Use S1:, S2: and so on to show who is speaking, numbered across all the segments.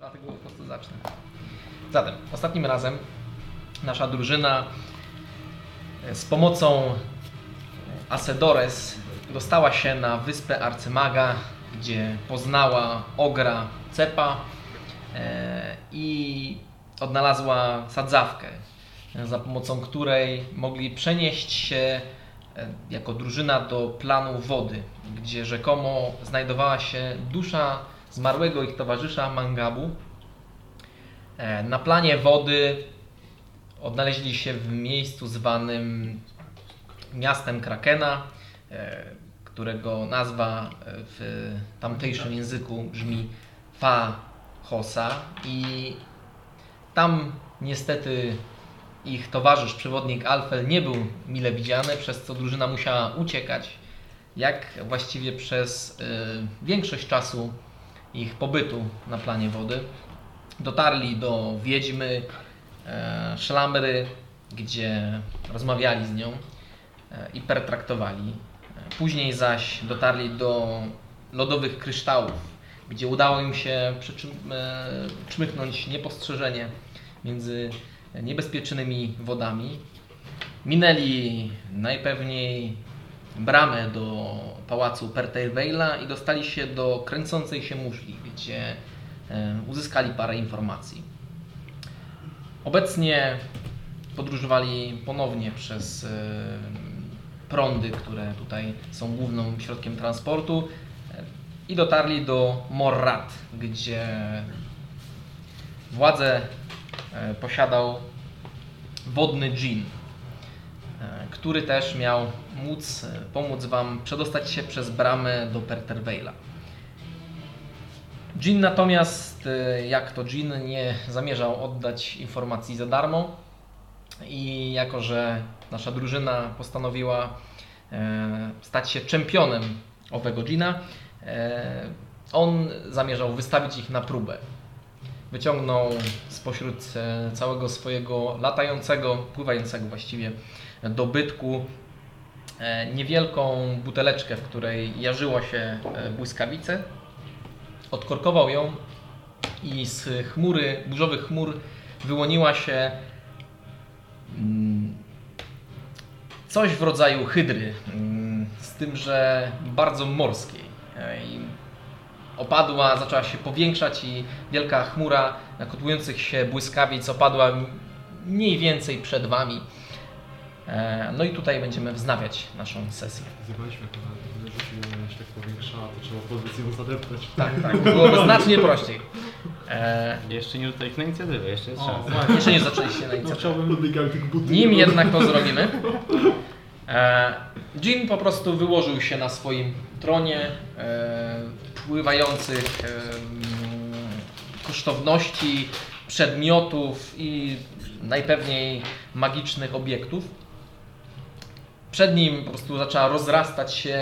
S1: dlatego po prostu zacznę. Zatem, ostatnim razem nasza drużyna z pomocą Asedores dostała się na wyspę Arcymaga, gdzie poznała ogra Cepa i odnalazła sadzawkę, za pomocą której mogli przenieść się jako drużyna do planu wody, gdzie rzekomo znajdowała się dusza zmarłego ich towarzysza Mangabu. Na planie wody odnaleźli się w miejscu zwanym miastem Krakena, którego nazwa w tamtejszym języku brzmi Fa-Hosa, i tam niestety ich towarzysz, przewodnik Alfel, nie był mile widziany, przez co drużyna musiała uciekać, jak właściwie przez większość czasu ich pobytu na planie wody. Dotarli do wiedźmy Szlamry, gdzie rozmawiali z nią i pertraktowali. Później zaś dotarli do lodowych kryształów, gdzie udało im się czmychnąć niepostrzeżenie między niebezpiecznymi wodami. Minęli najpewniej bramę do pałacu Pertevale'a i dostali się do kręcącej się muszli, gdzie uzyskali parę informacji. Obecnie podróżowali ponownie przez prądy, które tutaj są głównym środkiem transportu, i dotarli do Morrat, gdzie władzę posiadał wodny dżin, który też miał pomóc wam przedostać się przez bramę do Pertevale'a. Dżin natomiast, jak to dżin, nie zamierzał oddać informacji za darmo i jako że nasza drużyna postanowiła stać się czempionem owego dżina, on zamierzał wystawić ich na próbę. Wyciągnął spośród całego swojego latającego, pływającego właściwie dobytku niewielką buteleczkę, w której jarzyło się błyskawice. Odkorkował ją i z burzowych chmur wyłoniła się coś w rodzaju hydry, z tym, że bardzo morskiej. Opadła, zaczęła się powiększać i wielka chmura kotłujących się błyskawic opadła mniej więcej przed wami. No i tutaj będziemy wznawiać naszą sesję.
S2: Zobaczmy, jak się tak powiększała, to trzeba pozycję zadeptać.
S1: Tak, byłoby znacznie prościej.
S3: Jeszcze nie rzucaj ich na inicjatywę, jeszcze jest czas.
S1: Jeszcze nie zaczęliście na inicjatywę.
S2: No,
S1: Nim jednak to zrobimy, Jin po prostu wyłożył się na swoim tronie pływających kosztowności, przedmiotów i najpewniej magicznych obiektów. Przed nim po prostu zaczęła rozrastać się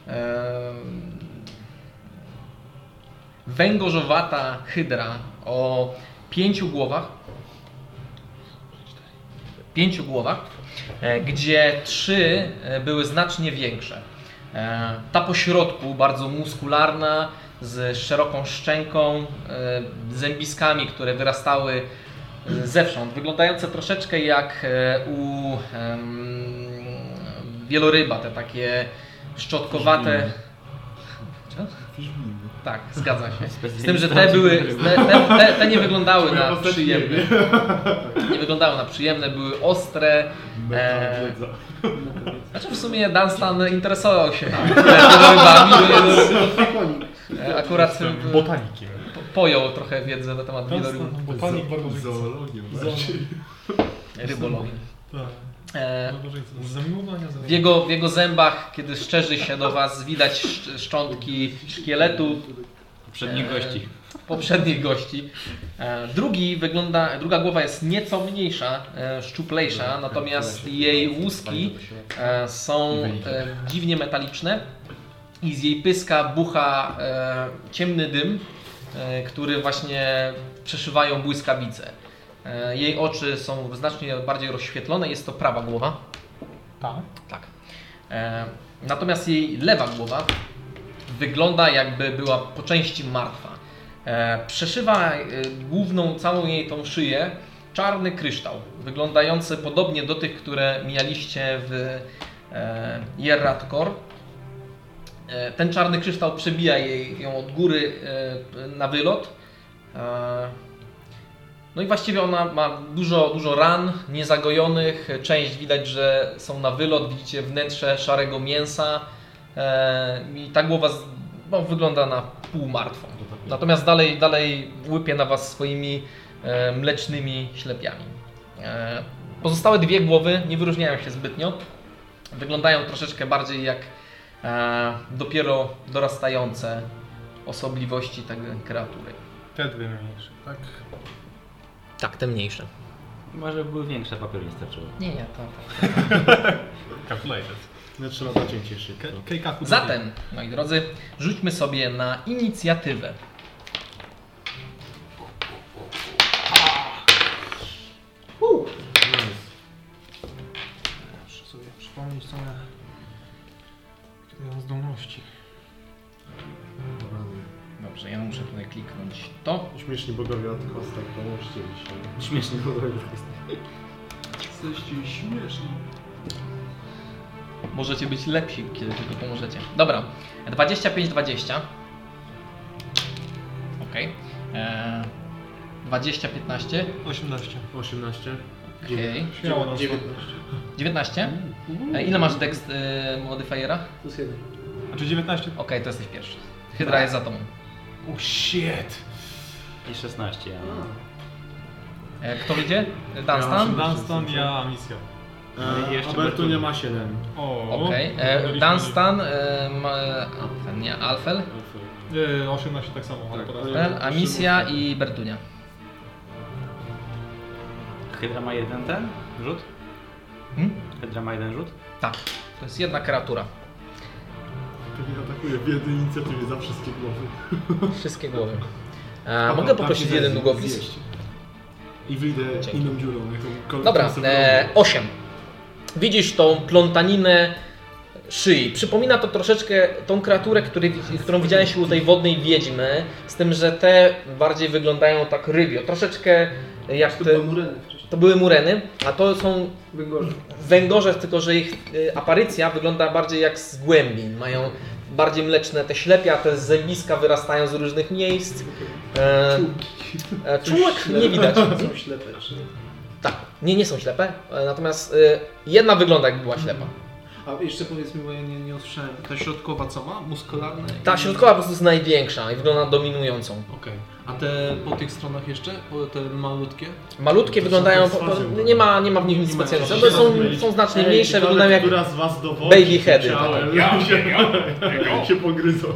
S1: węgorzowata hydra o 5 głowach, gdzie 3 były znacznie większe. Ta po środku, bardzo muskularna, z szeroką szczęką, zębiskami, które wyrastały zewsząd, wyglądające troszeczkę jak u wieloryba, te takie szczotkowate. Tak, zgadza się. Z tym, że te nie wyglądały na przyjemne. Nie wyglądały na przyjemne, były ostre. Znaczy w sumie Dunstan interesował się wielorybami. Akurat
S2: botanikiem.
S1: Pojął trochę wiedzy na temat wielorybów.
S2: Botanik, zoologiem.
S1: Rybologiem.
S2: W
S1: jego zębach, kiedy szczerzy się do was, widać szczątki szkieletu poprzednich gości. Druga głowa jest nieco mniejsza, szczuplejsza, natomiast jej łuski są dziwnie metaliczne i z jej pyska bucha ciemny dym, który właśnie przeszywają błyskawice. Jej oczy są znacznie bardziej rozświetlone, jest to prawa głowa. Tak. Natomiast jej lewa głowa wygląda, jakby była po części martwa. Przeszywa główną, całą jej tą szyję czarny kryształ, wyglądający podobnie do tych, które mijaliście w Jerrat Kor. Ten czarny kryształ przebija ją od góry na wylot. No i właściwie ona ma dużo ran niezagojonych. Część widać, że są na wylot. Widzicie wnętrze szarego mięsa. I ta głowa wygląda na pół martwą. Natomiast dalej łypie na was swoimi mlecznymi ślepiami. Pozostałe dwie głowy nie wyróżniają się zbytnio. Wyglądają troszeczkę bardziej jak dopiero dorastające osobliwości tej kreatury.
S4: Te dwie mniejsze, tak?
S1: Tak, te mniejsze.
S3: Może były większe, papieru nie starczyło.
S1: Nie, to.
S4: Calculated.
S2: Nie trzeba zacięć jeszcze.
S4: Kejkaku.
S1: Zatem, moi drodzy, rzućmy sobie na inicjatywę.
S4: Muszę sobie przypomnieć co ja... Jakie mam zdolności.
S1: Dobrze, ja muszę tutaj kliknąć to.
S2: Śmieszni bogowie od kostek, pomóżcie mi się.
S3: Śmiesznie bogowie od kostek.
S2: Jesteście śmieszni.
S1: Możecie być lepsi, kiedy tylko pomożecie. Dobra, 25-20. Ok. 20-15.
S4: 18.
S2: 18.
S1: Okej.
S4: Śmiało na
S2: 19.
S1: 19. Ile masz dex modifiera?
S2: Plus 1.
S4: Znaczy 19.
S1: Okej, to jesteś pierwszy. Hydra jest za tobą.
S4: Oh shit!
S3: I 16, ja.
S1: Kto wyjdzie? Dunstan?
S4: Dunstan, ja misja.
S3: No i jeszcze
S2: Albertu nie
S3: Bertuni.
S2: ma 7.
S4: O.
S1: Okej. Dunstan, nie, Alfel,
S4: 18 tak samo, ale
S2: Tak.
S4: teraz...
S1: Alfel, Amicia i Bertunia.
S3: Hydra ma jeden ten rzut? Hydra ma jeden rzut?
S1: Tak, to jest jedna kreatura.
S2: Pewnie atakuje w jednej inicjatywie za wszystkie głowy.
S1: Wszystkie głowy. Mogę poprosić jeden długopis?
S2: Zjeść. I wyjdę
S1: Dzięki.
S2: inną dziurą.
S1: Dobra, 8. Widzisz tą plątaninę szyi. Przypomina to troszeczkę tą kreaturę, którą widziałeś u tej wodnej wiedźmy, z tym, że te bardziej wyglądają tak rybio. Troszeczkę jak
S5: To
S1: te...
S5: były mureny wcześniej.
S1: To były mureny, a to są
S5: Węgorze.
S1: węgorze, tylko że ich aparycja wygląda bardziej jak z głębin. Mają bardziej mleczne te ślepia, te zębiska wyrastają z różnych miejsc. Czółek nie widać.
S5: Są ślepe. Czy...
S1: Tak, nie są ślepe, natomiast jedna wygląda jak była ślepa.
S5: A jeszcze powiedz mi, bo ja nie usłyszałem. Ta środkowa co ma? Muskularne?
S1: Ta środkowa po prostu jest największa i wygląda dominującą.
S5: Okej. A te po tych stronach jeszcze? Te malutkie?
S1: Malutkie wyglądają, nie ma w nich nic specjalnego. To są znacznie mniejsze, wyglądają jak
S2: Która z was dowodzi
S1: baby heady.
S2: ciałem, się pogryzą.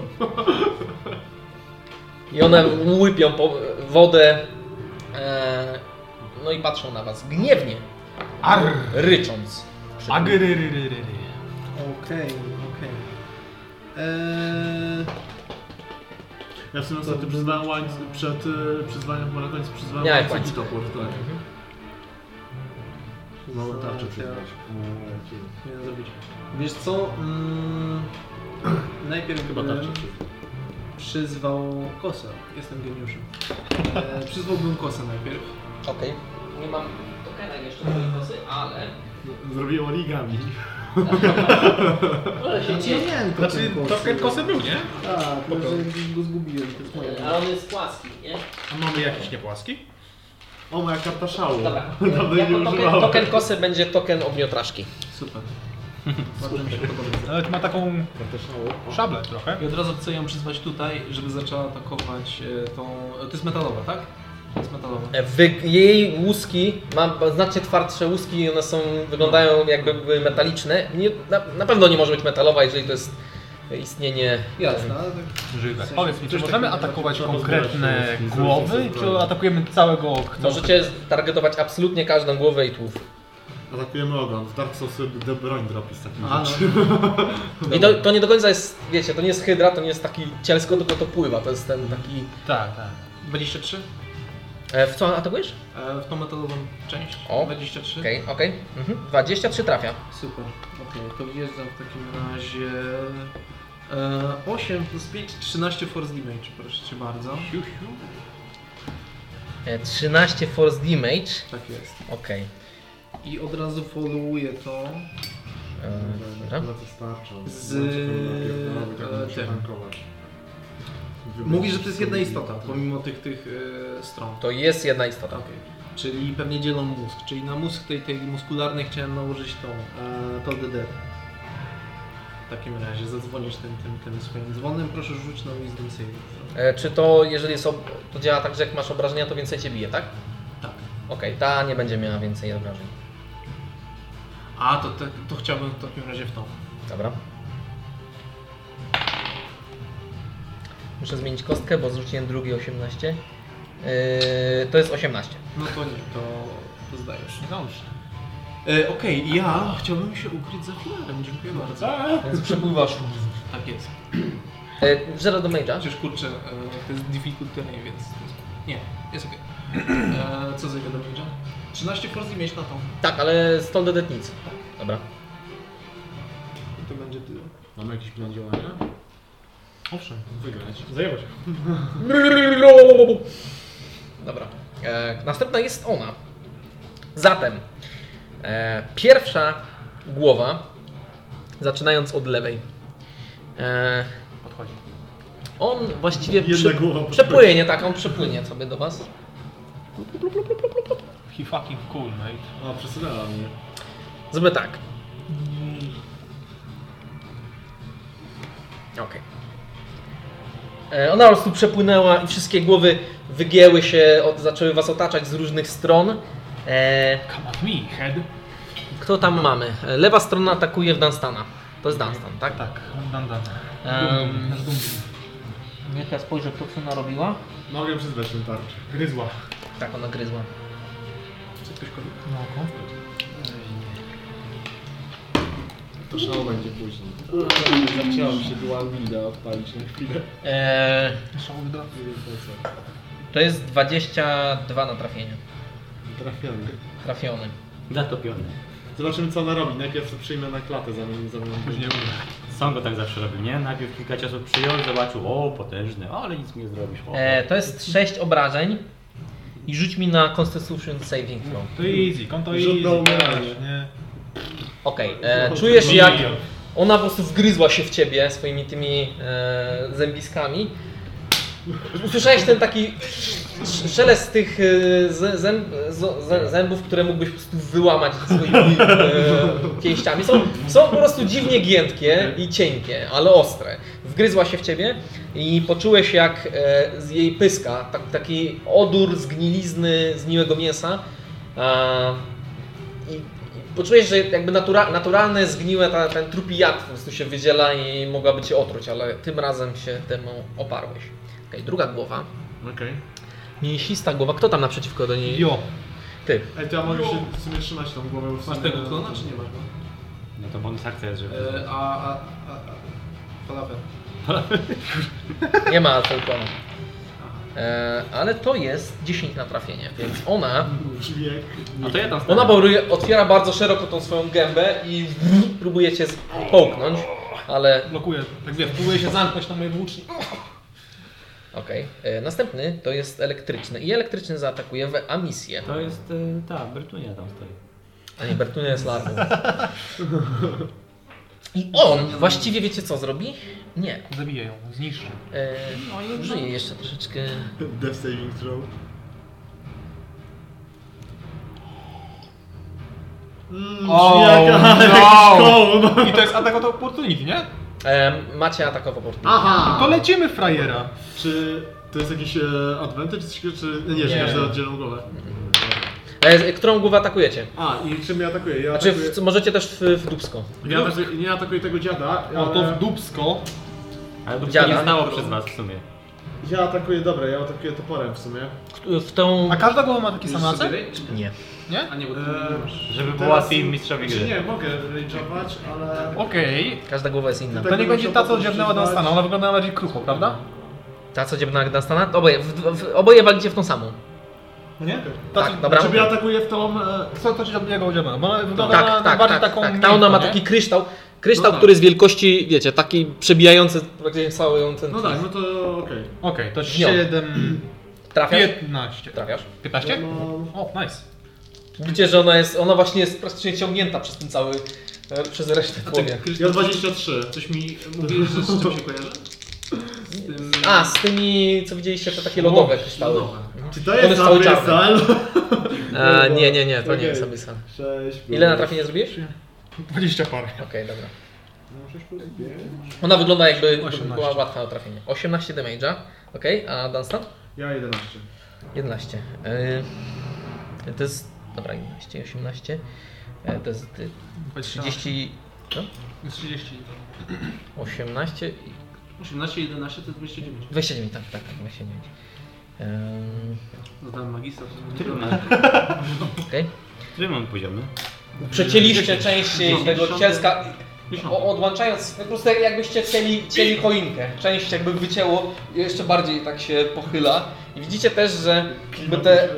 S1: I one łypią wodę, no i patrzą na was gniewnie, rycząc.
S4: Agryryryryry.
S5: Okej.
S2: Ja w sumie ostatnio przyzwałem łańcuch, przed przyzwaniem w maratońcu przyzwałem
S1: Miałeś
S2: łańcuch i
S1: łańcuch.
S2: topór, tak. Małą tarczę przyznać.
S5: Nie zrobić. Wiesz co? Najpierw
S2: Chyba tarczę przyznać.
S5: przyzwał kosę. Jestem geniuszem. Przyzwałbym kosę najpierw.
S1: Okej. Nie mam tokena jeszcze do kosy, ale...
S2: Zrobiłem origami.
S1: Ale się dzieje.
S4: Znaczy, token kosy był, nie?
S5: Tak, tylko że go zgubiłem, to jest moje.
S1: Ale on jest płaski, nie?
S4: A mamy jakiś niepłaski?
S2: O, moja karta szału.
S1: Dobra.
S2: Dawno jej nie
S1: Jako
S2: używałem.
S1: token kosy będzie token ogniotraszki.
S5: Super. Bardzo mi się podoba.
S4: Nawet ma taką
S2: Karta szału.
S4: szablę trochę.
S5: I od razu chcę ją przyzwać tutaj, żeby zaczęła atakować tą... To jest metalowa, tak? To jest metalowa.
S1: Jej łuski, ma znacznie twardsze łuski i one wyglądają jakby były metaliczne. Na pewno nie może być metalowa, jeżeli to jest istnienie...
S5: Jasne, ale tak...
S4: Żywe.
S5: sensie
S4: Powiedz mi, czy
S5: coś
S4: możemy
S5: takiego
S4: atakować
S2: to
S4: konkretne
S2: rozbrać,
S4: głowy,
S2: rozbrać.
S4: czy atakujemy całego
S1: Możecie targetować absolutnie każdą głowę i tłów.
S2: Atakujemy ogon. W Dark Souls The Broń dropi z takim
S5: Aha,
S2: rzeczy.
S1: I to nie do końca jest, wiecie, to nie jest hydra, to nie jest taki cielsko, tylko to pływa. To jest ten taki...
S4: Tak.
S5: 23?
S1: W co atakujesz?
S5: W tą metalową część.
S1: O.
S5: 23?
S1: Okej. 23 trafia.
S5: Super. Okej, to wjeżdżam w takim razie... 8 plus 5, 13 force damage, proszę cię bardzo.
S1: 13 force damage.
S5: Tak jest.
S1: Okej.
S5: I od razu followuję to
S1: Dobra.
S2: Na to starczą.
S5: z
S2: tym.
S5: tym. Mówisz, że to jest jedna istota, pomimo tych stron.
S1: To jest jedna istota.
S5: Okej. Czyli pewnie dzielą mózg. Czyli na mózg tej muskularnej chciałem nałożyć tą Toll the Dead. W takim razie zadzwonisz tym swoim dzwonem, proszę rzuć na Wisdom Saving.
S1: Czy to, jeżeli jest to działa tak, że jak masz obrażenia, to więcej cię bije, tak?
S5: Tak.
S1: Okej, ta nie będzie miała więcej obrażeń.
S5: A, to chciałbym w takim razie w tą.
S1: Dobra. Muszę zmienić kostkę, bo zrzuciłem drugie 18. To jest 18.
S5: No to nie, to zdajesz.
S4: Dobrze.
S5: Okej, ja chciałbym się ukryć za filarem, dziękuję bardzo.
S1: Więc przepływasz.
S5: Tak jest.
S1: Zero do mage'a.
S5: Chociaż kurczę, to jest difficult terrain, więc... Nie, jest okej. Co za do mage'a? 13 force mieć na tą.
S1: Tak, ale stąd do nic. Dobra.
S5: I to będzie tyle.
S2: Mamy jakiś plan działania?
S4: Owszem.
S2: Wygrać.
S4: Zajęło się.
S1: Dobra. Następna jest ona. Zatem pierwsza głowa, zaczynając od lewej.
S4: Podchodzi.
S1: On właściwie
S2: Jedna głowa
S1: przepłynie, tak, on przepłynie sobie do was.
S4: He fucking cool, mate.
S2: A, przesunęła mnie.
S1: Zrobię tak. Okej. Ona po prostu przepłynęła i wszystkie głowy wygięły się, zaczęły was otaczać z różnych stron.
S4: Come at me, head.
S1: Kto tam mamy? Lewa strona atakuje w Dunstana. To jest Dunstan, tak?
S4: Tak, dan. Nasz Dumbin.
S1: Niech ja spojrzę, kto co narobiła.
S2: Mogę przyzwać tę tarczę.
S4: Gryzła.
S1: Tak, ona gryzła.
S5: Co ktoś kogo?
S4: Na oko.
S2: To szał będzie później. Chciałem się dual builda odpalić na chwilę.
S4: Szał wyda.
S2: Nie wiem po co.
S1: To jest 22 na trafienie.
S2: Trafiony.
S1: Trafiony.
S3: Zatopiony.
S2: Zobaczymy co ona robi. Najpierw to przyjmę na klatę zanim
S4: Później umrę.
S3: Sam go tak zawsze robił, nie? Najpierw kilka ciosów przyjął, zobaczył, o potężny, ale nic mi nie zrobisz. O,
S1: To jest 6 obrażeń. I rzuć mi na Constitution Saving Throw.
S4: To easy, konto
S2: Rzut
S4: easy.
S2: na umieranie.
S4: Nie.
S1: Okej, czujesz jak ona po prostu wgryzła się w ciebie swoimi tymi zębiskami. Usłyszałeś ten taki szelest tych zębów, które mógłbyś po prostu wyłamać swoimi pięściami. Są po prostu dziwnie giętkie i cienkie, ale ostre. Wgryzła się w ciebie i poczułeś jak z jej pyska taki odór zgnilizny, zgniłego mięsa. I poczułeś, że jakby naturalne, zgniłe ten trupi jad po prostu się wydziela i mogłaby cię otruć, ale tym razem się temu oparłeś. Okej, druga głowa.
S2: Okej.
S1: Mięsista głowa. Kto tam naprzeciwko do niej?
S4: Jo.
S1: Ty.
S2: Ej, to ja mogę się w sumie trzymać tą głowę. w
S5: Masz
S2: sumie-
S5: tego klona, czy nie masz go?
S3: No to bonus akcja jest, żeby...
S5: Falafel.
S1: Nie ma Alfelkona. Ale to jest 10 na trafienie, więc ona
S2: Brzmi jak...
S3: No to ja tam
S1: Ona otwiera bardzo szeroko tą swoją gębę i próbuje cię połknąć, ale
S4: Blokuję. Tak wiesz, próbuję się zamknąć na moje włóczni.
S1: okej. Następny to jest elektryczny i elektryczny zaatakuje w Amisję.
S3: To jest, ta, Bertunia tam stoi.
S1: A nie, Bertunia jest larwą. I on właściwie wiecie co zrobi? Nie.
S4: Zabiję ją, zniszczę.
S1: Użyje jeszcze troszeczkę.
S2: Death saving throw.
S4: no! I to jest atak od opportunity, nie?
S1: Macie atak of opportunity.
S2: Aha!
S4: To lecimy frajera.
S2: Czy to jest jakiś advantage, czy... Nie, że każdy oddzielną głowę.
S1: Którą głowę atakujecie?
S2: A, i czym ja atakuję? Ja
S1: Znaczy,
S2: atakuję...
S1: możecie też w dubsko.
S2: Nie atakuję tego dziada.
S4: O, to w dubsko.
S3: Ale to
S1: Dziada.
S3: nie znało przez was w sumie.
S2: Ja atakuję, dobra, ja atakuję toporem w sumie.
S1: W tą...
S4: A każda głowa ma taki sam
S5: Możesz
S4: atak?
S5: sobie rage, czy
S1: Nie.
S4: Nie?
S5: A nie, bo ty nie masz.
S3: Żeby było
S2: Teraz-
S3: łatwiej mistrzowi
S2: Znaczy
S3: gry.
S2: nie, mogę rage'ować, ale...
S4: Okej.
S1: Każda głowa jest inna.
S2: Tak.
S4: To nie będzie ta, co dziabnęła Dunstana. Ona wyglądała bardziej krucho, prawda?
S1: Ta co dziebna Dunstana? Oboje walicie w tą samą.
S4: Nie?
S1: Tak, dobra.
S2: Znaczy ja atakuję w tą...
S4: Co to ci jego dziabnęła? Bo ona wygląda na bardziej taką
S1: Ta ona
S4: miękką,
S1: ma
S4: nie?
S1: taki kryształ. Kryształ,
S5: No tak.
S1: który jest wielkości, wiecie, taki przebijający praktycznie cały ten...
S2: No tak, no to okej.
S4: Okej, to
S1: Wziął.
S4: 7...
S1: Trafiasz?
S4: 15.
S1: Trafiasz.
S4: 15?
S2: No,
S4: O, nice.
S1: Widzicie, że ona właśnie jest praktycznie ciągnięta przez ten cały, przez resztę tłowie.
S2: ja 23.
S5: Coś mi mówiłeś, że z czym się kojarzy? Z tym...
S1: A, z tymi, co widzieliście, te takie lodowe kryształy.
S5: lodowe.
S2: Czy to
S1: One
S2: jest
S1: są cały
S2: Abyssal?
S1: Nie, to nie
S2: Okej.
S1: jest Abyssal.
S2: 6 plus...
S1: Ile na trafienie zrobiłeś?
S4: 20 parę.
S1: Okej, dobra.
S2: No, 6 plus 5.
S1: Ona wygląda jakby
S4: 18.
S1: była łatwa na trafienie. 18 damage'a, okej, a Dunstan?
S2: Ja 11.
S1: 11. To jest... Dobra, 11, 18. To jest 30... No?
S4: 30.
S1: 18...
S5: 18, 11 to jest 29.
S1: 29, tak, 29.
S5: Zadałem magistra.
S1: Okej.
S3: Który mam poziomy?
S1: Przecięliście częściej tego
S5: 10.
S1: cielska,
S5: 10.
S1: odłączając, po prostu jakbyście cieli choinkę. Część jakby wycięło, jeszcze bardziej tak się pochyla. I widzicie też, że jakby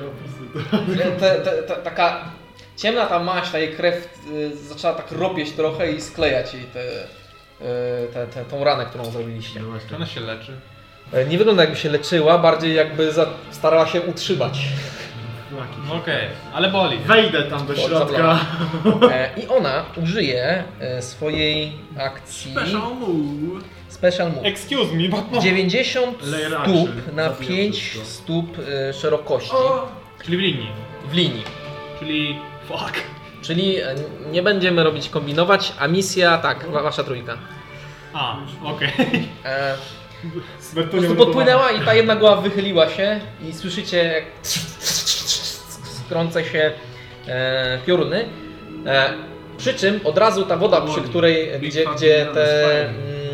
S1: taka ciemna ta maść, ta jej krew zaczęła tak ropieć trochę i sklejać jej tą ranę, którą zrobiliście.
S4: Czy ona się leczy?
S1: Nie wygląda jakby się leczyła, bardziej jakby starała się utrzymać.
S4: No okej, ale boli.
S2: Wejdę tam do środka.
S1: I ona użyje swojej akcji Special Move.
S4: Excuse me, but no.
S1: 90
S2: Layer
S1: stóp
S2: action.
S1: na
S2: Zabijam
S1: 5
S2: wszystko.
S1: stóp szerokości
S4: Czyli w linii.
S1: w linii.
S4: Czyli... Fuck.
S1: Czyli nie będziemy robić kombinować, a misja tak, wasza trójka.
S4: A, okej.
S1: Po prostu podpłynęła i ta jedna głowa wychyliła się i słyszycie jak skrące się pioruny. Przy czym od razu ta woda, przy której, gdzie te...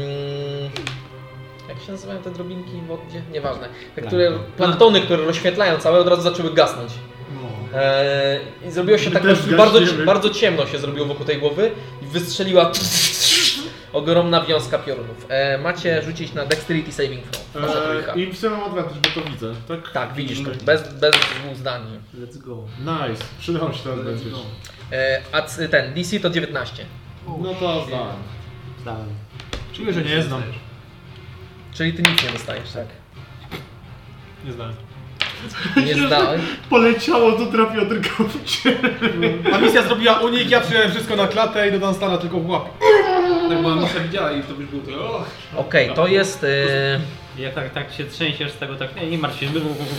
S1: jak się nazywają te drobinki w wodzie? Nieważne. Te, które, planktony, które rozświetlają całe, od razu zaczęły gasnąć. I zrobiło się tak, bardzo ciemno się zrobiło wokół tej głowy i wystrzeliła ogromna wiązka piorunów. Macie rzucić na Dexterity Saving Throw. Wasza trójka.
S2: I w mam advantage, bo to widzę, tak?
S1: Tak, widzisz to. Bez dwóch zdań.
S5: Let's go.
S2: Nice, przydał się ten
S5: Let's
S2: advantage.
S5: go.
S1: A ten DC to 19.
S2: No to znam.
S3: Zdałem.
S4: Czuję, że nie znam.
S1: Czyli ty nic nie dostajesz, tak?
S4: Nie znam.
S1: Nie zdałeś.
S2: Poleciało, to trafiło tylko w ciebie.
S4: A misja zrobiła unik, ja przyjąłem wszystko na klatę i do Dunstana tylko w łapie.
S5: Tak była misja widziała i to byś był to...
S1: Okej, to jest...
S3: Jak tak się trzęsiesz z tego, tak nie martw się.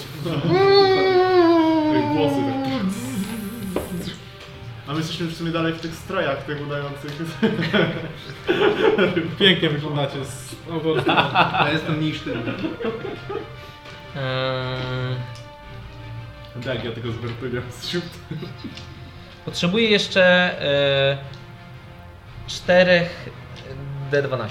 S2: Włosy tak. A my jesteśmy w sumie dalej w tych strojach, tych udających.
S4: Pięknie wyglądacie z...
S5: Ja jestem niż ty.
S2: Tak, ja tego zwertuję z siód.
S1: Potrzebuję jeszcze 4 D12.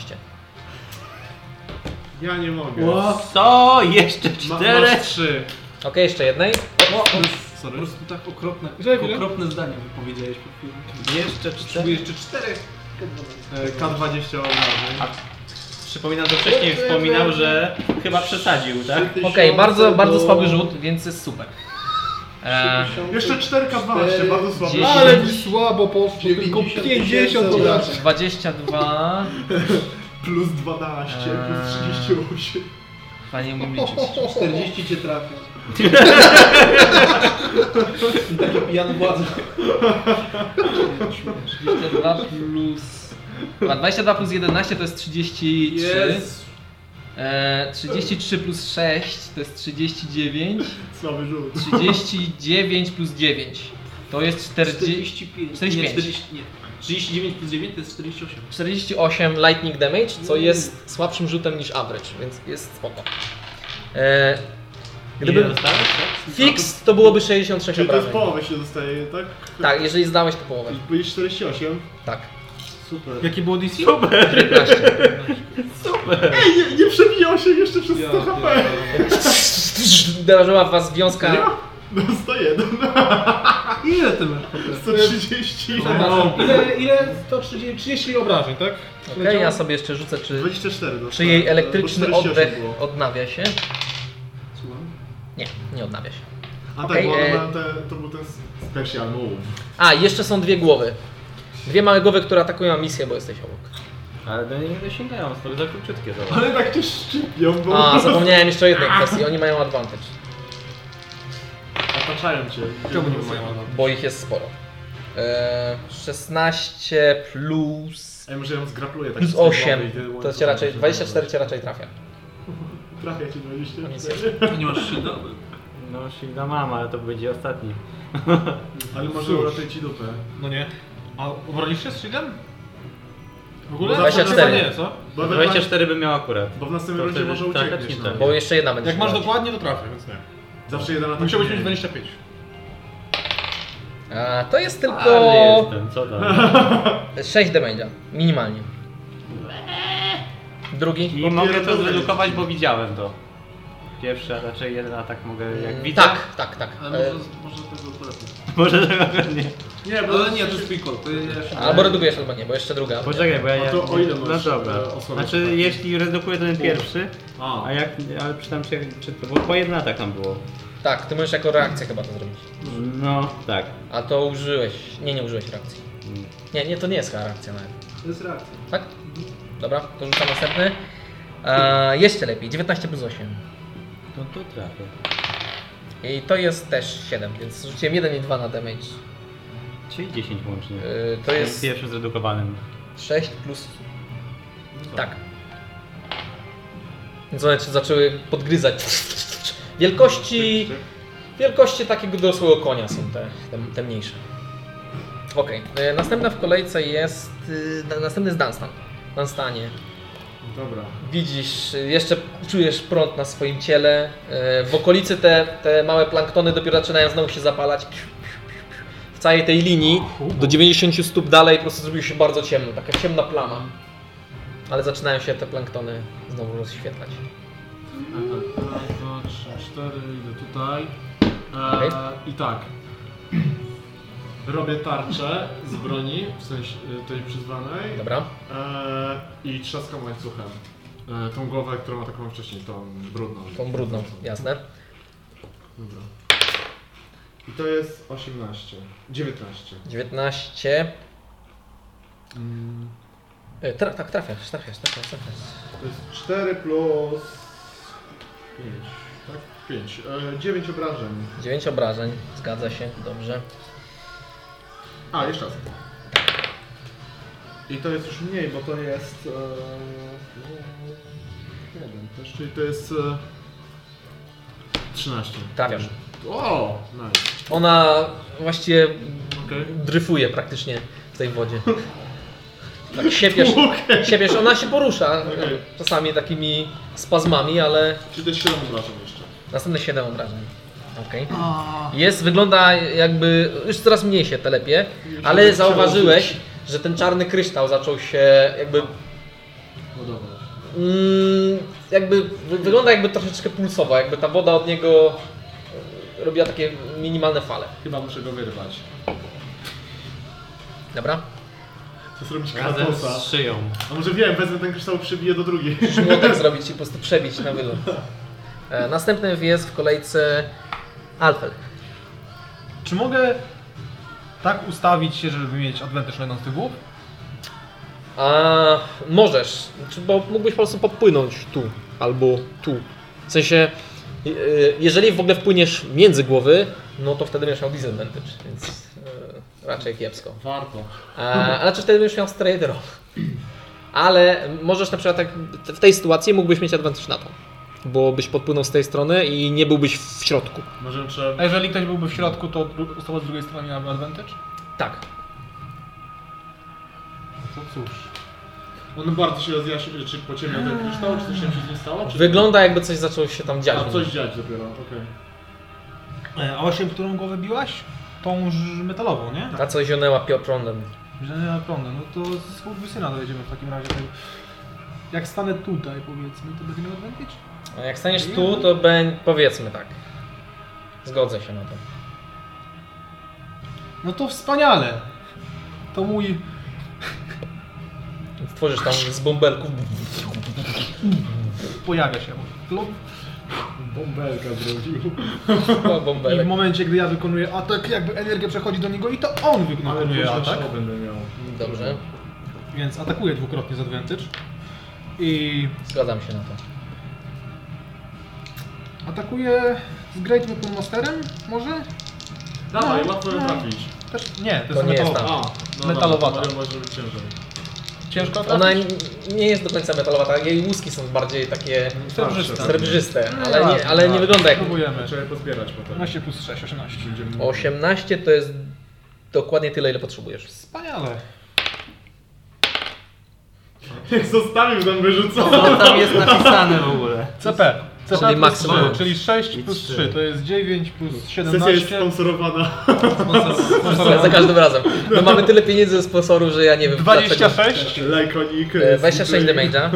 S2: Ja nie mogę.
S3: Co? Jeszcze
S2: Masz
S3: 4?
S2: 3.
S1: Okej, jeszcze jednej.
S5: Po prostu tak okropne zdanie wypowiedziałeś po chwili.
S3: Jeszcze 4.
S5: Potrzebuję jeszcze 4.
S2: K20 obrażeń.
S3: Przypominam, że wcześniej wspominał, że chyba przesadził, tak?
S1: Okej, bardzo słaby rzut, więc jest super.
S2: Jeszcze 4K12, bardzo słabo.
S1: 10.
S4: Ale mi słabo poszło, tylko 50 obrażeń.
S1: 22.
S2: Plus 12, plus 38.
S1: Fajnie umiem liczyć.
S5: 40 cię trafia. Taki pijany władza.
S1: 22 plus... 22 plus 11 to jest 33. 33 plus 6 to jest 39.
S2: Słaby rzut.
S1: 39 plus 9 to jest
S5: 45.
S1: 45.
S5: Nie, 40, nie. 39 plus 9 to jest 48.
S1: 48 lightning damage, co jest słabszym rzutem niż average, więc jest spoko.
S3: Ile
S1: Gdyby
S3: dostałeś, tak?
S1: fix, to byłoby 66
S2: Czyli to jest
S1: obrażeń.
S2: połowę się dostaje, tak?
S1: Tak, jeżeli zdałeś, to połowę.
S2: Byłeś 48?
S1: Tak.
S2: Super.
S4: Jakie było DC?
S1: 15.
S2: Ej, nie przebijał się jeszcze przez 100 HP.
S1: Uderzyła w was wiązka.
S2: No 101.
S5: Ile ty masz?
S2: 130.
S4: Ile to 30 obrażeń, tak?
S1: Okej, ja sobie jeszcze rzucę,
S2: 24 dostałem.
S1: czy jej elektryczny
S2: Bo 48
S1: oddech
S2: było.
S1: odnawia się.
S5: Słucham?
S1: Nie odnawia się.
S2: A
S1: Okej,
S2: tak, bo to był ten special move.
S1: A, jeszcze są dwie głowy. Dwie małe głowy, które atakują misję, bo jesteś obok.
S3: Ale do niej nie dosięgają, są za króciutkie, zobacz.
S2: Ale tak cię szczypią, bo...
S1: A, zapomniałem jeszcze o jednej kwestii, oni mają advantage,
S2: Otaczają cię.
S4: Czemu nie mają advantage?
S1: bo ich jest sporo. 16 plus...
S2: Ej, może ją zgrapluję tak
S1: Plus
S2: z tej
S1: 8,
S2: głowy i ty
S1: to
S2: łańcuchem
S1: cię raczej,
S2: się
S1: 24 cię raczej trafia.
S2: Trafia cię 24.
S1: Misja.
S5: Nie masz shielda?
S3: No shielda mam, ale to będzie ostatni.
S2: Ale może uratuje ci dupę.
S4: No nie. A obronisz się z shieldem? W
S2: Bo
S4: ogóle?
S2: zawsze
S1: 24.
S4: Nie, co?
S2: Bo,
S3: 24 bym miał akurat.
S2: bo w następnym
S3: To
S2: rundzie
S3: wtedy
S2: może
S3: trafiać
S2: uciekniesz.
S3: nie
S2: No.
S3: tak.
S1: Bo jeszcze jedna będzie
S4: Jak masz
S1: brać.
S4: dokładnie, to trafię, więc nie.
S2: Zawsze jeden atak.
S4: Musiałbyś mieć
S2: mniej.
S4: 25.
S1: A, to jest
S3: Ale
S1: tylko
S3: jestem, co tam?
S1: 6 damage'a, minimalnie. Drugi?
S3: I mogę to zredukować, bo widziałem to. Pierwszy, a raczej jeden atak mogę, jak widzę.
S1: Tak.
S5: Ale może tego polepiej.
S3: Może tego nie.
S2: Nie, bo
S5: Ale nie, to jest recall. To ja się...
S1: Albo redukujesz albo nie, bo jeszcze druga.
S3: Poczekaj, bo ja...
S2: A to o ile masz,
S3: No dobra.
S2: osłonę
S3: Znaczy,
S2: ataku?
S3: jeśli redukuję ten pierwszy,
S2: A,
S3: a jak... Ale czytam się, czy to... Bo po jeden atak tam było.
S1: Tak, ty możesz jako reakcję chyba to zrobić.
S3: No, tak.
S1: A to użyłeś. Nie użyłeś reakcji. Nie, to nie jest chyba reakcja nawet.
S5: To jest reakcja.
S1: Tak? Dobra, to rzucam następny. Jeszcze lepiej, 19 plus 8.
S3: No to trafię.
S1: I to jest też 7, więc rzuciłem 1 i 2 na damage.
S3: Czyli 10 łącznie.
S1: To jest
S3: Pierwszy zredukowanym.
S1: 6 plus... Tak. Więc one się zaczęły podgryzać. Wielkości takiego dorosłego konia są te mniejsze. Okej, następna w kolejce jest... Następny jest Dunstan. Dunstanie.
S2: dobra.
S1: Widzisz, jeszcze czujesz prąd na swoim ciele. W okolicy te małe planktony dopiero zaczynają znowu się zapalać. W całej tej linii do 90 stóp dalej po prostu zrobiło się bardzo ciemno, taka ciemna plama. Ale zaczynają się te planktony znowu rozświetlać.
S2: Raz, dwa, trzy, 4, idę tutaj.
S1: Okej.
S2: I tak. Robię tarczę z broni, w sensie tej przyzwanej.
S1: Dobra.
S2: I trzaskam łańcuchem. Tą głowę, którą atakowałem wcześniej, tą brudną.
S1: Tą brudną, jasne.
S2: Dobra. I to jest 18. 19.
S1: 19.
S2: Mm,
S1: Tak, trafiasz.
S2: to jest 4 plus 5. Tak? 5. 9 obrażeń.
S1: 9 obrażeń, zgadza się, dobrze.
S2: A, jeszcze raz. I to jest już mniej, bo to jest... 1 też, czyli to jest... 13.
S1: Trafiasz.
S2: O, nice.
S1: Ona właściwie
S2: Okej.
S1: dryfuje praktycznie w tej wodzie. Tak siepiesz, ona się porusza czasami takimi spazmami, ale
S2: Czyli to jest 7 obrażeń jeszcze.
S1: następne 7 obrażeń. Okej. Wygląda jakby, już coraz mniej się telepie, ale zauważyłeś, że ten czarny kryształ zaczął się jakby,
S2: Podobno.
S1: wygląda jakby troszeczkę pulsowo, jakby ta woda od niego robiła takie minimalne fale.
S2: Chyba muszę go wyrwać.
S1: Dobra?
S2: Co zrobić
S3: Razem
S2: Kratosa?
S3: z szyją.
S2: A może wiem, wezmę ten kryształ, przybiję do drugiej.
S1: Musisz młotek zrobić i po prostu przebić na wylot. Następny jest w kolejce Alfel.
S4: Czy mogę tak ustawić się, żeby mieć advantage na jedną z tych głów?
S1: Możesz, bo mógłbyś po prostu popłynąć tu albo tu. W sensie, jeżeli w ogóle wpłyniesz między głowy, no to wtedy będziesz miał disadvantage, więc raczej kiepsko.
S2: Warto.
S1: A znaczy wtedy będziesz miał straight roll. Ale możesz na przykład tak, w tej sytuacji mógłbyś mieć advantage na to. Bo byś podpłynął z tej strony i nie byłbyś w środku.
S2: Może trzeba...
S4: A jeżeli ktoś byłby w środku, to osoba z drugiej strony miałaby advantage?
S1: Tak.
S4: To cóż.
S2: On bardzo się rozjaśnił, czy pociemniał ten kryształ, czy coś się z nim stało? Czy...
S1: Wygląda jakby coś zaczęło się tam dziać.
S2: A, coś dziać dopiero, okej.
S4: A 8, którą głowę biłaś? Tą metalową, nie?
S1: Ta co zionęła prądem.
S4: Że nie ma prądu. No to z syna dojedziemy w takim razie. Jak stanę tutaj, powiedzmy, to będzie miał advantage?
S1: A jak staniesz tu, to powiedzmy tak. Zgodzę się na to.
S4: No to wspaniale. To mój...
S1: Tworzysz tam z bąbelków.
S4: Pojawia się.
S2: Bąbelka zrobił.
S4: I w
S1: Bąbelek.
S4: momencie, gdy ja wykonuję atak, jakby energia przechodzi do niego i to on
S2: Ale
S4: wykonuje
S2: późno
S4: atak.
S2: będę miał.
S1: Dobrze.
S4: Więc atakuje dwukrotnie z advantage. I
S1: Zgadzam się na to.
S4: atakuje z Great Weapon Masterem, może?
S2: Dawaj, łatwo ją trafić.
S4: Też nie,
S1: To nie jest
S4: metalowa.
S2: A,
S4: Metalowata.
S2: To może być ciężej.
S4: Ciężko
S1: Ona
S4: trafić?
S1: nie jest do końca metalowata, jej łuski są bardziej takie
S4: Srebrzyste.
S1: srebrzyste,
S4: No,
S1: ale nie wygląda jak...
S4: Spróbujemy.
S2: Trzeba je pozbierać potem.
S4: 12 plus 6, 18.
S2: Będziemy
S1: 18 to jest dokładnie tyle, ile potrzebujesz.
S4: Wspaniale.
S2: Jak zostawił, tam wyrzucą.
S3: Co tam jest napisane w ogóle?
S4: CP. CP
S1: Czyli
S4: plus
S1: maksimum.
S4: 3, czyli 6
S3: I
S4: plus
S3: 3.
S4: 3, to jest 9 plus
S2: Sesja jest
S4: 17.
S2: sponsorowana.
S1: Za każdym razem. No mamy tyle pieniędzy ze sponsorów, że ja nie wiem
S4: 26
S2: Lajkonik.
S1: dlaczego. 26 damage'a.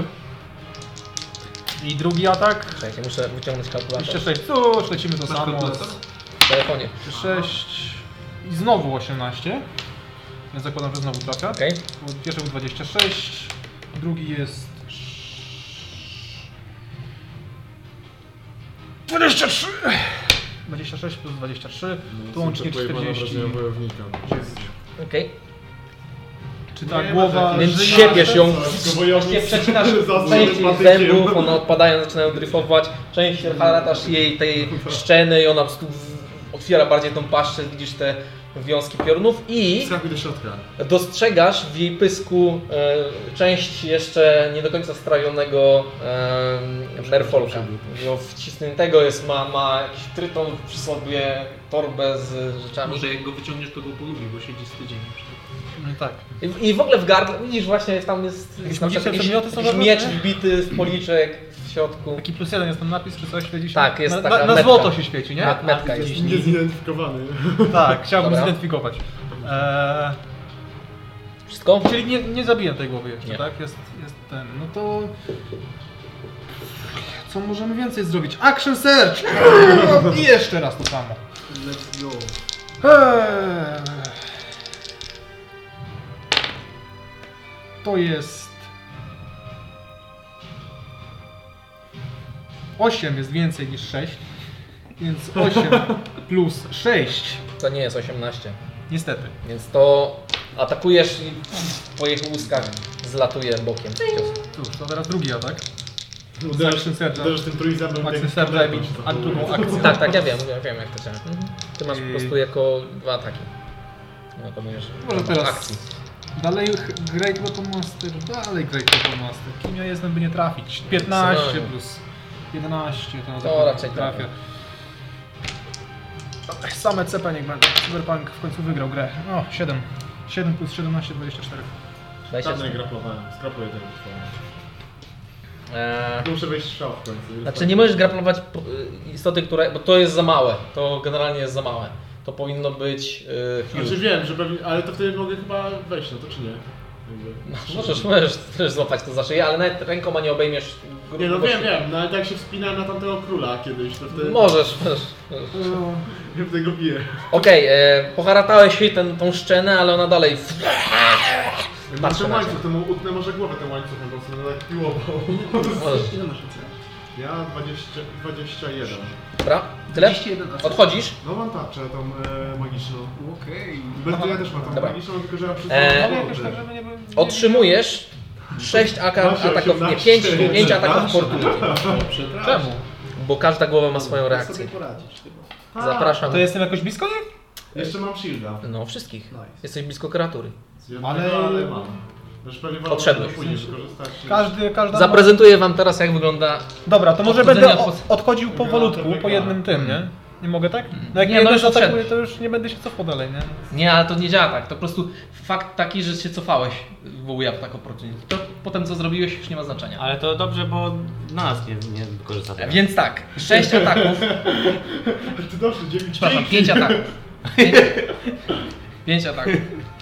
S4: i drugi atak.
S1: Czekajcie, muszę wyciągnąć kalkulator
S4: 26, cóż, lecimy to samo.
S1: w telefonie.
S4: 6 i znowu 18. Więc zakładam, że znowu trafia.
S1: Okej.
S4: Pierwszy był 26, drugi jest 23. 26 plus 23, to łącznie 40.
S2: wojownika.
S1: Okej.
S4: Czy ta głowa...
S1: Więc
S4: żyje?
S1: siepiesz ją,
S2: Wojownik
S1: przecinasz
S2: z
S1: część jej
S2: patykiem.
S1: zębów, one odpadają, zaczynają dryfować, część haratasz jej tej szczeny i ona po prostu otwiera bardziej tą paszczę, widzisz te wiązki piorunów i
S2: Skakuj do środka.
S1: dostrzegasz w jej pysku część jeszcze nie do końca strajonego merfolka. Wcisniętego jest, ma jakiś tryton przy sobie, torbę z rzeczami.
S5: Może jak go wyciągniesz, to go polubi, bo siedzi z tydzień.
S4: No tak.
S1: I w ogóle w gardle, widzisz właśnie tam jest
S4: Jakieś
S1: na przykład
S4: magiczne przedmioty są
S1: jakiś
S4: we
S1: miecz
S4: mnie?
S1: wbity w policzek w środku.
S4: Taki plus 1 jest tam napis, czy coś świeci się?
S1: Tak, jest
S4: na,
S1: taka
S4: na
S1: metka.
S4: złoto się świeci, nie?
S1: Metka jest.
S2: Niezidentyfikowany.
S4: Tak, chciałbym
S1: Dobra.
S4: zidentyfikować.
S1: Wszystko?
S4: Czyli nie zabiję tej głowy jeszcze,
S1: Nie.
S4: tak? Jest ten. No to... Co możemy więcej zrobić? Action search! I jeszcze raz to samo.
S5: Let's go.
S4: To jest... 8 jest więcej niż 6. Więc 8 plus 6.
S1: To nie jest 18.
S4: Niestety.
S1: Więc to atakujesz i w twoich łuskach zlatuje bokiem.
S4: Cóż, to teraz drugi atak.
S2: Uderzysz tym trójzębem.
S4: Action search daje mi drugą akcję.
S1: Tak, ja wiem jak to działa. Ty masz po prostu jako 2 ataki. No to mówisz.
S4: Może teraz
S1: akcji.
S4: dalej Great Weapon Master, dalej Great Weapon Master. Kim ja jestem, by nie trafić? 15
S1: Maksymalnie.
S4: plus 11, to na
S1: To
S4: pewno
S1: raczej
S4: trafię. Same CP niech będą. Cyberpunk w końcu wygrał grę. O, 7. 7 plus 17, 24.
S1: Daj się
S2: Dawno graplowałem. Skrapuję tego trwałem.
S1: Eee,
S2: Muszę wejść w szał w końcu.
S1: Znaczy nie możesz graplować istoty, które... Bo to jest za małe. To generalnie jest za małe. To powinno być huge.
S2: Znaczy wiem, że pewnie, ale to wtedy mogę chyba wejść, no to czy nie? Jakby.
S1: Możesz złapać to za szyję, ale nawet rękoma nie obejmiesz
S2: Nie no
S1: grubości.
S2: wiem, no ale tak się wspinałem na tamtego króla kiedyś, to wtedy...
S1: Możesz.
S2: Ja w tego biję.
S1: Okej, poharatałeś jej tą szczenę, ale ona dalej...
S2: Mam
S1: Patrzę
S2: ten
S1: na
S2: łańcuch, to mu utnę może głowę tym łańcuchem, bo sobie tak piłował.
S1: Możesz.
S5: Ile masz ręce?
S2: Ja 21.
S1: Dobra, tyle?
S5: 21, a co?
S1: Odchodzisz?
S2: No mam tarczę tą magiczną.
S5: Okej.
S2: Bez ja też mam tą
S1: Dobra.
S2: magiczną, tylko że ja przez
S4: Jakoś tak, żeby nie było...
S1: Otrzymujesz 6 ataków, nie 5 ataków fortuny.
S4: Czemu?
S1: Bo każda głowa ma swoją
S5: sobie
S1: reakcję.
S5: poradzisz chyba.
S1: Zapraszam.
S4: To jestem jakoś blisko nie?
S2: Jeszcze mam shielda.
S1: No wszystkich.
S5: Nice.
S1: Jesteś blisko kreatury.
S2: Ale mam. Już pewnie wolę
S1: Odszedłeś.
S2: później wykorzystać.
S4: Każda...
S1: Zaprezentuję wam teraz jak wygląda...
S4: Dobra, to może
S1: Odchodzenie
S4: będę
S1: od-
S4: odchodził powolutku, po jednym tym, nie? Nie mogę tak? No jak nie, jeden
S1: już
S4: zaatakuje,
S1: odszedłeś.
S4: to już nie będę się cofał dalej, nie?
S1: Nie, ale to nie działa tak. To po prostu fakt taki, że się cofałeś wywołuje tak opportunity. To potem co zrobiłeś już nie ma znaczenia.
S3: Ale to dobrze, bo na nas nie wykorzysta tego.
S1: Więc tak, 6 ataków,
S2: Ty dobrze, 9
S1: przepraszam, 5 ataków. 5 ataków.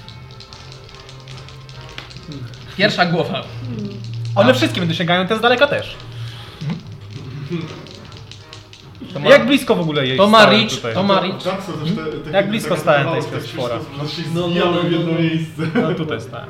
S1: Pierwsza głowa.
S4: One wszystkie będą sięgają, te z daleka też.
S1: To ma,
S4: Jak blisko w ogóle jej
S1: to ma
S4: stałem
S1: reach,
S4: tutaj?
S1: to ma reach.
S4: Jak blisko stałem tej stwora?
S2: No, w jedno miejsce.
S4: No tutaj stałem.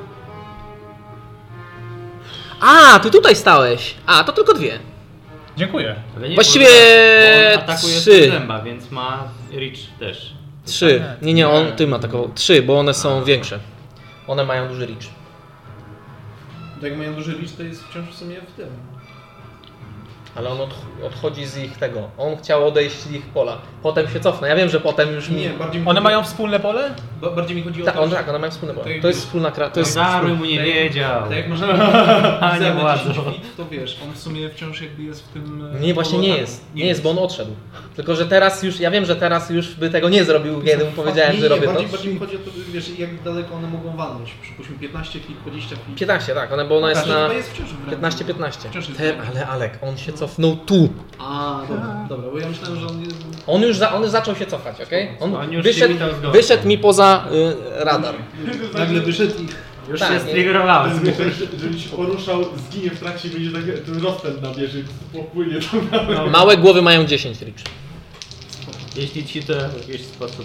S1: A, ty tutaj stałeś. A, to tylko 2.
S4: Dziękuję.
S3: Ale nie,
S1: Właściwie
S3: bo on atakuje
S1: 3.
S3: z zęba, więc ma reach też.
S1: 3. Nie, on tym atakował. 3, bo one są większe. One mają duży reach.
S5: To jak mają duży reach, to jest wciąż w sumie w tym.
S1: Ale on odchodzi z ich tego. On chciał odejść z ich pola. Potem się cofnę. Ja wiem, że potem już mi...
S5: Nie, bardziej mi
S4: One
S5: chodzi-
S4: mają wspólne pole?
S5: Bardziej mi chodzi o
S1: Tak,
S5: to, że...
S1: one mają wspólne pole.
S5: jak
S1: To jest
S5: wiesz-
S1: wspólna to jest
S3: Daruj mu nie wiedział.
S5: Tak jak masz
S3: A nie władzą.
S5: to wiesz, on w sumie wciąż jakby jest w tym...
S1: Nie, właśnie nie jest. Nie jest, bo on odszedł. Tylko, że teraz już, ja wiem, że teraz już by tego nie zrobił, kiedy mu powiedziałem, że robię to.
S5: Bardziej mi chodzi o to, wiesz, jak daleko one mogą walnąć. Przypuśćmy 15 feet, 20 feet.
S1: 15, tak, bo ona jest na
S5: To jest wciąż w ręku.
S1: 15-15.
S5: Wciąż jest
S1: Ale Alek, on się cofnął tu.
S5: A, dobra, bo ja myślałem, że on jest...
S1: On już zaczął się cofać, okej?
S3: On
S1: On
S3: już
S1: wyszedł,
S3: się witał z gościem.
S1: wyszedł mi poza radar.
S5: Nagle wyszedł i...
S3: Już
S1: Tak,
S3: się
S1: nie.
S3: striggerowałem.
S2: Żeby się poruszał, zginie w trakcie i będzie tak, ten rozpęd nabierze i popłynie tam na...
S1: Małe głowy mają 10 reach.
S3: Jeśli ci to w jakiś sposób...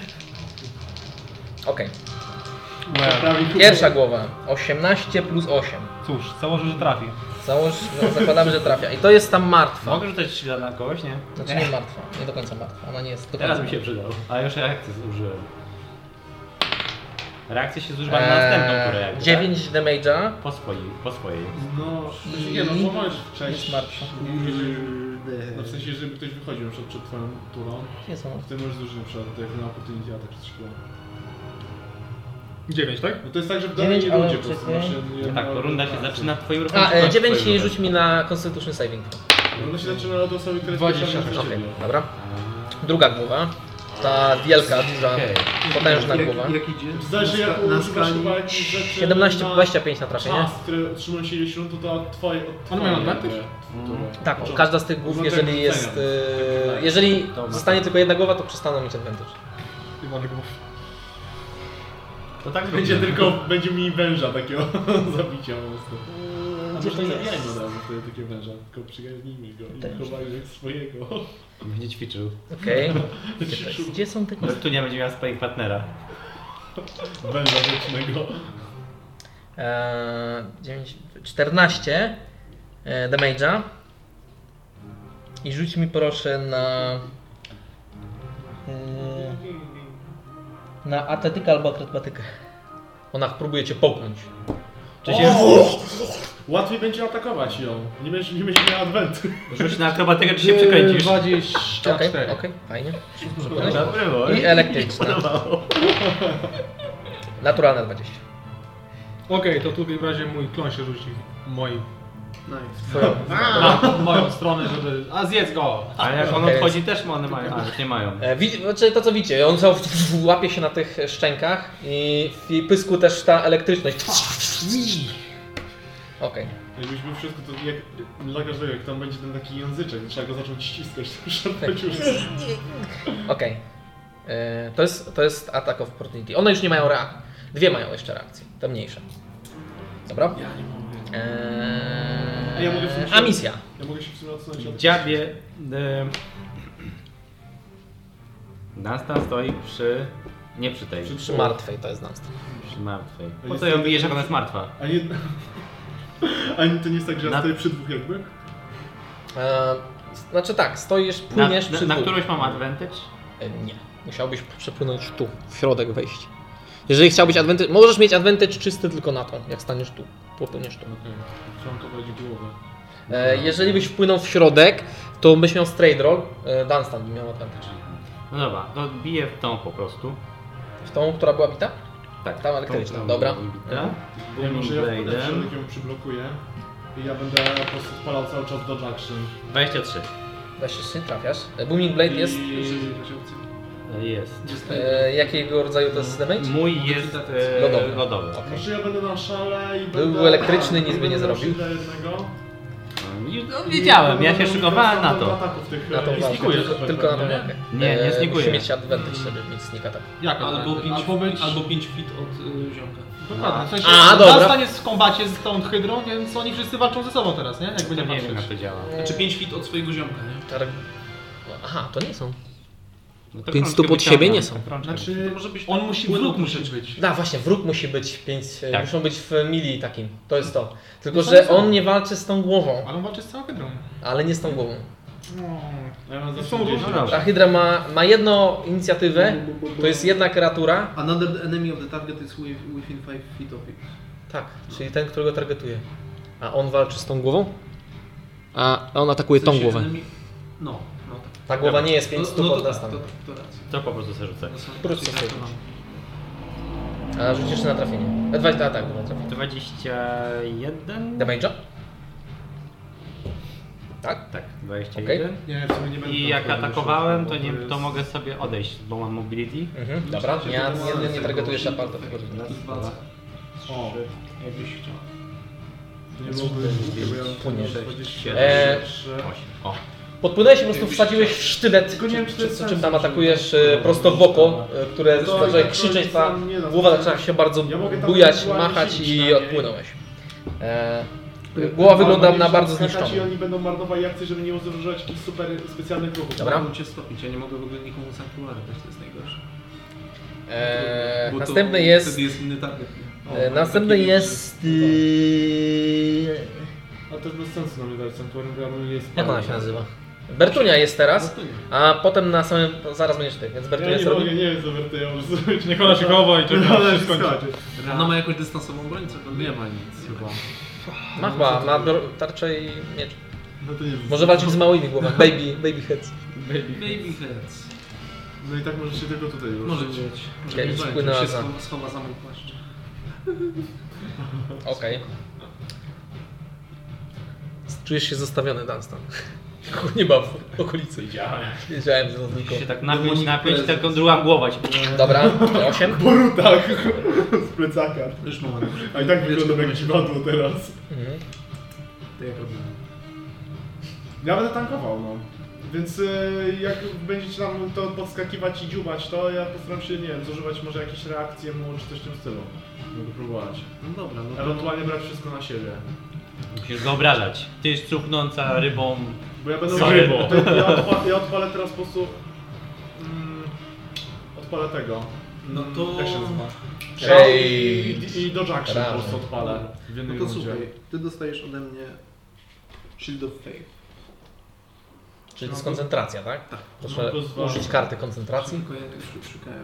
S1: Okej.
S2: Prawie
S1: Pierwsza głowa 18 plus 8.
S4: Cóż, założę, że trafi.
S1: Zakładamy, że trafia. I to jest tam martwa.
S3: Mogę rzucać ślad na kogoś, nie?
S1: Znaczy nie martwa, nie do końca martwa. Ona nie jest do końca
S3: Teraz mi się
S1: martwa.
S3: przydał. A już reakcję zużyłem. Reakcję się zużywa na następną turę jakby,
S1: 9 damage'a.
S3: tak? Po swojej.
S2: No, nie no, pomożesz wcześniej.
S1: Jest martwa.
S2: No w sensie, żeby ktoś wychodził na przykład przed twoją turą,
S1: Jest ona.
S2: w tym możesz zużyć na przykład jak na opportunity attack czy coś takiego.
S4: 9, tak?
S2: No to jest tak, że w
S1: 9,
S2: danej
S1: ale
S2: rundzie po prostu
S1: czekaj.
S2: masz
S3: No tak, to runda się zaczyna twoim ruchem.
S1: A,
S3: czy kończy
S1: 9
S3: twoim
S1: i
S3: ruchem?
S1: rzuć mi na Constitution Saving.
S2: Runda się zaczyna od osoby, która jest
S4: 26.
S2: pierwsza
S1: Okej,
S2: ciebie.
S1: dobra. Druga głowa. Ta wielka, duża,
S3: Okej.
S1: potężna głowa.
S5: Jak idzie?
S2: Zależy jak
S5: na
S2: używasz
S5: skali...
S2: chyba jakichś rzeczy
S1: 17-25 na trafienie.
S2: czas, które trzymają się ileś rund, to twoje...
S4: One mają advantage?
S1: Tak, każda z tych głów,
S2: Można
S1: jeżeli
S2: tak
S1: jest...
S2: rzucenia.
S1: Jeżeli
S3: To ma-
S1: zostanie tylko jedna głowa, to przestaną mieć advantage.
S4: Ty mamy głów.
S3: To tak
S2: Będzie
S3: będzie.
S2: tylko, będzie mini węża takiego zabicia po prostu. A
S1: Gdzie
S2: może
S1: to
S2: nie
S1: jest?
S2: zabijajmy od razu wtedy takie węża, tylko przygarnijmy go i chowajmy jak swojego.
S3: Będzie ćwiczył.
S1: Okej. Gdzie to jest? Gdzie są te
S3: Bo tu nie będzie miał swoich partnera.
S2: Węża wiecznego.
S1: 14 damage'a. I rzuć mi proszę na atletykę albo akrobatykę. Ona próbuje cię połknąć.
S3: Czy się
S2: Łatwiej będzie atakować ją. Nie będziesz miał adwentu.
S3: rzuć na akrobatykę, czy się przekręcisz?
S4: 24.
S1: Okej, fajnie.
S3: Dobry było.
S1: I elektryczna.
S3: Podobało.
S1: Naturalne 20.
S4: Okej, to tu w razie mój klon się rzuci w moim.
S1: Twoją.
S4: W moją stronę, żeby... A zjedz go!
S3: Ale jak on
S1: Okej.
S3: odchodzi też one mają, a już nie mają.
S1: Znaczy to co widzicie, on cały łapie się na tych szczękach i w jej pysku też ta elektryczność. Okej.
S2: Jakbyśmy wszystko to jak dla każdego, jak tam będzie ten taki języczek, trzeba go zacząć ściskać, to szarpać już.
S1: Okej. To jest attack of opportunity. One już nie mają reakcji. Dwie mają jeszcze reakcje, te mniejsze. Dobra?
S2: Ja nie mogę. A ja mogę w sumie
S1: A misja.
S2: Ja mogę się w sumie odsunąć od...
S3: Dziabie... Dunstan stoi przy... Nie przy tej.
S1: Przy martwej to jest następ.
S3: Przy martwej. Po
S2: Jest
S3: co ją
S2: to-
S3: bijesz, jak ona jest martwa?
S2: A nie... A to nie jest tak, że ja
S3: Na-
S2: stoję przy dwóch jakby?
S1: Znaczy tak, stoisz, płyniesz przy
S3: na
S1: dwóch.
S3: którąś mam advantage?
S1: Nie. Musiałbyś przepłynąć tu, w środek wejść. Jeżeli chciałbyś advantage, możesz mieć advantage czysty tylko na to, jak staniesz tu, popłyniesz tu.
S2: Okej. Trzeba kować głowę.
S1: Jeżeli byś wpłynął w środek, to byś miał straight roll, Dunstan by miał advantage.
S3: No dobra, to biję w tą po prostu.
S1: W tą, która była bita?
S3: Tak.
S1: Tam elektryczna,
S3: tą
S1: dobra.
S3: była bita.
S2: Ja
S3: Booming
S2: może ja wchodzę w
S3: Blade'em.
S2: środek ją przyblokuję i ja będę po prostu odpalał cały czas dodge action.
S3: 23.
S1: Da się trafiasz. Booming Blade jest...
S3: Jest.
S1: Jakiego rodzaju to jest damage?
S3: Mój jest
S1: Lodowy.
S3: lodowy.
S2: Może ja będę na szale i
S1: Był
S2: będę...
S1: elektryczny, nic by
S2: będę
S1: nie
S2: na
S1: zrobił.
S2: shielda jednego.
S3: No, wiedziałem, ja się szykowałem na to.
S2: Ataków tych,
S1: Na tą
S2: i
S1: walkę,
S2: snikujesz
S1: tylko na tą
S2: pewnie,
S1: walkę.
S3: Nie snikuję.
S1: Musi mieć advantage, żeby mieć sneak attack.
S4: Jak
S5: Albo 5
S4: albo być...
S5: feet od ziomka.
S4: Dokładnie. W sensie,
S1: A, dobra.
S4: Dunstan jest w kombacie z tą hydrą, więc oni wszyscy walczą ze sobą teraz, nie? Jakby nie
S3: Nie wiem, jak
S4: patrzeć.
S3: to działa.
S5: Znaczy 5 feet od swojego ziomka, nie?
S1: Aha, to nie są.
S3: No to
S1: 5
S3: krążkę
S1: stóp od
S3: wyciągam,
S1: siebie nie są.
S3: to krążkę
S4: Znaczy,
S5: To może być
S4: on musi, wróg musi być.
S1: Da, właśnie, wróg musi być 5,
S3: Tak.
S1: muszą być w mili takim, to jest to. Tylko,
S4: To
S1: że
S4: są.
S1: on nie walczy z tą głową,
S4: Ale on walczy z całą hydrą.
S1: ale nie z tą głową.
S2: Ja mam zawsze
S4: Są
S2: gdzieś
S4: różne.
S3: No
S1: Ta hydra ma jedną inicjatywę, to jest jedna kreatura.
S5: Another enemy of the target is within 5 feet of it.
S1: Tak, czyli ten, którego targetuje. A on walczy z tą głową? A on atakuje tą głowę.
S5: No tak.
S1: Ta głowa nie jest 5 stóp
S5: no
S1: od
S5: to
S1: nas
S5: tak,
S1: tam.
S5: to racja.
S3: To po prostu sobie rzucę.
S5: To są-
S1: Po prostu
S5: tak,
S1: sobie
S5: to mam.
S1: A rzucisz na trafienie. 20, tak, na trafienie.
S3: 21.
S1: Damage'a? Tak?
S3: Tak, 21.
S2: Nie, w sumie nie będę
S3: I
S2: tam
S3: jak
S2: wchodził,
S3: atakowałem,
S2: bo
S3: to, nie,
S2: jest-
S3: to mogę sobie odejść, bo mam mobility.
S1: Mhm, dobra. Nie targetujesz apartów.
S2: O,
S5: Jakbyś chciał.
S2: to nie byłoby głupie, bo ja mam
S1: Płyniesz.
S3: 7,
S1: Eee,
S3: 8. O.
S1: Podpłynąłeś i po prostu wsadziłeś w sztylet,
S2: Tylko nie wiem, czy to jest
S1: czym
S2: sens,
S1: tam
S2: żeby-
S1: atakujesz prosto w oko, które
S2: To
S1: zaczęły
S2: tak
S1: krzyczeć,
S2: to
S1: ta
S2: nie da
S1: głowa
S2: sensu.
S1: zaczęła się bardzo
S2: Ja mogę tam
S1: bujać,
S2: ewentualnie
S1: machać
S2: siedzieć
S1: i
S2: na niej.
S1: odpłynąłeś. Głowa wygląda na bardzo zniszczoną.
S2: I oni będą marnowali akcje, żeby nie używać jakichś super specjalnych ruchów.
S1: Dobra.
S5: Mogą cię stopić, ja nie mogę w ogóle nikomu sanktuary dać, to jest najgorsze. Bo to
S1: Następny jest...
S5: Wtedy jest inny target.
S1: Następny jest...
S2: A to jest bez sensu na mnie dać sanktuarium, bo ja bym nie
S1: Jak ona się nazywa? Bertunia jest teraz,
S5: Bertunia.
S1: a potem na samym... Zaraz będziesz ty, więc
S2: Ja
S1: Bertunia
S2: nie
S1: co
S2: mogę,
S1: robi?
S2: nie wiem co wertuję, ja muszę zrobić.
S4: Niech ona się chowa i czeka,
S2: Ale
S4: aż się skończy.
S2: skończy.
S5: Ona ma jakąś dystansową broń, co to
S3: Nie ma nic chyba.
S1: Ma chyba, ma tarczę i miecz.
S2: No to nie wiem.
S1: Może walczyć z małymi głowami, baby heads.
S5: Baby heads.
S2: No i tak możesz się tylko tutaj ruszyć.
S5: Może być.
S1: Okej,
S5: Może być,
S1: wpłynęła
S5: się
S1: za.
S5: schowa za mój płaszcz.
S1: Okej. Czujesz się zostawiony, Dunstan. Nie ma w okolicy. Wiedziałem, że to tylko...
S3: Się tak
S5: Demonic
S3: napiąć,
S5: presence.
S3: tylko druga głowa się...
S1: Dobra, 8.
S2: Po rutach z plecaka.
S5: Już moment.
S2: A i tak wyglądam jak dziwadło teraz.
S1: Mhm.
S5: To jak robimy?
S2: Ja będę tankował, no. Więc jak będziecie tam to podskakiwać i dziubać, to ja postaram się, nie wiem, zużywać może jakieś reakcje mu, czy coś w tym stylu. Mogę próbować.
S5: No dobra, no to...
S2: Ewentualnie brać wszystko na siebie.
S3: Musisz wyobrażać. Ty jest cuchnąca rybą.
S2: Bo ja będę...
S3: Sorry.
S2: To ja odpalę teraz po prostu... odpalę tego.
S5: No to...
S2: Jak się nazywa?
S1: Shade.
S2: I dodge action
S1: Brawo.
S2: po prostu odpalę. W
S5: No
S2: jednej
S5: to
S2: rundzie.
S5: słuchaj, ty dostajesz ode mnie Shield of Faith.
S1: Czyli to jest koncentracja, tak?
S5: Tak.
S1: Proszę
S2: No, plus dwa.
S1: użyć karty koncentracji.
S5: Tylko ja już szukałem.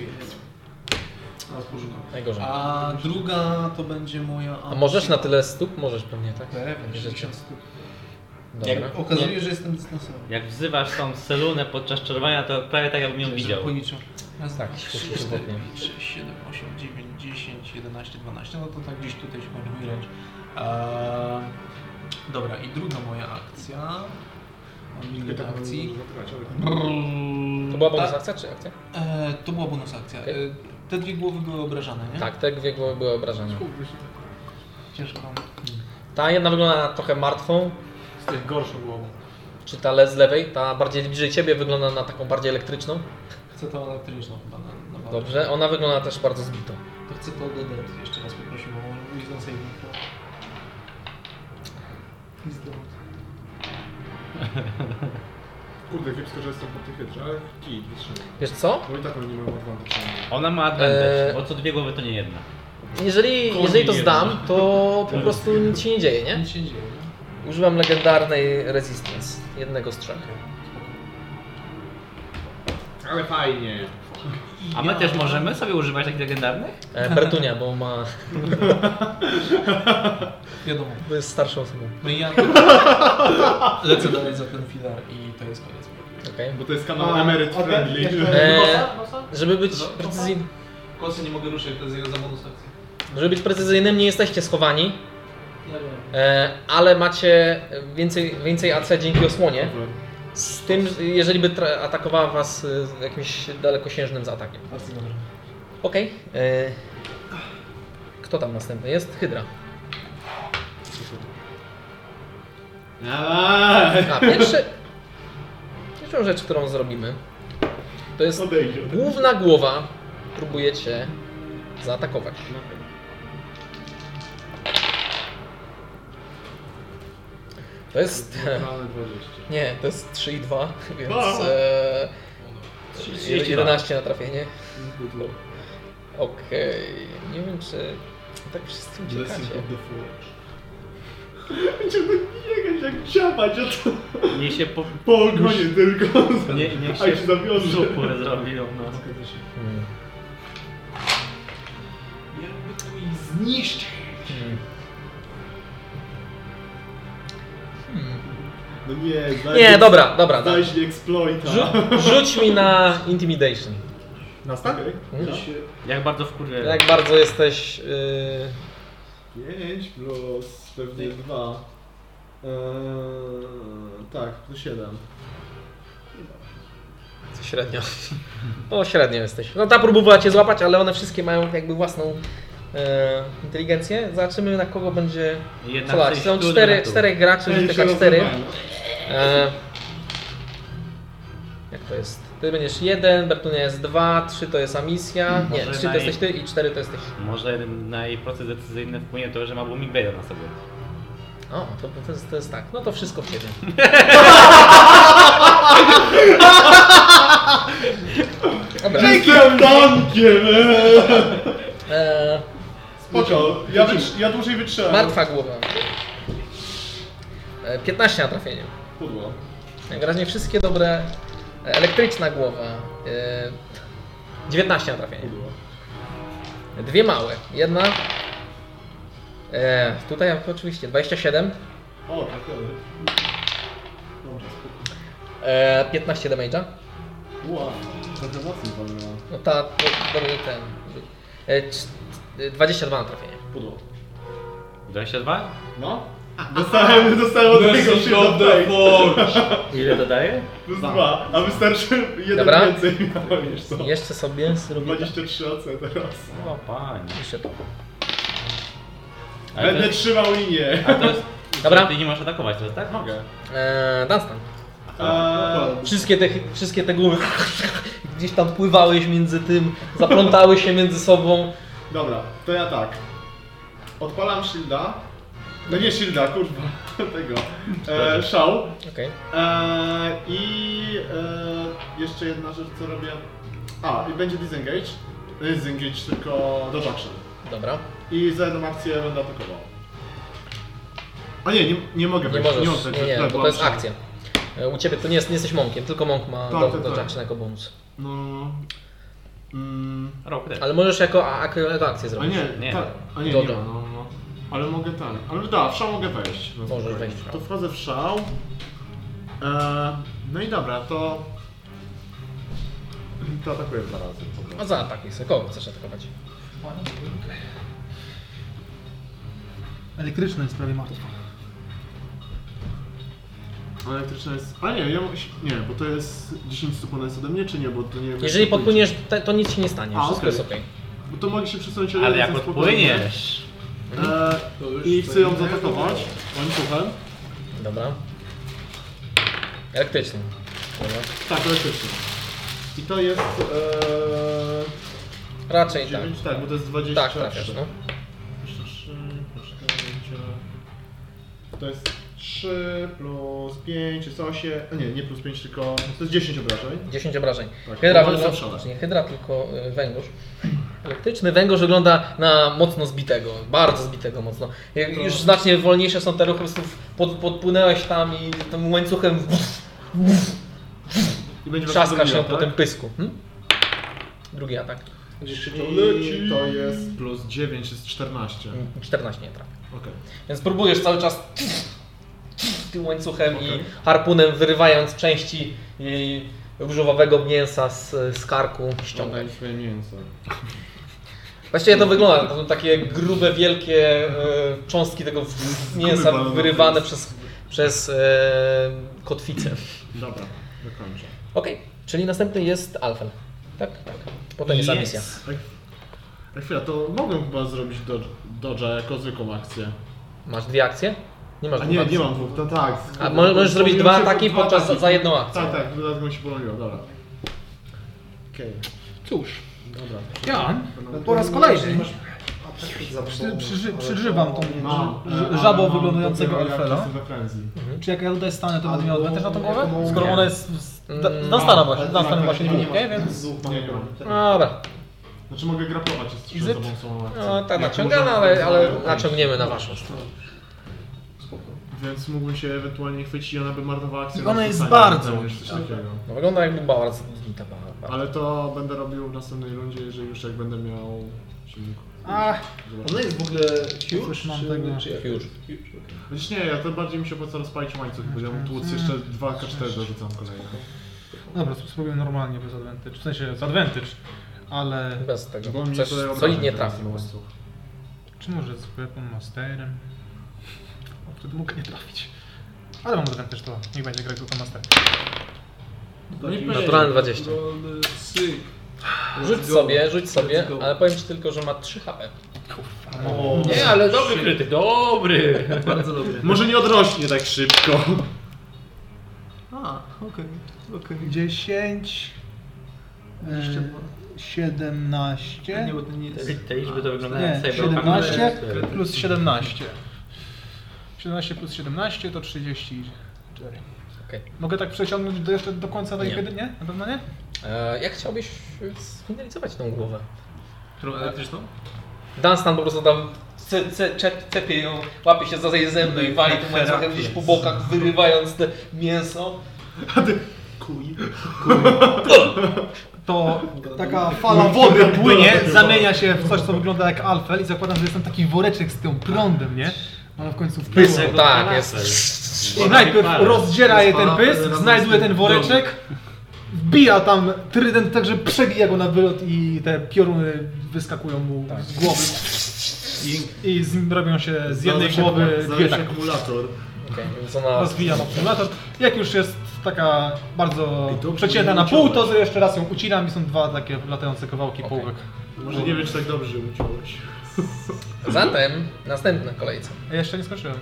S1: Najgorzej.
S5: A druga to będzie moja...
S1: A możesz na tyle stóp? Możesz pewnie, tak?
S5: Pewnie,
S1: Takie rzeczy.
S5: 60 stóp.
S1: Dobra.
S5: Okazuje, że jestem dystansowy.
S3: Jak wzywasz tą selunę podczas czarowania, to prawie tak jakbym ją widział.
S5: Policzę. Raz,
S1: Tak,
S5: dwa, trzy,
S1: świetnie,
S5: 4,
S1: świetnie.
S5: 5, 6, 7, 8, 9, 10, 11, 12. No to tak gdzieś tutaj się kończy mój range. Dobra, i druga moja akcja. Mam milion akcji.
S1: To była bonus akcja czy akcja?
S5: To była bonus akcja.
S1: Okej.
S5: Te dwie głowy były obrażane, nie?
S1: Tak, te dwie głowy były obrażone.
S5: Ciężko.
S1: Ta jedna wygląda na trochę martwą,
S4: Jesteś gorszą głową.
S1: czy ta z lewej, ta bardziej bliżej ciebie wygląda na taką bardziej elektryczną.
S5: Chcę to elektryczną chyba na walkę.
S1: Dobrze, ona wygląda też bardzo zbito.
S5: To chcę to DD. Jeszcze raz poprosimy o Wisdom Saving Throw. Please don't.
S2: Kurde, kiepsko, że jestem po tych hydrze, ale kij, wytrzymam.
S1: Wiesz co?
S2: Bo i tak oni nie mają advantage.
S3: Ona ma advantage,
S1: Eee.
S3: bo co dwie głowy to nie jedna.
S1: Jeżeli to zdam, to po prostu nic się nie dzieje, nie?
S5: Nic się nie dzieje, nie?
S1: Używam legendarnej resistance, jednego strzału.
S2: Ale fajnie.
S3: A my też możemy sobie używać takich legendarnych?
S1: Bertunia, bo ma...
S5: Wiadomo.
S1: bo jest starszą osobą.
S5: No i ja lecę dalej za ten filar i to jest koniec.
S1: Okej.
S2: Bo to jest kanał emeryt friendly.
S1: Żeby być precyzyjnym,
S5: Kosy nie mogę ruszyć, to jest jego za bonus akcja.
S1: żeby być precyzyjnym, nie jesteście schowani,
S5: Ja wiem.
S1: ale macie więcej AC dzięki osłonie. Z tym, jeżeli by atakowała was jakimś dalekosiężnym atakiem.
S5: Bardzo dobrze.
S1: Okej. Kto tam następny jest? Hydra. A pierwszą rzecz, którą zrobimy, to jest
S2: Odejdzie.
S1: główna głowa. Próbujecie zaatakować. To jest...
S2: Naturalne 20.
S1: Nie, to jest 3 i 2, więc
S2: O!
S1: 11 na trafienie. Okej, nie wiem czy tak wszyscy
S2: Blessing
S1: uciekacie.
S2: of the Forge. Będziemy biegać jak ciapać, a to
S3: Niech się
S2: po ogonie tylko.
S3: niech
S2: A
S3: się
S2: się zawiąże.
S3: zupę zrobią, no.
S4: Jakby to ich zniszczyć.
S2: No nie,
S1: Nie, dobra.
S2: Dajesz mi exploita.
S1: Rzuć mi na Intimidation.
S2: Na stan?
S3: Jak bardzo wkurwia.
S1: Jak bardzo jesteś...
S2: 5 plus pewnie 2. Tak, plus 7.
S1: Średnio. O, średnio jesteś. No ta próbowała cię złapać, ale one wszystkie mają jakby własną inteligencję. Zobaczymy, na kogo będzie
S3: Jedna
S1: strzelać.
S3: coś
S1: Są
S3: tu,
S1: 4 graczy,
S2: Ja
S1: że
S2: się
S1: taka 4.
S2: rozerwałem.
S1: Jak to jest? Ty będziesz 1, Bertunia jest 2, 3 to jest Amisja. Nie,
S3: Może
S1: 3 to jesteś ty i 4 to jesteś...
S3: Może na jej proces decyzyjny wpłynie to, że ma Booming Blade'a na sobie.
S1: O, to jest tak. No to wszystko w ciebie. Dobra.
S2: Jestem tankiem!
S1: Spoko.
S2: Ja dłużej wytrzymam.
S1: Martwa głowa. 15 na trafienie.
S2: Pudło.
S1: Najwyraźniej wszystkie dobre. Elektryczna głowa. 19 na trafienie.
S2: Pudło.
S1: Dwie małe. Jedna. Tutaj oczywiście 27.
S2: O, tak, dobra, spoko.
S1: 15 damage'a.
S2: Wow, trochę mocniej walnęła.
S1: No ta do mnie ten. 22 na trafienie.
S2: Pudło.
S3: 22?
S2: No? Dostałem od tego
S3: Ile to daje?
S2: plus 2, a wystarczy jeden
S1: Dobra.
S2: więcej miałem niż to.
S1: Jeszcze sobie zrobię.
S2: 23 AC teraz.
S3: O panie.
S1: Jeszcze to.
S3: Ale to
S2: Będę
S3: jest,
S2: trzymał linię.
S3: a to jest...
S1: Dobra.
S3: Ty nie możesz atakować teraz, tak?
S2: Mogę.
S1: Dunstan.
S2: Eee,
S1: Wszystkie te głowy gdzieś tam pływałeś między tym, zaplątały się między sobą.
S2: Dobra, to ja tak. Odpalam shielda. No nie shielda, kurwa. Tego. Szał.
S1: Okej.
S2: I jeszcze jedna rzecz, co robię. A, i będzie disengage. To jest disengage, tylko dodge action.
S1: Dobra.
S2: I za jedną akcję będę atakował. A nie mogę
S1: Nie
S2: wejść.
S1: możesz,
S2: mogę
S1: nie,
S2: wejść, tak,
S1: bo
S2: bo
S1: to jest
S2: mam
S1: akcja. U Ciebie to nie jesteś monkiem, tylko monk ma
S2: Tak,
S1: do
S2: tak.
S1: action jako bonus.
S2: No.
S3: Rok też.
S1: Ale możesz jako akcję
S2: A
S1: zrobić.
S2: nie, tak. A nie
S1: Dobra.
S2: ma, no. Ale mogę tak. Ale da, w szał mogę wejść. No,
S1: Możesz
S2: spokojnie.
S1: wejść w szał.
S2: To wchodzę w szał. No i dobra, to atakuję 2 razy. po prostu.
S1: A zaatakuj sobie. Kogo chcesz atakować?
S4: Elektryczne jest prawie martwe.
S2: Elektryczna jest. A nie, nie, bo to jest 10 stóp ona jest ode mnie, czy nie? Bo to nie.
S1: Jeżeli podpłyniesz, to nic się nie stanie.
S2: A,
S1: Wszystko
S2: okej.
S1: jest okej.
S2: Bo to mogę się przesunąć o
S3: Ale
S2: jeden,
S3: jak
S2: więc spokojnie.
S3: odpłyniesz...
S2: I chcę ją zaatakować łańcuchem.
S1: Dobra. Elektryczny. Dobra.
S2: Tak, elektryczny. I to jest.
S1: Raczej tak.
S2: 9, tak, bo to jest 20.
S1: Tak, trafiasz, no.
S2: 23, proszę, to jest 3 plus 5 jest 8. A nie plus 5, tylko to jest 10 obrażeń.
S1: 10 obrażeń.
S2: Tak,
S1: Hydra
S2: to
S1: wygląda,
S2: jest
S1: nie hydra, tylko węgorz. Elektryczny węgorz wygląda na mocno zbitego, bardzo zbitego mocno. Już znacznie wolniejsze są te ruchy, po prostu podpłynęłeś tam i tym łańcuchem
S2: I będzie
S1: trzaska się
S2: tak?
S1: po tym pysku. Drugi atak.
S2: I to jest plus 9, jest 14.
S1: 14 nie trafi.
S2: Okej.
S1: Więc próbujesz cały czas tym łańcuchem i
S2: Okej.
S1: harpunem wyrywając części jej różowego mięsa z karku ściągać.
S2: Ściągaj swoje mięso.
S1: Właściwie to wygląda, to są takie grube, wielkie cząstki tego mięsa
S2: Kurwa, no
S1: wyrywane
S2: to
S1: przez kotwicę.
S2: Dobra, dokończę.
S1: Okej, czyli następny jest Alfen. Tak? Tak. Potem jest misja.
S2: A chwila, to mogę chyba zrobić dodge'a jako zwykłą akcję.
S1: Masz dwie akcje? Nie masz
S2: A
S1: dwóch
S2: nie,
S1: akcji.
S2: nie mam dwóch, to tak.
S1: A możesz zrobić dwa
S2: Pomyliłem się,
S1: ataki
S2: dwa
S1: podczas
S2: ataki.
S1: za jedną akcję.
S2: Tak, tak, dlatego mi się pomyliło, dobra. Okej,
S4: Cóż,
S2: dobra.
S4: ja po raz kolejny przyżywam tą żabą wyglądającego Elfela. Czy jak ja tutaj stanę, to będę miał advantage na tą głowę? Skoro ona jest Dunstana właśnie, Dunstan właśnie nie wie, więc...
S2: Nie mam.
S1: Dobra.
S2: Znaczy mogę grapplować, jest
S4: Is it?
S2: za sobą są akcje.
S1: No tak
S2: Jak
S1: naciągana,
S2: można-
S1: ale naciągniemy na waszą stronę.
S2: Więc mógłbym się ewentualnie chwycić i ona by marnowała akcję.
S4: I ona
S2: na
S4: jest
S2: rzucanie,
S4: bardzo
S2: czy coś takiego.
S1: No wygląda jakby bardzo
S2: Ale to będę robił w następnej rundzie, jeżeli już jak będę miał silników.
S5: Ona jest w ogóle huge?
S4: Coś mam tego.
S1: Huge.
S2: Wiesz, nie, ja to bardziej mi się opłaca rozpalić łańcuch, bo ja mu tłuc jeszcze 2K4 dorzucam kolejne.
S4: Dobra, spróbuję normalnie bez advantage. W sensie z advantage, ale...
S1: Bez tego.
S2: Bo mnie
S1: Coś
S2: tutaj
S1: solidnie
S2: obrażeń
S1: trafi po
S2: teraz
S1: prostu.
S4: Czy może z weapon masterem? O, wtedy mógł nie trafić. Ale mam advantage, to niech będzie grać tylko master.
S1: Naturalne 20.
S5: Syk.
S1: Rzuć sobie, ale powiem ci tylko, że ma 3 HP.
S3: Nie, ale dobry krytyk, dobry!
S5: Bardzo dobry.
S2: Może nie odrośnie tak szybko.
S5: Okej.
S4: 10... 17...
S5: Nie, bo to nie jest...
S3: Te liczby to wyglądają
S4: Nie,
S3: jak Cyberpunk.
S4: 17 plus 17. 17 plus 17 to 34.
S1: Okej.
S4: Mogę tak przeciągnąć jeszcze do końca tej
S1: Nie.
S4: kiedy? Nie? Na pewno nie?
S1: Jak chciałbyś sfinalizować tą głowę?
S5: Którą elektryczną?
S1: Dunstan po prostu tam cepie ją, łapie się za jej zęby i wali tym łańcuchem gdzieś po bokach, wyrywając te mięso.
S2: Kuj.
S4: To taka fala wody płynie, zamienia się w coś, co wygląda jak alfel i zakładam, że jest tam taki woreczek z tym prądem, nie? Ona w końcu wpływa.
S1: Pysk, tak, jest.
S4: I najpierw rozdziera je ten pysk, znajduje ten woreczek, wbija tam trydent tak, że przebija go na wylot i te pioruny wyskakują mu z głowy. I robią się z jednej głowy dwie tak.
S2: akumulator.
S1: Okay, więc ona...
S4: Rozwijam akumulator. Jak już jest taka bardzo przecięta na pół, to jeszcze raz ją ucinam i są dwa takie latające kawałki połówek.
S2: Może nie wiem, czy tak dobrze uciąłeś.
S1: Zatem następna kolejce.
S4: Ja jeszcze nie skończyłem.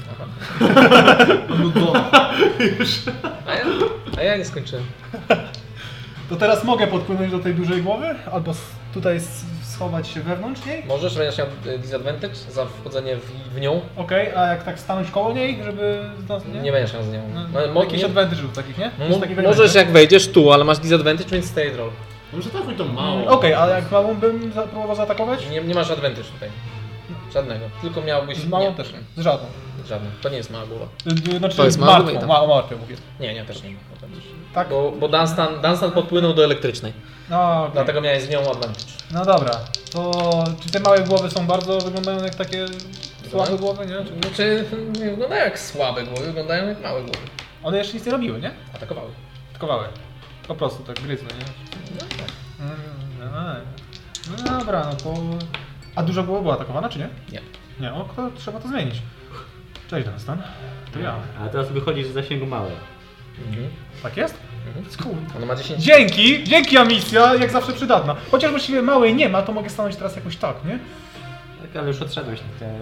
S1: A ja nie skończyłem.
S4: To teraz mogę podpłynąć do tej dużej głowy? Albo tutaj schować się wewnątrz niej?
S1: Możesz, będziesz miał disadvantage za wchodzenie w nią.
S4: Okej, a jak tak stanąć koło niej, żeby...
S1: Nie będziesz miał z nią.
S4: Jakiś advantage'ów takich, nie? Jest taki
S1: Możesz jak wejdziesz tu, ale masz disadvantage, więc stay roll.
S2: Może tak to mało.
S4: Okej, a jak małą bym próbował zaatakować?
S1: Nie masz advantage tutaj. Żadnego. Tylko miałbyś...
S4: Z małą też nie. Z żadną.
S1: Żadną. To nie jest mała głowa.
S4: Znaczy
S1: To jest mała głowa.
S4: Martwą mówię.
S1: Nie, też nie ma.
S4: Tak?
S1: Bo Dunstan podpłynął do elektrycznej.
S4: No, okay.
S1: Dlatego miałeś z nią advantage.
S4: No dobra, to czy te małe głowy są bardzo, wyglądają jak takie słabe głowy, nie?
S1: Znaczy, nie wyglądają jak słabe głowy, wyglądają jak małe głowy.
S4: One jeszcze nic nie robiły, nie?
S1: Atakowały.
S4: Atakowały. Po prostu tak gryzły, nie?
S1: No tak.
S4: No dobra, no to... A duża głowa była atakowana, czy nie?
S1: Nie.
S4: Nie, o, to trzeba to zmienić. Cześć Dunstan. To ja.
S3: A teraz wychodzisz z zasięgu małe.
S4: Tak jest? Cool.
S1: Ona ma 10.
S4: Dzięki Amisja, jak zawsze przydatna. Chociaż właściwie małej nie ma, to mogę stanąć teraz jakoś tak, nie?
S3: Tak, ale już odszedłeś.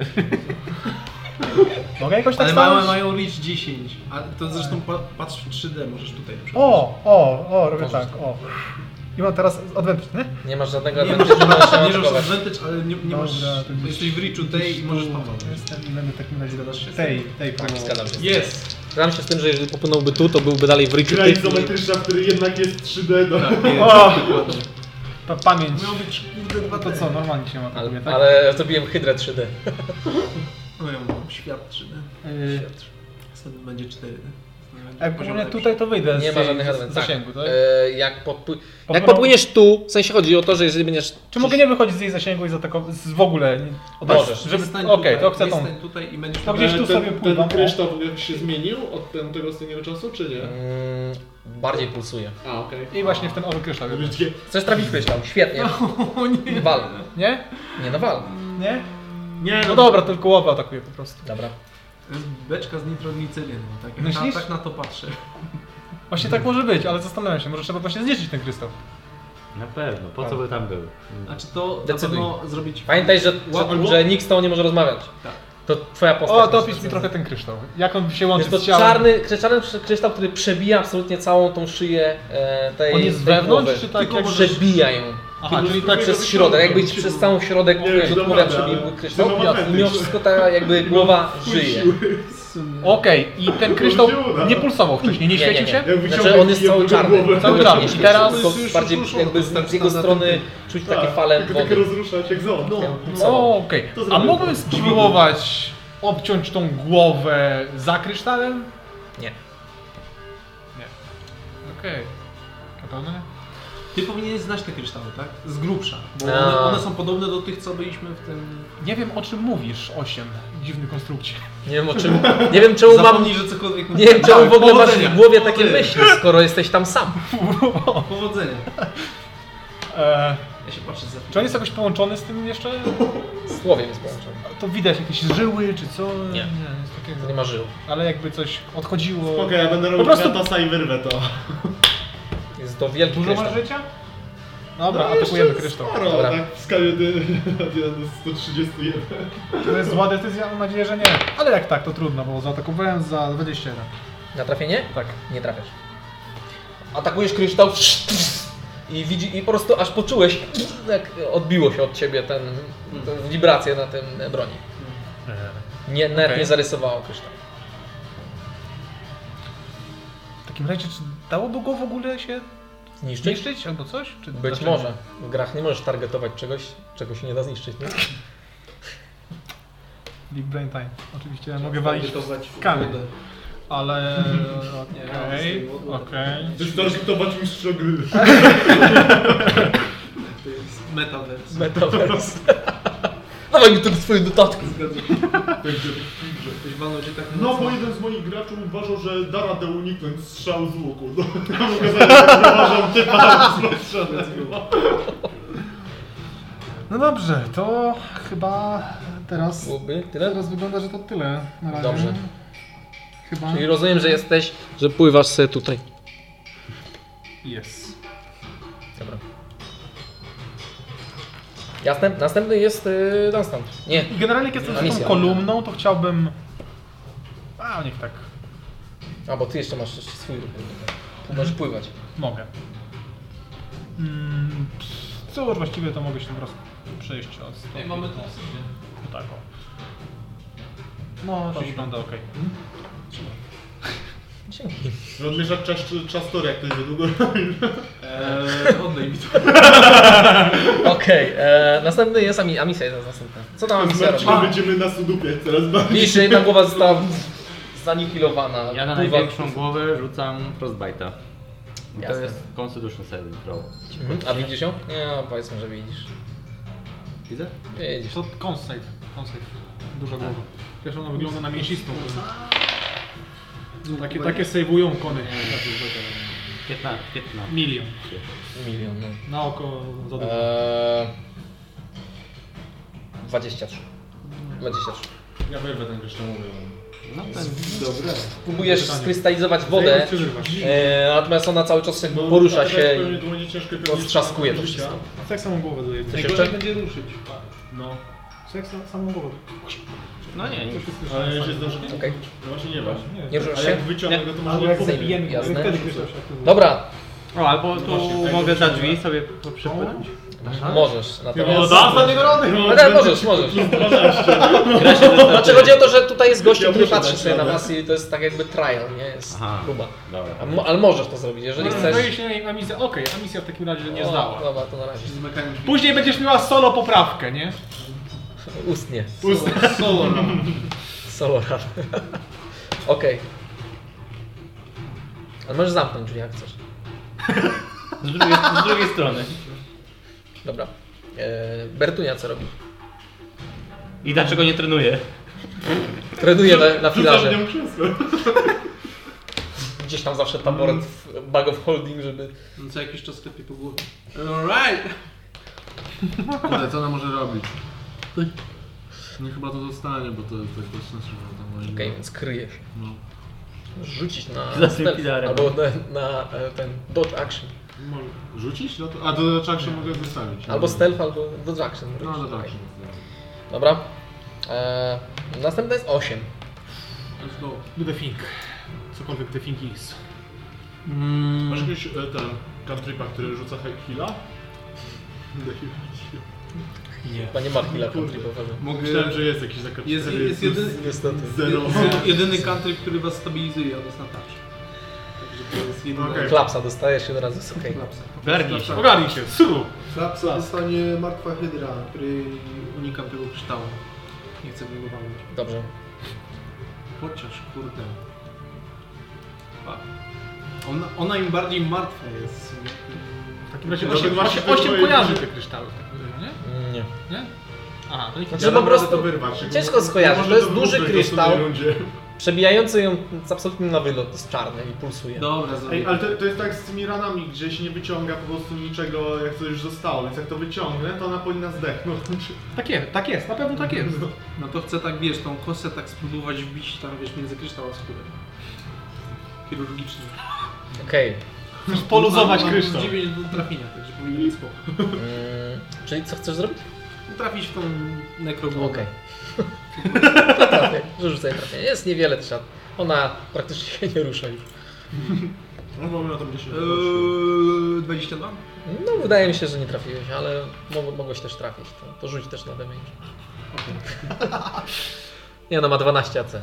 S4: Mogę jakoś tak
S5: Ale
S4: stanąć?
S5: małe mają reach 10. A to zresztą patrz w 3D, możesz tutaj
S4: Robię
S1: Możesz.
S4: tak, o. I mam teraz advantage, nie?
S1: Nie masz żadnego
S5: Nie
S1: advantage,
S5: masz
S1: nie
S5: nie masz
S1: atakować.
S5: advantage, ale nie masz...
S4: Dobra, to
S5: Jesteś w reachu tej i możesz tam
S4: Jestem i będę w takim razie
S5: Zgadzasz się?
S4: tej
S1: Tak, zgadzam się.
S5: Jest!
S1: Zgadzam się z tym, że jeżeli popłynąłby tu, to byłby dalej w reachu
S2: Gra
S1: tych.
S2: izometryczna, który jednak jest 3D. No.
S4: O! Ta pamięć.
S5: Miał być kurde 2D.
S4: To co, normalnie się atakuje, tak?
S1: Ale zrobiłem hydrę 3D.
S5: No ja mam świat 3D. Następny będzie 4D.
S4: Jak ogólnie tutaj to wyjdę
S1: Nie
S4: z
S1: ma
S4: tej-
S1: żadnych
S4: z
S1: advantage.
S4: zasięgu, tak?
S1: Jak popłyniesz tu, w sensie chodzi o to, że jeżeli będziesz...
S4: Czy mogę nie wychodzić z jej zasięgu i zaatakować w ogóle?
S1: Możesz.
S4: Okej, to chcę tą.
S5: Stań tutaj i będziesz...
S4: To gdzieś tu sobie pływam.
S2: Ten kryształ jak się zmienił od tego ostatniego czasu, czy nie?
S1: Bardziej pulsuje.
S2: A, okej.
S4: I właśnie w ten owy kryształ.
S1: Chcesz trafić kryształ? Świetnie.
S5: O nie!
S1: Wal.
S4: Nie?
S1: Nie no wal.
S4: Nie?
S2: Nie,
S4: No dobra, tylko łapę atakuję po prostu.
S1: Dobra.
S5: To jest beczka z nitrogliceryną. Tak,
S4: Myślisz?
S5: tak na to patrzę.
S4: Właśnie tak może być, ale zastanawiam się, może trzeba właśnie zniszczyć ten kryształ.
S3: Na pewno, po co by tam był?
S5: Znaczy to
S1: Decyduj.
S5: na pewno zrobić...
S1: Pamiętaj, że
S5: Albo-
S1: że nikt z tobą nie może rozmawiać.
S5: Tak.
S1: To twoja postać.
S4: O, to
S1: musi
S4: opisz mi
S1: decydować.
S4: trochę ten kryształ. Jak on się łączy
S1: Jest to
S4: z ciałem?
S1: czarny kryształ, który przebija absolutnie całą tą szyję tej
S4: On jest z
S1: tej
S4: wewnątrz,
S1: głowy.
S4: czy tak
S5: Tylko
S4: jak...
S5: możesz-
S1: Przebija ją.
S4: Aha, czyli tak
S1: Przez środek, jakby ci przez całą środek
S2: Nie wiem, czy
S1: głowy
S2: dobra,
S1: przebił
S2: ale
S1: kryształ
S2: to ma
S1: i mimo
S2: advantage.
S1: wszystko ta jakby głowa żyje.
S4: Okej, i ten kryształ
S2: się uda.
S4: nie pulsował wcześniej, nie świecił się?
S2: Jak
S1: Znaczy on jest cały czarny.
S4: Cały czarny.
S1: Nie
S4: I
S1: świeci,
S4: teraz-
S1: tylko bardziej jakby z jego strony czuć takie fale
S2: Tylko tak
S1: wody.
S2: rozruszać jak ząb.
S4: O, okej.
S2: To
S4: A
S2: zrobię.
S4: mógłbym spróbować obciąć tą głowę za kryształem?
S1: Nie.
S4: Okej. Na pewno nie?
S5: Ty powinieneś znać te kryształy, tak? Z grubsza. Bo
S1: A.
S5: one są podobne do tych, co byliśmy w tym...
S4: Nie wiem o czym mówisz, 8. Dziwny konstrukcji.
S1: Nie wiem o czym. Nie wiem czemu mam.
S5: Zapomnij, że cokolwiek...
S1: Nie wiem czemu w ogóle masz
S5: Powodzenia.
S1: w głowie takie myśli, skoro jesteś tam sam.
S5: Powodzenia. Ja się patrzę za...
S4: Czy on jest jakoś połączony z tym jeszcze?
S1: Z słowiem jest połączony.
S4: To widać jakieś żyły czy co?
S1: Nie.
S4: Nic
S1: To
S4: takiego.
S1: nie ma żył.
S4: Ale jakby coś odchodziło.
S2: Okej, ja będę robił
S4: Po prostu-
S2: Kratosa i wyrwę to.
S1: Jest to wielki
S4: Dużo masz
S1: kryształ.
S4: życia? Dobra,
S2: No,
S4: atakujemy
S2: jeszcze
S4: kryształ.
S2: Sporo,
S1: Dobra.
S2: tak w skali od 1 do 131.
S4: To jest zła decyzja? Mam nadzieję, że nie. Ale jak tak, to trudno, bo zaatakowałem za 21.
S1: Na trafienie?
S4: Tak.
S1: Nie trafiasz. Atakujesz kryształ i po prostu aż poczułeś, jak odbiło się od ciebie tę wibrację na tym broni. Nie, nawet
S4: Okej.
S1: nie zarysowało kryształ.
S4: W takim razie, czy dałoby go w ogóle się
S1: Zniszczyć?
S4: zniszczyć albo coś? Czy
S1: Być
S4: dlaczego?
S1: może. W grach nie możesz targetować czegoś, czego się nie da zniszczyć, nie?
S4: Big Brain Time. Oczywiście ja mogę walić
S5: Targetować
S4: w kamień.
S5: wodę.
S4: Ale...
S5: Nie,
S4: Okej.
S2: Wystartować mistrza gry.
S5: To jest metaverse.
S1: Metaverse. Dawaj mi tu swoje notatki.
S5: Ktoś walnął cię tak
S2: No
S5: mocno.
S2: bo jeden z moich graczy uważał, że da radę uniknąć strzału z łuku. No, ja mu kazałem, że uważam typa z
S4: No dobrze, to chyba teraz...
S1: Byłoby tyle?
S4: Teraz wygląda, że to tyle na razie.
S1: Dobrze.
S4: Chyba...
S1: Czyli rozumiem, że jesteś, że pływasz sobie tutaj.
S4: Jest.
S1: Dobra. Następny jest Dunstan. Nie.
S4: I generalnie jak jestem z tą
S1: Misja.
S4: kolumną, to chciałbym... A, niech tak.
S1: A, bo ty jeszcze masz swój ruch. Możesz pływać.
S4: Mogę. Co już właściwie to mogę się po prostu przejść od stołu.
S5: Ej, mamy tu.
S4: Tak o. No, to wygląda ok.
S1: Dzięki.
S2: Odmierzacz czas toru, jak to jest za długo.
S5: Oddaj mi to.
S1: Okej, następny jest Amisja jest następna. Co tam Amisja robi?
S2: Marcin, będziemy nas udupiać coraz bardziej.
S1: Widzisz, że jedna głowa została zanihilowana.
S3: Ja na
S1: Pływa-
S3: największą głowę rzucam Frostbite'a. To
S1: Jasne.
S3: jest Constitution Saving Throw.
S1: A widzisz ją? Nie, no, powiedzmy, że widzisz.
S3: Widzę?
S1: Widzisz.
S4: To consave. Duża głowa. Wiesz, ona wygląda na mięsistą. Takie sejwują kony.
S3: 15.
S4: Milion.
S1: Milion, no.
S4: Na oko za dużo.
S1: 23. 23.
S2: Ja wyrwę ten kryształ, mówię.
S3: No ten
S5: Dobre.
S1: Próbujesz skrystalizować wodę, natomiast ona cały czas jakby porusza się i
S2: To będzie ciężko
S1: roztrzaskuje to wszystko.
S4: Tak samą głowę dojedzie.
S1: Coś
S5: Najgorzej
S1: jeszcze?
S5: będzie ruszyć.
S2: No.
S4: Tak samą głowę.
S3: No nie, nic.
S2: Ale ja się zdążę.
S1: Okej.
S2: No właśnie nie masz.
S1: Nie ruszasz
S2: Ale
S1: się?
S2: jak wyciągnę go, to może
S4: Ale jak
S2: podbiję.
S4: zabijemy,
S1: Jasne.
S4: wtedy kryształ się aktywuje.
S1: Dobra,
S3: O, albo tu
S2: Właśnie, tak
S3: mogę za
S2: wyciągnę.
S3: drzwi sobie przepłynąć?
S1: możesz.
S2: O,
S1: Natomiast...
S2: da, nie rady!
S1: Ale możesz.
S2: 12.
S1: Znaczy chodzi o to, że tutaj jest gościu,
S2: Ja
S1: który
S2: muszę
S1: patrzy
S2: dać
S1: sobie na
S2: radę.
S1: was i to jest tak jakby trial, nie? Jest
S3: Aha.
S1: próba.
S3: Dobra.
S1: Ale możesz to zrobić, jeżeli chcesz.
S4: Zdaje się Amisja. Okej, Amisja w takim razie nie
S1: O,
S4: zdała.
S1: Dobra, to na razie.
S5: Zmykałem drzwi.
S4: Później będziesz miała solo poprawkę, nie?
S1: Ustnie.
S5: Solo.
S1: Solo run. Okej. Ale możesz zamknąć drzwi jak chcesz.
S3: Z drugiej strony.
S1: Dobra. Bertunia co robi?
S3: I dlaczego nie trenuję?
S1: Trenuje na filarze.
S2: Rzucam nią krzesło.
S1: Gdzieś tam zawsze taboret w bag of holding, żeby...
S5: No co jakiś czas klepie po głowie. Alright!
S2: Ale co ona może robić? No chyba to zostanie, bo to jest bez sensu, że tam moje...
S1: Okej, więc kryje się.
S2: No.
S1: Rzucić
S3: Za
S1: na
S3: tym
S1: stealth,
S3: filarem.
S1: albo na ten dodge action.
S2: Może rzucić? No to, a do czasu mogę wystawić.
S1: Albo stealth, albo dodge action.
S2: No do
S1: Okej.
S2: czasu.
S1: Dobra. Następne jest 8.
S5: Let's go.
S4: Do the think. Cokolwiek the think is.
S2: Masz jakiś ten cantripa, który rzuca heal'a?
S1: Chyba nie ma heal'a country'owego.
S2: Myślałem, że jest jakiś zakaz.
S5: Jest
S1: Niestety.
S2: Zero.
S5: jedyny country, który was stabilizuje, a to jest na touch. Także to jest jedyny.
S2: Okej.
S1: Klapsa dostajesz i od razu jest okej.
S3: Garnij się.
S4: Ogarnij się, suru!
S5: Klapsa dostanie martwa hydra, który unikam tego kryształu. Nie chcę w niego walnąć.
S1: Dobrze.
S5: Chociaż, kurde. Ona im bardziej martwa jest.
S4: W takim razie
S2: Może
S4: 8
S2: właśnie to
S4: kojarzy
S2: twoje-
S4: te kryształy, nie?
S1: Nie.
S4: Nie? Aha, to ich
S1: Znaczy,
S2: Ja
S1: po
S2: dam radę
S1: prostu
S2: to wyrwać.
S1: ciężko skojarzyć.
S2: Może
S1: To jest
S2: wrócę
S1: duży
S2: do
S1: kryształ,
S2: następnej rundzie.
S1: przebijający ją absolutnie na wylot, jest czarny i pulsuje.
S5: Dobra, zrobię.
S2: Ej, ale to jest tak z tymi ranami, gdzie się nie wyciąga po prostu niczego, jak to już zostało, więc jak to wyciągnę, to ona powinna zdechnąć.
S4: Tak jest, na pewno tak jest.
S5: No to chcę tak, wiesz, tą kosę tak spróbować wbić tam, wiesz, między kryształ a skórę. Chirurgicznie.
S1: Okej.
S4: Poluzować
S5: Mam
S4: kryształ.
S5: 9 do trafienia, także powinien być spoko.
S1: Czyli co chcesz zrobić?
S5: Trafić w tą nekrogłowę.
S1: Okej. Trafię, rzucaj trafienie. Jest niewiele trzeba. Ona praktycznie się nie rusza już.
S2: No bo my na to 10.
S5: 22?
S1: No wydaje mi się, że nie trafiłeś, ale mogłeś też trafić. To rzuć też na damage. Nie, no ma 12 AC.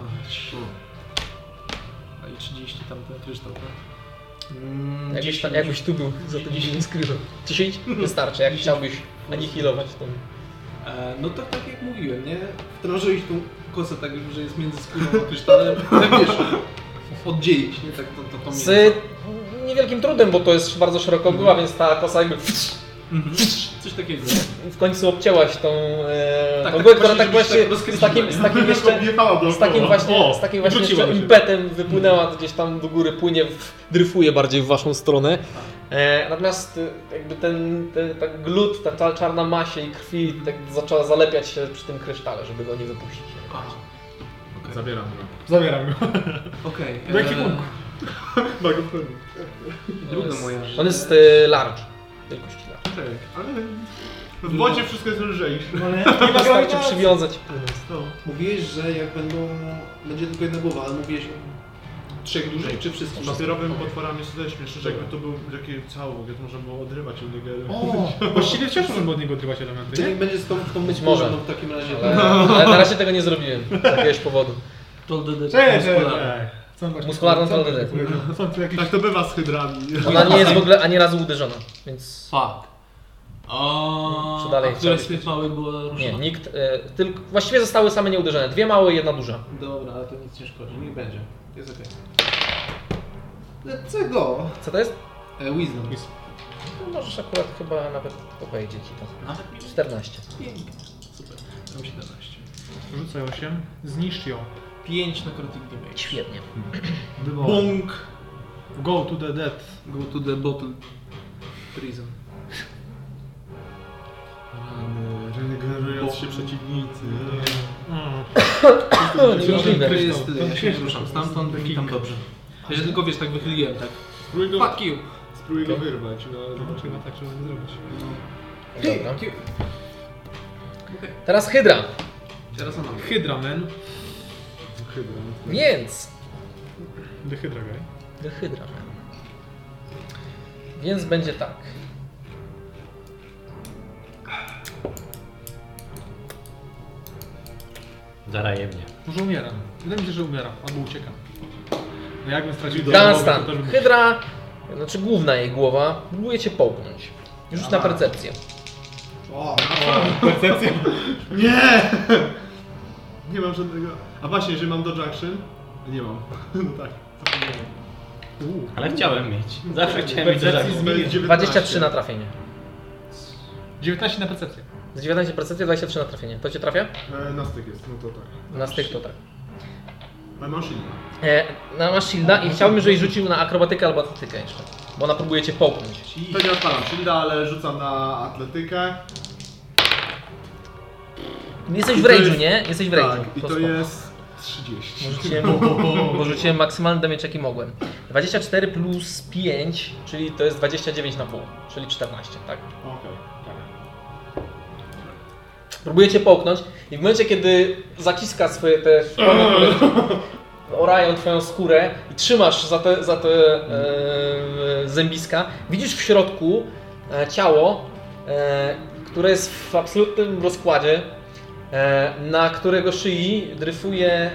S5: A i 30 tam ten kryształ, tak?
S1: Jakbyś tu był, za to 10 skrywał. 10 wystarczy, jak chciałbyś anihilować tą...
S5: No to tak jak mówiłem, nie? Wtrążyłeś tą kosę tak, że jest między skórą a kryształem, tak wiesz, oddzielić, nie? Tak to
S1: Z niewielkim trudem, bo to jest bardzo szeroko była, więc ta kosa jakby
S5: Coś takiego.
S1: w końcu obcięłaś tą
S5: Tak,
S1: tą
S5: tak
S1: głowę, która
S5: właśnie,
S1: tak
S5: żebyś
S1: właśnie
S5: tak rozkręciła,
S1: z takim jeszcze z takim właśnie
S2: wróciła
S1: jeszcze
S2: do siebie.
S1: impetem wypłynęła gdzieś tam do góry, płynie, dryfuje bardziej w waszą stronę. Natomiast jakby ten glut, ta czarna masie i krwi tak zaczęła zalepiać się przy tym krysztale, żeby go nie wypuścić.
S2: Zabieram go.
S4: Zabieram go.
S5: Okej.
S4: Do ekwipunku.
S2: Bardzo wtedy.
S5: Druga moja rzecz.
S1: On jest large, wielkości large.
S2: Okej, ale w wodzie wszystko jest lżejsze.
S1: Nie wystarczy przywiązać i płynąć.
S2: No.
S5: Mówiłeś, że jak będzie tylko jedna głowa, ale mówiłeś o 3 dużych czy wszystkich?
S2: Papierowym potworami jest tutaj śmieszne, że jakby to był taki cały, to można było odrywać od niego.
S4: O, właściwie wciąż możemy od niego odrywać elementy,
S5: Czyli
S4: nie?
S5: będzie z tą
S1: Być może.
S5: no w takim razie.
S1: Ale na razie tego nie zrobiłem, z jakiegoś powodu. Muskularną to DD.
S4: Są tu jakieś...
S2: Tak to bywa z hydrami.
S1: Ona nie jest w ogóle ani razu uderzona, więc...
S5: Fuck.
S1: Czy dalej
S5: a które z
S1: chciałbyś
S5: tych małych była ruszona?
S1: Nie, nikt... tylko, właściwie zostały same nieuderzone. 2 małe i 1 duża.
S5: Dobra, ale to nic nie szkodzi, niech będzie. Jest okej. Let's go!
S1: Co to jest?
S5: Wisdom.
S1: No, możesz akurat chyba nawet powiedzieć ci to.
S5: Nawet mi
S1: 14.
S5: pięknie. Super. Mam 17.
S4: Rzucaj 8, zniszcz ją.
S5: 5 necrotic damage.
S1: Świetnie.
S5: Bong!
S4: Go to the dead.
S5: Go to the bottle prison.
S2: Regenerując się przeciwnicy.
S1: Niemożliwe.
S5: To jest tyle, ja się nie ruszam stamtąd i tam dobrze. Ja się tylko wiesz, tak wychyliłem, tak.
S2: Spróbuj go,
S5: Fuck you!
S2: spróbuj go wyrwać, no ale
S4: Zobaczymy tak, trzeba zrobić.
S1: Dobra.
S5: Okej,
S1: Teraz Hydra.
S5: teraz ona.
S4: Hydramen.
S2: chyba.
S1: Więc...
S4: The Hydra guy.
S1: The Hydra. Więc będzie tak.
S3: Zaraje mnie.
S4: Może umieram. Wydaje mi się, że umieram, albo uciekam. No jakbym stracił
S1: Dunstan.
S4: to też bym...
S1: Hydra, znaczy główna jej głowa, próbuje cię połknąć. Rzuć na percepcję.
S4: Percepcja.
S2: Nie! Nie mam żadnego... A właśnie, jeżeli mam dodge action? Nie mam. No tak, zapomniałem.
S3: Ale chciałem mieć. Zawsze chciałem mieć
S4: Percepcji
S3: żadną.
S4: zmienię.
S1: 23 na trafienie.
S4: 19 na percepcję.
S1: Z 19 percepcji, 23 na trafienie. To cię trafia?
S2: Na styk jest, no to tak.
S1: Na styk to tak.
S2: Ale mam shield.
S1: Masz shielda i chciałbym, żebyś rzucił na akrobatykę albo atletykę jeszcze. Bo ona próbuje cię połknąć.
S2: To nie odpalam shielda, ale rzucam na atletykę.
S1: Jesteś
S2: I
S1: w
S2: to
S1: rage'u,
S2: jest-
S1: nie? Jesteś w rage'u.
S2: Tak, i to
S1: spoko.
S2: jest 30.
S1: Bo rzuciłem maksymalny damage jaki mogłem. 24 plus 5, czyli to jest 29 na pół, czyli 14, tak?
S2: Okej, tak.
S1: Próbuje cię połknąć i w momencie, kiedy zaciska swoje te szpony, które orają twoją skórę i trzymasz za te zębiska, widzisz w środku ciało, które jest w absolutnym rozkładzie, na którego szyi dryfuje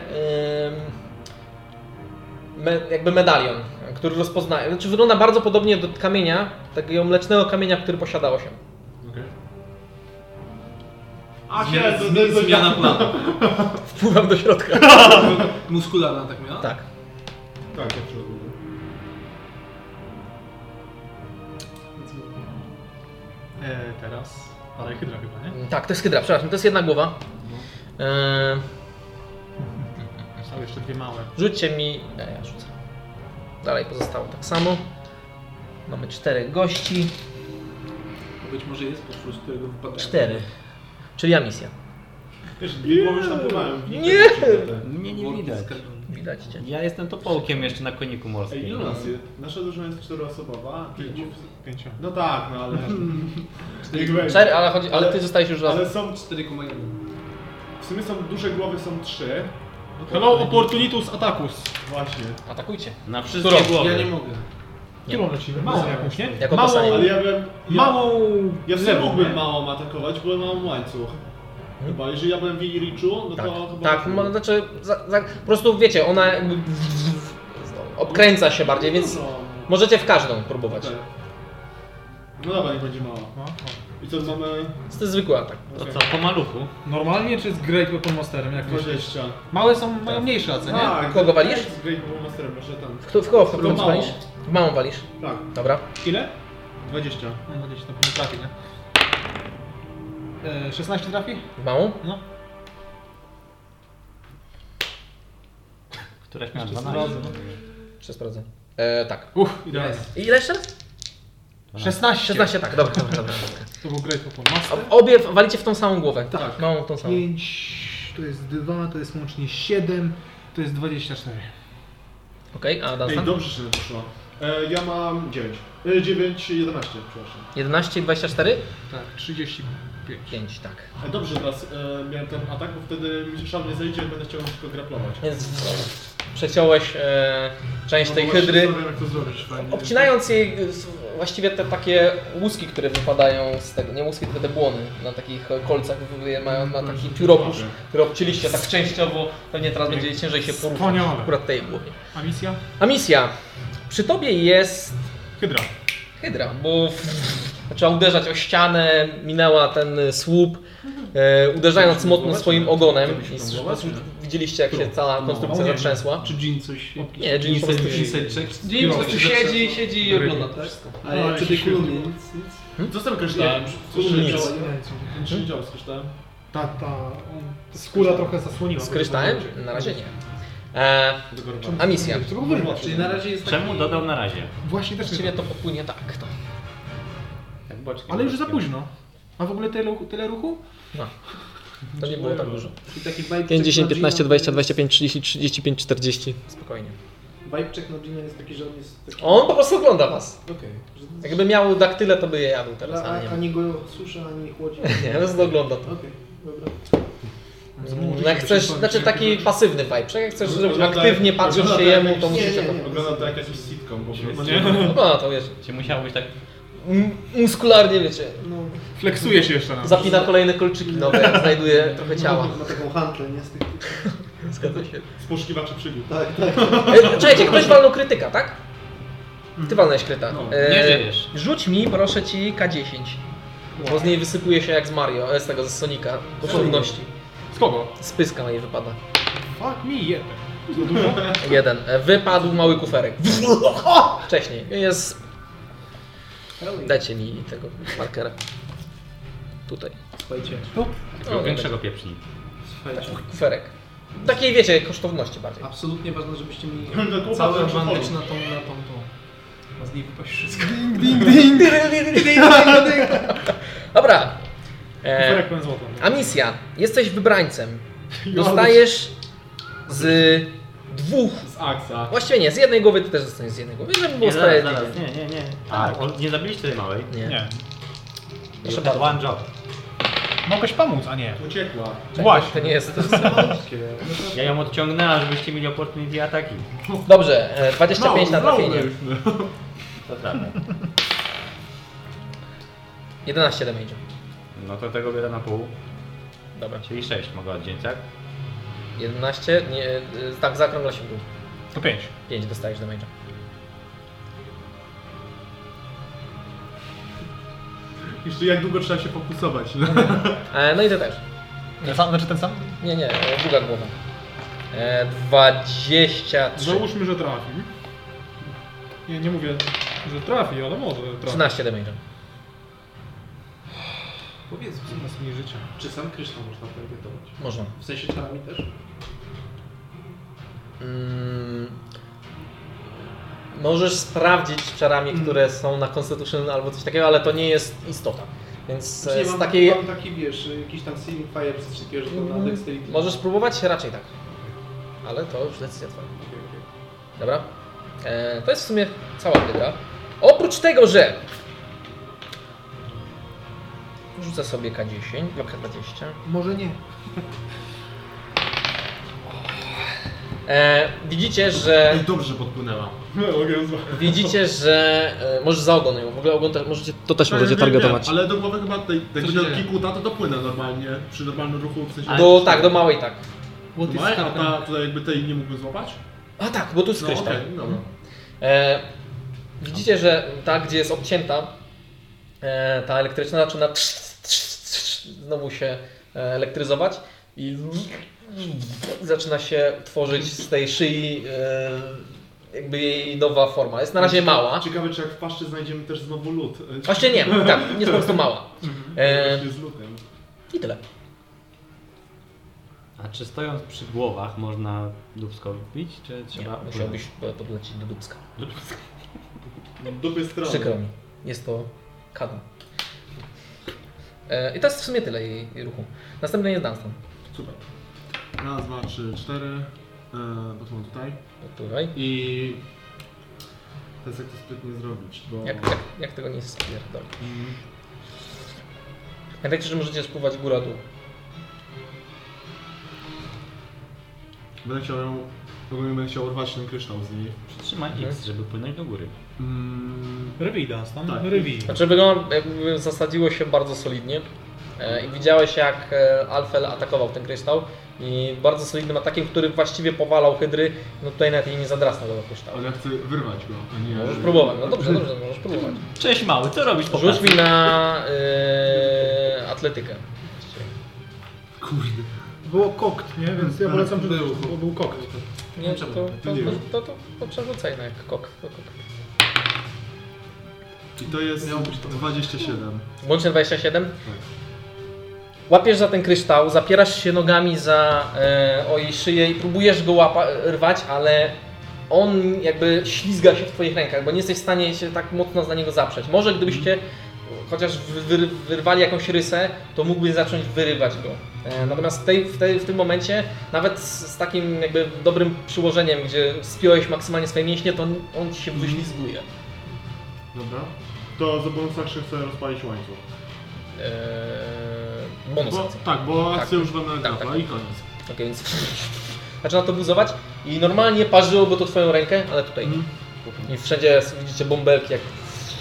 S1: jakby medalion, który rozpoznaje. Znaczy wygląda bardzo podobnie do kamienia, takiego mlecznego kamienia, który posiada 8.
S2: Okej.
S5: Zmiana planu.
S1: Wpływam do środka.
S5: Muskularna tak miała?
S1: Tak.
S2: Tak, jak przyszło.
S4: Teraz. Ale hydra chyba, nie?
S1: Tak, to jest hydra, przepraszam, to jest jedna głowa.
S4: Są jeszcze dwie małe.
S1: Rzućcie mi... ja rzucę. Dalej pozostało tak samo. Mamy 4 gości.
S5: Być może jest potwór, z którego wypada.
S1: 4. Czyli Amisja.
S2: Wiesz, dwie głowy już tam pływałem.
S1: Nie!
S3: Mnie nie widać.
S1: Widać cię.
S3: Ja jestem topołkiem jeszcze na koniku
S2: Ej,
S3: morskim.
S2: ilu nas jest? Nasza drużyna jest 4-osobowa.
S4: 5.
S2: No tak, no ale... Niech będzie.
S1: 4, ale ty zostajesz już raz.
S2: Ale są...
S5: 4,1.
S2: W sumie są duże głowy, są 3.
S4: Hello, opportunitus attackus.
S2: Właśnie.
S1: Atakujcie.
S3: Na wszystkie
S1: Którą?
S3: głowy.
S5: Ja nie mogę.
S4: Którą lecimy? Małą jakąś, nie?
S1: Jako
S4: Małą,
S1: pasanie.
S2: Ale ja bym...
S4: małą
S2: Ja sobie
S4: lewą,
S2: mógłbym
S4: nie?
S2: małą atakować, bo mam łańcuch. Chyba, jeżeli ja byłem w jej reachu, no
S1: Tak,
S2: to chyba...
S1: tak, znaczy po prostu wiecie, ona jakby obkręca się bardziej, więc
S2: No,
S1: możecie w każdą próbować.
S2: tak. No dobra, niech będzie mała.
S4: No, no.
S2: I co, mamy...
S1: To jest zwykły atak.
S3: To co, po maluchu?
S4: Normalnie czy z Great Weapon Masterem? Jak myślisz?
S2: 20.
S4: Małe są, mają mniejsze AC, nie?
S2: Tak,
S1: Kogo walisz?
S2: Z Great Masterem, może tam.
S1: W kogo w
S2: W
S1: którą
S2: małą.
S1: walisz? W małą walisz.
S2: Tak,
S1: Dobra.
S4: Ile?
S2: 20.
S4: No 20 to nie trafi, nie? 16 trafi?
S1: W małą?
S4: No.
S3: Któraś miała
S4: Jeszcze
S3: 12.
S4: sprawdzę, no.
S1: Jeszcze sprawdzę. Tak.
S4: Idealnie.
S1: I ile jeszcze raz?
S4: 16.
S1: 16, tak, dobra, dobra.
S4: To był Great Weapon Master.
S1: Obie walicie w tą samą głowę.
S4: Tak.
S1: Małą w tą samą.
S4: 5, to jest 2, to jest łącznie 7, to jest 24.
S1: Okej, a
S2: Ej,
S1: Dunstan?
S2: dobrze się poszło. Ja mam 9. 9, 11, przepraszam.
S1: 11 i 24?
S4: Tak, 35.
S1: 5, tak.
S2: Dobrze teraz miałem ten atak, bo wtedy mi szal nie zejdzie, będę chciał tylko graplować.
S1: Więc przeciąłeś część tej
S2: No właśnie
S1: hydry,
S2: zastanawiam, jak to zrobić fajnie.
S1: obcinając jej właściwie te takie łuski, które wypadają z tego, nie łuski, tylko te błony na takich kolcach mają na taki pióropusz, który obcięliście tak częściowo, pewnie teraz będzie ciężej się poruszać
S4: Wspaniale.
S1: akurat tej głowie.
S4: A misja?
S1: A misja. Przy tobie jest
S4: Hydra.
S1: hydra, bo zaczęła uderzać o ścianę, minęła ten słup, uderzając mocno swoim ogonem. I po prostu widzieliście, jak się cała konstrukcja zatrzęsła.
S5: Czy Jean coś...
S1: Nie, Jean po prostu
S5: Inside check?
S1: Jean po prostu siedzi i ogląda to wszystko.
S5: Ale przy tej kolumnie nic.
S2: Co z tym kryształem?
S1: Nic.
S2: Ten 3 dział z kryształem?
S4: Ta skóra trochę zasłoniła.
S1: Z kryształem? Na razie nie. A misja.
S4: Trzeba go wyrwać.
S5: Czyli na razie jest taki...
S3: Czemu dodał na razie?
S4: Właśnie też
S1: Właściwie
S4: nie.
S1: to popłynie tak. To.
S3: Tak boczkiem.
S4: Ale już za
S3: boczkiem.
S4: późno. A w ogóle tyle ruchu?
S1: No. To nie było tak dużo.
S5: Czyli taki vibe
S1: 5, 10,
S5: check na
S1: 15,
S5: Gina
S1: 20, 25, 30, 35, 40. Spokojnie.
S5: Vibe check na Gina jest taki, że on jest taki...
S1: On po prostu ogląda was.
S5: Okej. Że-
S1: Jakby miał daktyle, to by je jadł teraz, ale nie ma.
S5: Ani go suszy, ani chłodzi.
S1: Nie, po prostu ogląda to.
S5: Okej, dobra.
S1: Jak chcesz, znaczy taki pasywny vibe, jak chcesz, żeby aktywnie patrzysz się jemu, to musisz to...
S2: Wygląda to jak jakiś sitcom po prostu.
S4: Nie?
S1: No to wiesz,
S3: Cię musiało być tak...
S1: muskularnie wiecie,
S5: No,
S4: Fleksuje się jeszcze na
S1: zapina kolejne kolczyki nowe, jak znajduje trochę ciała.
S5: ma taką hantlę, nie? Z tych...
S1: Zgadza się.
S2: Z poszukiwaczy przygód.
S5: Tak, tak.
S1: Czekajcie, ktoś walnął krytyka, tak? Ty walnąłeś kryta.
S2: No,
S3: nie żyjesz.
S1: Rzuć mi, proszę ci, K10. Bo z niej wysypuje się jak z Mario, z tego, ze Sonika, kosztowności.
S4: Z kogo?
S1: Z pyska na jej wypada.
S4: Fuck me, jeden. To dużo?
S1: Jeden. Wypadł mały kuferek. Wcześniej. Jest... Dajcie mi tego markera. Tutaj.
S5: Słuchajcie,
S3: Takiego większego pieprznika.
S5: słuchajcie.
S1: Kuferek. Takiej, wiecie, kosztowności bardziej.
S5: Absolutnie ważne, żebyście mieli
S2: Dokładnie,
S5: cały
S2: że
S5: advantage
S2: chodzi.
S5: na tą. Ma z niej wypaść wszystko.
S1: Dobra.
S4: Kuferek pełen złota.
S1: A misja. Jesteś wybrańcem. Dostajesz z dwóch.
S2: Z Axa.
S1: Właściwie nie, z jednej głowy ty też dostaniesz z jednej głowy, żeby było
S3: Nie, zaraz,
S1: sprawiedliwie.
S3: zaraz. Nie. A, nie zabiliście tej małej?
S1: Nie.
S4: Nie.
S1: Proszę
S3: Proszę
S1: bardzo.
S3: one job.
S4: Mogłeś pomóc, a nie.
S2: Uciekła.
S4: Właśnie.
S1: To nie jest.
S3: Ja ją odciągnęłam, żebyście mieli opportunity ataki.
S1: Dobrze, 25 na trafienie.
S3: To prawda.
S1: 11 damage.
S3: No to tego biorę na pół,
S1: Dobra.
S3: czyli 6 mogę oddzielić, tak?
S1: 11, nie, tak, zaokrągla się w dół.
S4: To 5.
S1: 5 dostajesz damage'a.
S2: Jeszcze jak długo trzeba się fokusować.
S1: No i ty też.
S4: Ten sam, znaczy ten sam?
S1: Nie, druga głowa. 23.
S4: Załóżmy, że trafi. Nie mówię, że trafi, ale może trafi.
S1: 13 damage'a.
S4: Powiedz, co nas mniej życia.
S5: Czy sam kryształ można targetować?
S1: Można.
S5: W sensie czarami też?
S1: Możesz sprawdzić czarami, które są na Constitution albo coś takiego, ale to nie jest istota. Więc
S5: Znaczy,
S1: z
S5: mam
S1: takiej...
S5: taki, wiesz, jakiś tam Sealing Fire, czy coś takiego, że to na Dexterity.
S1: Możesz spróbować? Raczej tak. Ale to już decyzja twoja. Dobra. To jest w sumie cała hydra. Oprócz tego, że... Rzucę sobie K10, bloka 20.
S4: Może nie.
S1: Widzicie, że...
S2: Dobrze, że podpłynęła. No,
S1: Widzicie, że... Może za ogon ją. W ogóle ogon możecie, to też możecie targetować.
S2: Ale do głowy chyba jakby
S4: się
S2: do
S4: dzieje?
S2: Kikuta to dopłynę normalnie, przy normalnym ruchu, w sensie...
S1: Do małej tak.
S2: A ta tutaj jakby tej nie mógłbym złapać?
S1: A tak, bo tu jest
S2: No
S1: kryształ.
S2: okej, dobra.
S1: Widzicie, że ta, gdzie jest obcięta, ta elektryczna zaczyna znowu się elektryzować i zaczyna się tworzyć z tej szyi jakby jej nowa forma. Jest na razie mała.
S2: Ciekawe, czy jak w paszczy znajdziemy też znowu lód.
S1: Właśnie nie, tak, jest po prostu mała.
S2: Właśnie z lódem.
S1: I tyle.
S3: A czy stojąc przy głowach można dubsko wbić, czy
S1: Nie,
S3: trzeba...
S1: musiałbyś podlecieć do dubska.
S2: Dupy strony.
S1: Przykro mi. Jest to kadm. I to jest w sumie tyle jej ruchu. Następny jest Dunstan.
S2: Super. Raz, dwa, trzy, cztery. Potem tutaj.
S1: Tutaj.
S2: I... Teraz jak to sprytnie zrobić, bo...
S1: Jak tego nie spierdoli. Pamiętajcie, że możecie spływać góra-dół.
S2: Będę chciał ją... Ogólnie będę chciał urwać ten kryształ z niej.
S3: Przytrzymaj X, żeby płynąć do góry.
S4: Rywij das, tam
S2: Tak.
S4: rywij.
S1: Znaczy wygląda, jakby zasadziło się bardzo solidnie. I widziałeś, jak Alfel atakował ten kryształ. I bardzo solidnym atakiem, który właściwie powalał hydry. No tutaj nawet jej nie zadrasnął tego kryształu.
S2: Ale ja chcę wyrwać go, a nie...
S1: Możesz próbować. No dobrze, możesz próbować.
S3: Cześć mały, co robisz po
S1: Rzuć
S3: pracy?
S1: mi na atletykę.
S2: Kurde.
S4: Było kokt, nie? Więc ja polecam, żeby był kokt.
S1: Nie, to przerzucaj na jak kok.
S2: I to jest 27.
S1: Łącznie 27? Łapiesz za ten kryształ, zapierasz się nogami o jej szyję i próbujesz go rwać, ale on jakby ślizga się w twoich rękach, bo nie jesteś w stanie się tak mocno za niego zaprzeć. Może gdybyście chociaż wyrwali jakąś rysę, to mógłbyś zacząć wyrywać go. Natomiast w tym momencie, nawet z takim jakby dobrym przyłożeniem, gdzie spiąłeś maksymalnie swoje mięśnie, to on ci się wyślizguje.
S2: Dobra. To za bonus action chcę rozpalić łańcuch.
S1: Bonus
S2: Bo,
S1: akcji.
S2: tak, bo akcję
S1: Tak.
S2: używam na
S1: Tak,
S2: grappa
S1: tak.
S2: i koniec.
S1: Okej, więc zaczyna to buzować i normalnie parzyłoby to twoją rękę, ale tutaj. I wszędzie widzicie bąbelki jak...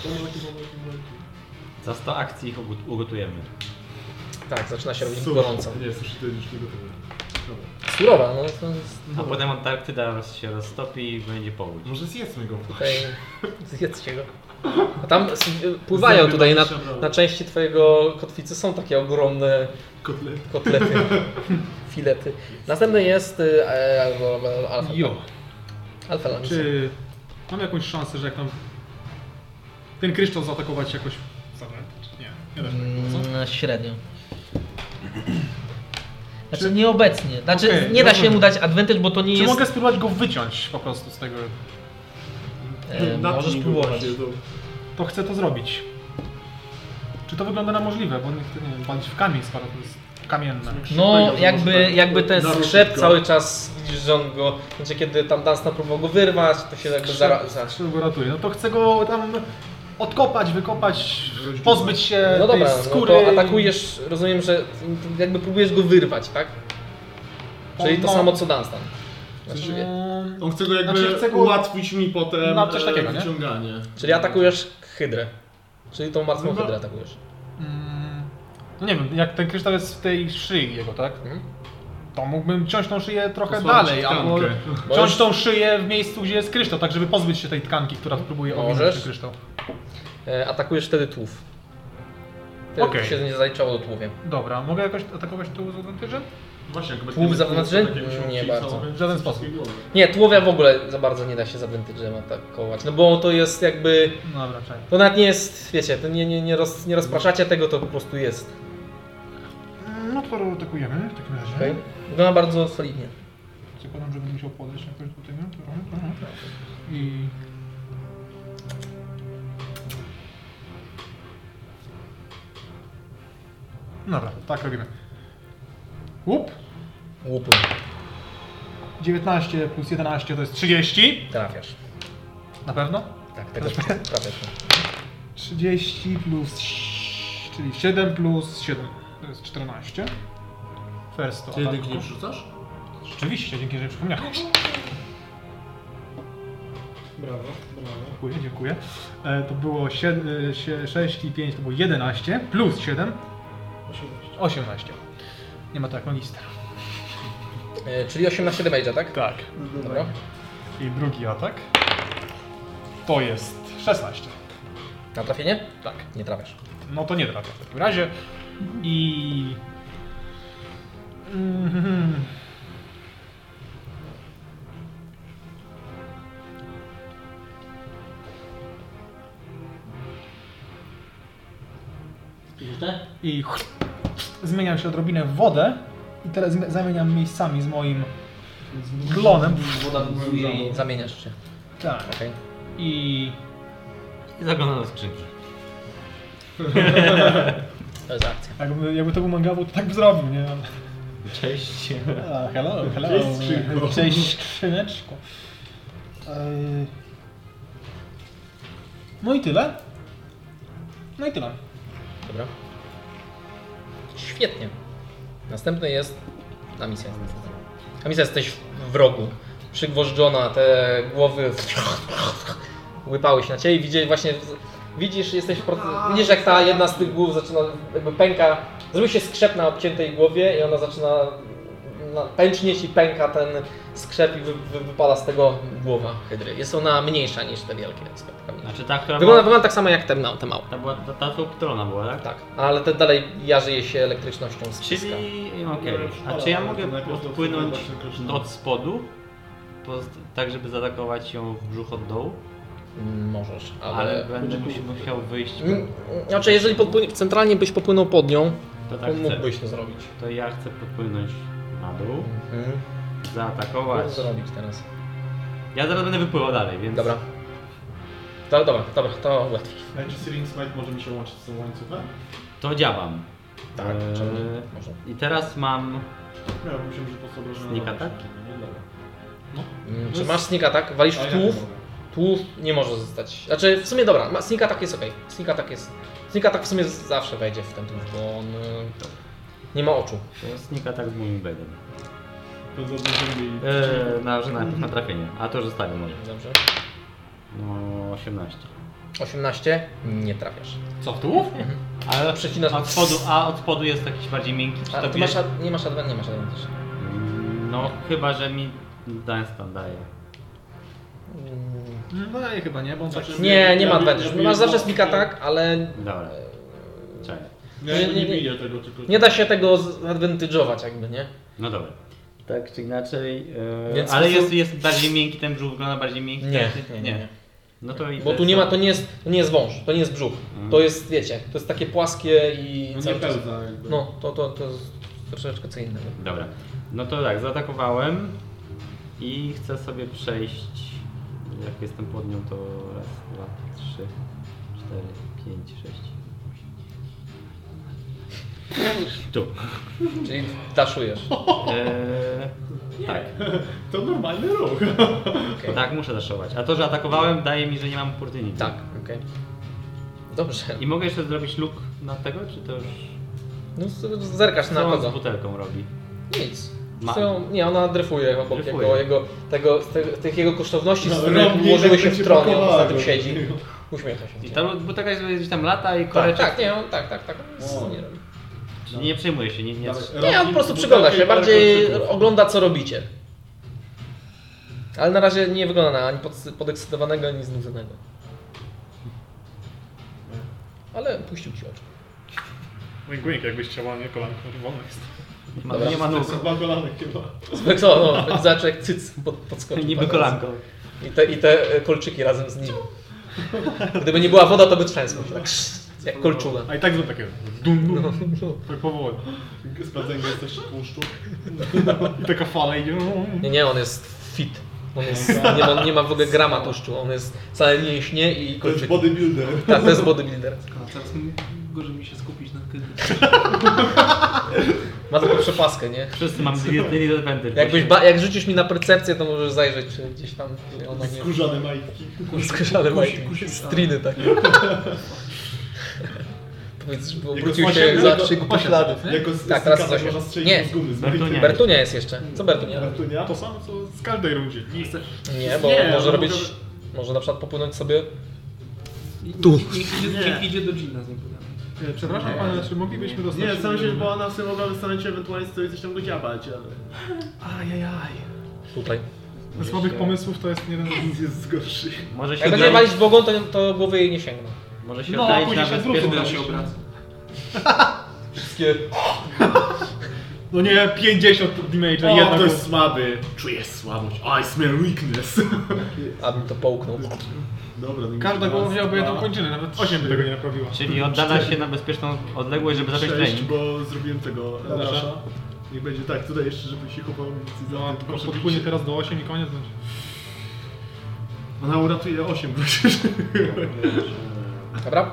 S3: Za 100 akcji ich ugotujemy.
S1: Tak, zaczyna się robić
S2: Sushi.
S1: gorąco.
S2: Nie, sushi to już nie gotowe. Dobra.
S1: Surowa, no to jest...
S3: A potem Antarktyda się roztopi i będzie powódź.
S2: Może zjedzmy go.
S1: Tutaj zjedzcie go. A tam pływają tutaj na części twojego kotwicy, są takie ogromne kotlety, filety. Następny jest Alfa.
S4: Jo.
S1: Alfa Lamis.
S4: Czy mam jakąś szansę, że jak tam ten kryształ zaatakować jakoś nie, nie da się tego, co?
S1: Średnio. Znaczy nieobecnie. Znaczy
S4: Okej,
S1: nie da się
S4: rozumiem.
S1: mu dać advantage, bo to nie
S4: Czy
S1: jest...
S4: mogę spróbować go wyciąć po prostu z tego?
S1: Możesz próbować.
S4: To chcę to zrobić. Czy to wygląda na możliwe? Bo nie chcę, nie wiem, palić w kamień, skoro to jest kamienne.
S1: No jakby ten
S2: naruszyć
S1: skrzep
S2: go.
S1: cały czas widzisz, że on go... Znaczy kiedy tam Dunstan próbował go wyrwać, to się jakby
S4: Skrzep go ratuje. No to chcę go tam odkopać, wykopać, pozbyć się
S1: No dobra,
S4: tej
S1: no
S4: skóry.
S1: to atakujesz, rozumiem, że jakby próbujesz go wyrwać, tak? Czyli to
S4: No.
S1: samo co Dunstan. Właściwie.
S2: On chce go jakby
S4: Znaczy, chcę go-
S2: ułatwić mi potem
S4: No, coś takiego, nie?
S2: wyciąganie.
S1: Czyli atakujesz hydrę. Czyli tą martwą
S2: Chyba-
S1: hydrę atakujesz.
S4: No nie wiem, jak ten kryształ jest w tej szyi jego, tak?
S1: Mhm.
S4: To mógłbym ciąć tą szyję trochę
S2: Posłać
S4: dalej,
S2: tkankę.
S4: albo
S1: Możesz-
S4: ciąć tą szyję w miejscu, gdzie jest kryształ, tak żeby pozbyć się tej tkanki, która próbuje owinąć
S1: Możesz.
S4: ten kryształ.
S1: Atakujesz wtedy tłów.
S4: Okej.
S1: się nie zaliczało do tłuwie.
S4: Dobra, mogę jakoś atakować tu z advantage'em?
S2: Właśnie, jakby
S1: Tłów za advantage'em?
S2: tak jakbyśmy
S1: Nie
S2: chcieli
S1: bardzo.
S2: całą
S4: W żaden
S2: wszystkie
S4: sposób.
S2: głowy.
S1: Nie, tułowia w ogóle za bardzo nie da się z advantage'em atakować, no bo to jest jakby...
S4: Dobra, czekaj.
S1: To nawet nie jest, wiecie, to nie rozpraszacie tego, to po prostu jest.
S4: No to atakujemy w takim razie.
S1: Okay? Wygląda bardzo solidnie.
S4: Zakładam, że będę musiał podejść jakoś do tego. Trochę. I... Dobra, tak robimy. Łup.
S1: Łupuj.
S4: 19 plus 11 to jest 30.
S1: Trafiasz.
S4: Na pewno?
S1: Tak, tego trafiasz.
S4: 30 plus... czyli 7 plus 7. To jest 14. First to
S5: Ty
S4: atak.
S5: jedynki nie przerzucasz?
S4: Rzeczywiście, dzięki, że mi przypomniałeś.
S5: Brawo.
S4: Dziękuję. To było 6 i 5 to było 11 plus 7. 18. Nie ma tak magister.
S1: Czyli 18 damage'a, tak?
S4: Tak.
S1: Dobra.
S4: I drugi atak. To jest 16.
S1: Na trafienie?
S4: Tak.
S1: Nie trafiasz.
S4: No to nie trafia w takim razie. I... I zmieniam się odrobinę w wodę. I teraz zamieniam miejscami z moim klonem.
S1: Woda buzuje i zamieniasz się.
S4: Tak.
S1: Okej.
S4: I...
S3: I zaglądam do skrzynki.
S1: To jest akcja.
S4: Jakby to był mangawu, to tak by zrobił, nie?
S3: Cześć.
S4: Hello.
S2: Cześć, skrzynko.
S4: Cześć, skrzyneczko. No i tyle.
S1: Dobra. Świetnie. Następny jest na misję. A misja jesteś w rogu. Przygwożdżona, te głowy łypały się na ciebie i widzisz, widzisz jak ta jedna z tych głów zaczyna, jakby pęka, zrobi się skrzep na obciętej głowie i ona zaczyna pęcznieć i pęka ten skrzep i wypada z tego głowa hydry. Jest ona mniejsza niż te wielkie spotkania.
S3: Znaczy ta, która
S1: Wygląda tak samo jak te małe.
S3: Ta była, ta upitrona była, tak?
S1: Tak, ale te dalej jarzy się elektrycznością z
S3: Czyli,
S1: ciska.
S3: okej. A
S2: Ale
S3: czy ja
S2: to
S3: mogę
S2: najpierw to
S3: odpłynąć
S2: właśnie klucz.
S3: od spodu? Tak, żeby zaatakować ją w brzuch od dołu?
S1: Możesz,
S3: Ale będę musiał wyjść.
S1: Znaczy, jeżeli centralnie byś popłynął pod nią,
S3: To
S1: to
S3: tak chcę.
S1: mógłbyś to zrobić.
S3: To ja chcę podpłynąć na dół,
S1: Mhm.
S3: zaatakować.
S1: Co zrobić teraz?
S3: Ja zaraz będę wypływał dalej, więc...
S1: Dobra. Dobra, to łatwiej.
S2: A czy Searing Smite może mi się łączyć z tym łańcuchem?
S3: To działam.
S1: Tak, czemu nie? Może.
S3: I teraz mam...
S2: Ja myślałem, że po prostu obrażenia
S3: Sneak
S2: na
S3: attack?
S2: nie, dobra.
S1: Czy masz sneak attack? Walisz
S2: A
S1: w
S2: jak ja
S1: tłów?
S2: mogę?
S1: Tłów nie może zostać. Znaczy, w sumie dobra, sneak attack jest okej. Sneak attack w sumie zawsze wejdzie w ten tłów, bo on nie ma oczu.
S3: To sneak attack z moim bedem.
S2: To zobaczymy i...
S3: Na trafienie. A to już zostawię może.
S1: Dobrze.
S3: No 18.
S1: 18? Nie trafiasz.
S4: Co, w tłów?
S3: Ale
S1: Przecinasz-
S3: od spodu jest jakiś bardziej miękki? Czy
S1: A
S3: to
S1: ty
S3: wiesz?
S1: nie masz advantage.
S3: No chyba, że mi Dunstan daje.
S4: No ja chyba nie, bo on tak...
S1: Nie ma advantage. Masz zawsze sneak attack, ale
S3: Dobra. Czekaj.
S2: Ja
S1: Nie-
S2: nie
S1: nie-
S2: widzę tego, tylko...
S1: nie da się tego zadvantage'ować jakby, nie?
S3: No dobra. Tak czy inaczej.
S1: Więc
S3: Ale
S1: po prostu-
S3: jest bardziej miękki ten brzuch, wygląda bardziej miękki.
S1: Nie.
S3: No to i
S1: Bo tu nie ma, to nie jest wąż, to nie jest brzuch. To jest, wiecie, to jest takie płaskie i
S2: No nie
S1: cały czas...
S2: pełza jakby.
S1: No, to jest troszeczkę co innego.
S3: Dobra. No to tak, zaatakowałem i chcę sobie przejść. Jak jestem pod nią, to raz, 2, 3, 4, 5, 6. Tu.
S1: Czyli daszujesz.
S3: Tak.
S2: To normalny ruch.
S1: Okay.
S3: Tak, muszę daszować. A to, że atakowałem, daje mi, że nie mam opportunity.
S1: Tak, okej. Dobrze.
S3: I mogę jeszcze zrobić luk na tego, czy to już...
S1: No zerkasz na
S3: Co on z
S1: kogo?
S3: butelką robi?
S1: Nic.
S3: Ma-
S1: Nie, ona dryfuje obok
S3: Dryfuje.
S1: tych jego kosztowności, z
S2: No,
S1: których
S2: robi,
S1: ułożyły
S2: tak
S1: się w
S2: będzie
S1: tronie, on
S2: pakowała
S1: za tym
S2: go.
S1: siedzi. Uśmiecha się.
S3: I ta butelka gdzieś tam lata i
S1: Tak,
S3: koreczek...
S1: tak, nie, on, tak.
S2: O.
S1: Nie robi.
S3: Czyli nie przejmuje się, nie...
S1: Nie, on po prostu przygląda się, bardziej ogląda co robicie. Ale na razie nie wygląda na ani podekscytowanego, ani znudzonego. Ale puścił ci oczy.
S4: Wink, wink, jakbyś chciała, nie kolanko, wolno jest.
S3: Nie ma
S2: To
S3: nóg.
S2: są dwa kolanek chyba.
S1: Zobacz jak cyc podskoczył.
S3: Niby kolanko.
S1: I te kolczyki razem z nim. Gdyby nie była woda, to by trzęsło się tak jak kolczuga.
S4: A i tak są takie dum, dum, tak powoli.
S2: Sprawdzenie jesteście tłuszczu.
S4: I taka fala idzie.
S1: Nie, on jest fit. On jest, nie ma w ogóle grama tłuszczu, on jest całe mięśnie i
S2: To jest
S1: kolczyki.
S2: bodybuilder.
S1: Tak, to jest bodybuilder.
S5: A teraz gorzej mi się skupić na tym.
S1: Ma tylko przepaskę, nie?
S3: Wszyscy mamy disadvantage.
S1: Jak rzucisz mi na percepcję, to możesz zajrzeć, czy gdzieś tam ona nie...
S2: Skórzane majtki.
S1: Skórzane majtki, striny takie. Powiedz, że obrócił
S2: Jako
S1: się
S2: smaczek-
S1: za
S2: jako-
S1: 3 poślady.
S2: Jako z
S1: Tak, teraz
S2: stikata
S1: coś.
S2: można strzelić
S1: Nie.
S2: z gumy z
S3: Bertunia.
S2: majtki.
S1: Bertunia jest jeszcze. Co Bertunia?
S2: Bertunia?
S4: To samo co z każdej rundzie.
S1: Nie, bo
S2: Nie,
S1: może
S2: no
S1: robić...
S2: mogę-
S1: Może na przykład popłynąć sobie...
S5: Niech idzie do Gina z nim pogadać.
S4: Nie, przepraszam, ale czy moglibyśmy dostać...
S2: Nie, sam się, bo ona sobie mogłaby stanąć ewentualnie stoi coś tam go dziabać, ale...
S4: Ajajaj.
S1: Tutaj.
S4: Z słabych pomysłów to jest jeden z...
S2: Nic jest gorszy.
S3: Może się
S1: Jak będzie walić w ogon, to głowy jej nie sięgną.
S3: Może się
S4: No,
S3: oddalić
S4: później
S3: na
S4: się zwrócą.
S3: bezpieczną...
S5: Się obraca.
S1: Wszystkie...
S4: No nie, 50 damage'a,
S2: O,
S4: jedna
S2: to jest słaby. Czuję słabość. I smell weakness.
S1: Abym to połknął.
S2: Dobra, no
S4: Każda
S2: raz,
S4: głowa wzięłaby
S2: dwa,
S4: jedną kończynę, nawet 8 by tego nie naprawiła.
S3: Czyli oddala się na bezpieczną odległość, żeby zacząć
S2: 6,
S3: trening.
S2: bo zrobiłem tego
S4: Dobra.
S2: dasha. Niech będzie tak, tutaj jeszcze, żeby się kopało amunicji za
S4: No,
S2: tym,
S4: tylko
S2: proszę
S4: podpłynie
S2: bić.
S4: teraz do 8 i koniec będzie.
S2: Ona uratuje 8 gości.
S1: Dobra?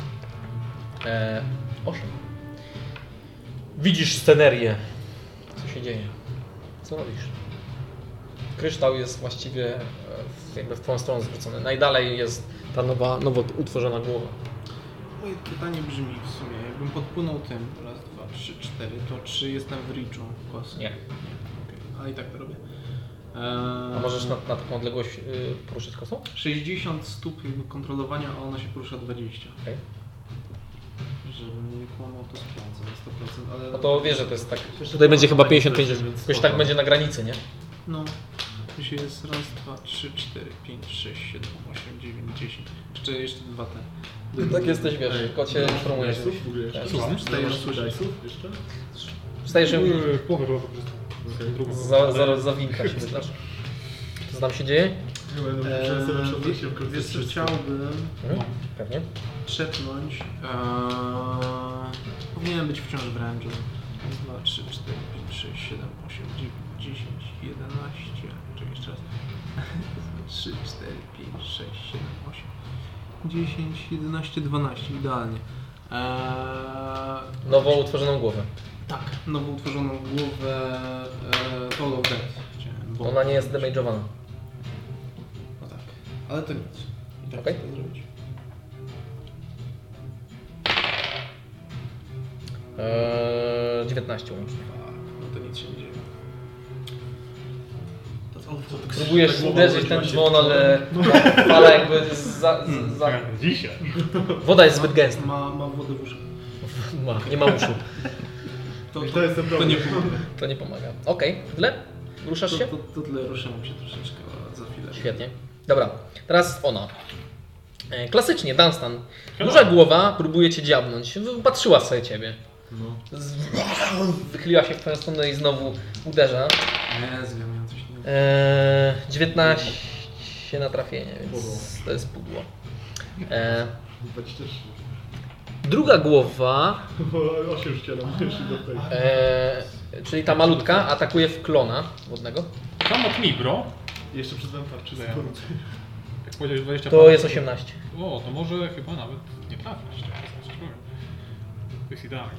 S1: 8. Widzisz scenerię. Co się dzieje? Co robisz? Kryształ jest właściwie jakby w twoją stronę zwrócony. Najdalej jest ta nowo utworzona głowa.
S5: Moje pytanie brzmi w sumie, jakbym podpłynął tym, raz, dwa, trzy, cztery, to czy jestem w reachu kosy?
S1: Nie.
S5: Okej, ale i tak to robię.
S1: A możesz na taką odległość poruszyć kosą?
S5: 60 stóp jakby kontrolowania, a ona się porusza 20.
S1: Okej.
S5: Żebym nie kłamał, to sprawdzę na 100%, ale...
S1: No to wiesz, że to jest tak. Tutaj będzie chyba 50-50. Jakoś tak będzie na granicy, nie?
S5: No, tu się jest raz, dwa, trzy, cztery, 5, 6, 7, 8, 9, 10. Jeszcze dwa te.
S1: Tak jesteś, wiesz, tylko cię informuję. że-
S2: W ogóle jeszcze.
S4: Słucham?
S2: Stajesz dice'ów jeszcze?
S1: Stajesz się
S4: Połowę chyba po prostu. Drugą.
S1: zawinka się wydasz. Co tam się dzieje?
S2: Nie będę musiał sobie na przykład się w
S5: Wiesz co, chciałbym
S1: Pewnie.
S5: trzepnąć. Powinienem być wciąż w range'u. 2, 3, 4, 5, 6, 7, 8, 9, 10, 11. Czekaj jeszcze raz. 3, 4, 5, 6, 7, 8, 10, 11, 12. Idealnie.
S1: Nowo utworzoną głowę.
S5: Tak, nowo utworzoną głowę Toll of Death. chciałem, bo-
S1: Ona nie jest damage'owana.
S5: No tak, ale to nic. I tak
S1: Okej.
S5: chcę to zrobić.
S1: 19 łącznie.
S5: No to nic się nie dzieje. To co?
S1: Próbujesz
S2: Tak
S1: uderzyć ten dzwon, ale fala jakby za...
S4: Dzisiaj.
S1: Woda jest zbyt gęsta.
S5: Ma wodę w uszach.
S1: Nie ma uszu.
S2: To jest ten
S5: to
S2: problem.
S5: nie pomaga.
S1: To nie pomaga. Okej, tyle? Ruszasz się?
S5: To tyle ruszam się troszeczkę za chwilę.
S1: Świetnie. Dobra, teraz ona. Klasycznie, Dunstan. Duża głowa próbuje cię dziabnąć. Patrzyła sobie ciebie. Wychyliła się w twoją stronę i znowu uderza.
S5: Nie, miałem coś nie...
S1: 19 na trafienie, więc to jest pudło.
S2: 23.
S1: Druga głowa,
S2: 8 ścielam jeszcze do tej.
S1: czyli ta malutka, atakuje w klona wodnego.
S4: Come at me, bro.
S2: Jeszcze przed wami tarczy.
S4: Ja. Jak powiedziałeś 20
S1: To jest 18.
S4: O, to może chyba nawet nie trafisz. To jest idealnie.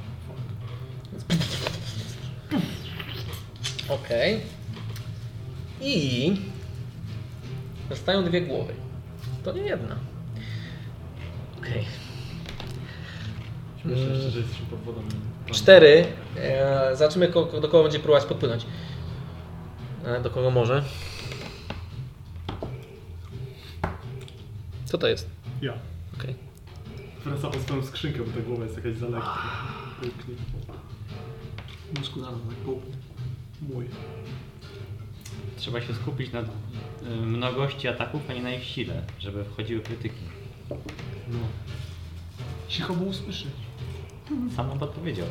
S1: Okej. I zostają dwie głowy. To nie jedna. Okej.
S2: Myślę jeszcze, że jesteśmy pod wodą.
S1: 4. Zobaczymy, do kogo będzie próbować podpłynąć. Do kogo może. Co to jest?
S2: Ja.
S1: Okej.
S2: Wracam po swoją skrzynkę, bo ta głowa jest jakaś za lekka.
S5: Muskularny, tak pół. Mój.
S3: Trzeba się skupić na mnogości ataków, a nie na ich sile, żeby wchodziły krytyki.
S2: No.
S4: Cicho, bo usłyszy.
S3: Sam on podpowiedział.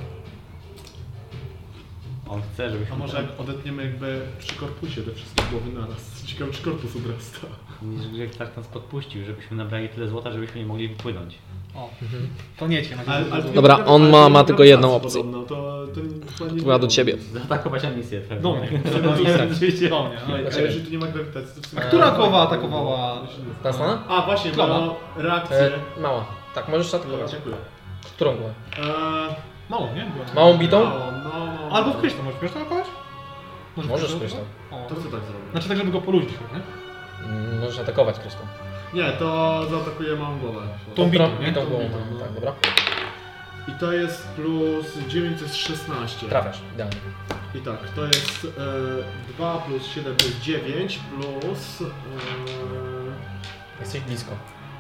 S3: On chce, żebyśmy...
S2: A może jak odetniemy jakby przy korpusie te wszystkie głowy naraz. Ciekawe, czy korpus odrasta.
S3: Że tak nas podpuścił, żebyśmy nabrali tyle złota, żebyśmy nie mogli wypłynąć.
S4: O, to nie cię.
S1: Dobra, on ma tylko jedną opcję.
S2: Podobno, to nie
S1: Była do ciebie.
S3: Zaatakować misję. Tak?
S4: Do mnie.
S3: Oczywiście.
S4: Do mnie. No i-
S2: A jeżeli tu nie ma grawitacji, to w sumie...
S4: A która głowa atakowała?
S1: Ta strona?
S2: A właśnie,
S4: Klowa.
S2: bo reakcję...
S1: Mała. Tak, możesz atakować.
S2: Dziękuję.
S1: Którą głowę?
S4: Mało, nie?
S1: Małą bitą?
S2: No.
S4: Albo w kryształ, możesz kryształ atakować?
S1: Możesz kryształ.
S4: O.
S2: To co tak zrobię?
S4: Znaczy tak, żeby go poluźnić, nie?
S1: Możesz atakować kryształ.
S2: Nie, to zaatakuję małą głowę.
S4: Tą bitą, nie?
S1: Bitą głową.
S2: no.
S1: Tak, dobra.
S2: I to jest plus 9 to jest 16.
S1: Trafiasz, idealnie.
S2: I tak, to jest 2 plus 7 to jest 9 plus...
S1: Jesteś blisko.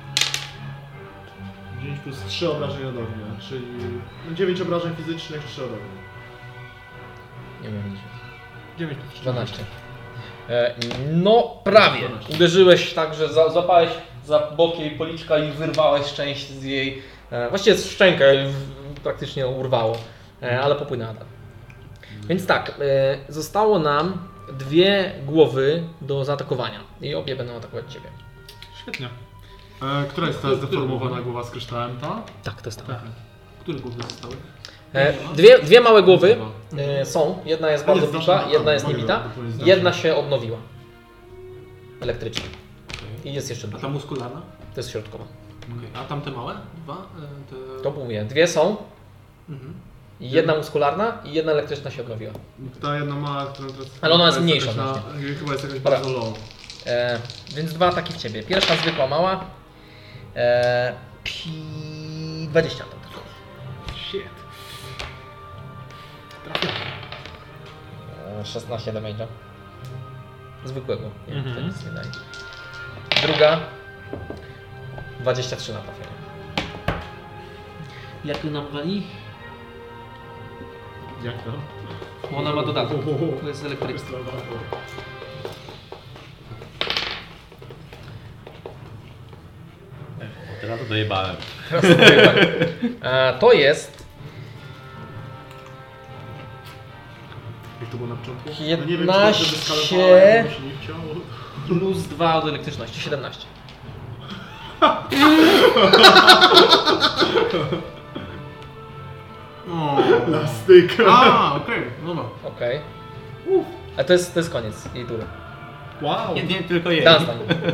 S2: 9 plus 3 obrażenia do ognia, czyli 9 obrażeń fizycznych, 3 od ognia.
S1: Nie umiem liczyć.
S4: 9 plus
S1: 12. No prawie.
S2: 12.
S1: Uderzyłeś tak, że złapałeś za bok jej policzka i wyrwałeś część z jej... Właściwie z szczękę praktycznie urwało, ale popłynęła dalej. Więc tak, zostało nam 2 głowy do zaatakowania i obie będą atakować Ciebie.
S4: Świetnie.
S2: Która jest ta zdeformowana głowa z kryształem, ta?
S1: Tak, to jest tak.
S4: Tak.
S5: Które głowy zostały?
S1: Dwie małe głowy są. Jedna jest bardzo
S2: jest
S1: bita,
S2: zasza-
S1: jedna jest
S2: mogę
S1: niebita.
S2: to jest
S1: Jedna się odnowiła. Elektrycznie. I jest jeszcze
S5: A
S1: duża.
S5: ta muskularna?
S1: To jest środkowa.
S5: A tamte małe? Dwa?
S1: To mówię. 2 są.
S5: Mhm.
S1: I jedna muskularna i jedna elektryczna się odnowiła.
S2: Ta jedna mała, która teraz...
S1: Ale ona jest
S2: chyba
S1: mniejsza
S2: jakaś
S1: znacznie.
S2: chyba jest jakaś
S1: Dobra.
S2: bardzo low.
S1: Więc 2 ataki w Ciebie. Pierwsza zwykła mała. 20 to.
S4: Shit. Trafiam.
S1: 16 damage'a. Zwykłego. Nie,
S4: Mhm.
S1: to nic nie daje. Druga. 23 na trafienie.
S5: Jak nam wali?
S2: Jak to?
S5: Bo ona ma dodatek. To jest elektryczna.
S3: Teraz to dojebałem.
S1: To jest
S2: Jak to było na początku?
S1: 15
S2: czy to wyskalowała, jakby się nie chciało.
S1: plus 2 od elektryczności. 17.
S2: Plastyk.
S5: A, okej, dobra.
S1: Okej. A to jest koniec jej tury.
S4: Wow.
S3: Nie tylko jej.
S1: Dunstan.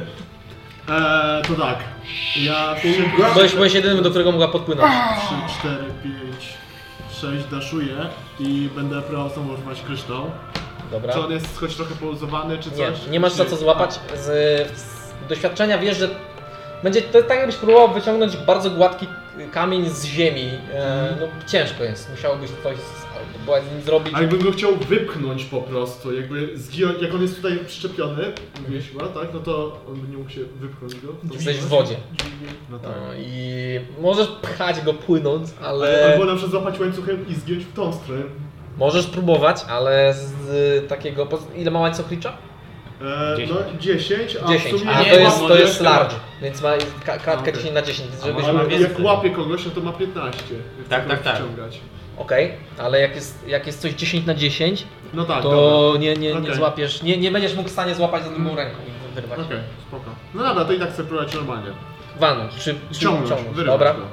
S2: To tak. Ja szybko...
S1: Byłeś jedynym, do którego mogła podpłynąć.
S2: 3, 4, 5, 6 daszuję i będę próbował znowu używać kryształ.
S1: Dobra.
S2: Czy on jest choć trochę poluzowany, czy
S1: Nie,
S2: coś?
S1: nie masz za
S2: Czy-
S1: co złapać. Z doświadczenia wiesz, że będzie to tak, jakbyś próbował wyciągnąć bardzo gładki kamień z ziemi. No ciężko jest. Musiałobyś coś z nim zrobić.
S2: A jakbym go chciał wypchnąć po prostu, jakby zgiąć, jak on jest tutaj przyczepiony, mówiłeś chyba, tak? No to on by nie mógł się wypchnąć go. To
S1: Jesteś w wodzie.
S2: No tak.
S1: No i możesz pchać go płynąc, ale
S2: Albo na przykład złapać łańcuchem i zgiąć w tą stronę.
S1: możesz próbować, ale z takiego... Ile ma łańcuch licza?
S3: 10.
S2: No 10, a
S1: 10,
S2: w sumie...
S1: a
S3: nie,
S1: to jest
S3: może-
S1: large, więc ma kratka
S2: okej.
S1: 10 na 10, więc żebyś...
S2: Ale
S3: więcej.
S2: jak łapie kogoś, no to ma 15. jak
S3: Tak,
S2: chce
S3: tak,
S2: go
S3: tak.
S2: wciągać.
S1: Okej, ale jak jest coś 10 na 10,
S2: No tak,
S1: to
S2: dobra.
S1: nie
S2: Okej.
S1: złapiesz, nie będziesz mógł w stanie złapać za drugą ręką i wyrwać.
S2: Okej, spoko. No dobra, to i tak chcę próbować normalnie.
S1: Walnąć, czy
S2: Ciągnąć, wyrwać
S1: Dobra.
S2: go.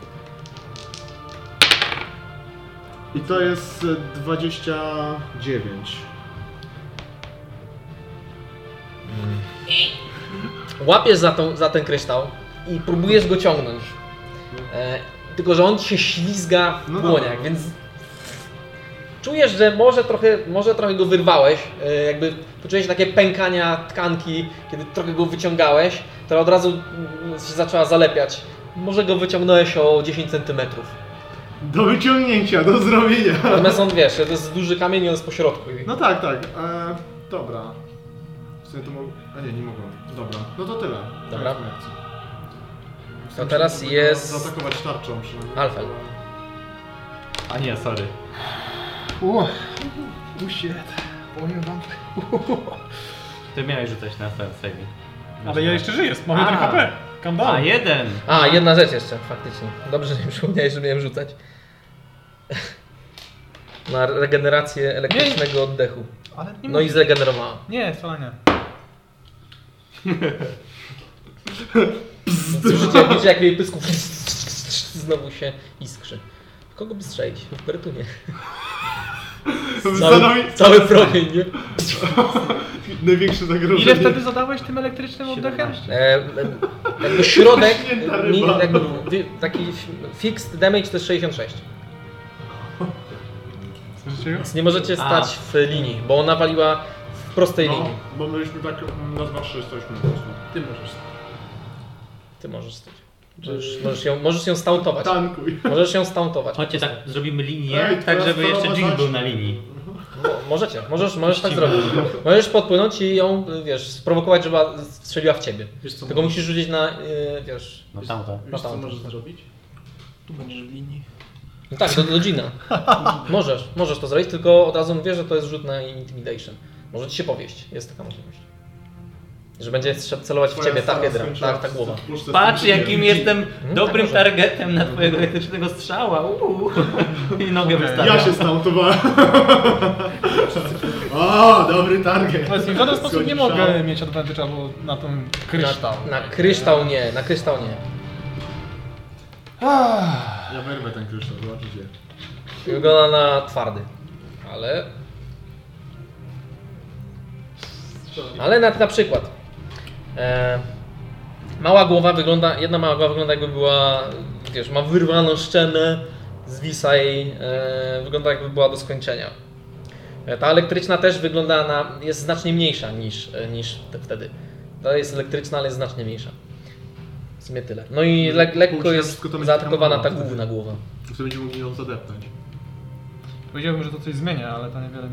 S2: I to jest 29.
S1: Łapiesz za ten kryształ i próbujesz go ciągnąć. Tylko, że on się ślizga w
S2: No
S1: dłoniach,
S2: dobra.
S1: więc czujesz, że może trochę go wyrwałeś, jakby poczułeś takie pękania tkanki, kiedy trochę go wyciągałeś, to od razu się zaczęła zalepiać. Może go wyciągnąłeś o 10 cm.
S2: Do wyciągnięcia, do zrobienia.
S1: Natomiast on, wiesz, to jest duży kamień i on jest po środku.
S2: No tak, tak. Dobra. W sumie to mogę... A nie mogę. Dobra, no to tyle.
S1: Dobra.
S2: Koniec akcji.
S1: To teraz jest...
S2: Zaatakować tarczą przynajmniej.
S1: Alfel.
S3: A nie, sorry.
S4: Shit. Powiem wam.
S3: Ty miałeś rzucać na saving.
S4: Ale ja jeszcze żyję, mam 1 HP. Calm down.
S3: A, 1!
S1: A, jedna rzecz jeszcze, faktycznie. Dobrze, że mi przypomniałeś, że miałem rzucać. na regenerację elektrycznego oddechu.
S4: Ale nie
S1: No i zregenerowała.
S4: Nie, wcale nie.
S1: Widzicie jak jej pysku znowu się iskrzy. Kogo by strzelić? Bertunie. Cały promień, nie?
S2: Największe zagrożenie.
S4: Ile wtedy zadałeś tym elektrycznym oddechem?
S1: Jakby środek,
S2: Święta ryba.
S1: jakby taki fixed damage to jest 66. Więc nie możecie stać w linii, bo ona waliła w prostej linii.
S2: Bo myśmy tak na 2-3 stośmy po prostu.
S5: Ty możesz.
S1: Ty możesz stać. Możesz ją stauntować.
S2: Tankuj.
S1: Możesz ją stauntować.
S3: Chodźcie tak, zrobimy linię,
S2: Ej,
S3: tak
S2: teraz
S3: żeby
S2: to
S3: jeszcze
S2: ma
S3: Jin
S2: znać-
S3: był na linii.
S1: Możecie, możesz tak zrobić. Możesz podpłynąć i ją, wiesz, sprowokować, żeby strzeliła w ciebie.
S5: Wiesz co
S1: Tylko
S5: możesz?
S1: musisz rzucić na, wiesz...
S3: No tamto.
S5: Wiesz co
S1: tam.
S5: możesz zrobić? Tu będziesz w linii.
S1: No tak, do Gina. Możesz to zrobić, tylko od razu mówię, że to jest rzut na Intimidation. Może ci się powieść, jest taka możliwość. Że będzie celować w ciebie ta hydra, ta głowa.
S3: Patrz jakim jestem dobrym
S1: tak może.
S3: targetem na twojego elektrycznego strzała. I nogę wystawiam.
S2: Ja się stauntowałem. O, dobry target.
S4: W żaden sposób nie
S2: Zgodzisz,
S4: mogę
S2: ale-
S4: mieć advantage albo na ten kryształ.
S1: Na kryształ nie, na kryształ nie.
S2: Ja wyrwę ten kryształ, zobaczycie.
S1: Wygląda na twardy, ale na przykład mała głowa wygląda, jedna mała głowa wygląda jakby była, wiesz, ma wyrwaną szczenę, zwisa jej, wygląda jakby była do skończenia. Ta elektryczna też wygląda jest znacznie mniejsza niż wtedy. Ta jest elektryczna, ale jest znacznie mniejsza. W sumie tyle. No i lekko
S2: Kurczę,
S1: jest
S2: wszystko to będzie
S1: zaatakowana ta
S2: tam
S1: główna głowa.
S2: Wtedy będziemy mogli ją zadepnąć.
S4: Powiedziałbym, że to coś zmienia, ale to niewiele.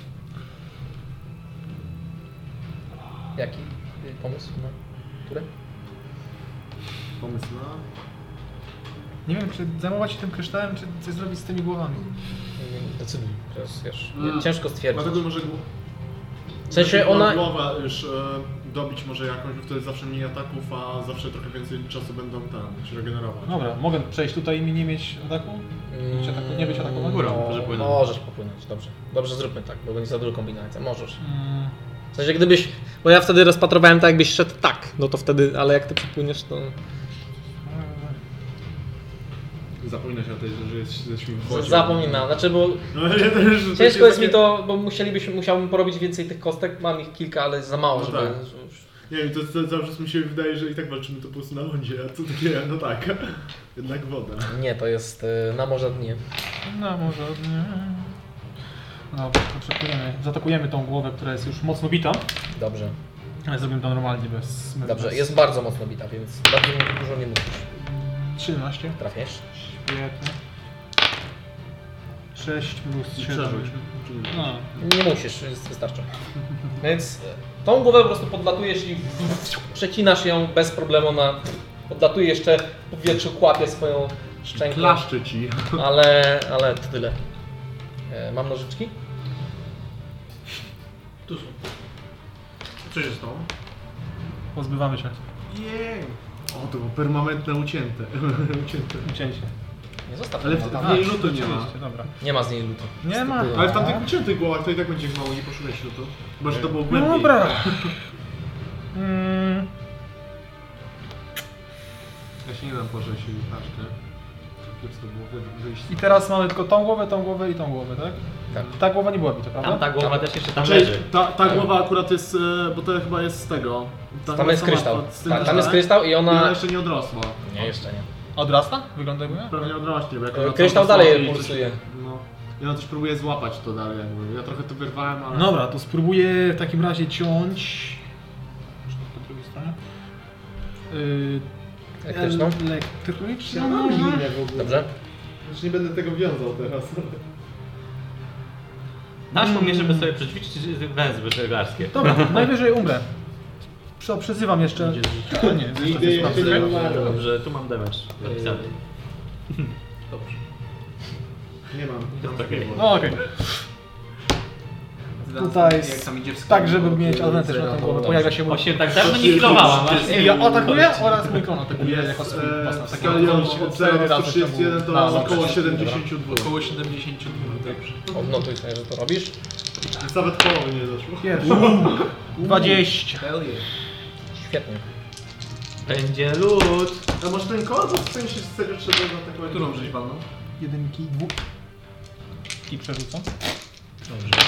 S1: Jaki pomysł na które?
S2: Pomysł na...
S4: Nie wiem, czy zajmować się tym kryształem, czy coś zrobić z tymi głowami.
S1: Decyduj, to jest, wiesz, ciężko stwierdzić.
S2: Dlatego może...
S1: W sensie ona...
S2: Głowa już dobić może jakąś, bo wtedy zawsze mniej ataków, a zawsze trochę więcej czasu będą tam się regenerować.
S4: Dobra, mogę przejść tutaj i nie mieć ataku? Nie być atakowany?
S3: Górą, może płynąć.
S1: Możesz popłynąć, dobrze. Dobrze, zróbmy tak, bo będzie za dużo kombinacja. Możesz. W sensie gdybyś, bo ja wtedy rozpatrowałem tak, jakbyś szedł tak, no to wtedy, ale jak ty przepłyniesz, to...
S2: Zapominać o tej, że jesteśmy w wodzie.
S1: Zapominam, znaczy bo
S2: No, ja też, że
S1: ciężko
S2: takie-
S1: jest mi to, bo musiałbym porobić więcej tych kostek, mam ich kilka, ale za mało,
S2: No
S1: żeby...
S2: tak. Nie wiem, to cały czas mi się wydaje, że i tak walczymy to po prostu na lądzie, a to takie, no tak, jednak woda.
S1: Nie, to jest na morze dnie.
S4: No może nie. Dobra, to przepłyniemy. Zaatakujemy tą głowę, która jest już mocno bita.
S1: Dobrze,
S4: Ale zrobimy to normalnie, bez...
S1: dobrze,
S4: bez...
S1: jest bardzo mocno bita, więc bardzo dużo nie musisz.
S4: 13.
S1: Trafiesz?
S4: Świetnie. 6 plus 7.
S2: Przeżyć.
S4: No.
S1: Nie musisz, wystarczy. Więc tą głowę po prostu podlatujesz i przecinasz ją bez problemu podlatuje jeszcze w powietrzu, kłapie swoją szczękę.
S2: Klaszczę ci.
S1: Ale to tyle. Mam nożyczki?
S5: Tu są. Co się stało?
S4: Pozbywamy się.
S2: Jej. O, to było permanentne ucięte.
S4: Ucięcie.
S1: Nie zostaw.
S2: Ale
S1: tego.
S2: w niej lutu nie ma.
S4: Oczywiście, dobra.
S1: Nie ma z niej lutu.
S4: Nie ma.
S2: Ale w tamtych uciętych głowach to i tak będzie mało, nie poszukać lutu. Chyba, że to było głębiej.
S4: Dobra.
S2: Ja się nie dam pożeć i paczkę. Kiepsko było wyjść.
S4: I teraz mamy tylko tą głowę i tą głowę, tak?
S1: Tak.
S4: Ta głowa nie była bita, prawda?
S3: Tam ta głowa też jeszcze tam
S2: Czyli
S3: leży.
S2: ta głowa akurat jest, bo to chyba jest z tego.
S1: Tam jest kryształ.
S2: Z tym
S1: Tak, tam jest
S2: kryształem.
S1: kryształ i
S2: I ona
S1: ona...
S2: jeszcze nie odrosła.
S1: Nie, jeszcze nie.
S4: Odrasta? Wygląda jakby?
S2: Pewnie odrośnie, bo jak ona
S1: Kryształ
S2: cały czas
S1: dalej
S2: robi
S1: pulsuje.
S2: No. I ona też próbuje złapać to dalej jakby. Ja trochę to wyrwałem, ale...
S4: Dobra, to spróbuję w takim razie ciąć... Po drugiej stronie.
S1: Elektryczną?
S4: Elektryczną?
S2: w ogóle.
S1: Dobrze.
S2: Już nie będę tego wiązał teraz.
S3: Naszło mnie, żeby sobie przećwiczyć węzły żeglarskie.
S4: Dobra, najwyżej umrę. Przyzywam jeszcze... A nie,
S2: Nigdy jeszcze nie umarłem.
S3: Dobrze, tu mam damage napisany.
S5: Dobrze.
S2: Nie mam.
S3: Okej.
S4: No okej. tutaj
S5: jak tam idzie w
S4: tak, żeby mieć advantage na tę głowę. Pojawia się mój...
S3: 8 tak dawno nie healowałam.
S4: Ja atakuję oraz mój klon atakuje jako swój własny.
S2: W skali od 0 do 131 to około 72.
S5: Około 72, dobrze.
S1: Odnotuj sobie, że to robisz.
S2: Więc nawet połowy nie doszło.
S4: Pierwszy. 20.
S5: Hell yeah.
S1: Świetnie.
S3: Będzie lód.
S2: A może ten kod w sensie serio trzeba zaatakować?
S5: Którą żeś walną?
S4: Jedynki, dwóch. I przerzucam.
S5: Dobrze.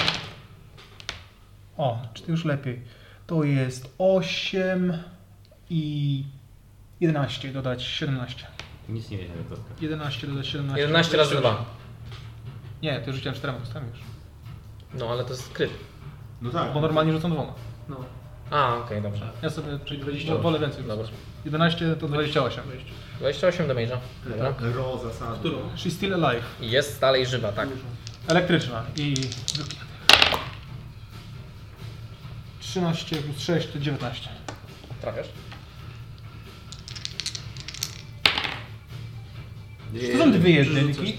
S4: O, czy to już lepiej. To jest 8 i 11 dodać 17.
S3: Nic nie wiedziałem, co to.
S4: 11 dodać 17.
S1: 11 razy 2.
S4: Nie, to już rzuciłem 4 kostami już.
S1: No ale to jest kryt.
S2: No tak.
S4: Bo normalnie rzucam 2.
S5: No.
S1: A, okej, dobrze.
S4: Ja sobie, czyli 20,
S1: Dobrze.
S4: wolę więcej.
S1: Dobra.
S4: 11 to 28.
S1: 28 damage'a. Dobra.
S2: Ro zasady.
S5: Którą?
S4: She's still alive.
S1: I jest dalej żywa, tak.
S4: Elektryczna i... 13 plus 6 to 19.
S1: Trafiasz?
S4: To są dwie jedynki.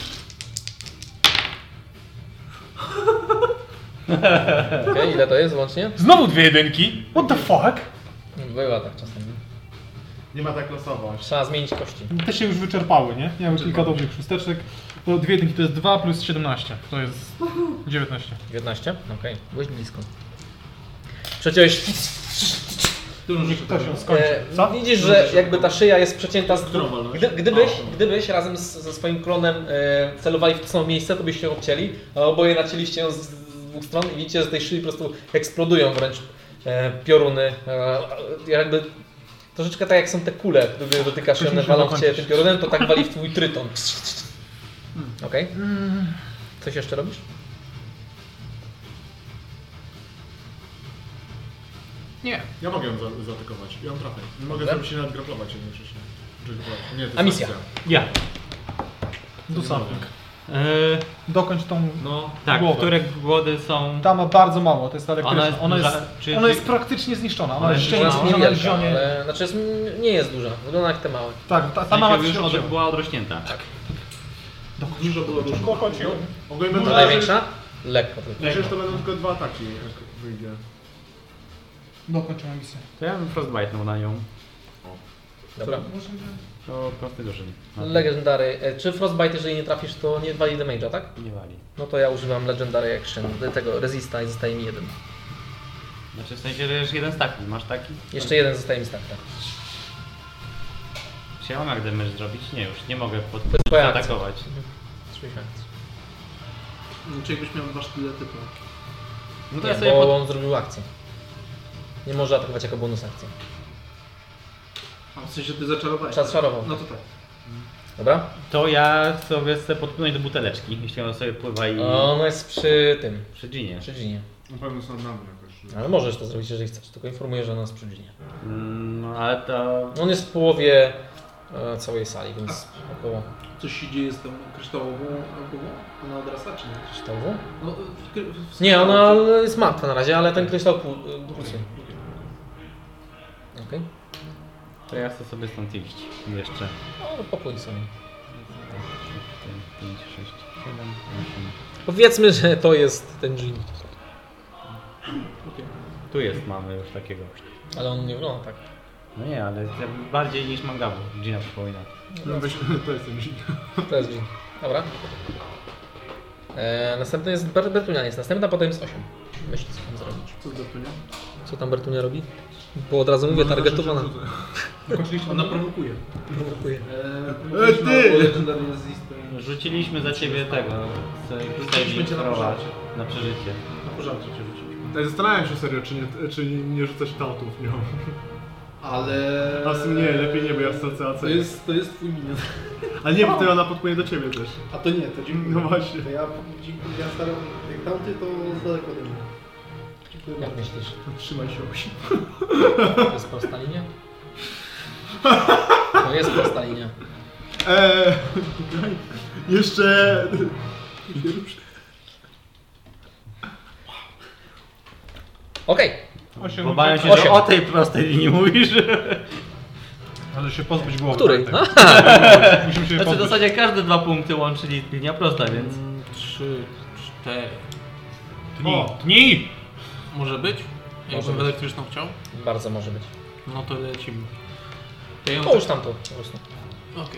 S1: Okej, ile to jest łącznie?
S4: Znowu dwie jedynki? What the fuck?
S1: Była tak czasem.
S2: Nie ma tak losowo.
S1: Trzeba zmienić kości.
S4: Te się już wyczerpały, nie? Miałem kilka dobrych szósteczek. To dwie jedynki to jest 2 plus 17. To jest 19.
S1: 19? Okej, byłeś blisko. Przecież
S5: Którą żeś
S4: To się skończy. Co?
S1: widzisz, że jakby ta szyja jest przecięta z
S5: Którą walnąłeś?
S1: Gdybyś razem ze swoim klonem celowali w to samo miejsce, to byście się obcięli, a oboje nacięliście ją z dwóch stron i widzicie, że z tej szyi po prostu eksplodują wręcz pioruny. Jakby troszeczkę tak jak są te kule, gdy dotykasz i
S4: Coś
S1: one
S4: musimy
S1: walą w ciebie
S4: dokończyć.
S1: tym piorunem, to tak wali w twój tryton. Okej? Coś jeszcze robisz?
S4: Nie.
S2: Ja mogę ją zaatakować. Ja ją trafię. Nie mogę
S1: Dobra.
S2: zrobić się nawet grapplować jednocześnie. Nie, to jest
S1: A misja?
S3: Ja.
S4: Dosłownik. Dokończ tą
S3: Tak,
S4: głowę.
S3: które głody są...
S4: Ta ma bardzo mało, to jest elektryczna.
S3: Ona jest duża, czy-
S4: ona jest praktycznie zniszczona. Ona jest
S3: Ona
S4: ścięta,
S3: jest
S1: Ona jest
S4: ona
S1: niewielka,
S4: zionie.
S1: ale znaczy nie jest duża. Wygląda jak te małe.
S4: Tak, ta
S3: Ta
S4: mała
S3: już
S4: się odcięła.
S3: była odrośnięta.
S5: Dużo było różnych.
S2: Ogólnie
S1: Ta
S2: będą
S1: największa? Lekko tylko.
S2: Myślę, że to będą tylko 2 ataki, jak wyjdzie.
S4: Dokończymy misję.
S3: To ja bym frostbite'nął na nią.
S1: Dobra.
S3: To prosty dużo.
S1: Legendary. Czy Frostbite, jeżeli nie trafisz, to nie wali damage'a, tak?
S3: Nie wali.
S1: No to ja używam Legendary Action, tego Resista i zostaje mi jeden.
S3: Znaczy w sensie, że już jeden stack, masz taki?
S1: Jeszcze jeden zostaje mi stack, tak.
S3: Czy ja mam jak damage zrobić? Nie, już nie mogę
S1: twoja akcja.
S3: atakować.
S1: Twoich akcji.
S5: Czy jakbyś miał dwa sztylety, to...
S3: No to
S1: Nie,
S3: ja sobie
S1: bo on zrobił akcję. Nie może atakować jako bonus akcję.
S5: A w sensie ty zaczarowałeś.
S1: Czarował.
S5: No to tak.
S1: Dobra?
S3: To ja sobie chcę podpłynąć do buteleczki, jeśli ona sobie pływa i...
S1: Ono jest przy tym,
S3: Przy ginie.
S1: przy Ginie.
S2: Na pewno są nad nami jakoś.
S1: Ale możesz to zrobić, jeżeli chcesz, tylko informuję, że ona jest przy Ginie.
S3: No ale to...
S1: On jest w połowie całej sali, więc około
S5: Coś się dzieje z tą kryształową głową? Ona odrasta, czy nie?
S1: kryształu.
S5: No,
S1: Nie, ona jest martwa na razie, ale ten kryształ pulsuje. Okej.
S3: To ja chcę sobie stąd iść. Jeszcze.
S1: No, popłyń sobie.
S3: 5, 6, 7, 8...
S1: Powiedzmy, że to jest ten dżin.
S3: Tu jest, mamy już takiego.
S1: Ale on nie wygląda tak.
S3: No nie, ale bardziej niż Mangabu. Gina przypomina.
S2: To jest ten dżin.
S1: To jest dżin. Dobra. Następny jest Bertunia, jest następna, potem jest 8. Myśl, co tam zrobić.
S5: Co z Bertunia?
S1: Co tam Bertunia robi? Bo od razu mówię, targetowana.
S5: Ona prowokuje.
S1: Prowokuje.
S2: ty!
S5: Legendary Resist.
S3: Rzuciliśmy za ciebie tego.
S5: Rzuciliśmy cię na pożarcie.
S3: Na przeżycie.
S5: Na pożarcie cię rzuciliśmy.
S2: Tak, zastanawiam się serio, czy nie rzucać tautów w nią.
S5: Ale...
S2: A w sumie nie, lepiej nie, bo ja stracę AC.
S5: To jest twój minion.
S2: Ale nie, bo to ona podpłynie do ciebie też.
S5: A to nie, to dziękuję.
S2: No właśnie.
S5: To ja staram... Jak tamty, to z daleko ode mnie. Dziękuję
S1: Jak
S5: bardzo.
S1: myślisz?
S2: Trzymaj się osi.
S1: To jest prosta linia? To jest prosta linia.
S2: Jeszcze...
S1: Okej.
S3: Obawiam się,
S1: Osiem.
S3: że o tej prostej linii mówisz.
S4: Ale się pozbyć głowy.
S1: Której?
S4: Tak. Musimy się
S3: Znaczy w
S4: pozbyć.
S3: zasadzie każde 2 punkty łączy linia prosta, więc...
S5: 3, 4.
S4: Tnij!
S5: Może być? Jakbym elektryczną chciał?
S1: Bardzo może być.
S5: No to lecimy. Ja ją
S1: Połóż tam to po prostu.
S5: Okej.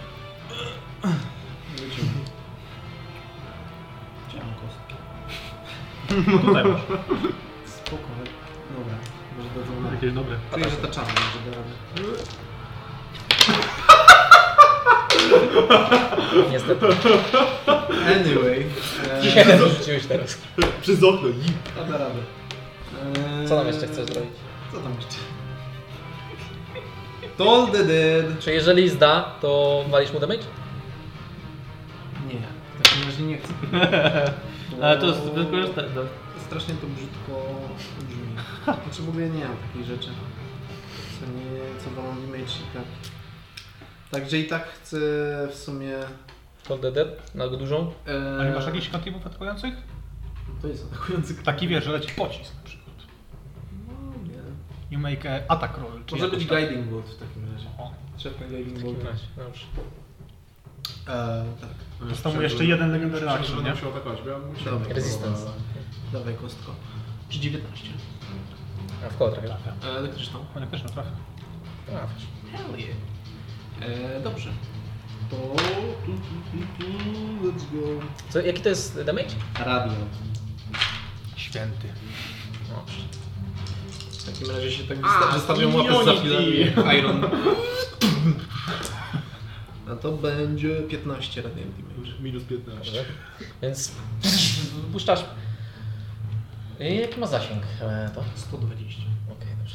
S5: Chciałem kostkę.
S4: Tutaj masz.
S5: Spoko. Dobra. Może dadzą na...
S4: Jakieś dobre.
S5: Czuję, że ta czarna może da radę.
S1: Niestety.
S5: Anyway.
S1: Jeden rzuciłeś teraz.
S2: Przez okno.
S5: Da radę.
S1: Co tam jeszcze chcesz zrobić?
S5: Co tam jeszcze? Toll the Dead.
S1: Czy jeżeli zda, to walisz mu damage?
S5: Nie, w takim razie nie chcę.
S3: Ale to wykorzystaj.
S5: Strasznie to brzydko brzmi. Znaczy w ogóle nie mam takiej rzeczy. Co dało mi damage i tak. Także i tak chcę w sumie...
S1: Call the Dead na dużą?
S4: A nie masz jakichś kantyków atakujących?
S5: To jest atakujący.
S4: Taki wiesz, że leci pocisk na przykład.
S5: No nie.
S4: You make a attack roll. czy
S5: Może być
S4: jakoś tak.
S5: Guiding Bolt w takim razie.
S4: O.
S5: Trzeba Guiding
S1: W
S5: Bolt.
S1: takim razie, dobrze.
S5: Tak.
S4: Został mu jeszcze jeden legendary
S2: Myślałem, że
S4: action,
S2: będę
S4: nie?
S2: musiał atakować, bo ja musiałem.
S5: Dawaj.
S1: Resistance.
S5: Dawaj kostko. Czy 19?
S1: A w koło trafię.
S4: Trafia.
S5: Elektryczną.
S4: On też trafia.
S1: Trafisz.
S5: Hell yeah. Dobrze. To... Let's go.
S1: Co, jaki to jest damage?
S5: Radiant.
S4: Święty.
S1: Dobrze.
S5: W takim razie się tak
S2: A,
S5: wystawią łapy
S2: Unity.
S5: za chwilę. Iron. A to będzie 15 radiant damage.
S2: Minus 15.
S1: Dobrze. Więc puszczasz. Jaki ma zasięg to?
S5: 120.
S1: Okej, dobrze.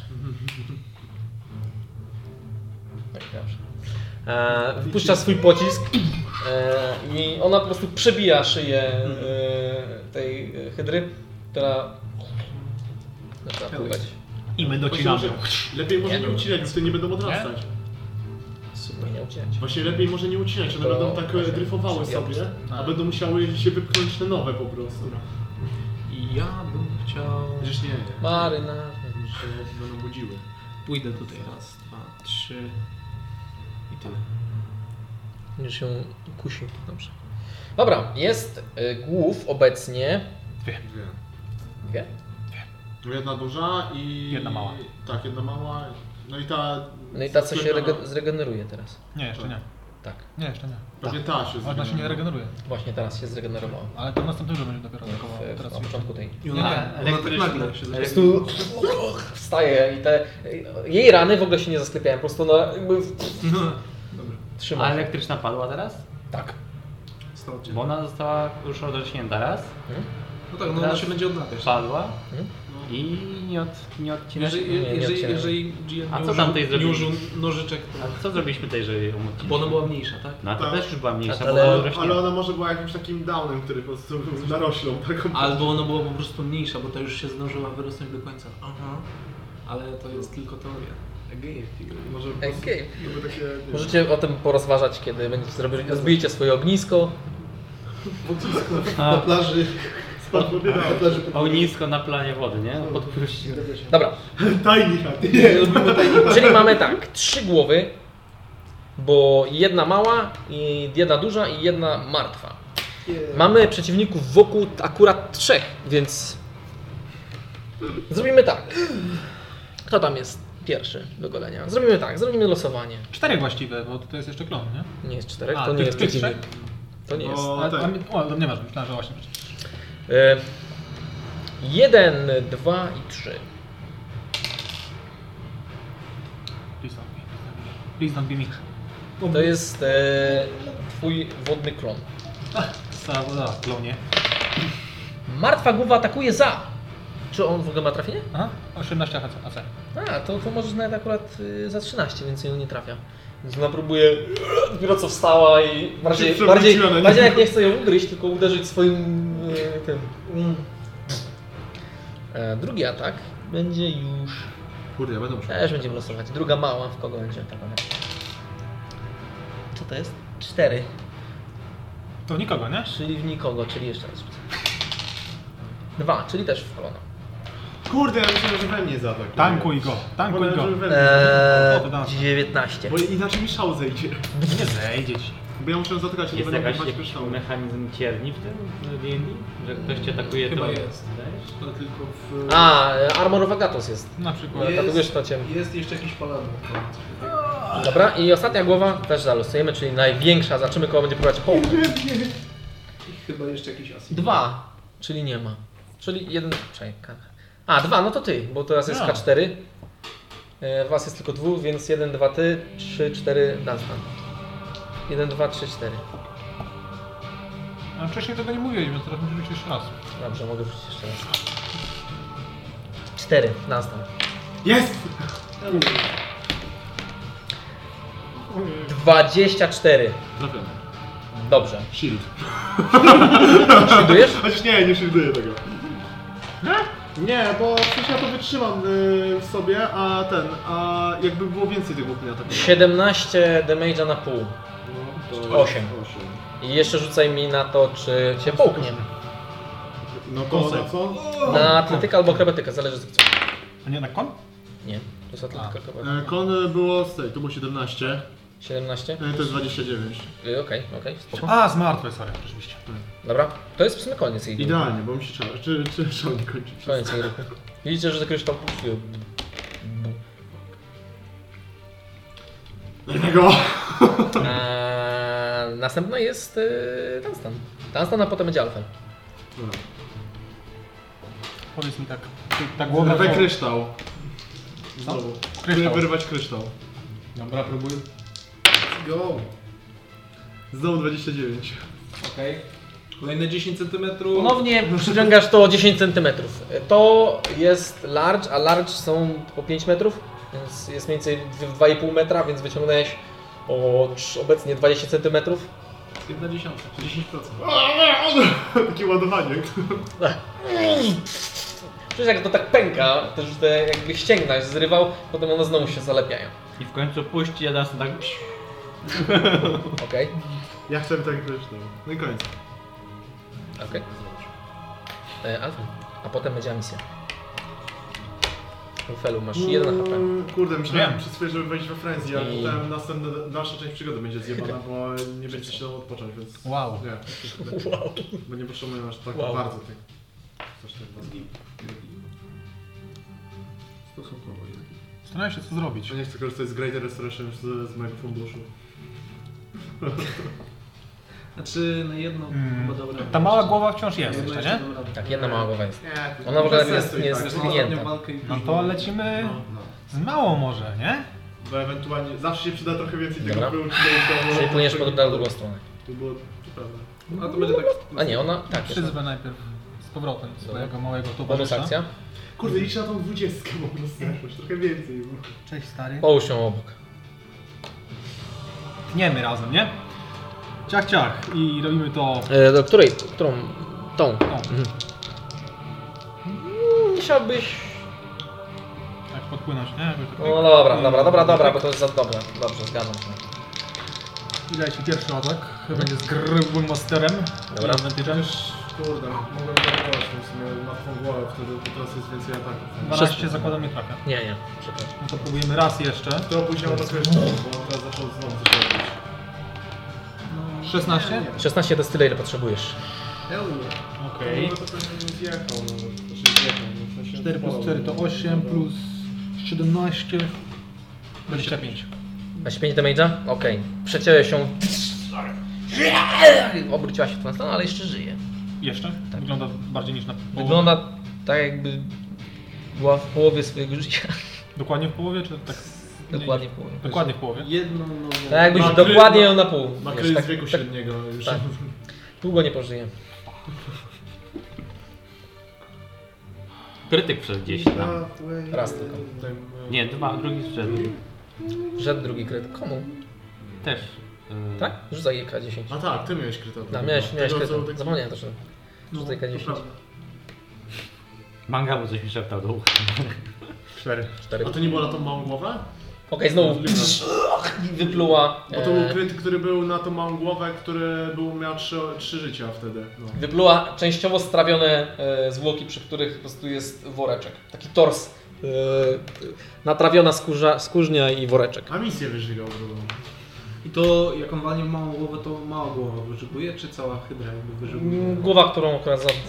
S1: Tak, dobrze. Wpuszcza swój pocisk i ona po prostu przebija szyję tej hydry, która zaczyna pływać.
S4: I my
S2: Właśnie
S4: docinamy.
S2: może, lepiej może nie ucinać, bo wtedy nie będą odrastać.
S1: Super, nie ucinać.
S2: Właśnie lepiej może nie ucinać, one
S1: To
S2: będą tak
S1: właśnie
S2: dryfowały
S1: przebijamy.
S2: sobie, a będą musiały się wypchnąć te nowe po prostu.
S5: I ja bym chciał...
S2: Przecież nie,
S1: Marynarze.
S2: się będą budziły.
S5: Pójdę tutaj. Raz, dwa, trzy i tyle.
S1: Już się kusi. Dobrze. Dobra, jest głów obecnie.
S4: Dwie.
S1: Dwie?
S2: Jedna duża i...
S4: Jedna mała.
S2: Tak, jedna mała. No i ta...
S1: No i ta co się
S2: sklepiona.
S1: zregeneruje teraz.
S4: Nie, jeszcze nie.
S1: Tak.
S4: Nie, jeszcze nie.
S2: Pewnie ta się
S4: Ona się nie regeneruje.
S1: Właśnie teraz się zregenerowała.
S4: Ale to w następnym będzie dopiero atakował.
S1: W na początku tej.
S5: I
S4: Nie,
S5: ona,
S4: nie,
S5: ona tak
S3: elektryczny.
S5: nagle się
S1: Po
S5: zaczyna.
S1: prostu wstaje i te jej rany w ogóle się nie zasklepiają, po prostu ona jakby
S5: No, dobra.
S1: trzyma.
S3: A
S1: się.
S3: elektryczna padła teraz?
S1: Tak.
S5: Stało cię.
S3: Bo ona została już odrośnięta raz,
S5: No tak, no ona się będzie odnawiać.
S3: padła
S1: Hmm?
S3: i nie odcina się.
S5: Jeżeli GM
S3: A
S5: nie
S3: co
S5: użył-
S3: tam tej
S5: nie
S3: zrobili?
S5: użył nożyczek, to...
S3: A co zrobiliśmy tej, że ją odciniliśmy?
S5: Bo ona była mniejsza, tak?
S3: No to
S2: Tak.
S3: też już była mniejsza,
S1: Ale-
S3: bo była
S2: Ale
S3: odrośnięta.
S2: ona może była jakimś takim downem, który po prostu naroślą taką...
S5: Albo ona była po prostu mniejsza, bo ta już się zdążyła wyrosnąć do końca. Aha. Ale to jest tylko teoria.
S2: Może po
S1: Ej,
S2: prostu
S1: okej.
S2: były takie... nie
S1: Możecie o tym porozważać, kiedy będziecie rozbijecie swoje ognisko.
S5: Na plaży.
S2: Spadło bieda.
S5: Na plaży
S3: Ognisko na planie wody, nie? Podpuści.
S1: Dobra,
S2: Tajni chat.
S5: Nie, robimy tajnik.
S1: czyli mamy tak, 3 głowy, bo jedna mała, i jedna duża i jedna martwa. Mamy przeciwników wokół akurat 3, więc zrobimy tak. Kto tam jest pierwszy do golenia? Zrobimy tak, zrobimy losowanie.
S4: 4 właściwe, bo to jest jeszcze klon, nie?
S1: Nie jest 4,
S4: A,
S1: to nie
S4: tych-
S1: jest
S4: tych
S1: przeciwnik. To nie jest.
S2: O,
S4: Ale,
S2: tak.
S4: o, nie masz, myślałem, że właśnie.
S1: 1, 2 i 3.
S4: Please don't be me.
S1: To jest twój wodny klon.
S4: Cała klonie.
S1: Martwa głowa atakuje za. Czy on w ogóle ma trafienie?
S4: Aha, 18 AC.
S1: A, to możesz nawet akurat za 13, więc ją nie trafia. Więc ona próbuje, dopiero co wstała i bardziej
S2: przewróciła na niego.
S1: jak nie chce ją ugryźć, tylko uderzyć swoim tym. Drugi atak będzie już.
S2: Kurde, ja będę musiał.
S1: Też będziemy losować. Druga mała, w kogo będzie atakowana? Co to jest? 4,
S4: To nikogo, nie?
S1: czyli w nikogo, czyli jeszcze raz rzucę. 2, czyli też w kolona.
S2: Kurde, ja myślałem, że we mnie zaatakuje.
S4: Tankuj go, tankuj
S2: Wolę,
S4: go.
S2: żeby we mnie zaatakował.
S4: to dam.
S1: 19.
S2: Bo inaczej mi szał zejdzie.
S4: Nie zejdzie ci.
S2: Bo ja muszę zatykać, nie
S3: Jest
S2: będę
S3: jakiś
S2: używać kryształu.
S3: mechanizm cierni w tym D&D? Że ktoś cię atakuje,
S5: Chyba
S3: to...
S5: jest.
S3: Dajesz?
S5: To tylko w...
S1: Armor of Agathos jest.
S4: Na przykład.
S1: Atakujesz to cię.
S5: Jest jeszcze jakiś paladin.
S1: Dobra, i ostatnia głowa też zalosujemy, czyli największa. Zobaczymy, kogo będzie próbować połknąć.
S5: I chyba jeszcze jakiś asyst.
S1: 2, czyli nie ma. Czyli 1. Czekaj. A, 2, no to ty, bo teraz jest
S4: No.
S1: K4. Was jest tylko 2, więc 1, 2 ty, 3, 4 Dunstan. 1, 2, 3, 4.
S4: A wcześniej tego nie mówiłeś, więc teraz musisz rzucić jeszcze raz.
S1: Dobrze, mogę wrzucić jeszcze raz. 4 Dunstan.
S2: Jest!
S1: 24.
S2: Trafiony.
S1: Dobrze.
S2: Shield.
S1: Shieldujesz?
S2: Chociaż nie shielduję tego. Nie, bo przecież ja to wytrzymam w sobie, a jakby było więcej tych łuk mnie atakowało.
S1: 17 damage'a na pół.
S2: No, to
S1: 8. I jeszcze rzucaj mi na to, czy cię połknie.
S2: No to na co?
S1: Na atletykę albo akrobatykę, zależy co.
S4: A nie na kon?
S1: Nie, to jest atletyka akrobatyka.
S2: Kon było z tej, to było 17,
S1: 17?
S2: to jest 29.
S1: Okej, spoko.
S4: A, zmartwy, sorry, rzeczywiście.
S1: Dobra, to jest w sumie koniec jej ruchu.
S2: Idealnie, bo mi się trzeba, czy szał nie kończy.
S1: Koniec jej ruchu. Widzicie, że zakryć tam
S2: Jednego!
S1: Następna jest Dunstan. Dunstan, a potem będzie Alfen.
S2: Dobra.
S4: Powiedz mi tak, ta głowa...
S2: Dawaj kryształ. Znowu.
S4: Kryształ.
S2: Wyrwać kryształ.
S4: Dobra, próbuję.
S5: Go!
S2: Znowu 29.
S5: Okej. Kolejne 10 cm.
S1: Ponownie przyciągasz to o 10 cm. To jest large, a large są po 5 metrów, więc jest mniej więcej 2,5 metra, więc wyciągnąłeś obecnie 20 cm.
S5: 1/10, 10%.
S2: Takie ładowanie.
S1: Przecież jak to tak pęka, to już te jakby ścięgna się zrywał, potem one znowu się zalepiają.
S3: I w końcu puści jeden tak...
S1: Okej,
S2: Ja chcę tak kryształ. No i koniec.
S1: okej. Alfen, a potem będzie misja. Felu, masz 1 HP.
S2: Kurde, myślałem
S4: Wiem.
S2: przez chwilę, żeby wejść we frenzy, ale
S1: I-
S2: potem następna dalsza część przygody będzie zjebana, bo nie będzie się dało odpocząć, więc...
S4: Wow.
S2: Nie,
S1: Wow.
S2: bo nie potrzebuję aż tak
S1: Wow.
S2: bardzo tych... Coś tak bardzo. Stosunkowo.
S4: Zastanawiam się, co zrobić.
S2: Ja nie chcę korzystać z Greater Restoration już z mojego funduszu.
S5: Znaczy na jedną chyba dobra.
S4: Ta mała głowa wciąż jest
S5: Jedno
S4: jeszcze,
S5: jeszcze
S4: nie?
S5: dam radę.
S1: Tak, jedna mała głowa jest.
S2: Nie,
S1: Ona w ogóle
S2: bez
S1: jest-
S2: sensu i
S1: jest-
S2: tak.
S5: Ostatnią
S1: zwinięta.
S5: walkę i
S4: No
S5: później.
S4: to lecimy
S2: No.
S4: z małą może, nie?
S2: Bo ewentualnie zawsze się przyda trochę więcej tego
S1: Dobra.
S2: wyuczyć.
S1: Czyli płyniesz pod na drugą stronę.
S2: To było, to prawda.
S5: A to będzie tak...
S1: A nie, ona tak jest.
S4: Przyzwę najpierw z powrotem swojego małego
S1: Bonus
S4: towarzysza.
S1: akcja.
S2: Kurde, liczę na tą 20 po prostu jakoś, trochę więcej.
S4: Cześć stary.
S1: Połóż ją obok.
S4: Tniemy razem, nie? Ciach, ciach. I robimy to...
S1: Do której? Którą? Tą.
S4: O,
S1: Musiałbyś...
S4: tak podpłynąć, nie? Jakoś tak-
S1: No dobra, bo to jest za dobre. Dobrze, zgadzam się.
S4: I dajcie pierwszy atak. Będzie z grubym masterem.
S1: Dobra.
S4: I advantage'em.
S2: Kurde, mogłem zareagować w sumie martwą głowę, wtedy bo teraz jest więcej ataków.
S4: 12 zakładam nie trafia.
S1: Nie, przepraszam.
S4: No to próbujemy raz jeszcze.
S2: To później atakujesz to, bo on teraz zaczął znowu coś robić.
S4: 16?
S1: 16 to jest tyle, ile potrzebujesz.
S4: Okej.
S2: No to pewnie nie zjechał, no. Znaczy zjechał, no, w sensie
S4: 4 plus 4 to 8 plus 17. 25.
S1: 25 damage'a? Okej. Przecięłeś się. Obróciła się w tę stronę, ale jeszcze żyje.
S4: Jeszcze?
S1: Tak.
S4: Wygląda bardziej niż na połowę.
S1: Wygląda tak, jakby była w połowie swojego życia.
S4: Dokładnie w połowie, czy tak?
S1: Dokładnie w połowie.
S4: Dokładnie w połowie.
S5: Jedną nową.
S1: Tak jakbyś
S2: Ma
S1: dokładnie
S2: kry-
S1: ją na pół.
S2: Ma
S1: Wiesz,
S2: kryzys
S1: tak,
S2: wieku
S1: tak,
S2: średniego już.
S1: tak. Długo nie pożyje.
S3: Krytyk przez 10 tam.
S1: Raz tylko.
S3: Nie, drugi sprzed.
S1: Żaden drugi kryt. Komu?
S3: Też.
S1: Tak? Rzucaj K10.
S2: A tak, ty miałeś kryta.
S1: No, miałeś
S2: Tego,
S1: kryt.
S2: co taki-
S1: Zapomniałem też. Rzucaj
S2: to
S1: K10.
S2: prawda.
S3: Manga mu coś mi szeptał do ucha.
S4: 4.
S1: 4.
S2: A to nie było na tą małą głowę?
S1: Okej, znowu i wypluła.
S2: Bo to był kryt, który był na tą małą głowę, który miał 3 życia wtedy. No.
S1: Wypluła częściowo strawione zwłoki, przy których po prostu jest woreczek. Taki tors. Natrawiona skórznia i woreczek.
S2: A misję wyżygał drugą.
S5: I to jak on walnie w małą głowę, to mała głowa wyżyguje, czy cała hydra jakby wyżyguje?
S1: Głowa, którą akurat za...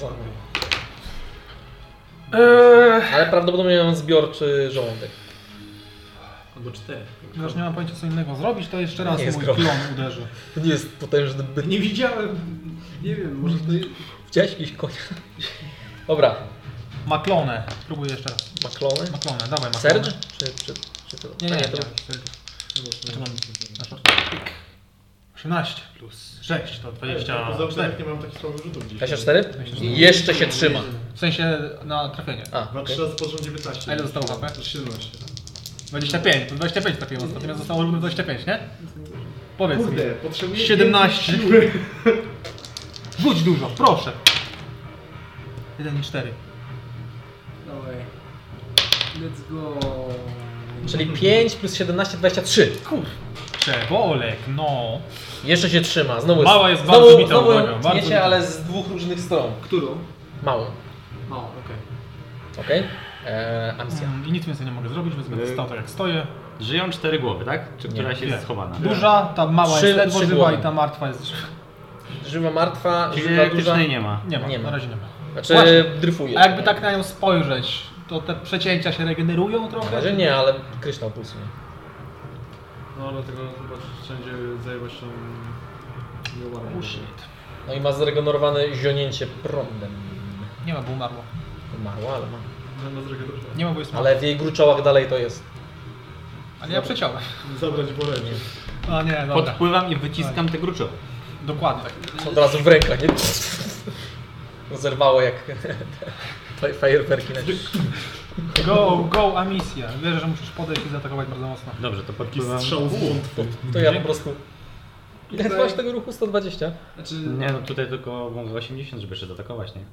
S1: Ale prawdopodobnie mam zbiorczy żołądek.
S5: Albo 4.
S4: Już nie mam pojęcia co innego zrobić, to jeszcze raz
S1: Nie jest
S4: mój
S1: groch.
S4: klon uderzy.
S1: To nie jest potężny byt.
S5: Nie widziałem, nie wiem, może to jest...
S1: Widziałeś jakiś konia? Dobra,
S4: Maklonę. Spróbuję jeszcze raz.
S1: maklony.
S4: Maklonę, dawaj maklonę.
S1: Serge? Czy to?
S4: Nie,
S1: A
S4: nie,
S1: to...
S4: Zaczynam na short. 13 plus 6 to 24.
S2: Nie mam takich słabych rzutów dzisiaj.
S1: 24? I jeszcze się trzyma.
S4: W sensie na trafienie.
S1: A,
S2: Dwa,
S1: okej.
S2: 3 razy pod rząd 19.
S4: A ile zostało HP?
S2: 17.
S4: 25, 25 trafiłem ostatnio, natomiast zostało równo 25, nie? Powiedz
S2: Kurde,
S4: mi.
S2: potrzebuję
S4: 17.
S2: więcej siły.
S4: Rzuć dużo, proszę. 1 i 4.
S5: Dawaj. Let's go.
S1: Czyli 5 plus 17, 23.
S4: Przebolek, no.
S1: Jeszcze się trzyma. Znowu
S4: Mała jest bardzo bita,
S1: znowu
S4: uwaga, bardzo
S1: tniecie,
S4: bita.
S1: ale z dwóch różnych stron.
S5: Którą?
S1: Małą.
S5: No, okej.
S1: Okej? Amsja.
S4: I nic więcej nie mogę zrobić, więc będę stał tak jak stoję.
S3: Żyją 4 głowy, tak? Czy któraś
S4: Nie.
S3: jest schowana?
S4: Duża, ta mała
S1: Trzy-
S4: jest ledwo
S1: trzy
S4: żywa
S1: głowy.
S4: i ta martwa jest...
S1: Żywa, martwa,
S3: Czyli
S1: żywa, duża.
S3: elektrycznej nie ma.
S4: Nie ma,
S1: Nie ma.
S4: na razie nie ma.
S1: Znaczy
S4: Właśnie.
S1: dryfuje.
S4: A jakby tak na nią spojrzeć, to te przecięcia się regenerują
S1: Na
S4: trochę?
S1: razie nie, ale kryształ pulsuje.
S2: No dlatego chyba wszędzie zajebać tą...
S4: Oh shit.
S1: No i ma zregenerowane zionięcie prądem.
S4: Nie ma, bo umarła.
S1: Umarła, ale ma.
S4: Nie ma, bo jest mała.
S1: Ale w jej gruczołach dalej to jest.
S4: Ale ja przeciąłem.
S2: Zabrać worek.
S4: A nie, dobra.
S3: Podpływam i wyciskam te gruczoły.
S4: Dokładnie tak.
S1: Od razu w rękach, nie? Zerwało jak fajerwerki na
S4: Go, Amisja. Wierzę, że musisz podejść i zaatakować bardzo mocno.
S3: Dobrze, to
S2: Taki
S3: podpływam.
S2: strzał z wątku.
S1: To ja po prostu... Ile ty masz tego ruchu? 120?
S5: Znaczy,
S3: Nie no, tutaj tylko mogę 80, żeby jeszcze zaatakować, nie?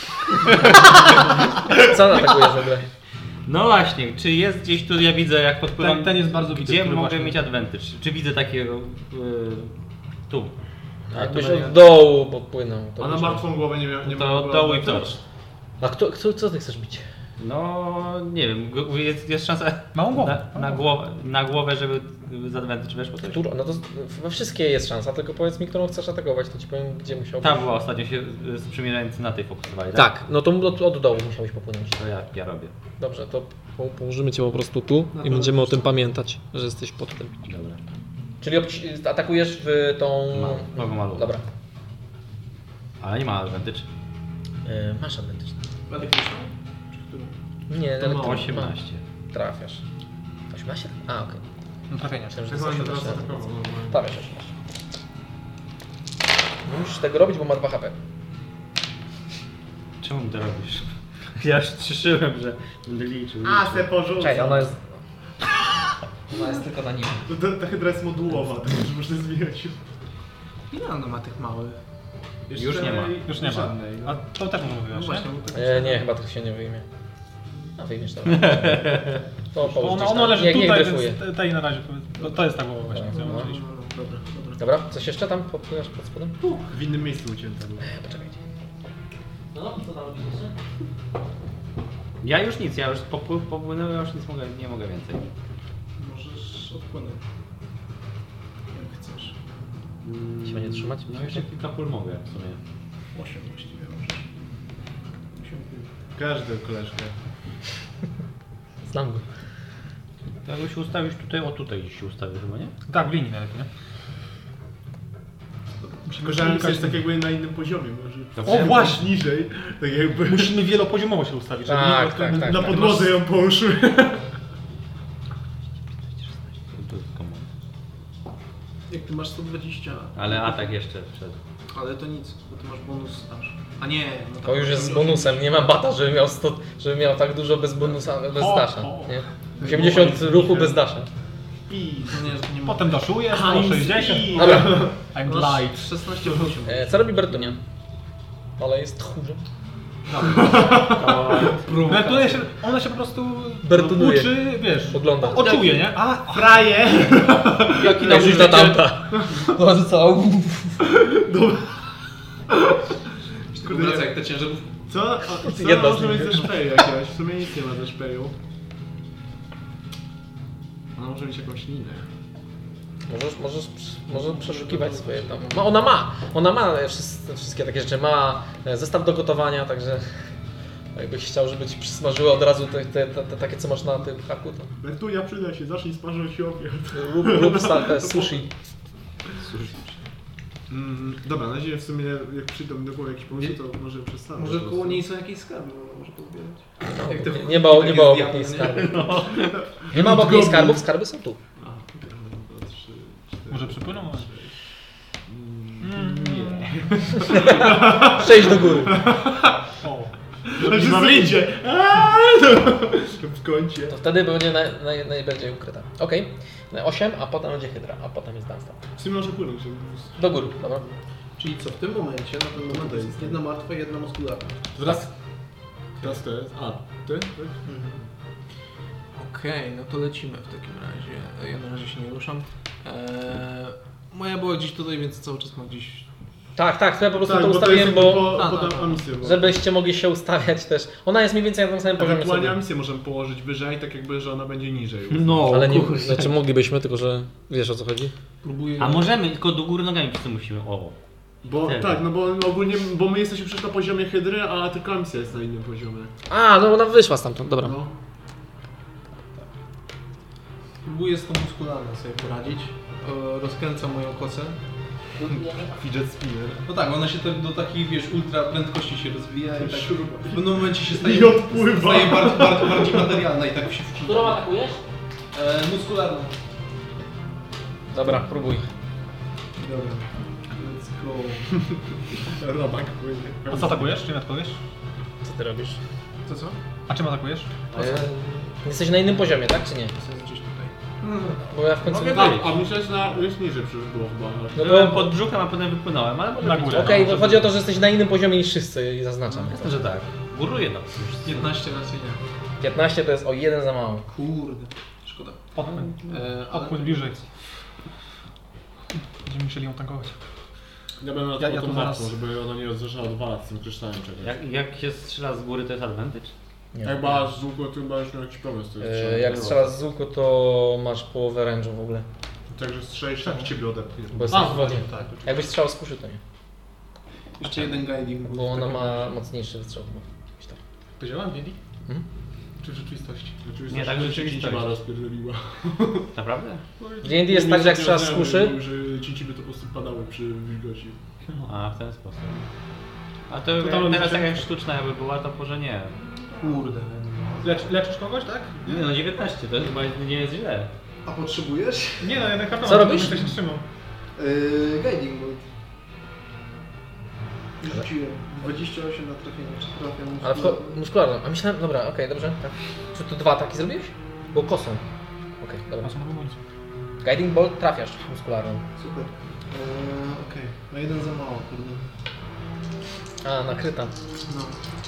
S1: Co atakujesz w ogóle?
S3: No właśnie, czy jest gdzieś tu, ja widzę jak podpływam,
S4: Ten jest bardzo bity,
S3: gdzie
S4: który
S3: mogę
S4: właśnie-
S3: mieć advantage? Czy widzę takiego tu?
S1: Jakbyś
S3: to
S1: od dołu podpłynął.
S2: A na
S1: byś-
S2: martwą głowę nie miał...
S3: To od dołu i wzrocz.
S1: A co ty chcesz bić?
S3: No nie wiem, jest szansa
S4: Małą głowę.
S3: na głowę, żeby z advantage weszło coś?
S1: No to we wszystkie jest szansa, tylko powiedz mi, którą chcesz atakować, to ci powiem, gdzie musiałbyś...
S3: Ta była ostatnio się sprzymierzający na tej fokusowali,
S1: Tak, no to od dołu musiałbyś popłynąć.
S3: To ja robię.
S1: Dobrze, to położymy cię po prostu tu i będziemy o tym pamiętać, że jesteś pod tym.
S3: Dobra.
S1: Czyli atakujesz w tą...
S3: Nogą malucha.
S1: Dobra.
S3: Ale nie ma advantage.
S1: Masz advantage.
S5: Będę kryształ? Czy którą?
S1: Nie,
S2: To
S1: ale
S2: mało.
S3: 18.
S1: trafiasz. 18? A, okej.
S4: No trafienie.
S1: Myślałem, że
S2: Chyba
S1: to
S2: nie
S1: jest
S2: teraz
S1: 18.
S2: atakował normalnie.
S1: Trafiasz 18. Nie musisz tego robić, bo ma 2 HP.
S3: Czemu mi to robisz? Ja już cieszyłem, że będę liczył.
S2: A, se porzucam.
S1: Czekaj, ona jest... Ona jest tylko na nim.
S2: Ta hydra jest modułowa, tak że można zmieniać.
S5: Ile ona ma tych małych?
S3: Już nie ma.
S4: Już nie ma.
S2: Żadnej.
S4: A to też może
S5: No
S4: wyjąć,
S5: właśnie,
S4: nie?
S5: bo tak
S1: Nie, chyba to się nie wyjmie. A wyjmiesz to. To połóż
S4: Ona,
S1: gdzieś
S4: ona
S1: tam.
S4: leży
S1: Niech
S4: tutaj,
S1: dryfuje.
S4: więc tej na razie, to jest ta głowa właśnie, co
S1: No.
S4: użyliśmy.
S5: Dobra.
S1: Dobra, coś jeszcze tam podpływasz pod spodem?
S2: W innym miejscu ucięta była.
S1: Poczekajcie. No, co tam robisz jeszcze?
S3: Ja już nic, ja już popłynąłem, ja już nic nie mogę więcej.
S5: Możesz odpłynąć. Jak chcesz.
S1: Się będzie trzymać?
S3: No jeszcze kilka pól mogę w sumie.
S5: 8 właściwie możesz. 8
S2: Każdy koleżkę.
S1: Znam go.
S3: To się ustawić tutaj, o tutaj się ustawię chyba, nie?
S4: Tak, w linii nawet, nie?
S2: Korzystałem coś tak jakby na innym poziomie, może.
S3: Dobrze.
S4: O, właśnie!
S2: Niżej, tak jakby
S4: Musimy wielopoziomowo się ustawić, żeby
S1: Tak,
S4: nie
S1: tak, tak.
S2: na podłodze ją połóżmy.
S3: To jest common.
S5: Jak ty masz 120,
S3: Ale atak jeszcze przed.
S5: ale to nic, bo ty masz bonus aż. A nie, no
S1: To już jest z bonusem, nie ma bata, żeby miał tak dużo bez bonusa, bez
S4: O,
S1: dasza.
S4: o.
S1: Nie? 80 ruchu bez dasza.
S5: No nie, że to nie ma.
S4: Potem daszujesz, po 60.
S1: Dobra.
S4: I'm
S5: Masz
S4: light.
S5: 16 8.
S1: Co robi Bertunia? Ale jest tchórzem.
S4: Ona się po prostu
S1: Bertunuje.
S4: uczy, wiesz,
S1: Ogląda.
S4: oczuje, nie? A,
S2: Fraje!
S1: Jaki nauczyciel tamta? To co?
S5: Kurde, wraca jak ta ciężarówka.
S2: Co? Co
S1: Jedna z
S2: może mieć
S1: nich.
S2: ze szpeju jakiegoś? W sumie nic nie ma ze szpeju. Ona może mieć jakąś linę.
S1: Możesz przeszukiwać swoje tam. No ona ma wszystkie takie rzeczy, ma zestaw do gotowania, także jakbyś chciał, żeby ci przysmażyły od razu te takie, co masz na tym haku, to
S2: Jak tu ja przyda się, zacznij smażyć obiad.
S1: rób sushi.
S2: Dobra, na razie w sumie jak przyjdą do głowy jakieś pomysły, to może przestanę.
S5: Może koło niej są jakieś skarby, może pozbierać.
S1: Nie ma obok niej skarbów. Nie ma obok niej skarbów, skarby są tu.
S4: Może przypłyną?
S2: Nie.
S1: 6 do góry.
S2: Wszyscy idzie! W kącie.
S1: To wtedy będzie najbardziej ukryta. Okej. 8, a potem będzie hydra, a potem jest Dunstan.
S2: W sumie może płynąć.
S1: Do góry, dobra.
S5: Czyli co, w tym momencie, na ten moment jest jedna martwa i jedna muskularna.
S2: Teraz to jest. A, ty?
S5: Okej, no to lecimy w takim razie. Ja na razie się nie ruszam. Moja była gdzieś tutaj, więc cały czas mam gdzieś...
S1: Tak, to ja po prostu to
S2: bo
S1: ustawiłem, bo
S2: podam misję.
S1: żebyście mogli się ustawiać też. Ona jest mniej więcej na tym samym poziomie
S2: Ewentualnie
S1: sobie.
S2: misję możemy położyć wyżej, tak jakby, że ona będzie niżej.
S3: No,
S1: Ale nie, znaczy moglibyśmy, tylko że wiesz o co chodzi?
S5: Próbuję...
S3: A możemy, tylko do góry nogami wszyscy musimy. O.
S2: Bo
S3: Wtedy.
S2: tak, no bo ogólnie, bo my jesteśmy przecież na poziomie hydry, a tylko misja jest na innym poziomie.
S1: A, no ona wyszła stamtąd, dobra.
S2: No.
S5: Próbuję z tą muskularną sobie poradzić. Rozkręcam moją kosę.
S2: Fidget spinner.
S5: No tak, ona się do takich, wiesz, ultra prędkości się rozwija i tak
S2: Śruba.
S5: w pewnym momencie się staje,
S2: I odpływa.
S5: staje bardziej materialna i tak się wcina.
S1: Którą atakujesz?
S5: Muskularną.
S1: Dobra, próbuj.
S5: Dobra. Let's go.
S2: Robak płynie.
S4: A co atakujesz? Czym atakujesz?
S1: Co ty robisz?
S5: Co?
S4: A czym atakujesz?
S1: Jesteś na innym poziomie, tak czy nie?
S5: Jest gdzieś tutaj.
S1: Bo ja w końcu...
S3: Mogę
S1: Okej,
S3: być.
S2: A myślałeś jest niżej przecież było chyba.
S1: no
S3: Byłem
S1: bo...
S3: pod brzuchem, a potem wypłynąłem, ale może
S4: Na
S3: być.
S4: górę.
S1: Okej, chodzi o to, że jesteś na innym poziomie niż wszyscy i zaznaczam.
S3: Jasne, że tak. Góruję no.
S5: 15 raczej nie.
S1: 15 to jest o 1 za mało.
S5: Kurde. Szkoda.
S4: Podpłyń.
S5: Ale...
S4: Odpłyń bliżej. Będziemy musieli ją tankować.
S2: Ja będę
S4: Ja
S2: na
S4: tu
S2: tą
S4: zaraz-
S2: martwą, żeby ona nie zaczęła odwalać z tym kryształem czegoś.
S3: Jak się strzela z góry, to jest advantage?
S1: Nie.
S2: Jak masz z łuku, to chyba już miał jakiś problem z tym strzałem.
S1: Jak strzelasz z łuku, to masz połowę range'u w ogóle.
S2: Także strzelisz tak i ciebie odepnie.
S1: Bo jesteś w wodzie.
S5: tak.
S1: Jakbyś strzelał z kuszy, to nie.
S5: Jeszcze jeden guiding.
S1: Bo ona ma mocniejszy wystrzał. Jakoś tak.
S5: To działa w D&D?
S1: Mhm.
S5: Czy w rzeczywistości?
S2: Oczywiście,
S3: Nie, tak
S2: że
S3: rzeczywistość.
S2: Cięci ma rozpierdoliła.
S3: Naprawdę?
S1: D&D jest tak, że jak strzelasz z kuszy,
S2: Że cięci by to po prostu padały przy wilgoci.
S3: A, w ten sposób. A to
S2: tam
S3: teraz
S2: będzie-
S3: jak sztuczna jakby była, to może nie.
S5: Kurde.
S4: Leczysz kogoś, tak?
S3: Nie no, 19, to chyba nie jest źle.
S5: A potrzebujesz?
S4: Nie no, jednak kartona.
S1: Co robisz?
S4: Ktoś się trzymał.
S5: Guiding bolt. Rzuciłem 28 na trafienie, czy trafiam
S1: ale muskularną. A myślałem, dobra, okej, dobrze. Tak. Czy tu 2 ataki zrobiłeś? Bo kosą. Okej, dobra.
S4: A są na pomocy.
S1: Guiding Bolt trafiasz muskularną.
S5: Super. Okej. No jeden za mało, kurde.
S1: A, nakryta.
S5: No.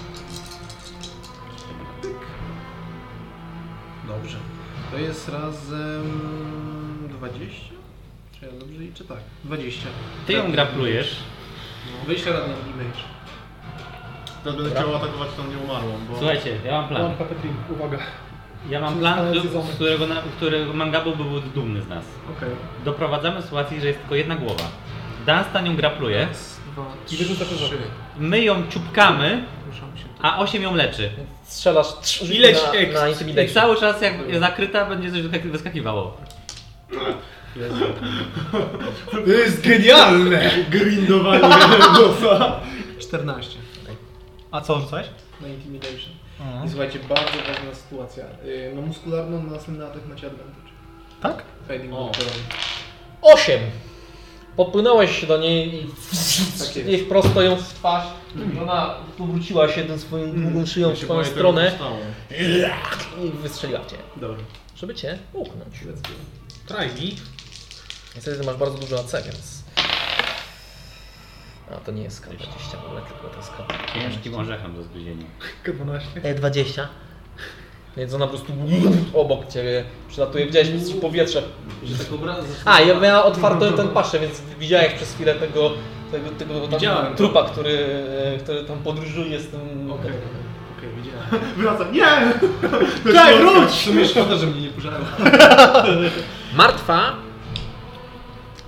S5: Pyk. Dobrze. To jest razem 20? Czy ja dobrze liczę? Tak. 20.
S3: Ty ją graplujesz.
S5: 20 radiant damage.
S2: Teraz będę chciał atakować tą nieumarłą, bo...
S3: Słuchajcie, ja mam plan.
S4: One HP team, uwaga.
S3: Ja mam plan, którego Mangabu był dumny z nas.
S5: Okej.
S3: Doprowadzamy do sytuacji, że jest tylko jedna głowa. Dunstan ją grapluje,
S5: Raz, dwa,
S4: I wyrzuca to
S5: trzy.
S3: my ją ciupkamy,
S5: Ruszam się tu.
S3: a 8 ją leczy.
S1: Strzelasz
S3: Ileć
S1: na
S3: I
S1: Intimidation.
S3: cały czas jak zakryta będzie coś wyskakiwało.
S5: To jest genialne!
S2: Grindowanie bossa.
S5: 14
S4: A co rzucałeś?
S5: na Intimidation.
S4: Mhm.
S5: I słuchajcie, bardzo ważna sytuacja. Na muskularną na następny atak macie advantage.
S4: Tak?
S5: Fading
S2: O.
S5: Bolt.
S1: 8! Podpłynąłeś do niej i
S5: jest.
S1: gdzieś prosto ją w twarz. I ona powróciła się tym swoim długą szyją w swoją stronę i wystrzeliła w cię.
S5: Dobra.
S1: Żeby cię uknąć.
S4: Try me.
S1: Niestety ty masz bardzo dużo AC, więc... A to nie jest K20 w ogóle, tylko to jest K15.
S3: Ciężkim orzechem do zgryzienia.
S4: K12.
S1: 20. Więc ona po prostu obok ciebie przylatuje, widziałeś powietrze.
S5: Że tak obraz...
S1: A, ja miała otwartą ten paszę, więc widziałeś przez chwilę tego tam
S5: Widziałem.
S1: trupa, który tam podróżuje z tym...
S5: Okej, widziałem.
S2: Wraca, nie!
S5: Daj, wróć! W sumie szkoda, że mnie nie pożarła.
S1: Martwa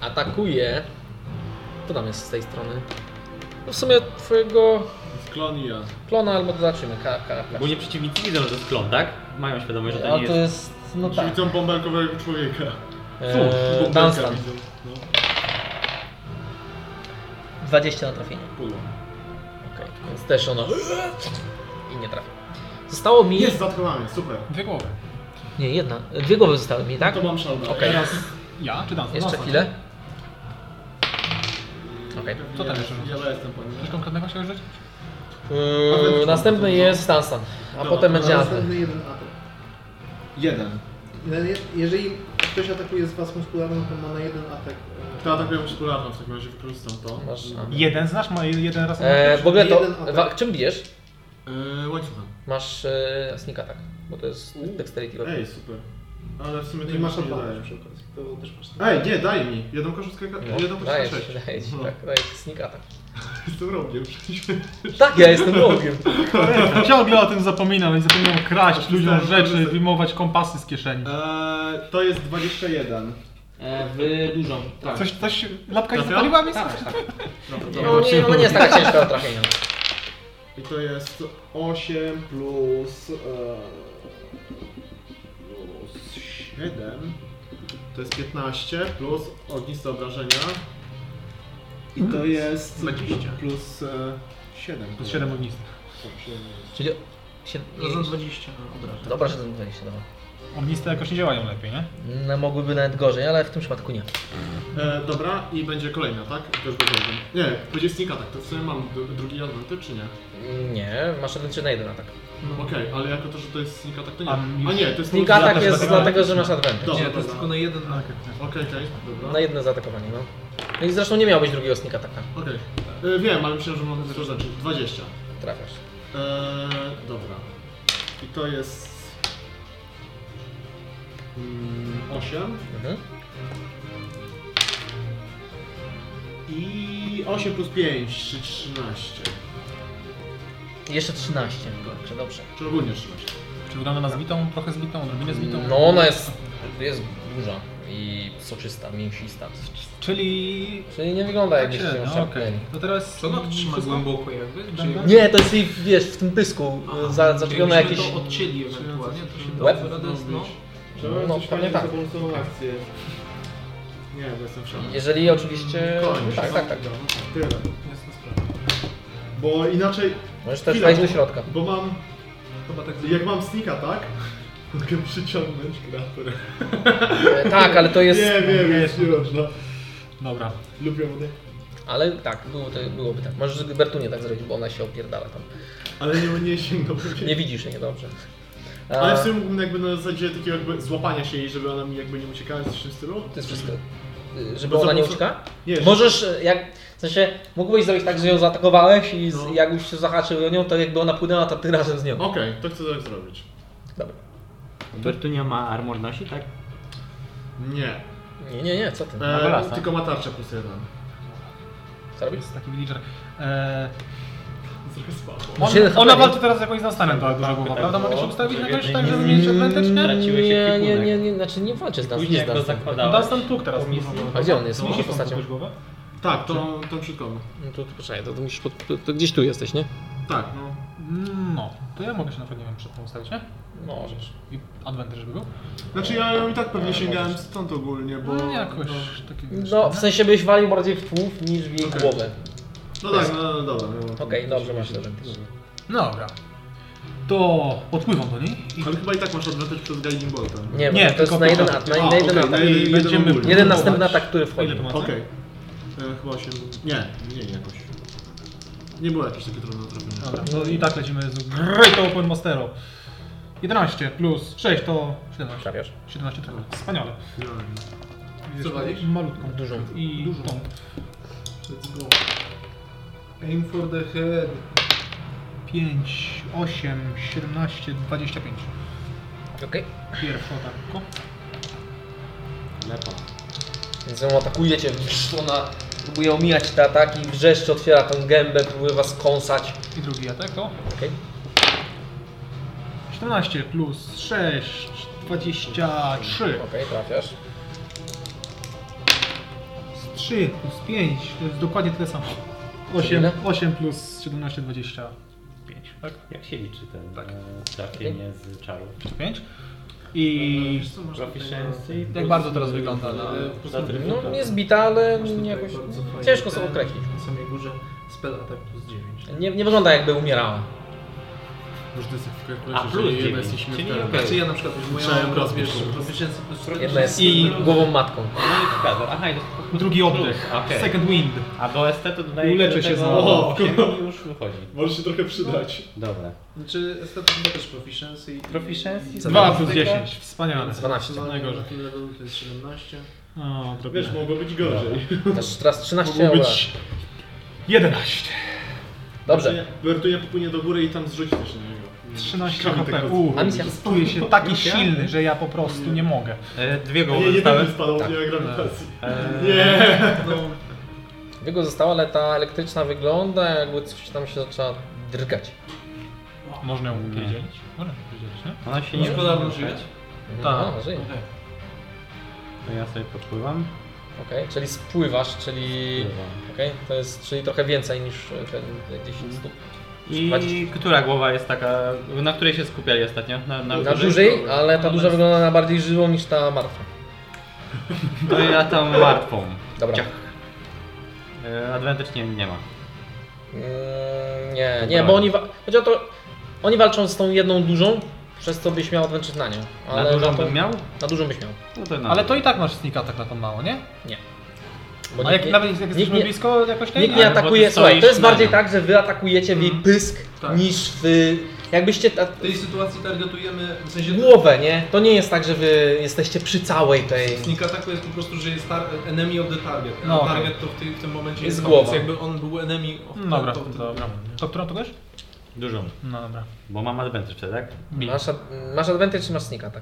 S1: atakuje. Co tam jest z tej strony? No w sumie twojego
S2: Klon i ja.
S1: klona, albo to zobaczymy.
S3: Ogólnie przeciwnicy widzą, że to jest klon, tak? Mają świadomość, że to
S1: Ale
S3: nie
S1: to
S3: jest...
S1: jest, no tak.
S2: Widzą bąbelkowego człowieka.
S1: Dunstan.
S2: widzą. No.
S1: 20 na trafienie.
S2: Pulą.
S1: Okej, więc też ono i nie trafi. Zostało mi...
S2: Jest zatkowany, super.
S4: 2 głowy.
S1: Nie, jedna. 2 głowy zostały mi, tak?
S2: To mam szaldę.
S1: Okej.
S4: Teraz ja czy Dunstan?
S1: Jeszcze
S4: Dunstan.
S1: chwilę. Okej.
S4: Co tam jeszcze rzucasz?
S2: Ja jestem po nim.
S4: Coś konkretnego chciałeś rzucić?
S1: Następny jest Dunstan, a
S2: Dobra,
S1: potem będzie
S5: Następny
S1: Advent.
S5: jeden atak.
S2: Jeden.
S5: Jeżeli ktoś atakuje z was muskularną, to ma na jeden atak.
S2: To atakuję muskularną, w takim razie wykorzystam to.
S1: Masz...
S4: Jeden znasz? Ma jeden raz
S1: W ogóle to...
S5: Jeden atak.
S1: Czym bijesz?
S2: Łańcuchem.
S1: Masz sneak attack, bo to jest dexterity.
S2: Ej, super. Ale w sumie to
S5: I masz
S2: nie daje.
S5: advantage przy okazji. To też masz.
S2: Ej, nie, daj mi. Jedną koszulkę, jedną
S1: Daję
S2: koszulkę
S1: ci,
S2: 6.
S1: daję ci,
S2: No.
S1: tak, daję ci sneak attack.
S2: Jestem rogiem.
S1: Tak, ja jestem rogiem.
S4: Ciągle o tym zapominam i zapominam kraść ludziom rzeczy, wyjmować kompasy z kieszeni.
S2: To jest 21.
S1: W dużą.
S2: Tak.
S4: Coś lapka się
S2: Trafia?
S4: zapaliła mi?
S1: Tak, tak.
S2: Dobra,
S1: No nie, ona nie jest taka ciężka do trafienia.
S2: I to jest 8 plus 7. To jest 15 plus ogniste obrażenia. I to jest
S5: 20.
S2: plus 7.
S4: Plus 7 ognistych.
S1: Czyli...
S5: Razem 20 obrażeń.
S1: Dobra, że to 20, dobra.
S4: Ogniste jakoś nie działają lepiej, nie?
S1: No, mogłyby nawet gorzej, ale w tym przypadku nie.
S2: Dobra, i będzie kolejna, tak? Też bez obrażeń. Nie, będzie sneak attack. To w sumie mam drugi advantage, czy nie?
S1: Nie, masz jeden czy na jeden atak.
S2: Okej, ale jako to, że to jest sneak attack, to nie.
S4: A
S2: A nie, to jest
S1: Sneak
S2: po prostu-
S1: attack jest dlatego, że masz advantage.
S2: Dobra,
S5: Nie, to jest
S2: dobra.
S5: tylko na jeden atak.
S2: Okej, dobra.
S1: Na jedno zaatakowanie, no. No i zresztą nie miałbyś drugiego sneak attacka.
S2: Okej. Wiem, ale myślałem, że mam dużo rzeczy. 20.
S1: Trafiasz.
S2: Dobra. I to jest 8
S1: Mhm.
S2: i 8 plus 5, czyli 13.
S1: I jeszcze 13. Dobrze, dobrze.
S2: Czy ogólnie 13.
S4: Czy wygląda na zbitą, trochę zbitą, odrobinę zbitą?
S1: No ona jest duża i soczysta, mięsista.
S4: Czyli...
S1: Czyli nie wygląda jakbyś
S4: Tak
S1: się
S4: się, no,
S1: szarpnęli.
S4: okej. To teraz...
S5: Czy ona trzyma
S4: wszystko?
S5: głęboko jakby? Czy...
S1: Nie, to jest jej, wiesz, w tym pysku zaczepione
S5: jakbyśmy
S1: jakieś...
S5: to odcięli ewentualnie, to się
S1: Łeb?
S5: da radę, no.
S2: Trzeba
S1: No,
S2: coś
S1: pewnie
S2: fajnie
S1: tak.
S2: zabonusową akcję. Nie, bo jestem w szoku.
S1: Jeżeli oczywiście...
S2: Koń,
S1: Tak, tak, tak.
S2: Tyle.
S5: Jasna sprawa.
S2: Bo inaczej,
S1: Możesz też
S2: Chwila,
S1: wejść do
S2: bo-
S1: środka.
S2: bo mam,
S5: Chyba tak
S2: jak mam sneak attack, mogę przyciągnąć kreaturę.
S1: Tak, ale to jest...
S2: jest nie można.
S4: Dobra.
S2: Lubię wody.
S1: Ale tak, byłoby tak. Możesz Bertunie tak zrobić, bo ona się opierdala tam.
S2: Ale nie sięgnąłbym.
S1: Nie widzisz jej, niedobrze.
S2: Ale w sumie mógłbym jakby na zasadzie takiego jakby złapania się jej, żeby ona mi jakby nie uciekała, coś w tym stylu.
S1: To jest wszystko. Żeby
S2: Bo
S1: ona nie
S2: za-
S1: ucieka?
S2: Nie, że-
S1: Możesz, jak, w sensie, mógłbyś zrobić tak, że ją zaatakowałeś i
S2: No.
S1: jakbyś się zahaczył o nią, to jakby ona płynęła, to ty razem z nią.
S2: Okej, to chcę tak zrobić.
S1: Dobra.
S3: Bertunia ma armor nosi, tak?
S2: Nie.
S1: Nie, co ty?
S4: golasa.
S2: Tylko ma tarczę plus 1.
S1: Co robisz?
S4: Jest taki villager.
S2: Trochę słabo.
S4: Ona walczy teraz jakoś z Dunstanem, ta duża głowa,
S3: tak
S4: prawda?
S3: było,
S4: Mogę się ustawić
S3: że
S4: jakoś
S3: w
S4: tak,
S3: jednej
S4: żeby
S3: nie-
S4: mieć advantage, nie?
S3: Traciłeś ekwipunek.
S1: Nie, znaczy nie walczy z nas.
S3: Później jak go
S1: No
S3: zakładałeś.
S4: Dunstan tuk teraz.
S3: Po misji.
S1: A gdzie on jest?
S4: Musisz
S1: Jaką postacią?
S4: głowę?
S2: Tak, tą przykładną.
S1: No to poczekaj, to musisz, to gdzieś tu jesteś, nie?
S2: Tak, no.
S4: No, to ja mogę się na przykład, nie wiem, przed tym ustawić, nie?
S1: Możesz.
S4: I advantage by był?
S2: Znaczy ja ją i tak pewnie sięgałem stąd ogólnie, bo...
S4: No jakoś takie...
S1: No, w sensie byś walił bardziej w tłów niż w jej
S2: Okej.
S1: głowę.
S2: No tak, no dobra. No,
S1: Okej, dobrze, masz advantage.
S4: Dobra. To podpływam do niej i
S2: Ale chyba i tak masz advantage przez Guiding Bolta.
S1: Nie,
S4: Nie,
S1: to jest
S4: tylko
S1: na jeden
S4: początek.
S1: atak. Na jeden
S2: okej,
S1: atak.
S2: na jeden-
S4: i będziemy
S2: ogólnie.
S1: Jeden
S4: próbować.
S1: następny atak, który
S4: A
S1: wchodzi.
S4: ile to ma?
S2: Okej. Chyba 8... Nie jakoś. Nie było jakieś takie trudne trafienie.
S4: Dobra, no i tak lecimy z Great Open Mastero. 11 plus 6 to 17.
S1: Trafiasz.
S4: 17 trafia. Wspaniale.
S5: Co walisz?
S4: Malutką.
S1: Dużą.
S4: I
S5: Dużą.
S4: tą.
S5: Let's go. Aim for the head.
S4: 5, 8, 17, 25.
S1: Okej.
S4: Pierwsza atakko.
S3: Lepa.
S1: Więc ją atakujecie, ona próbuje omijać te ataki, wrzeszczy, otwiera tę gębę, próbuje was kąsać.
S4: I drugi atak to
S1: Okej.
S4: 17 plus 6, 23.
S1: Okej, trafiasz.
S4: 3 plus 5, to jest dokładnie tyle samo.
S1: Ile?
S4: 8 plus 17, 25, tak?
S3: Jak się liczy ten trafienie z czarów?
S4: 5. I
S5: Wiesz co, masz tutaj,
S3: Proficiency.
S4: jak bardzo teraz wygląda na...
S1: No nie zbita, ale
S5: masz tutaj
S1: jakoś
S5: bardzo fajny
S1: ciężko sobie
S5: ten,
S1: określić.
S5: Na samej górze spell attack plus 9.
S1: Nie wygląda jakby umierała.
S2: Może to jest w
S3: A,
S2: kalkulacji,
S3: plus
S2: że jedna
S3: 9,
S2: jest
S3: czyli
S2: nieśmiertelna.
S3: okej.
S5: Znaczy ja na przykład
S2: Musiałem
S5: moją
S2: rozbić.
S5: proficiency plus 4.
S1: Jedna jest
S4: I-
S1: głową matką.
S3: No i pokazał. Aha, i to
S4: Drugi oddech,
S3: Okej.
S4: second wind.
S3: A do ST to dodaje
S4: Uleczę się za-
S2: O,
S3: 8 i już wychodzi.
S2: Może się trochę przydać.
S3: Dobra.
S5: Znaczy estetycznie też proficiency i...
S3: Proficiency?
S4: 2 plus 10, wspaniale.
S1: 12.
S5: Najgorzej. Na tym levelu to jest 17.
S4: O,
S2: Wiesz, mogło być gorzej.
S1: Teraz 13
S2: Mogło
S1: euro.
S2: być...
S4: 11.
S1: Dobrze.
S2: Bertunia popłynie do góry i tam zrzuci też na niego.
S4: 13
S2: Kamień
S4: HP.
S2: tego-
S1: A misja?
S4: Czuję się taki silny, że ja po prostu nie mogę.
S3: Dwie głowy
S2: Nie
S3: zostały.
S2: będę spadał,
S1: Tak.
S2: nie ma grawitacji.
S3: Eee,
S2: Nie!
S5: No,
S1: Jego została, ale ta elektryczna wygląda jakby coś tam się zaczęła drgać.
S4: Można ją pierdzielić? Można ją pierdzielić, nie?
S3: Ona się nie
S5: Gospodarno
S3: może
S5: żyje?
S3: ruszać.
S1: No, żyje.
S5: okej.
S3: To ja sobie popływam.
S1: Okej, czyli spływasz, czyli... Okej, to jest czyli trochę więcej niż ten 10 stóp.
S3: I która głowa jest taka, na której się skupiali ostatnio?
S1: Na dużej, ale ta duża wygląda na bardziej żywą niż ta martwa.
S3: To ja tam martwą.
S1: Dobra.
S3: Ciach. Advantage nie ma.
S1: Nie, bo oni... Chodzi o to, oni walczą z tą jedną dużą, przez co byś miał advantage na nią. Ale
S3: Na dużą
S1: to-
S3: bym miał?
S1: Na dużą byś miał.
S3: No to na
S4: Ale to i tak masz sneak attack na tą mało, nie?
S1: Nie.
S4: A jak, nawet jak jesteśmy
S1: nie-
S4: blisko jakoś tej?
S1: Nikt nie
S3: Ale bo
S1: atakuje,
S3: ty
S1: słuchaj, to
S3: stoisz
S1: jest
S3: na
S1: bardziej
S3: nią.
S1: tak, że wy atakujecie w jej pysk
S5: Tak.
S1: niż w... Jakbyście...
S5: W tej sytuacji targetujemy, w sensie
S1: Głowę, nie? To nie jest tak, że wy jesteście przy całej tej...
S5: sneak attack jest po prostu, że jest enemy of the target. A
S4: No, okej.
S5: target to w tym momencie
S1: Jest
S5: jest
S1: głowa.
S5: Więc jakby on był enemy of
S4: Dobra,
S5: to wtedy
S4: dobra. To którą to też?
S3: Dużą.
S4: No dobra.
S3: Bo mam advantage wtedy, tak?
S1: Masz advantage czy masz sneak attack?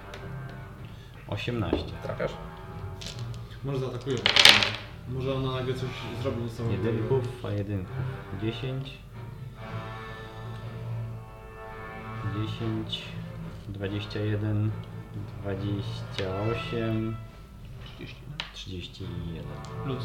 S3: 18.
S1: Trafiasz?
S2: Może zaatakuje. Może ona nagle coś zrobi niesamowitego.
S3: Jedynków, a jedynków. 10. 10. 21. 28. 31.
S4: Plus.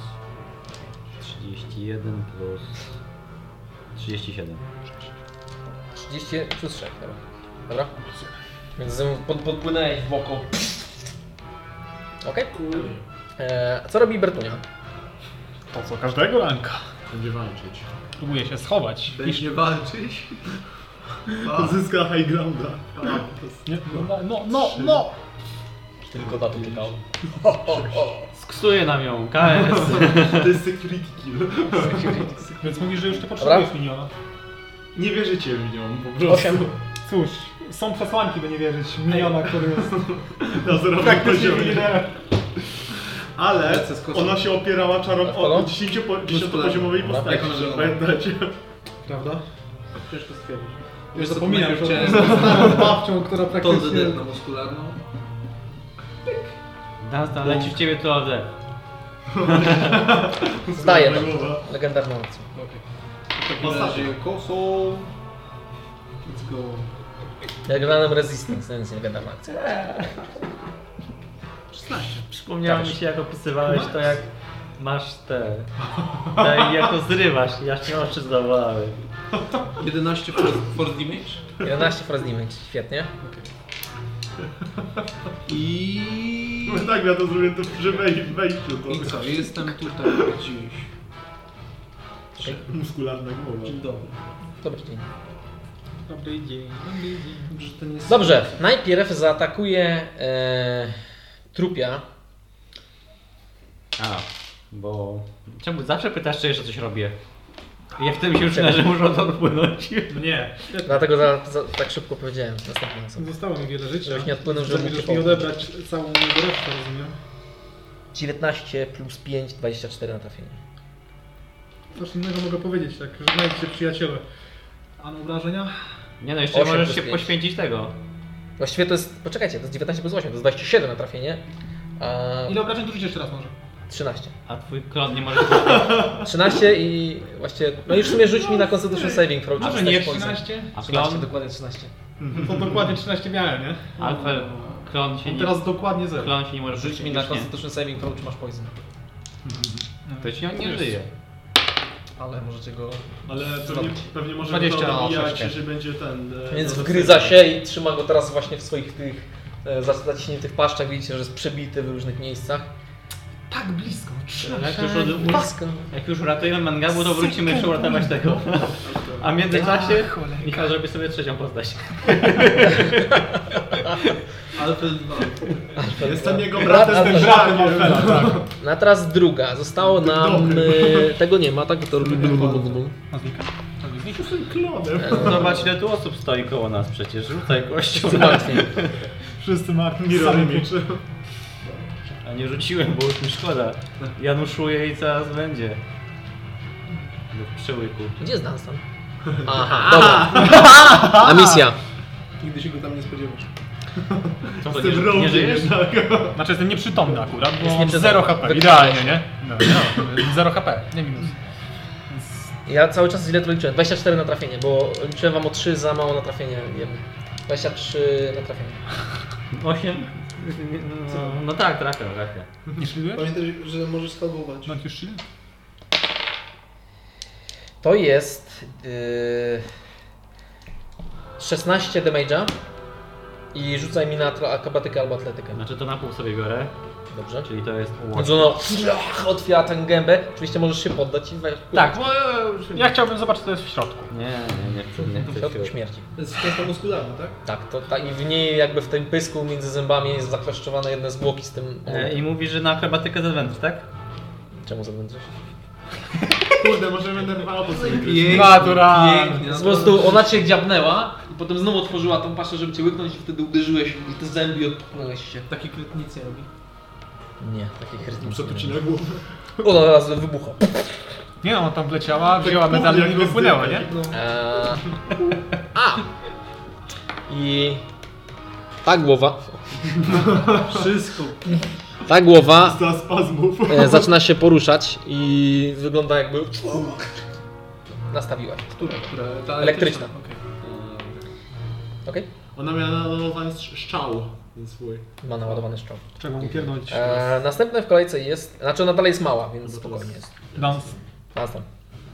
S3: 31 plus 37.
S1: 30 plus 6, dobra. Dobra? Więc podpłynęłeś w oko. Okej. A co robi Bertunia?
S4: To co, każdego ranka.
S2: Będzie walczyć.
S4: Próbuję się schować.
S5: Będzie walczyć.
S2: Zyska high grounda.
S4: Nie, no!
S1: Tylko na to czekał.
S3: Sksuje nam ją, KS.
S2: To jest security kill.
S4: Więc mówisz, że już nie potrzebujesz
S1: Dobra.
S4: miniona.
S2: Nie wierzycie w nią po prostu.
S1: 8.
S4: Cóż, są przesłanki, by nie wierzyć. Miniona, który jest
S2: Na zerowym
S4: praktycznie
S2: poziomie.
S4: liderem.
S2: Ale
S5: Lecę z kosą.
S2: ona się opierała czarą
S1: A
S2: o
S1: kogo?
S2: 10-poziomowej
S1: Dobra,
S2: postaci,
S5: jak ona
S2: że
S5: wygląda?
S2: pamiętacie.
S4: Prawda?
S5: Ciężko stwierdzić.
S4: Już zapominam, że
S5: Chciałem
S4: starą babcią, która
S5: Ton
S4: praktycznie...
S5: DD na muskularną.
S3: Dunstan, leci w ciebie to ode.
S1: Zdaję to.
S2: Głowa.
S1: Legendarną akcję.
S5: W takim
S2: Ostatnio.
S5: razie kosą. Let's go.
S1: Legendarnym resistance, więc legendarna akcja.
S5: 16.
S3: Przypomniało mi się jak opisywałeś to jak masz te jak to zrywasz i aż mnie oczy zadowalały.
S5: 11 force damage.
S1: 11 force damage, świetnie.
S5: I...
S2: No tak, ja to zrobiłem to przy wejściu. To
S5: I co? Jestem tutaj gdzieś.
S2: muskularna głowa.
S5: Dzień dobry.
S1: Dobry dzień.
S4: Dobry dzień, dobry dzień.
S5: Dobrze, że to nie jest...
S1: Dobrze, najpierw zaatakuje trupia.
S3: A, bo czemu zawsze pytasz, czy jeszcze coś robię? Ja wtedy się już że muszę to odpłynąć.
S4: Nie.
S1: Dlatego tak szybko powiedziałem. Następną osobę.
S4: Zostało mi wiele życia.
S1: Żebyś nie odpłynął, żeby
S4: Zamierzasz
S1: mógł
S4: mi
S1: cię
S4: odebrać całą mojego resztę, rozumiem?
S1: 19 plus 5, 24 na trafienie.
S4: Coś innego mogę powiedzieć, tak, że znajdźcie przyjaciele. A na obrażenia?
S3: Nie no, jeszcze
S1: 8
S3: możesz
S1: plus
S3: się
S1: 5.
S3: poświęcić tego.
S1: Właściwie to jest, poczekajcie, to jest 19 plus 8, to jest 27 na trafienie. A
S4: Ile obrażeń dorzucisz jeszcze raz może?
S1: 13.
S3: A twój klon nie może się
S1: 13 i właściwie, no i w sumie rzuć mi na Constitution Saving Throw. czy
S4: Może
S1: dostać
S4: nie
S1: poison.
S4: 13?
S3: A
S1: 13,
S3: klon?
S1: dokładnie 13.
S4: To dokładnie 13 miałem, nie?
S3: Alfel, klon się nie...
S4: Teraz dokładnie 0.
S3: Klon się nie może
S1: Rzuć mi na
S3: już nie.
S1: Constitution Saving Throw, czy masz poison.
S3: To ci on nie żyje.
S1: Ale możecie go...
S2: Ale
S1: Zrobić.
S2: pewnie może
S4: 20
S2: to
S4: na
S2: dobijać,
S4: ośmieszkę.
S2: że będzie ten...
S1: Więc wgryza się i trzyma go teraz właśnie w swoich tych zaciśniętych paszczach. Widzicie, że jest przebity w różnych miejscach.
S4: Tak blisko.
S3: Jak już uratujemy Mangabu, to wrócimy jeszcze uratować tego. A w międzyczasie Michał zrobi sobie trzecią postać.
S5: Alfred 2.
S2: Jestem jego bratem, jestem bratem Alfreda, tak.
S1: No a teraz druga. Zostało nam... tego nie ma, tak? To...
S4: Nazwika?
S2: Jestem klonem.
S3: Zobacz, ile tu osób stoi koło nas przecież. Rzucaj kością.
S1: Martwiej.
S4: Wszyscy martwi
S2: Mirror
S4: sami.
S2: image.
S3: A nie rzuciłem, bo już mi szkoda. Januszuję i zaraz będzie. W przełyku.
S1: Gdzie jest Dunstan? Aha, dobra. A misja.
S5: Nigdy się go tam nie spodziewasz.
S3: Co, to
S2: Jestem
S3: nie
S2: rokiem
S3: żyjesz?
S2: jednak.
S4: Znaczy jestem nieprzytomny akurat, bo
S1: Jest
S4: mam
S1: nieprzytomny.
S4: 0 HP.
S1: Wykryłeś.
S4: Idealnie, nie? No, 0 HP, nie minus. Więc
S1: Ja cały czas źle to liczyłem. 24 na trafienie, bo liczyłem wam o 3 za mało na trafienie. 23 na trafienie.
S3: 8? No tak, trafia.
S4: nie shieldujesz?
S5: Pamiętaj, że możesz skalbować.
S4: Not już shield?
S1: To jest 16 damage'a i rzucaj mi na akrobatykę albo atletykę.
S3: Znaczy to na pół sobie biorę,
S1: Dobrze.
S3: czyli to jest
S1: Więc ono otwiera tę gębę. Oczywiście możesz się poddać i weź.
S3: Tak, bo
S4: Ja chciałbym zobaczyć, co jest w środku.
S3: Nie
S1: W
S3: chcę.
S1: środku śmierci.
S5: To jest wstępna muskularna, tak?
S1: Tak, to i w niej jakby w tym pysku między zębami jest zakleszczowane jedne zwłoki z tym.
S3: I mówi, że na akrobatykę z adventure, tak?
S1: Czemu zabędziesz?
S2: Kurde, może będę rwał po sobie.
S4: Naturalnie.
S5: Pięknie.
S1: Po prostu ona cię dziabnęła i potem znowu otworzyła tą paszę, żeby cię łyknąć i wtedy uderzyłeś i te zęby odpchnąłeś się.
S5: Taki kryt nic nie robi.
S1: Nie, takiej chrytki.
S2: Muszę tu ci na głowę.
S1: Ona zaraz wybucha.
S4: Nie no, tam wleciała, wzięła medal i wypłynęła, nie?
S1: I ta głowa,
S5: Wszystko.
S1: ta głowa
S2: Za spazmów.
S1: zaczyna się poruszać i wygląda jakby nastawiła się.
S5: Która? Ta
S1: Elektryczna.
S5: Okej.
S1: Okej?
S2: Ona miała naładowany szczał, więc swój.
S1: Ma naładowany strzał.
S4: Trzeba mu pierdolić.
S1: Następne w kolejce jest, znaczy ona dalej jest mała, więc spokojnie jest.
S4: Dance.
S1: Następny.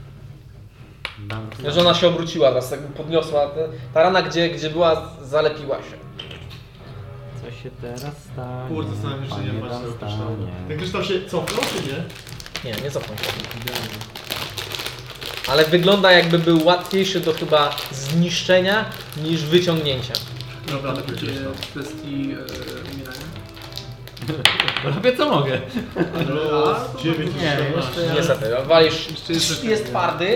S1: Że ona się obróciła, teraz jakby podniosła, ta rana gdzie była zalepiła się.
S3: Co się teraz stanie?
S2: Kurde, zastanawiam się, czy nie
S3: Panie
S2: patrzę na kryształ.
S3: Dunstanie?
S2: Ten kryształ się cofnął, czy nie?
S1: Nie cofnął się. Ale wygląda jakby był łatwiejszy do chyba zniszczenia niż wyciągnięcia.
S2: Dobra,
S5: Tam
S2: taki
S5: będzie
S2: kryształ.
S5: w kwestii umierania.
S3: Robię co mogę.
S2: Plus 9
S3: Nie,
S2: 14.
S1: Niestety, walisz,
S5: Jeszcze jest
S1: jest twardy.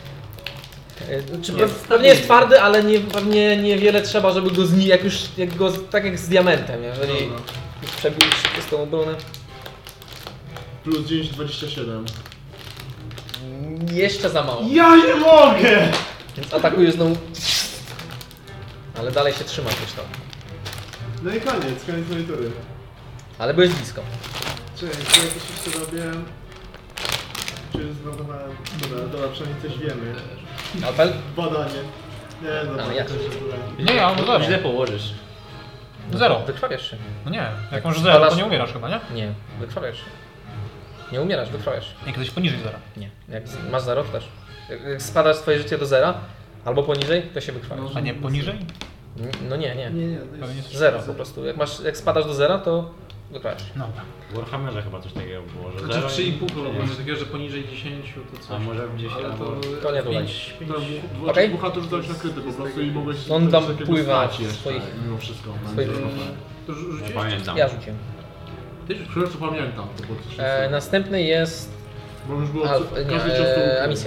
S3: Jest
S1: Pewnie jest twardy, ale pewnie niewiele trzeba, żeby go tak jak z diamentem, jeżeli
S2: Dobra.
S1: przebił z tą obronę.
S2: Plus 9, 27.
S1: Jeszcze za mało,
S2: Ja nie mogę!
S1: więc atakuje znowu. Ale dalej się trzyma coś tam.
S2: No i koniec mojej tury.
S1: Ale byłeś blisko.
S2: Czekaj, czy ja coś jeszcze robię? Czy zmarnowałem? Dobra, przynajmniej coś wiemy.
S1: Alfel?
S2: Badanie. Nie, dobra.
S1: Ale jak?
S4: Nie, ja mam
S3: Źle
S4: 0.
S3: położysz.
S4: 0.
S1: Wykrwawiasz się.
S4: No nie, jak
S1: Jak
S4: masz 0, to
S1: spadasz-
S4: nie umierasz chyba, nie?
S1: Nie, wykrwawiasz się. Nie umierasz, wykrwawiasz się.
S4: Jak kiedyś poniżej 0.
S1: Nie. Jak masz 0, to też. Jak spadasz twoje życie do 0, albo poniżej, to się wykrwawiasz.
S4: A nie poniżej?
S1: No nie.
S5: Nie, to
S4: Pewnie
S5: jest...
S4: jest
S1: 0 po prostu. Jak spadasz do 0, to wykrwawiasz się.
S4: No.
S3: W Warhammerze chyba coś takiego było, że
S5: Znaczy
S3: zero
S5: 3,5
S3: i-
S5: chyba, coś takiego, że poniżej 10 to coś.
S3: A może w 10
S5: Ale
S3: albo...
S1: To nie tutaj.
S5: 5,
S1: Okej.
S2: Buchator rzucałeś na kryty po prostu i mogłeś...
S1: On tam
S2: coś takiego
S1: pływa
S2: stać
S1: w
S2: jeszcze,
S1: swoich-
S2: mimo wszystko.
S1: swoich-
S5: To rzuciłeś?
S3: Ja pamiętam.
S1: Ja rzuciłem.
S5: Ty rzuciłeś?
S2: Przecież to pamiętam. To było coś
S1: Następny jest
S2: Bo już było
S1: nie,
S2: każdy często
S1: Amisja.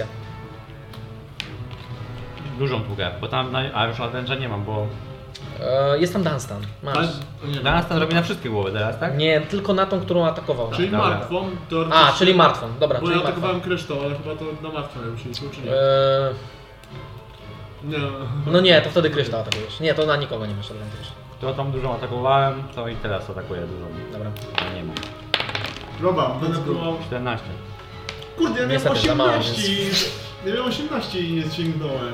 S3: Dużą długę, bo tam, a już Adventure nie mam, bo...
S1: Jest tam Dunstan. Masz.
S3: Dla nas tam robi na wszystkie głowy teraz, tak?
S1: Nie, tylko na tą, którą atakował.
S2: Czyli
S3: Dobra.
S2: martwą, teoretycznie...
S1: Czyli martwą. Dobra,
S2: Bo
S1: czyli
S2: ja
S1: martwą.
S2: atakowałem kryształ, ale chyba to na martwą ja musieliśmy, czy nie? Nie.
S1: No nie, to wtedy kryształ atakujesz. Nie, to na nikogo nie masz advantage.
S3: To tą dużą atakowałem, to i teraz atakuję dużą.
S1: Dobra.
S3: Ja nie mam.
S2: Roba, będę próbował...
S3: 14.
S2: Kurde, ja miałem
S1: Niestety, za mało,
S2: 18 i... Ja miałem 18 i nie sięgnąłem.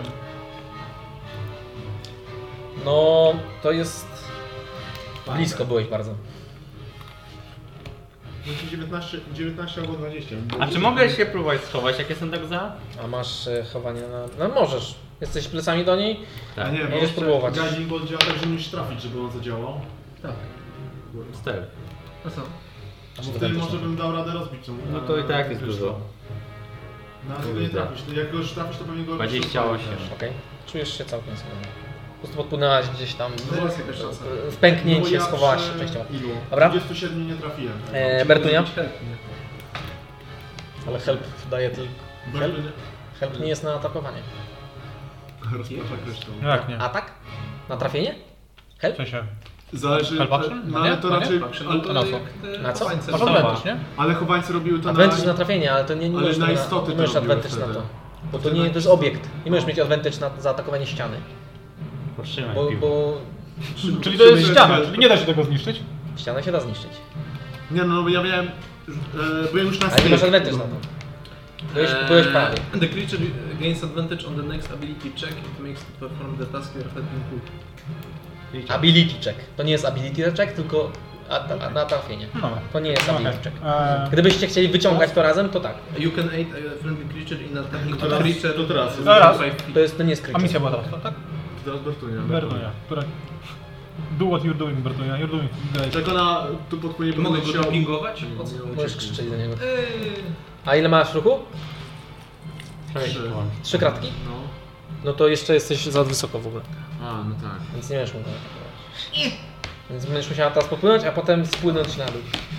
S1: No, to jest... Blisko byłeś bardzo.
S2: Będzie 19 albo 20.
S3: A czy mogę się próbować schować, jak jestem tak za?
S1: A masz chowanie na... No możesz. Jesteś plecami do niej?
S2: A nie,
S1: Możesz próbować.
S2: Guiding Bolt działa tak, że musisz trafić, żeby on zadziałał.
S5: Tak.
S3: Stealth.
S5: A co?
S2: Bo wtedy może bym dał radę rozbić tą...
S3: No to i tak jest
S2: wiesz
S3: dużo.
S2: co. No ale to nie trafisz. Jak go już trafisz, to pewnie go...
S3: 28.
S1: Okej. Czujesz się całkiem spokojnie. Po prostu podpłynęłaś gdzieś tam
S5: To jest jakaś szansa.
S1: w pęknięcie,
S2: No ja
S1: schowałaś się
S2: przy
S1: częściowo.
S2: Ilu?
S1: Dobra.
S2: 27 nie trafiłem.
S1: Bertunia?
S5: Być chętny.
S1: Ale help daje tylko... Help? Help nie jest na atakowanie.
S2: Rozprasza kryształ.
S4: Jak nie?
S1: Atak? Na trafienie? Help?
S4: W sensie,
S2: Zależy...
S4: Help action?
S2: No
S4: Nie?
S2: ale to
S4: No nie?
S2: raczej...
S4: to na co?
S1: Na co?
S4: masz advantage, nie?
S2: Ale chowańcy robiły to
S1: Advantage na trafienie, ale to nie
S2: Ale
S1: możesz
S2: na
S1: tego
S2: istoty
S1: nie
S2: to
S1: możesz
S2: robiły
S1: advantage na
S2: wtedy.
S1: to. Bo to nie to jest obiekt. Nie możesz mieć advantage na zaatakowanie ściany.
S3: Potrzymaj
S1: Bo,
S3: piłkę.
S1: bo
S4: Czyli to jest ściana, czyli nie da się tego zniszczyć?
S1: ścianę się da zniszczyć.
S2: Nie no, bo ja miałem... byłem już na
S1: Ale nie masz
S2: styk.
S1: advantage na to. Byłeś prawie.
S5: The creature gains advantage on the next ability check. It makes to perform the task you're helping to.
S1: Ability check. To nie jest ability check, tylko na trafienie.
S4: No.
S1: To nie jest ability check.
S4: Eee,
S1: Gdybyście chcieli wyciągać to razem, to tak.
S5: You can aid a friendly creature in attacking
S2: To teraz-
S5: creature.
S2: to teraz.
S4: Teraz.
S1: To nie jest
S4: a
S1: creature.
S4: misja była teraz, tak?
S2: Teraz Bertunia.
S4: Bertunia. Która... Do what you're doing, Bertunia. You're doing great.
S2: Jak ona tu podpłynie,
S5: Mogę
S2: będę
S5: go
S2: chciał...
S5: dopingować? Po co?
S1: Możesz krzyczeć do niego.
S5: Eee.
S1: A ile masz ruchu?
S2: 3.
S1: 3 kratki?
S2: No.
S1: No to jeszcze jesteś za wysoko w ogóle.
S2: A, no tak.
S1: Więc nie będziesz mógł atakować. Więc będziesz musiała teraz popłynąć, a potem spłynąć na dół.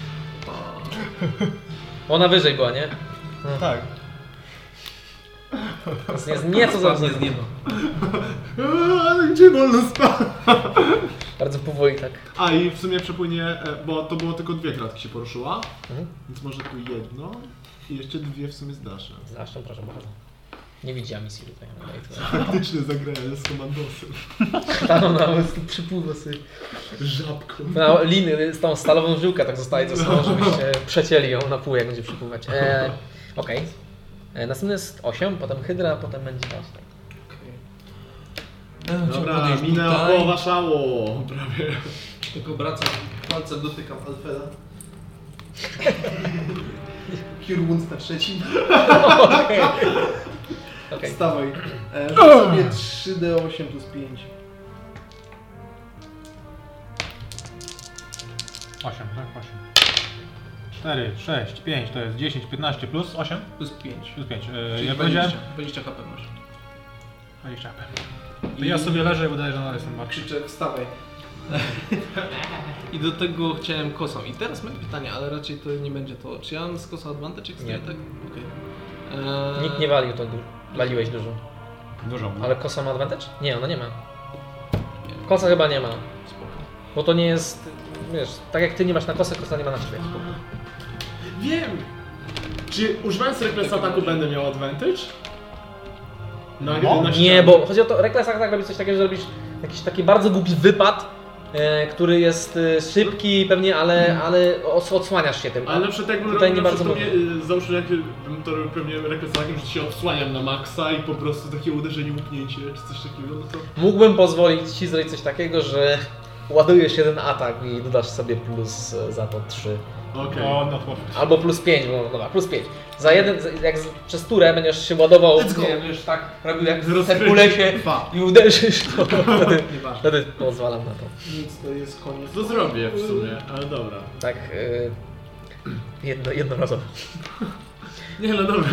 S1: Ona wyżej była, nie?
S4: Tak.
S1: Więc jest nieco za
S5: Nie z nieba.
S2: Ale gdzie wolno spać?
S1: Bardzo powoli tak.
S2: A i w sumie przepłynie, bo to było tylko 2 kratki się poruszyła.
S1: Mhm.
S2: Więc może tu jedno i jeszcze 2 w sumie zdaszę.
S1: Zresztą proszę bardzo. Nie widziała misji tutaj.
S2: Faktyczne zagranie z komandosem.
S1: Tam ona przypływa sobie.
S2: Żabką.
S1: Na liny z tą stalową żyłkę tak zostaje ze sobą, żebyście przecięli ją na pół, jak będzie przypływać. Okej. Następny jest 8, potem hydra, potem będzie tak.
S2: Dobra, minęła połowa szało. Prawie.
S5: Tylko obracam palcem, dotykam Alfreda. Cure Wounds na trzecim.
S1: Okej.
S5: Wstawaj. Rzuć sobie 3d8 plus 5.
S4: 8, tak? 8. 4, 6, 5, to jest 10, 15 plus 8?
S5: Plus 5.
S4: Plus 5.
S5: Czyli
S4: Ja
S5: 20,
S4: powiedziałem?
S5: 20 HP masz.
S4: 20 HP. To ja sobie leżę i udaję, że nadal jestem martwy.
S5: Krzyczę, wstawaj. I do tego chciałem kosą. I teraz mam pytanie, ale raczej to nie będzie to. Czy ja mam z kosą advantage, jak
S1: Nie.
S5: tak? Okej.
S1: Nikt nie walił to, waliłeś dużo.
S4: Dużo.
S1: Ale kosa ma advantage? Nie, ona nie ma. Kosa chyba nie ma.
S5: Spoko.
S1: Bo to nie jest, wiesz, tak jak ty nie masz na kosę, kosa nie ma na ciebie.
S2: Wiem! Czy używając Reckless ataku będę miał advantage? Na
S1: Nie,
S2: ścianie?
S1: bo chodzi o to, Reckless Attack robi coś takiego, że robisz jakiś taki bardzo głupi wypad, który jest szybki pewnie, ale odsłaniasz się tym.
S2: Ale na przykład jakbym
S1: Tutaj
S2: robił
S1: nie
S2: na
S1: bardzo
S2: przykład załóżmy jakbym to robił pewnie Reckless atakiem, że się odsłaniam na maksa i po prostu takie uderzenie, łupnięcie czy coś takiego, no to...
S1: Mógłbym pozwolić ci zrobić coś takiego, że ładujesz jeden atak i dodasz sobie plus za to 3.
S2: Okej.
S4: O, no to
S1: Albo plus 5, bo dobra, plus 5. Za jeden, przez turę będziesz się ładował,
S2: Let's go.
S1: nie wiem, już tak robił jak w
S2: Rozkręcić.
S1: Herkulesie
S2: Dwa.
S1: i uderzysz, to
S5: Nieważne.
S1: wtedy pozwalam na to.
S5: Nic, to jest koniec.
S2: To zrobię w sumie, ale dobra.
S1: Tak, jednorazowo.
S2: Nie, no dobra,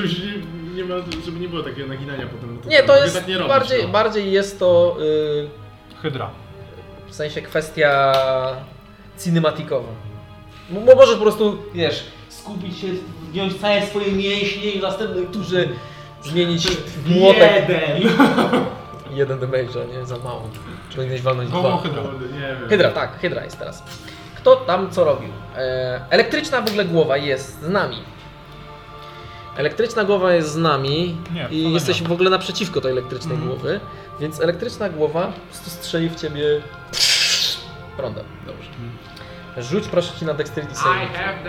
S2: żeby nie było takiego naginania potem. No
S1: Nie, to
S2: mogę
S1: jest
S2: tak nie robić,
S1: bardziej,
S2: no.
S1: bardziej jest to
S4: Hydra.
S1: w sensie kwestia cinematikowa. Bo możesz po prostu, wiesz, skupić się, wziąć całe swoje mięśnie i w następnej turze zmienić w młotek. Jeden damage, nie? Za mało. Powinieneś walnąć
S4: O,
S1: 2.
S4: hydra.
S2: Nie wiem.
S1: Hydra, tak, Hydra jest teraz. Kto tam co robił? Elektryczna w ogóle głowa jest z nami. Elektryczna głowa jest z nami
S4: Nie,
S1: i
S4: wcale
S1: jesteś
S4: nie.
S1: w ogóle naprzeciwko tej elektrycznej głowy, więc elektryczna głowa po prostu strzeli w ciebie prądem. Dobrze. Rzuć proszę ci na dexterity saving.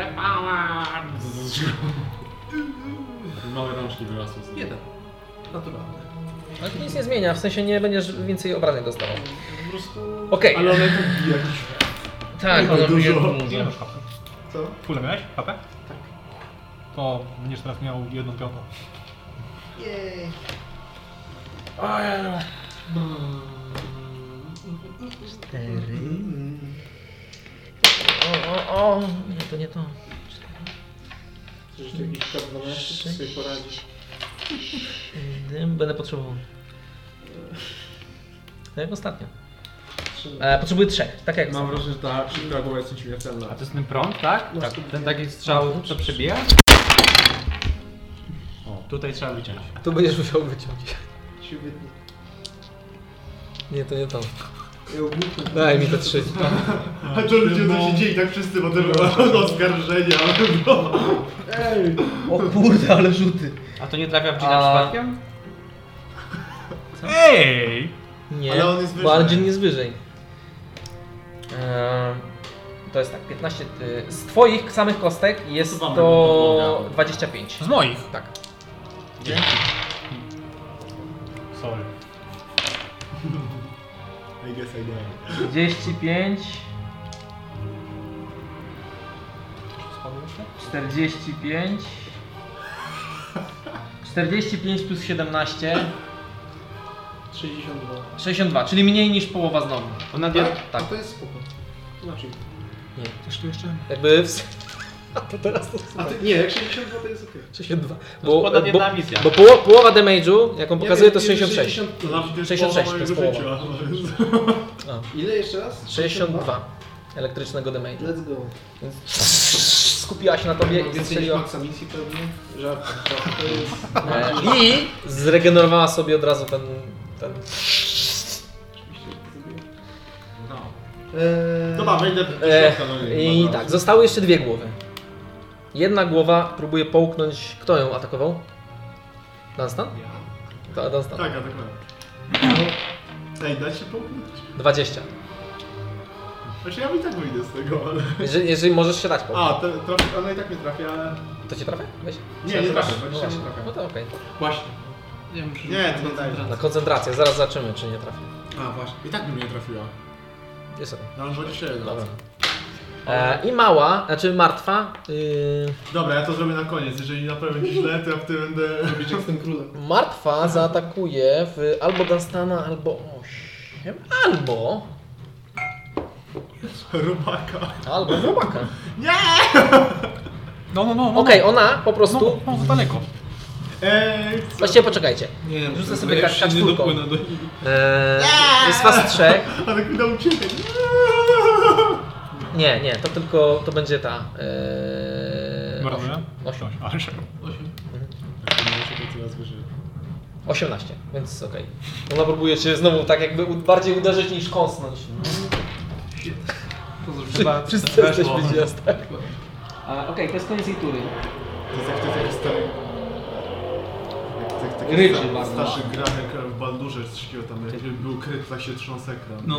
S2: Małe rączki wyrosły.
S5: Jeden. Naturalny.
S1: Ale to nic nie zmienia, w sensie nie będziesz więcej obrażeń dostawał.
S2: Po prostu...
S1: Okej.
S2: Ale one tak bije jakiś...
S1: Tak,
S2: Dużo.
S1: ono bije
S2: Dużo.
S1: dużo.
S4: Nie masz HP.
S2: Co?
S4: Fulę miałeś? HP?
S5: Tak.
S4: To będziesz teraz miał 1/5.
S5: Jej.
S4: Ojej.
S1: 4. O, nie, to nie to.
S5: Czy jeszcze jakiś kod 12, czy sobie poradzisz?
S1: Będę potrzebował. Tak jak ostatnio. Potrzebuję 3, tak jak
S2: Mam wrażenie, że ta szybka głowa jest nieśmiertelna.
S3: A to jest ten prąd, tak? Tak. Ten taki strzał, co przebija? O, tutaj trzeba wyciąć.
S1: Tu będziesz musiał wyciąć.
S5: Świetnie.
S1: Nie, to nie to.
S5: Ja ogłuchnę.
S1: Daj mi te 3.
S2: A to ludzie to się dzieje tak wszyscy potem oskarżenia.
S5: Ej!
S1: O kurde, ale rzuty.
S3: A to nie trafia w Gina przypadkiem?
S4: Ej!
S1: Nie,
S2: Ale on jest
S1: bo
S2: wyżej.
S1: ale dzień jest wyżej. To jest tak, 15. Z twoich samych kostek jest
S2: To mamy
S1: to
S2: podłogę.
S1: 25.
S4: Z moich.
S1: Tak.
S4: Dzięki. Sorry.
S2: I guess I know.
S1: 35. 45. 45 plus 17.
S5: 62.
S1: 62, czyli mniej niż połowa znowu.
S3: Ona
S5: Tak?
S1: Tak.
S5: A to jest spoko. Znaczy.
S1: Nie.
S4: Coś tu jeszcze?
S1: Jakby. A to teraz to
S5: A ty, nie, jak 62 to jest okej.
S1: 62.
S3: To jest ponad jedna misja.
S1: Bo połowa damage'u, jaką pokazuje, to 66.
S2: To nawet jest
S1: 66
S2: połowa
S1: to jest
S2: mojego
S1: połowa.
S2: życia.
S5: Ile jeszcze raz?
S1: 62 elektrycznego damage'u.
S5: Let's go.
S1: Więc skupiła się na tobie i
S5: Więcej niż
S1: strzeliła.
S5: maksa misji pewnie. Żart. To jest...
S1: I zregenerowała sobie od razu ten.
S2: Dobra, wejdę do środka, no nie,
S1: I
S2: dobra.
S1: tak, zostały jeszcze 2 głowy. Jedna głowa próbuje połknąć. Kto ją atakował? Dunstan? To Dunstan.
S2: Tak, tak. Ej, dać się połknąć?
S1: 20.
S2: Znaczy ja i tak wyjdę z tego, ale...
S1: Jeżeli możesz się dać połknąć.
S2: Ona i tak mnie trafi, ale...
S1: To cię trafia? Weź.
S2: Nie, nie trafię,
S1: No
S2: 20
S1: właśnie.
S2: nie trafia.
S1: No to okej.
S5: Właśnie. Nie, muszę
S2: Nie, to nie daje.
S1: Na koncentrację, zaraz zobaczymy, czy nie trafi.
S2: A, właśnie. I tak by mnie trafiła.
S1: Jest okej.
S2: No, 21.
S1: Dobra. I mała, znaczy martwa.
S2: Dobra, ja to zrobię na koniec. Jeżeli naprawdę będzie źle, to ja wtedy będę...
S5: robić jak z tym królem.
S1: Martwa zaatakuje w albo Dunstana, albo 8, albo
S2: Robaka.
S1: w robaka.
S4: No.
S1: Okej, ona po prostu.
S4: No, za daleko.
S2: Co?
S1: Właściwie poczekajcie.
S5: Nie wiem,
S1: Rzucę
S5: to
S1: sobie
S5: ja się nie
S1: K4.
S5: dopłynę do nich.
S1: Jest was 3.
S2: Ale jak mi da uciekać.
S1: Nie, to tylko to będzie ta.
S4: Marnuje?
S1: 8.
S4: Ale się.
S1: 18, więc okej. Ona próbuje cię znowu tak jakby bardziej uderzyć niż kąsnąć. Wszyscy jesteśmy dziast, tak. Okej, to jest koniec jej tury.
S2: To jest jak stary... Jak
S1: Ryczy
S2: taki
S1: bardzo.
S2: starszy gra jak w Baldurze, coś takiego tam, jak był kryt, tak się trząsł ekran.
S5: No.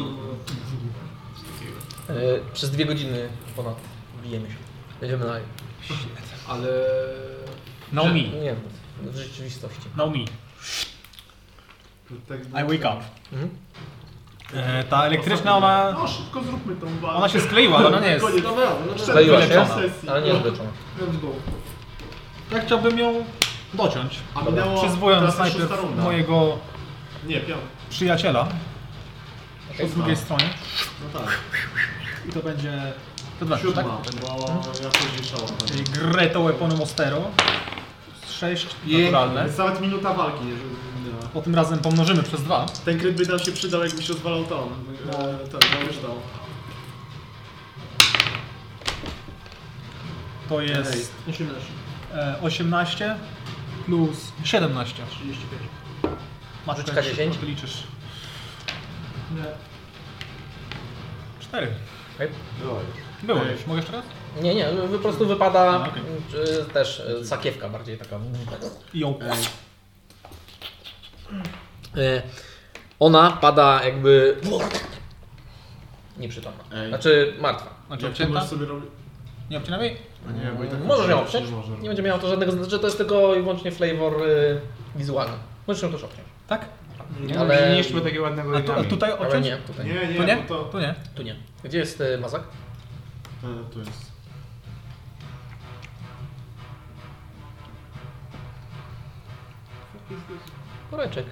S1: Przez 2 godziny ponad bijemy się. Będziemy dalej.
S5: Ale...
S4: No me.
S1: Nie, w rzeczywistości.
S4: No me.
S2: Tak,
S4: I wake up.
S1: Mhm.
S4: Ta elektryczna, ona...
S2: No szybko zróbmy tą walkę.
S4: Ona się skleiła, ale ona nie jest...
S2: Koniec.
S1: Skleiła się,
S4: wyleczona.
S1: ale nie jest leczona.
S5: Let's go.
S4: Ja chciałbym ją dociąć.
S2: A minęło
S4: Przyzwołując
S2: teraz
S4: najpierw
S2: szósta runda.
S4: mojego
S2: Nie, piąta.
S4: przyjaciela
S1: Okej.
S4: po drugiej stronie.
S2: No tak.
S4: I to będzie... To 2, tak?
S2: Siódma, bo ja później szałam.
S4: Czyli Greto Weaponu Mostero. 6 naturalne.
S2: Jest nawet minuta walki, nie, żeby minęła.
S4: Po tym razem pomnożymy przez 2.
S2: Ten kryt by nam się przydał, jakbyś rozwalał to. Już dał.
S4: To jest
S5: 18.
S4: 18 plus 17.
S5: 35.
S4: Masz
S1: Rzuć
S4: tutaj,
S1: K10.
S4: ty liczysz.
S5: Nie.
S1: Okay.
S4: 4. Było już. Mogę jeszcze raz?
S1: Nie, po prostu wypada
S4: A, okej.
S1: też sakiewka bardziej taka.
S4: I ją...
S1: Ona pada jakby nieprzytomna.
S2: Ej.
S1: Znaczy martwa.
S4: Znaczy
S2: Jak ty
S4: obcięta?
S2: możesz sobie robić...
S4: Nie obcinam jej?
S2: A nie, bo i tak...
S1: Możesz ją obciąć.
S2: Nie może.
S1: Nie będzie miało to żadnego znaczenia, to jest tylko i wyłącznie flavor wizualny. Możesz ją też obciąć.
S4: Tak?
S3: Nie,
S1: Ale-
S3: ale nie niszczmy takiego ładnego
S4: A
S3: origami.
S4: tutaj
S1: Ale
S4: obciąć?
S1: nie, tutaj.
S2: Nie,
S4: Tu nie?
S2: bo to...
S4: Tu nie.
S1: Tu nie. Gdzie jest mazak?
S2: Tu jest.
S1: Woreczek.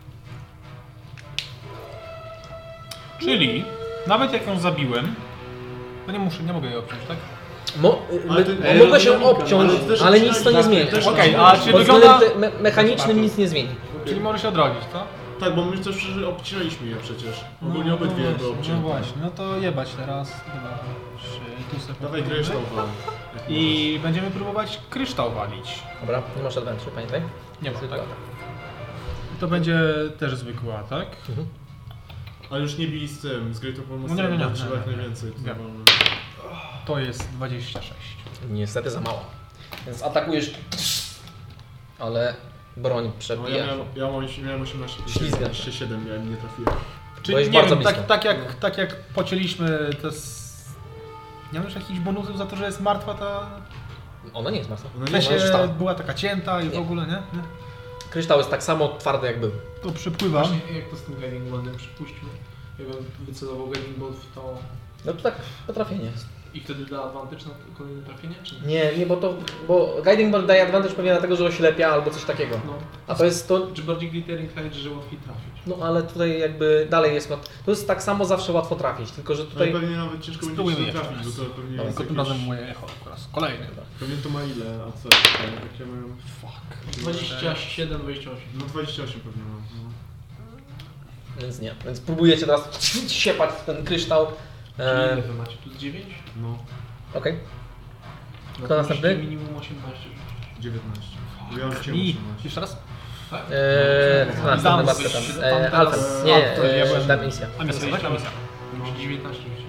S4: Czyli nawet jak ją zabiłem, to nie mogę jej obciąć, tak?
S1: Mogę się obciąć, ale nic to nie zmieni.
S4: Okej, a czy
S1: Pod
S4: wygląda...
S1: względem mechanicznym nic nie zmieni.
S4: Czyli może się odrodzić, co?
S2: Tak, bo my też obcinaliśmy je przecież. Ogólnie obydwie były
S4: No
S2: obcięte.
S4: właśnie, no to jebać teraz. 2, 3, tu sobie
S2: Dawaj kryształ wal.
S4: I będziemy próbować kryształ walić.
S1: Dobra, nie masz adventure, pamiętaj.
S4: Nie ma,
S1: Zwykła.
S4: tak. To będzie też zwykły atak.
S2: Ale już nie bij z tym, z Great of
S4: No nie.
S2: trzeba jak najwięcej.
S4: Wiem. To jest 26.
S1: Niestety za mało. Więc atakujesz, ale broń
S2: No,
S1: przebija.
S2: miałem 18,
S1: Ślizga.
S2: 27 miałem, nie trafiłem.
S4: Czyli
S1: Byłeś
S4: nie
S1: bardzo
S4: wiem,
S1: blisko.
S4: tak jak pocięliśmy te... Nie mam już jakichś bonusów za to, że jest martwa ta...
S1: Ona nie jest martwa.
S2: Ona
S4: W
S2: nie
S1: jest
S4: sensie
S1: sztaba.
S4: była taka cięta i w ogóle, nie?
S1: Kryształ jest tak samo twardy jak był.
S4: To przypływa.
S5: Właśnie, jak to z tym Guiding Boltem przypuśćmy? Jakbym wycelował Guiding Bolt w to
S1: No to tak po trafienie jest.
S5: i wtedy da advantage na kolejne trafienie, czy nie?
S1: Nie, bo Guiding Bolt daje advantage pewnie dlatego, że oślepia albo coś takiego.
S5: No.
S1: A to jest to...
S5: Czy bardziej Glittering Height, że łatwiej trafić?
S1: No ale tutaj jakby dalej jest... To jest tak samo zawsze łatwo trafić, tylko że
S2: Tutaj
S1: tutaj...
S2: pewnie nawet ciężko będzie
S4: Spróbujmy
S2: się
S4: jeszcze
S2: trafić,
S4: raz.
S2: bo to pewnie
S1: Dobra,
S2: jest
S4: Tylko tym razem moje echo po raz kolejny.
S2: Pewnie to ma ile, a co? Jak ja miałem...
S4: Fuck.
S5: 27, 28.
S2: No 28 pewnie mam. No.
S1: Więc nie. Więc próbujecie teraz siepać w ten kryształ.
S5: Ile wy macie? Tu 9?
S2: No,
S1: Okej.
S5: No
S1: Kto następny?
S5: Minimum 18.
S2: 19. Ja już cię
S4: I
S2: 18.
S4: jeszcze raz?
S5: Tak?
S1: Następny
S4: Dam
S1: Bartka tam.
S4: coś-
S1: Alfred. Nie,
S4: to ja byłem-
S1: dam misja.
S4: A misja, tak? A misja.
S5: Może 19 już.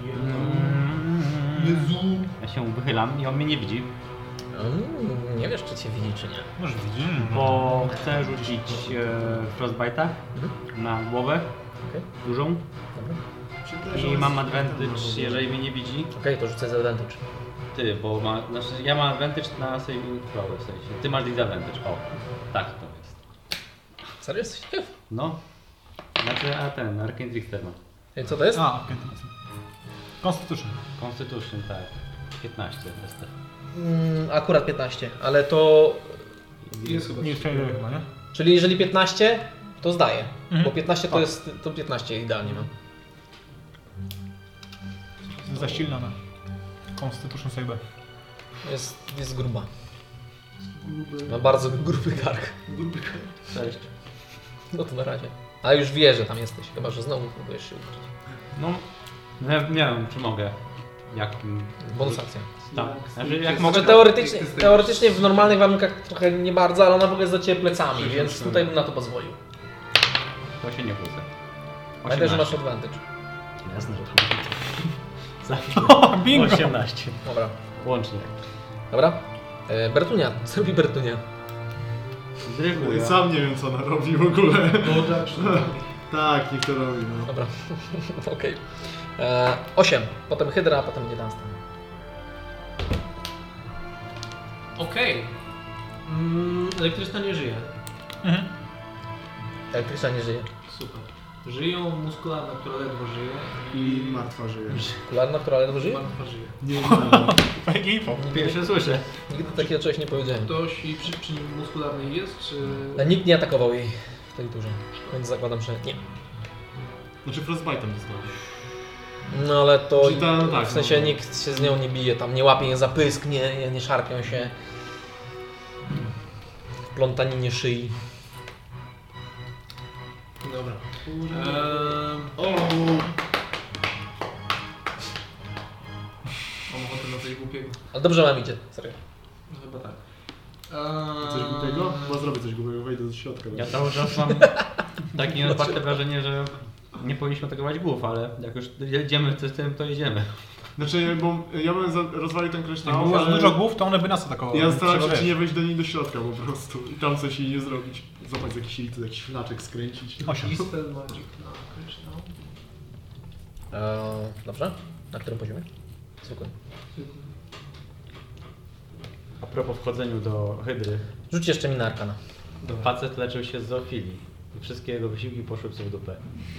S3: Ja się wychylam i on mnie nie widzi,
S1: Nie wiesz, czy cię widzi, czy nie.
S4: Może widzisz.
S3: bo chcę rzucić Frostbite'a na głowę
S1: Okej.
S3: dużą
S1: Dobra.
S3: i mam advantage, jeżeli mnie nie widzi.
S1: Okej, to rzucę z advantage.
S3: Ty, bo ja mam advantage na saving throw, w sensie. Ty masz disadvantage. O, tak to jest.
S1: Serio jesteś?
S3: No. Znaczy, a ten, Arcane Trickster ma.
S1: Ej, co to jest?
S4: A, okej. Constitution.
S3: Constitution, tak. 15 jest to.
S1: Akurat 15, ale to...
S5: Jest chyba.
S4: Nie przejdę chyba, nie?
S1: Czyli jeżeli 15, to zdaje.
S4: Mhm.
S1: Bo 15 to jest... To 15 idealnie mam.
S4: Zasilna na Constitution Save.
S1: Jest gruba. Ma bardzo gruby kark.
S3: Cześć.
S1: No to na razie. Ale już wie, że tam jesteś, chyba że znowu próbujesz się ukryć.
S3: No, nie wiem, czy mogę. Jak...
S1: Bonus akcja.
S3: Tak. Znaczy, jak
S1: Może
S3: mogę...
S1: teoretycznie w normalnych warunkach trochę nie bardzo, ale ona w ogóle jest do Ciebie plecami, więc tutaj bym na to pozwolił.
S3: To się nie wrócę.
S1: Pamiętaj, że masz advantage.
S3: Jasne, że
S4: O, bingo!
S3: 18.
S1: Dobra.
S3: Łącznie.
S1: Dobra. Bertunia. Co robi Bertunia?
S3: Dryguję.
S2: Sam nie wiem co ona robi w ogóle.
S5: Dodge action.
S2: Tak, niech to robi, no.
S1: Dobra. Okej. 8. Potem Hydra, a potem będzie Dunstan.
S5: Okej. Elektryczna nie żyje.
S4: Mhm.
S1: Elektryczna nie żyje.
S5: Super. Żyją muskularne, która ledwo żyje
S2: I martwa żyje.
S1: Kularna, która ledwo żyje?
S5: martwa żyje.
S2: Nie, no.
S4: Fajnie info.
S3: Pierwsze słyszę.
S1: Nigdy takiego czegoś nie powiedziałem.
S5: Ktoś i przy nim muskularnej jest, czy...
S1: Nikt nie atakował jej w tej turze, więc zakładam, że nie.
S2: Znaczy Frostbite'em dostał.
S1: No ale to
S2: Czyli ta- no tak,
S1: w sensie
S2: no.
S1: nikt się z nią nie bije, tam nie łapie jej za pysk, nie szarpią się w plątaninie szyi.
S5: Dobra. Mam ochotę na coś głupiego.
S1: Ale dobrze wam idzie, serio.
S5: No chyba tak.
S2: Coś głupiego? Chyba zrobię coś głupiego, wejdę do środka.
S3: Ja cały czas mam takie nieodparte wrażenie, że nie powinniśmy atakować głów, ale jak już jedziemy z tym, to jedziemy.
S2: Znaczy, bo ja bym rozwalił ten
S4: Jak
S2: kryształ,
S4: było
S2: ale
S4: dużo głów, to one by nas atakowały.
S2: ja starałem się
S4: Trzeba
S2: czy nie
S4: wiesz.
S2: wejść do niej do środka po prostu i tam coś jej nie zrobić. Złapać jakiś licy, jakiś flaczek skręcić.
S4: 8.
S5: Dispel Magic na kryształ.
S1: Dobrze? Na którym poziomie? Zwykłym.
S3: A propos wchodzeniu do Hydry.
S1: Rzuć jeszcze mi na Arkana.
S3: Facet leczył się z zoofilii i wszystkie jego wysiłki poszły w dupę.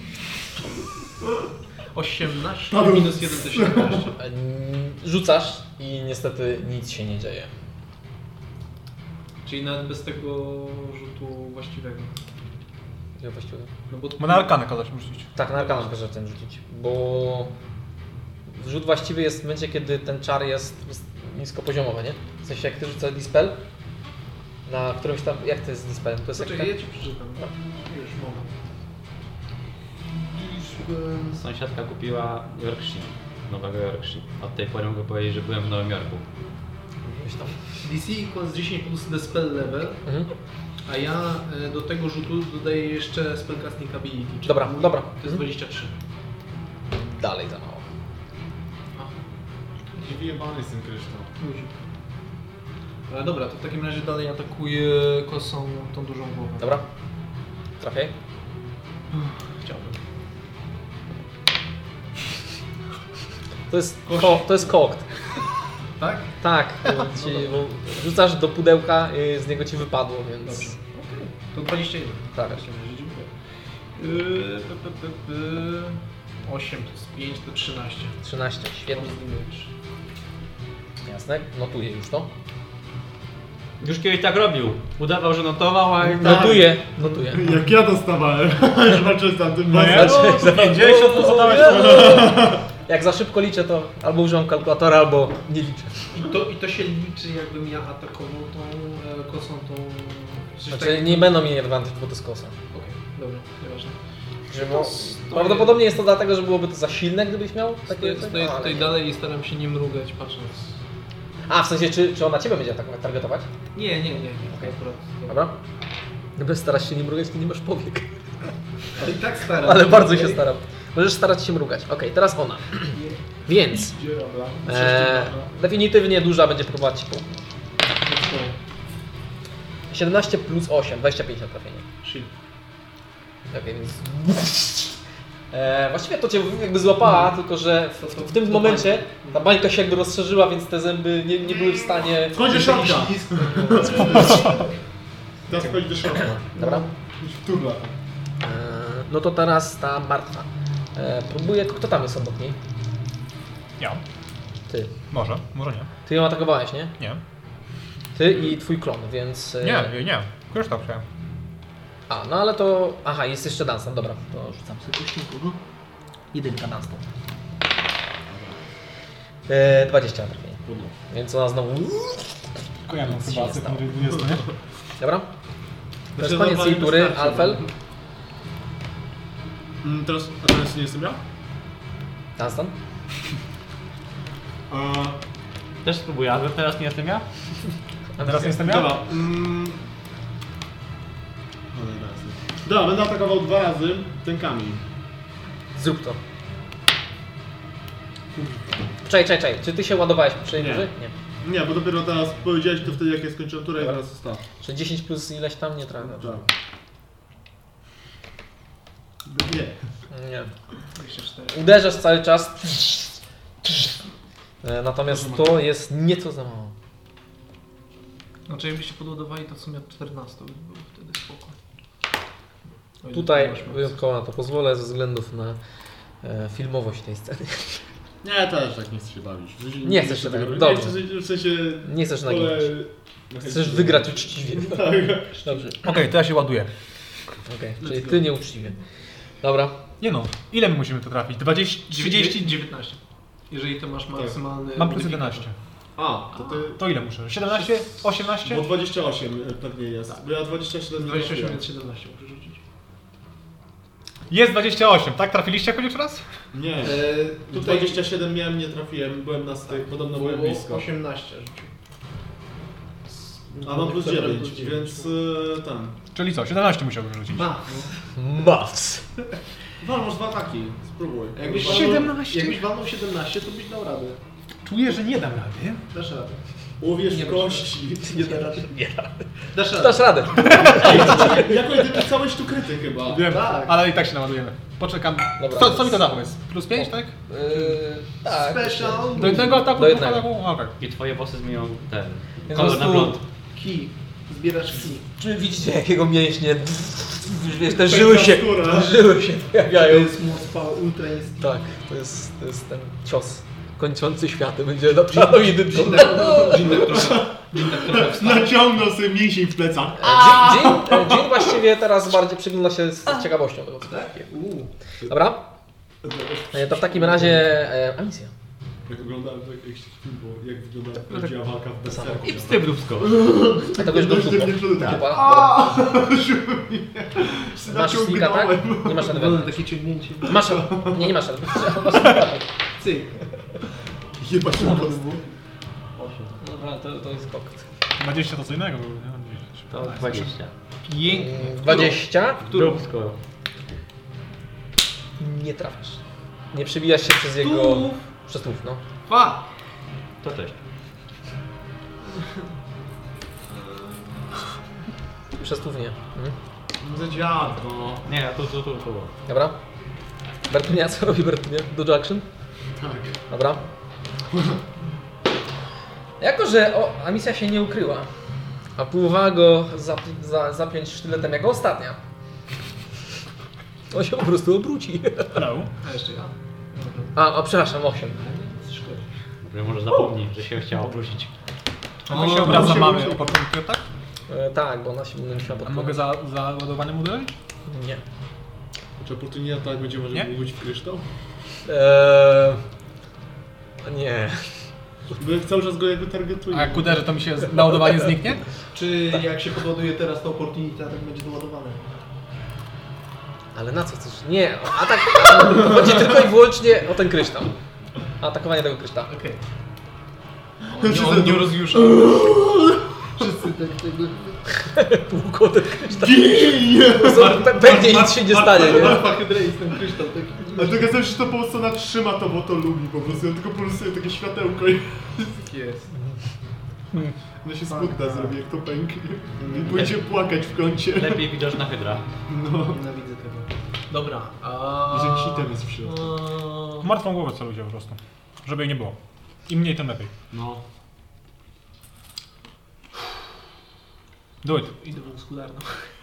S5: 18 minus 1 to 17.
S1: Rzucasz i niestety nic się nie dzieje.
S5: Czyli nawet bez tego rzutu właściwego.
S1: Ja właściwie.
S5: No bo
S4: Bo na arkanę kazać rzucić.
S1: Tak, na arkanę proszę ten rzucić, bo rzut właściwy jest w momencie, kiedy ten czar jest niskopoziomowy, nie? W sensie jak ty rzucasz dispel, na którymś tam, jak to jest dispel? To jest
S5: Poczekaj, ja ci przeczytam. Już moment.
S3: Sąsiadka kupiła Yorkshire, nowego Yorkshire. Od tej pory mogę powiedzieć, że byłem w Nowym Jorku.
S1: Myślę.
S5: DC equals 10 plus the spell level,
S1: Mhm.
S5: a ja do tego rzutu dodaję jeszcze spellcasting ability. czyli
S1: Dobra, dobra.
S5: To jest 23.
S1: Dalej za mało.
S2: Gdzie wyjebany jest ten kryształ?
S5: Ale dobra, to w takim razie dalej atakuję kosą tą dużą głowę.
S1: Dobra. Trafiaj.
S5: Chciałbym.
S1: To jest kokt.
S5: Tak?
S1: Tak, bo rzucasz do pudełka, z niego ci wypadło, więc...
S5: Dobrze. Okej. To 21.
S1: Tak.
S5: W takim razie dziękuję. 8 to jest 5 to 13.
S1: 13, świetnie. Jasne, notuję już to.
S3: Już kiedyś tak robił. Udawał, że notował, a i tak...
S1: Notuję.
S2: Jak ja dostawałem, że walczyłem z tamtym
S1: Znaczy,
S4: 50 to zadałeś.
S1: Jak za szybko liczę, to albo używam kalkulatora, albo nie liczę.
S5: I to się liczy, jakbym ja atakował tą kosą, tą...
S1: Znaczy nie będą mieli advantage, bo to jest kosa.
S5: Okej, dobra, nieważne.
S1: Prawdopodobnie jest to dlatego, że byłoby to za silne, gdybyś miał takie...
S5: Stoję
S1: ale
S5: tutaj
S1: nie.
S5: dalej i staram się nie mrugać, patrząc.
S1: A, w sensie, czy ona ciebie będzie atakować, targetować?
S5: Nie,
S1: Okej.
S5: akurat.
S1: Dobra. Gdyby starasz się nie mrugać, to nie masz powiek.
S5: Ale i tak staram.
S1: Ale bardzo się staram. Możesz starać się mrugać. Okej, teraz ona. Więc definitywnie duża będzie próbować ci pomóc. 17 plus 8, 25 na trafienie.
S5: Shield.
S1: Okej, więc... właściwie to cię jakby złapała, tylko że w tym momencie ta bańka się jakby rozszerzyła, więc te zęby nie były w stanie...
S2: Wchodzi do środka! Teraz wchodzi do środka.
S1: Dobra.
S2: W turla.
S1: No to teraz ta martwa. Próbuję... Kto tam jest obok niej?
S4: Ja.
S1: Ty.
S4: Może nie.
S1: Ty ją atakowałeś, nie?
S4: Nie.
S1: Ty i twój klon, więc...
S4: Nie. Kryształ chciałem.
S1: A, no ale to... Aha, jest jeszcze Dunstan, dobra. To rzucam sobie kośniku. Jedynka Dunstan. 20 na trafienie. Więc ona znowu...
S4: Tylko ja mam
S1: Nic
S4: chyba
S1: się nie stało.
S4: sekundy 20, nie?
S1: Dobra? To jest
S2: Znaczy,
S1: koniec jej tury,
S2: wystarczy,
S1: Alfel.
S2: Teraz nie jestem ja?
S1: Dunstan?
S3: Też spróbuję, ale teraz nie jestem ja?
S4: A teraz nie jestem ja?
S2: Dobra. Dobra, będę atakował 2 razy ten kamień.
S1: Zrób to. Czekaj. Czy ty się ładowałeś przy jej
S2: Nie.
S1: turze? Nie.
S2: Nie, bo dopiero teraz powiedziałeś to wtedy, jak ja skończyłem turę i teraz zostało.
S1: Czy 10 plus ileś tam nie trafia?
S2: Tak. Nie.
S1: Nie.
S5: 24.
S1: Uderzasz cały czas. Natomiast to jest nieco za mało.
S5: Znaczy jakbyście podładowali to w sumie 14 by było wtedy spoko. O ile
S1: Tutaj
S5: ty masz moc.
S1: wyjątkowo na to pozwolę ze względów na filmowość tej sceny.
S2: Nie, też tak nie chcę się bawić. W sensie
S1: Nie chcesz się
S2: tego
S1: tak,
S2: robić.
S1: dobrze.
S2: W sensie...
S1: Nie chcesz
S2: wolę-
S1: naginać. Chcesz wygrać uczciwie.
S2: Tak.
S1: Dobrze.
S4: Okej, to ja się ładuję.
S1: Okej, czyli ty nieuczciwie. Dobra.
S4: Nie no, ile my musimy to trafić? 20, 30?
S5: 19. Jeżeli to masz maksymalny...
S4: Mam plus 11.
S2: A, to ty...
S4: To ile muszę? 17? 18?
S2: Bo 28 pewnie jest. Bo ja 27
S5: 28 więc 17 muszę rzucić.
S4: Jest 28, tak? Trafiliście jakoś już raz?
S2: Nie.
S5: Tutaj
S2: 27 miałem, nie trafiłem. Byłem na styk, podobno byłem blisko.
S5: 18 rzucił.
S2: A mam plus
S5: Dobra,
S2: 9,
S5: plus 9.
S2: więc tam.
S4: Czyli co, 17 musiałbym rzucić.
S1: Maths.
S2: Masz 2 ataki, spróbuj.
S5: Jakbyś
S4: 17?
S5: Jakbyś walnął 17 to byś dał radę.
S4: Czuję, że nie dam rady.
S5: Dasz radę.
S2: Uwierz
S5: Nie
S2: w kości.
S5: Nie da rady. Dasz radę.
S1: Dasz radę.
S2: Jako jedyny całeś tu kryty chyba.
S4: Wiem,
S5: Tak.
S4: ale i tak się naładujemy. Poczekam.
S1: Dobra.
S4: Co mi to da powiedz? Plus 5, tak?
S1: Tak.
S5: Special.
S4: Do jednego ataku?
S1: Do jednego.
S4: Ataku? Okej.
S3: I twoje włosy zmienią ten
S1: Po
S3: kolor na
S1: prostu-
S3: blond.
S5: Key. Zbierasz key.
S1: Czy widzicie jakiego mięśnie? Wiesz, te żyły się
S5: To
S1: pojawiają.
S5: jest moc power ultra instinct.
S1: Tak, to jest ten cios kończący światy. Będzie naprawdę jedynką.
S5: Dziwne trochę.
S2: Naciągnął sobie mięsień w plecach.
S1: Dzień właściwie teraz bardziej przygląda się z ciekawością tego, co tak? Dobra. To w takim razie misja.
S2: Jak oglądałem jakiś film, bo jak wygląda prawdziwa walka w Berserku.
S3: I wstydówsko.
S1: A tego już do dupa. Masz snika, tak? Nie masz adwentu.
S5: Takie ciągnięcie.
S1: Masz... Nie masz adwentu.
S5: Cyk.
S2: Jebać na prostu.
S1: Dobra, to jest kokt.
S4: 20 to co innego.
S3: To 20.
S4: Pięknie.
S1: 20.
S3: Dupsko.
S1: Nie trafisz. Nie przebijasz się przez jego... Przez tłów, no.
S3: To cześć.
S1: Przez tłów nie.
S2: Za dziad, no.
S3: Nie, to.
S1: Dobra. Bertunia, co robi Bertunia? Dodge action?
S2: Tak.
S1: Dobra. Jako, że misja się nie ukryła, a próbowała go zapiąć sztyletem jako ostatnia, on się po prostu obróci.
S4: Hello.
S5: A jeszcze ja.
S1: Przepraszam, 8.
S3: Może zapomnieć, że się chciała obrócić.
S4: A my się obraza mamy opportunity, tak?
S1: Tak, bo ona się musiała
S4: A
S1: podpowiedzieć.
S4: mogę za ładowaniem uderzyć?
S1: Nie.
S2: Czy oportunita tak będzie może
S4: Nie?
S2: mówić w kryształ?
S1: Nie.
S2: Bo jak cały czas go jakby targetuję.
S4: A jak uderzę, to mi się naładowanie zniknie?
S5: Czy jak się podładuje teraz to opportunity, tak będzie doładowane?
S1: Ale na co chcesz? Nie, atak... Chodzi tylko i wyłącznie o ten kryształ. Atakowanie tego kryształu.
S5: Okej.
S2: On nie
S5: rozjusza. Wszyscy tak tego...
S1: Półko ten kryształ. Pewnie nic się nie stanie, nie?
S5: Alpha Hydrace, ten kryształ taki.
S2: Ale tylko sobie, że to po prostu ona trzyma to, bo to lubi po prostu. On tylko pulsuje takie światełko i
S5: Jest.
S2: ona się smutna zrobi, jak to pęknie. I pójdzie płakać w kącie.
S3: Lepiej widoczna hydra.
S2: No.
S5: Nienawidzę tego. Dobra.
S2: Że jakiś item jest w środku.
S4: W martwą głowę celujcie po prostu. Żeby jej nie było. Im mniej, tym lepiej.
S2: No.
S4: Do it.
S5: Idę w muskularną.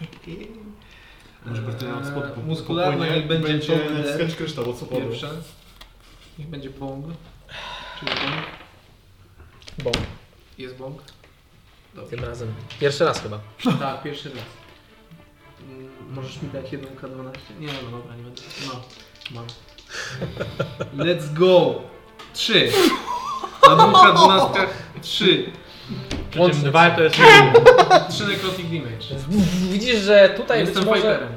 S2: Może Bertunia od spodku.
S5: Muskularna niech będzie
S2: sketch kryształ, od spodu.
S5: pierwsze. Niech będzie bong. Czyli bong.
S1: Bo
S5: Jest bong.
S1: tym razem. Pierwszy raz chyba.
S5: Tak, pierwszy raz. Możesz mi dać 1K12? Nie, no dobra, nie będę. No, mam. Let's go! 3. Na 2K12 3.
S3: Przy czym 2 to jest
S5: 3 necrotic damage.
S1: Widzisz, że tutaj
S5: Jestem
S1: być może
S5: fighterem.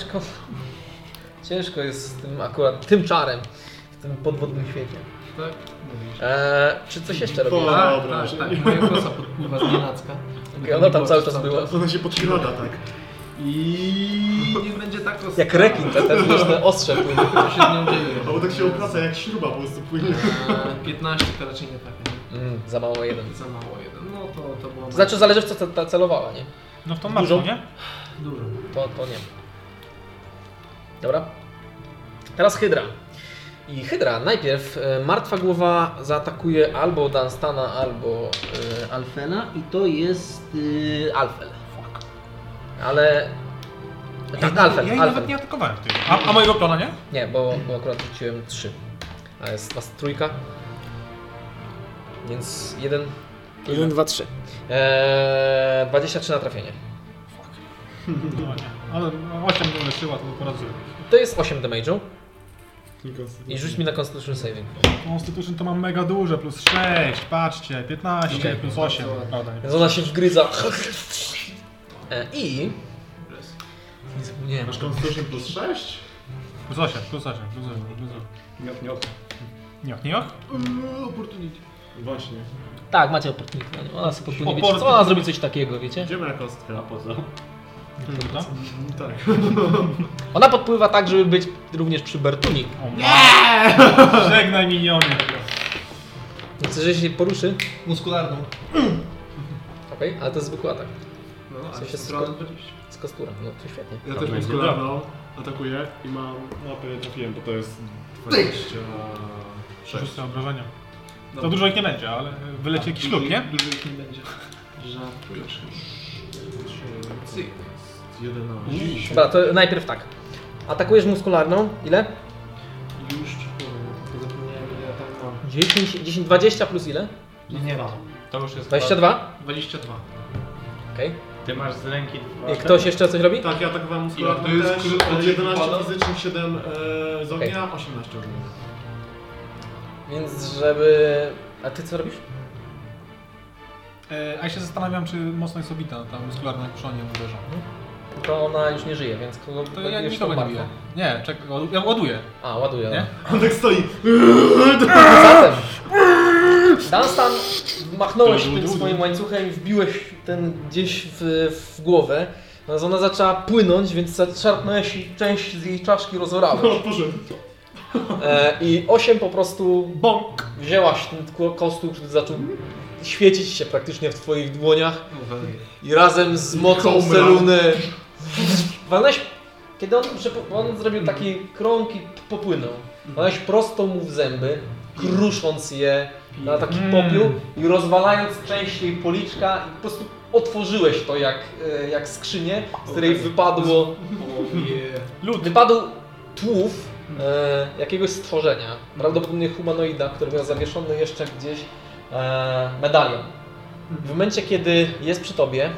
S1: ciężko jest z tym akurat, tym czarem w tym podwodnym świecie.
S5: Tak? Mówisz.
S1: Czy coś jeszcze robisz?
S2: To-
S5: Tak,
S2: dobra,
S5: tak,
S2: że
S5: tak.
S2: nie-
S5: Moja kosa podpływa z nienacka.
S1: Okej, ona tam cały czas była.
S2: Ona się podkrada, tak.
S5: I niech będzie tak ostro.
S1: Jak rekin, te wieczne ostrze płynie.
S5: Co się z nią dzieje?
S2: Albo tak się obraca jak śruba, po prostu płynie.
S5: 15 to raczej nie trafię.
S1: Za mało jeden.
S5: Za mało jeden. No to było...
S1: To znaczy zależy w co ta celowała, nie?
S4: No w tą
S1: Dużo?
S4: martwą, nie?
S5: Dużo.
S1: To nie. Dobra. Teraz Hydra. I Hydra najpierw martwa głowa zaatakuje albo Dunstana, albo Alfena i to jest Alfel. Ale... Tak, Alfen.
S4: Ja jej
S1: Alfen.
S4: nawet nie atakowałem w tym. A mojego plana nie?
S1: Nie, bo akurat rzuciłem 3. A jest was trójka. Więc 1, 2, 3. 23 na trafienie.
S4: No nie. Ale 8 go leczyła, to po raz zrobić.
S1: To jest 8 damage'u. I rzuć mi na Constitution Saving.
S4: Constitution to mam mega duże, plus 6, patrzcie, 15,
S1: Okej.
S4: plus 8. Prawda, nie?
S1: Więc ona się wgryza. I... Nie zapomniałem.
S2: Masz Constitution plus 6?
S4: Plus 8, plus 8, plus 8, plus 8. Nioch, nioch?
S5: Opportunity.
S2: Właśnie.
S1: Tak, macie opportunity. Ona sobie podpłynie, wiecie,
S4: Opportunity.
S1: co ona zrobi coś takiego, wiecie?
S2: Idziemy na kostkę.
S3: A po co?
S4: No?
S2: Tak.
S1: Ona podpływa tak, żeby być również przy Bertuni.
S4: Żegnaj minionie.
S1: Chcesz, że się poruszy?
S5: Muskularną.
S1: Okej, ale to jest zwykły atak.
S5: No,
S1: W
S5: a
S1: sensie
S5: jest stronę 20.
S1: Z kostura, no to świetnie.
S2: Ja
S3: To
S2: też
S3: będzie
S2: muskularną atakuję i mam... No pewnie trafiłem, bo to jest 26.
S4: Rzucę obrażenia.
S5: No.
S4: Za dużo ich nie będzie, ale wyleci jakiś lub, nie?
S5: Dużo ich nie będzie. Żartujesz. Cyk.
S2: 11.
S1: Dobra, to najpierw tak. Atakujesz muskularną. Ile?
S5: Już ci powiem, bo zapomniałem ile ja tam mam.
S1: 10, 20 plus ile?
S5: Nie wiem.
S3: To już jest
S1: 22?
S5: 22.
S1: Okej.
S3: Ty masz z ręki dwa.
S1: Ktoś jeszcze coś robi?
S2: Tak, ja atakowałem muskularną
S5: Ile to jest
S2: też,
S5: krótko,
S2: 11
S5: pada?
S2: fizycznych, 7 z ognia, 18 ognia.
S1: Więc żeby... A ty co robisz?
S4: A ja się zastanawiam, czy mocno jest obita, ta muskularna jak przy niej uderza.
S1: To ona już nie żyje, więc kogo
S4: To ja
S1: ładujesz
S4: nikogo
S1: tą
S4: nie biję.
S1: martwą?
S4: Nie, czekaj, ja ładuję.
S1: A, ładuję.
S4: Nie?
S2: On tak stoi.
S1: Zatem, Dunstan, machnąłeś tym swoim łańcuchem i wbiłeś ten gdzieś w głowę. Natomiast ona zaczęła płynąć, więc szarpnąłeś i część z jej czaszki rozorałeś.
S2: Otworzyłem.
S1: I 8 po prostu
S4: Bąk!
S1: wzięłaś ten kostur, który zaczął świecić się praktycznie w twoich dłoniach i razem z mocą
S2: Komra.
S1: Seluny walnąłeś, kiedy on zrobił taki krąg i popłynął. Walnąłeś prosto mu w zęby, krusząc je na taki popiół i rozwalając część jej policzka i po prostu otworzyłeś to jak skrzynię, z której wypadło wypadł tłów jakiegoś stworzenia, prawdopodobnie humanoida, który miał zawieszony jeszcze gdzieś medalion. W momencie, kiedy jest przy tobie,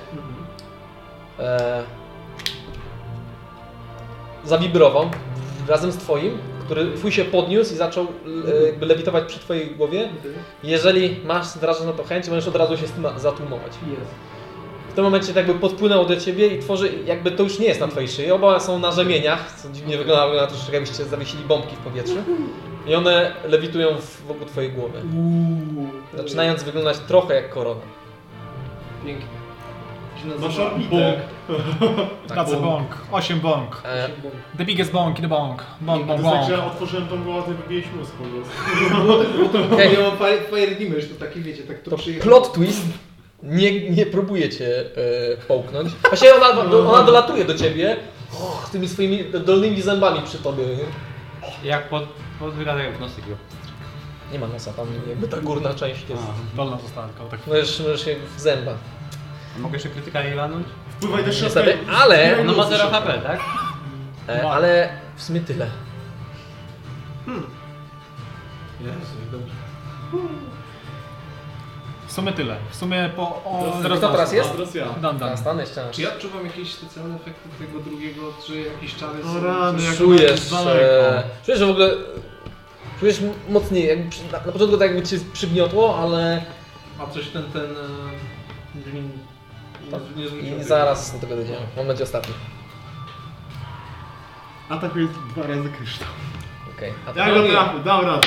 S1: zawibrował razem z twoim, który twój się podniósł i zaczął jakby lewitować przy twojej głowie. Jeżeli wyrażasz na to chęć, możesz od razu się z tym zatłumować. W tym momencie tak jakby podpłynął do ciebie i tworzy, jakby to już nie jest na twojej szyi, oba są na rzemieniach, co dziwnie wygląda na to, że jakbyście zawiesili bombki w powietrzu. I one lewitują wokół twojej głowy. Zaczynając wyglądać trochę jak korona.
S5: Pięknie.
S2: Masz orbitę.
S4: Tacy bąk, 8 bąk. The biggest bonk in the bonk. Bonk, bonk,
S2: To jest tak,
S4: bonk.
S2: że ja otworzyłem tą głowę, to wybiłeś mózg po prostu.
S1: Okej.
S5: Ja mam fire damage, to taki wiecie, tak to
S1: To
S5: przyjechał.
S1: plot twist. Nie próbuje cię połknąć. Właśnie ona dolatuje do ciebie tymi swoimi dolnymi zębami przy tobie.
S3: Jak podwyga jak w nosy go.
S1: Nie ma nosa, tam jakby ta górna część jest.
S4: Dolna została tylko tak.
S1: Możesz się w zębach.
S3: A mogę jeszcze krytykalnie walnąć?
S2: Wpływaj do środka.
S1: Niestety, ale...
S3: Ono ma 0 HP, tak?
S1: Ale w sumie tyle.
S5: Jezu, dobrze.
S4: W sumie tyle. W sumie po...
S1: Kto teraz jest?
S2: Teraz ja.
S4: Dan.
S1: Stan jeszcze.
S5: Czy ja odczuwam jakieś specjalne efekty tego drugiego, czy jakieś czary
S2: O
S5: są?
S2: rany, jak
S1: Czujesz,
S2: ona jest daleko.
S1: czujesz, że w ogóle... Czujesz mocniej, jakby na początku tak jakby cię przygniotło, ale...
S5: A coś ten nie zwrócił.
S1: I zaraz do tego dojdziemy. On będzie ostatni.
S2: Atakuje 2 razy kryształ.
S1: Okej. A
S2: Ja go trafię, dam radę.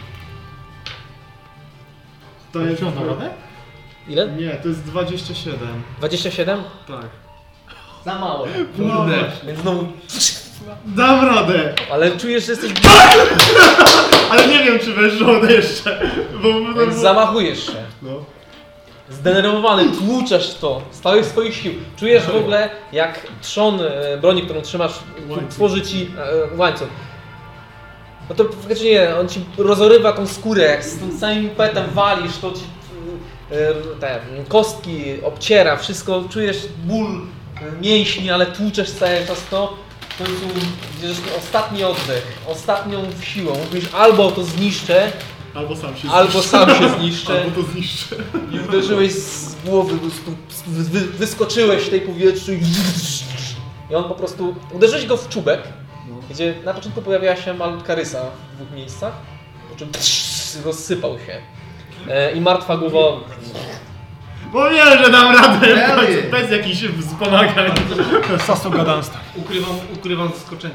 S2: To jest...
S4: radę?
S1: ile?
S2: Nie, to jest 27.
S1: 27?
S2: Tak.
S1: Za mało.
S2: Kurde.
S1: Więc znowu...
S2: Dam radę!
S1: Ale czujesz, że jesteś...
S2: Ale nie wiem, czy weszło jeszcze.
S1: Więc zamachujesz się.
S2: No.
S1: Zdenerwowany, tłuczesz to z całych swoich sił. Czujesz w ogóle, jak trzon broni, którą trzymasz, tworzy ci łańcuch. No to faktycznie on ci rozorywa tą skórę, jak z tym całym impetem walisz, to ci te kostki obciera, wszystko, czujesz ból mięśni, ale tłuczesz cały czas to. W końcu bierzesz ostatni oddech, ostatnią siłą. Mówisz, albo to zniszczę,
S2: Albo sam się
S1: albo
S2: zniszczę.
S1: sam się zniszczę.
S2: Albo to zniszczę.
S1: I uderzyłeś z głowy, po prostu wyskoczyłeś w tej powietrzu i on po prostu... Uderzyłeś go w czubek, gdzie na początku pojawiała się malutka rysa w 2 miejscach, po czym rozsypał się. I martwa głowa...
S2: Bo wiem, że dam radę w końcu, bez jakichś wspomagań.
S4: Sasuga Dunstan.
S5: Ukrywam zaskoczenie.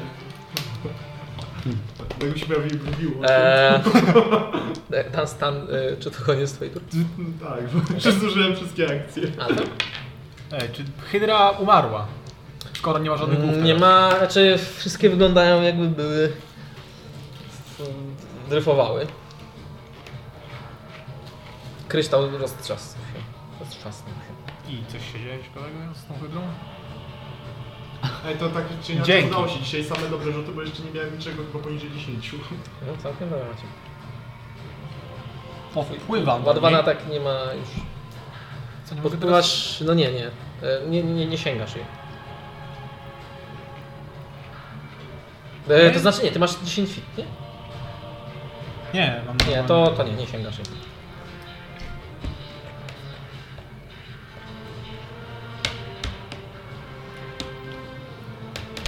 S2: Jakby się prawie lubiło.
S1: Dunstan, czy to koniec twojej tury?
S2: Tak, bo już zużyłem wszystkie akcje.
S4: Czy Hydra umarła? Skoro nie ma żadnych głów
S1: Nie
S4: teraz.
S1: ma, znaczy wszystkie wyglądają jakby były... dryfowały. Kryształ roztrzasnął się.
S4: I coś się dzieje ciekawego z tą Hydrą?
S2: Ej, to tak czy inaczej
S4: Dzięki.
S2: udało się dzisiaj same dobre rzuty, bo jeszcze nie miałem niczego chyba poniżej 10.
S1: No całkiem dobra macie.
S4: Popływam.
S1: Ładowany atak nie ma już.
S4: Co, nie mogę teraz?
S1: Podpływasz, no nie sięgasz jej. To znaczy nie, ty masz 10 feet, nie?
S4: Nie, mam
S1: Nie, to nie sięgasz jej.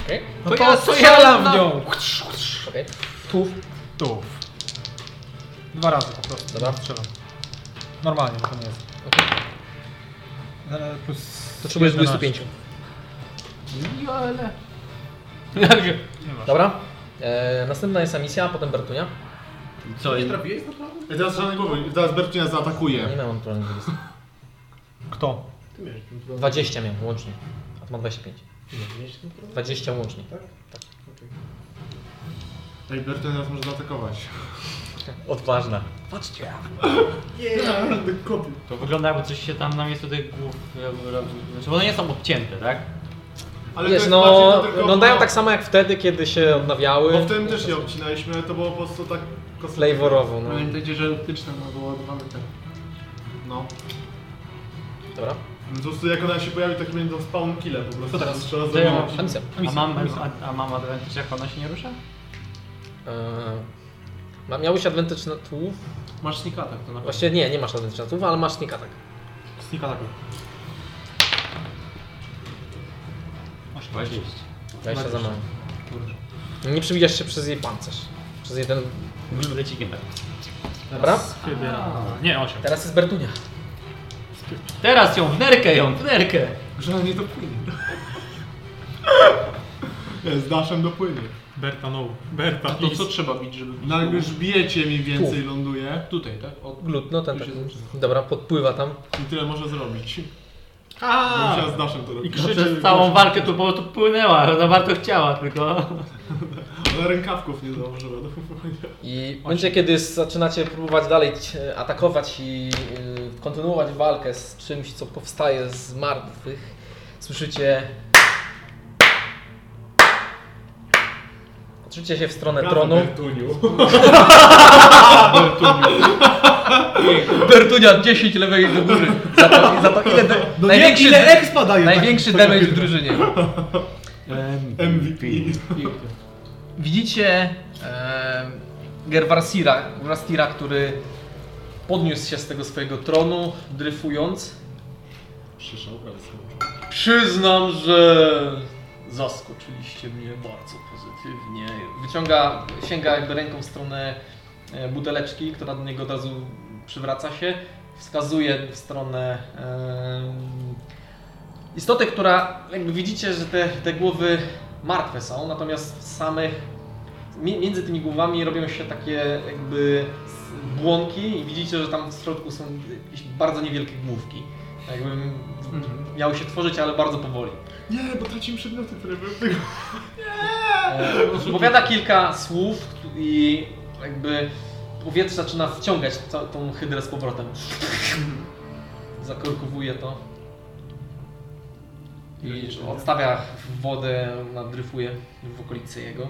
S1: Okej.
S4: No to strzelam w nią!
S1: Okej. Tuf.
S4: Tu. 2 razy po prostu.
S1: Dobra.
S4: Strzelam. Normalnie, bo to nie jest.
S1: Okay.
S4: Plus
S1: To potrzebujesz
S4: 11.
S1: 25.
S3: Ale...
S4: Nie masz.
S1: Dobra. Następna jest misja, a potem Bertunia.
S3: Co?
S5: Nie trafiłeś naprawdę?
S2: I teraz żadnej głowy. I teraz Bertunia
S1: Nie
S2: zaatakuje.
S1: miałem naturalnych 20.
S4: Kto?
S5: Ty miałeś ten problem.
S1: 20 miałem łącznie. A to ma 25.
S5: Nie miałeś ten problem?
S1: 20 łącznie.
S5: Tak? Tak. Okej.
S2: Ej, Bertunia teraz może zaatakować.
S1: Odważna.
S2: Naprawdę kopię.
S3: To wygląda jakby coś się tam na miejscu tych głów robi. Znaczy, bo one nie są obcięte, tak?
S2: Ale
S1: Wiesz,
S2: to jest
S1: no,
S2: bardziej to tylko
S1: wyglądają tak samo jak wtedy, kiedy się odnawiały.
S2: Bo wtedy też nie obcinaliśmy, to było po prostu tak kosmetycznie.
S1: Flavorowo, no.
S5: Pamiętajcie, że optyczne było 2 metry.
S2: No.
S1: Dobra.
S2: Po prostu jak ona się pojawi, tak będą spawn kille po prostu.
S4: Co teraz?
S2: Trzeba
S3: To ja mam-
S2: zrobić.
S1: Misja.
S3: A mam advantage, jak ona się nie rusza?
S1: Miałeś advantage na tłów?
S5: Masz sneak attack, to na pewno.
S1: Właściwie nie masz advantage na tłów, ale masz sneak attack.
S4: Sneak ataku.
S3: Masz 20.
S1: 20 za mało. Nie przewijasz się przez jej pancerz. Przez jej ten...
S3: Lecikiem tak.
S1: Dobra?
S4: Nie, 8.
S1: Teraz jest Bertunia.
S3: Teraz ją, w nerkę!
S2: Że ona nie dopłynie. Nie, z daszem dopłynie.
S4: Berta, no. Berta,
S5: A to co trzeba bić, żeby bić?
S2: No jak już bijecie mniej więcej ląduje
S5: Tutaj, tak? O,
S1: Glut, no ten
S5: Tu
S1: tak.
S5: się zaczyna.
S1: Dobra, podpływa tam.
S2: i tyle może zrobić.
S4: A!
S2: Musiała z daszem to robić.
S3: No przez całą walkę tu po prostu płynęła, ona bardzo chciała, tylko...
S2: Ona rękawków nie założyła.
S1: I w momencie, kiedy zaczynacie próbować dalej atakować i kontynuować walkę z czymś, co powstaje z martwych, słyszycie... Patrzycie się w stronę tronu.
S2: Bertuniu.
S1: Bertunia 10 lewej do góry. Za to ile...
S4: No nie, ile expa daje?
S1: Największy
S4: tak,
S1: damage w drużynie.
S2: MVP.
S1: Widzicie Gervarsira, który podniósł się z tego swojego tronu, dryfując.
S2: Przyszał prawie sobie.
S1: Przyznam, że zaskoczyliście mnie bardzo pozytywnie. Sięga jakby ręką w stronę buteleczki, która do niego od razu przywraca się. Wskazuje w stronę istoty, która jakby widzicie, że te głowy martwe są, natomiast między tymi głowami robią się takie jakby błonki i widzicie, że tam w środku są jakieś bardzo niewielkie główki. Jakby miały się tworzyć, ale bardzo powoli.
S2: Nie, bo tracimy przedmioty, które były w tego.
S1: Opowiada kilka słów i jakby powietrze zaczyna wciągać tą hydrę z powrotem. Zakorkowuje to. I odstawia wodę, nadryfuje w okolicy jego.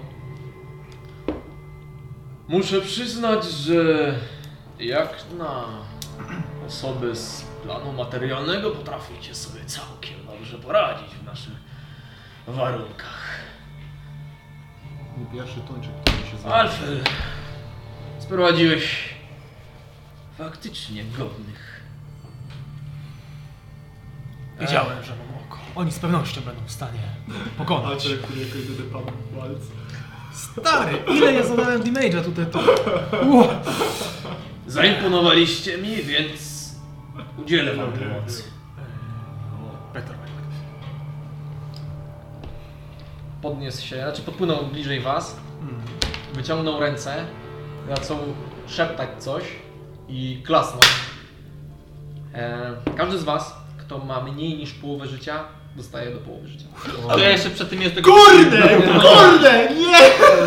S1: Muszę przyznać, że jak na osoby z planu materialnego potraficie sobie całkiem dobrze poradzić w naszych warunkach.
S2: Nie pierwszy tończyk, który się znalazł.
S1: Alfy, sprowadziłeś faktycznie godnych.
S4: Wiedziałem, że mam oko. Oni z pewnością będą w stanie pokonać.
S2: Alfred, który jakoś do padł w walce.
S4: Stary, ile ja zadałem damage'a tutaj to...
S1: Zaimponowaliście mi, więc udzielę wam pomocy. Podniósł się, podpłynął bliżej was, wyciągnął ręce, zaczął szeptać coś i klasnął. Każdy z was, kto ma mniej niż połowę życia, dostaje do połowy życia.
S3: To ja jeszcze przed tym jest tego...
S2: Kurde! Kurde! Nie!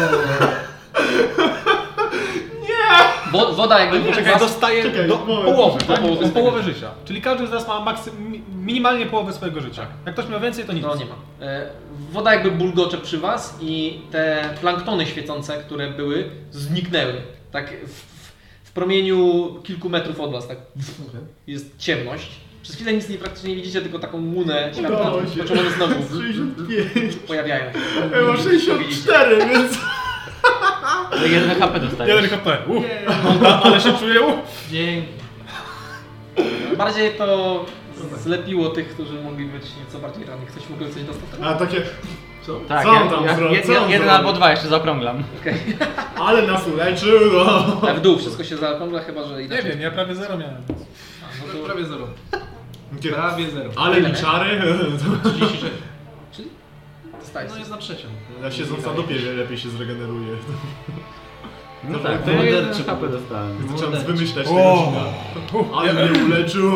S1: Woda jakby
S4: Czekaj, dostaję
S2: Czekaj,
S4: do
S2: moment,
S4: połowy,
S2: czekaj.
S4: tak? Do połowy życia. Czyli każdy z nas ma minimalnie połowę swojego życia. Jak ktoś ma więcej, to nic.
S1: No nie ma. Woda jakby bulgocze przy was i te planktony świecące, które były, zniknęły. Tak w promieniu kilku metrów od was, tak jest ciemność. Przez chwilę nic praktycznie nie widzicie, tylko taką łunę światła
S2: Udało się.
S1: poczęłono znowu
S2: 65.
S1: pojawiają się.
S2: Ja mam 64, więc...
S3: Ale 1 HP dostajesz.
S4: 1 HP. Ale się czuję.
S3: Dzięki.
S1: Bardziej to zlepiło tych, którzy mogli być nieco bardziej ranni. Ktoś w ogóle coś dostał?
S2: A takie...
S5: Co?
S3: Tak,
S2: Co on tam zrobił? Co on
S3: jeden
S2: zrobił?
S3: albo dwa, jeszcze zaokrąglam.
S2: Ale nas uleczył, no.
S1: A w dół wszystko się zaokrągla, chyba że
S4: Nie
S1: inaczej.
S4: wiem, ja prawie 0 miałem.
S1: No to
S5: Prawie 0. Prawie 0.
S2: Ale
S1: Ile,
S2: mi czary.
S5: 36.
S1: Czyli dostajesz.
S5: No jest na trzecią.
S2: Ja siedząc na dupie lepiej się zregeneruje.
S3: No
S2: To
S3: tak, to
S2: było
S3: ja
S5: mordercze.
S3: jeden HP dostałem.
S2: Zacząłem wymyślać tego
S4: O!
S2: dźwięka. Ale mnie uleczył.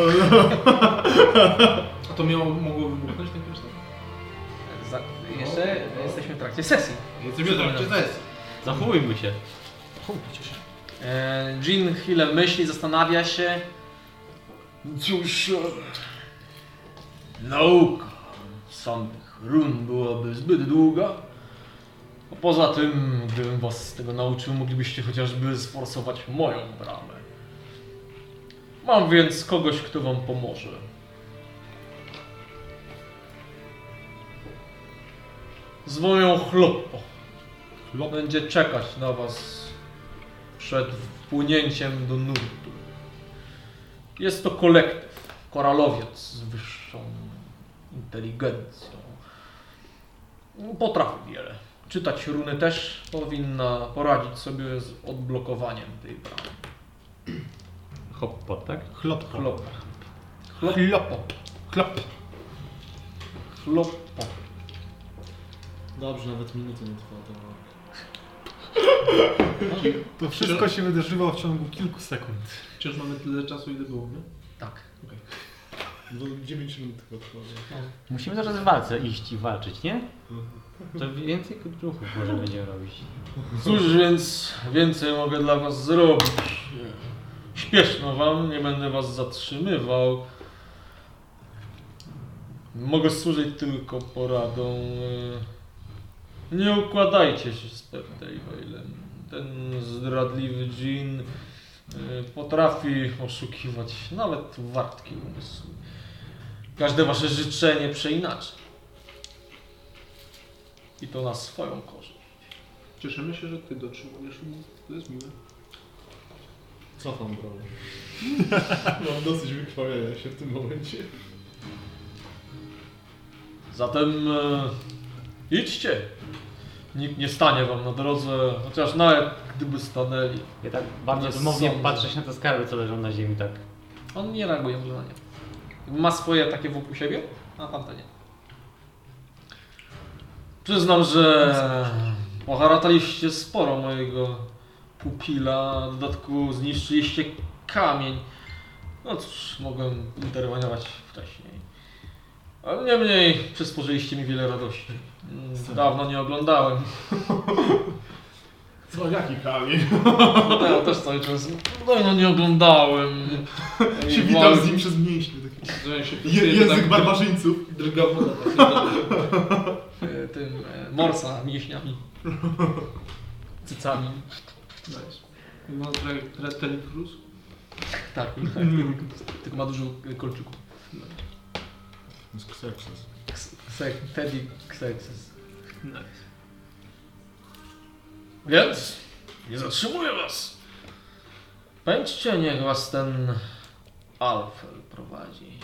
S5: A to mogło wybuchnąć ten kryształ?
S1: Jeszcze jesteśmy w trakcie sesji.
S5: Jesteśmy w trakcie sesji.
S3: Zachowujmy się.
S1: Jean chwilę myśli, zastanawia się. Cóż, nauka samych run byłaby zbyt długa. A poza tym, gdybym was tego nauczył, moglibyście chociażby sforsować moją bramę. Mam więc kogoś, kto wam pomoże. Zwoją Chloppo. Będzie czekać na was przed wpłynięciem do nurtu. Jest to kolektyw, koralowiec z wyższą inteligencją. Potrafi wiele. Czytać runy też, powinna poradzić sobie z odblokowaniem tej bramy.
S3: Hop-pot, tak?
S4: Chlop.
S1: Chloppo.
S4: Chlopo. Chlop.
S1: Chloppo.
S2: Dobrze, nawet minuty nie trwa to.
S4: To wszystko się wydarzyło w ciągu kilku sekund.
S5: Przecież mamy tyle czasu, ile było, nie?
S1: Tak.
S2: No 9 minut chyba trwa.
S3: Musimy zaraz w walce iść i walczyć, nie? To więcej ruchów może będziemy robić.
S1: Cóż więc więcej mogę dla was zrobić. Śpieszno wam, nie będę was zatrzymywał. Mogę służyć tylko poradą. Nie układajcie się z Pertaiwalem. Ten zdradliwy dżin potrafi oszukiwać nawet wartki umysłu. Każde wasze życzenie przeinaczy. I to na swoją korzyść.
S5: Cieszymy się, że ty dotrzymujesz umów. To jest miłe.
S2: Cofam broń. Mam dosyć wykrwawienia się w tym momencie.
S1: Zatem idźcie. Nikt nie stanie wam na drodze, chociaż nawet gdyby stanęli.
S3: Ja tak bardzo
S1: Nie
S3: wymownie
S1: sądzę.
S3: patrzę się na te skarby, co leżą na ziemi, tak.
S1: On nie reaguje w ogóle na nie. Ma swoje takie wokół siebie, a tamte nie. Przyznam, że poharataliście sporo mojego pupila, w dodatku zniszczyliście kamień. No cóż, mogłem interweniować wcześniej. Ale niemniej przysporzyliście mi wiele radości. Dawno nie oglądałem.
S2: Co, jaki kamień?
S1: No ja też cały czas dawno nie oglądałem.
S2: Się witam z nim przez mięśnie. Język barbarzyńców.
S5: Drga woda.
S1: Tym morsa mięśniami. Cycami.
S5: Ma Teddy Cruz?
S1: Tak, tylko ma dużo kolczyków. Teddy Xerxes.
S5: Nice.
S1: Więc nie zatrzymuję was. Pędźcie, niech was ten Alfel prowadzi.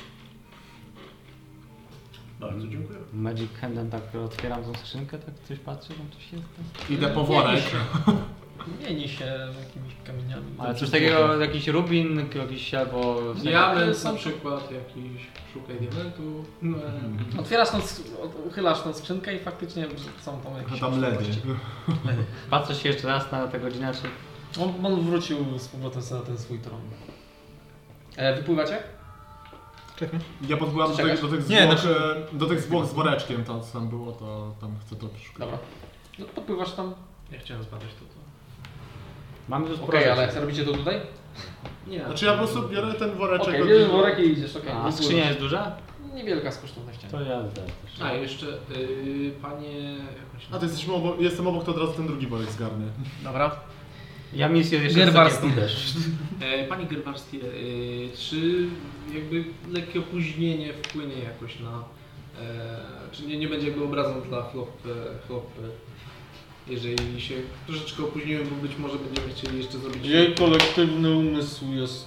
S2: Bardzo dziękuję.
S3: Magic Handem tak otwieram tą skrzynkę, tak coś patrzę, tam coś jest. Tak?
S2: Idę po worek.
S1: Mieni się jakimiś kamieniami.
S3: Ale coś takiego, jakiś rubin, jakiś albo...
S5: Diament na przykład, jakiś szukaj diamentu. No,
S1: uchylasz tą skrzynkę i faktycznie są tam jakieś...
S2: Tam ledy.
S3: Patrzę się jeszcze raz na tego dżina, czy...
S1: On wrócił z powrotem sobie na ten swój tron. Wypływacie?
S4: Czekaj.
S2: Ja podpływam
S4: Nie,
S2: do tych zwłok z woreczkiem, to co tam było, to tam chcę to przeszukać.
S1: Dobra. No podpływasz tam.
S5: ja chciałem zbadać to.
S3: Mamy tu sporo
S1: Okej,
S3: rzeczy.
S1: ale robicie to tutaj?
S5: Nie.
S2: Znaczy ja po prostu biorę ten woreczek
S1: Okej,
S2: od
S1: bierzesz
S2: niego.
S1: worek i idziesz, okej.
S3: A skrzynia jest duża?
S1: Niewielka z kosztownością.
S3: To ja też.
S5: A jeszcze panie...
S2: A to jestem obok, to od razu ten drugi worek zgarnę.
S1: Dobra.
S3: Ja misję jeszcze
S1: Gerwarsty.
S3: sobie też.
S5: Pani Gerwarstie, czy jakby lekkie opóźnienie wpłynie jakoś na... czy nie będzie jakby obrazem dla Chloppy? Jeżeli się troszeczkę opóźniłem, bo być może będziemy chcieli jeszcze zrobić...
S1: Jej kolektywny umysł jest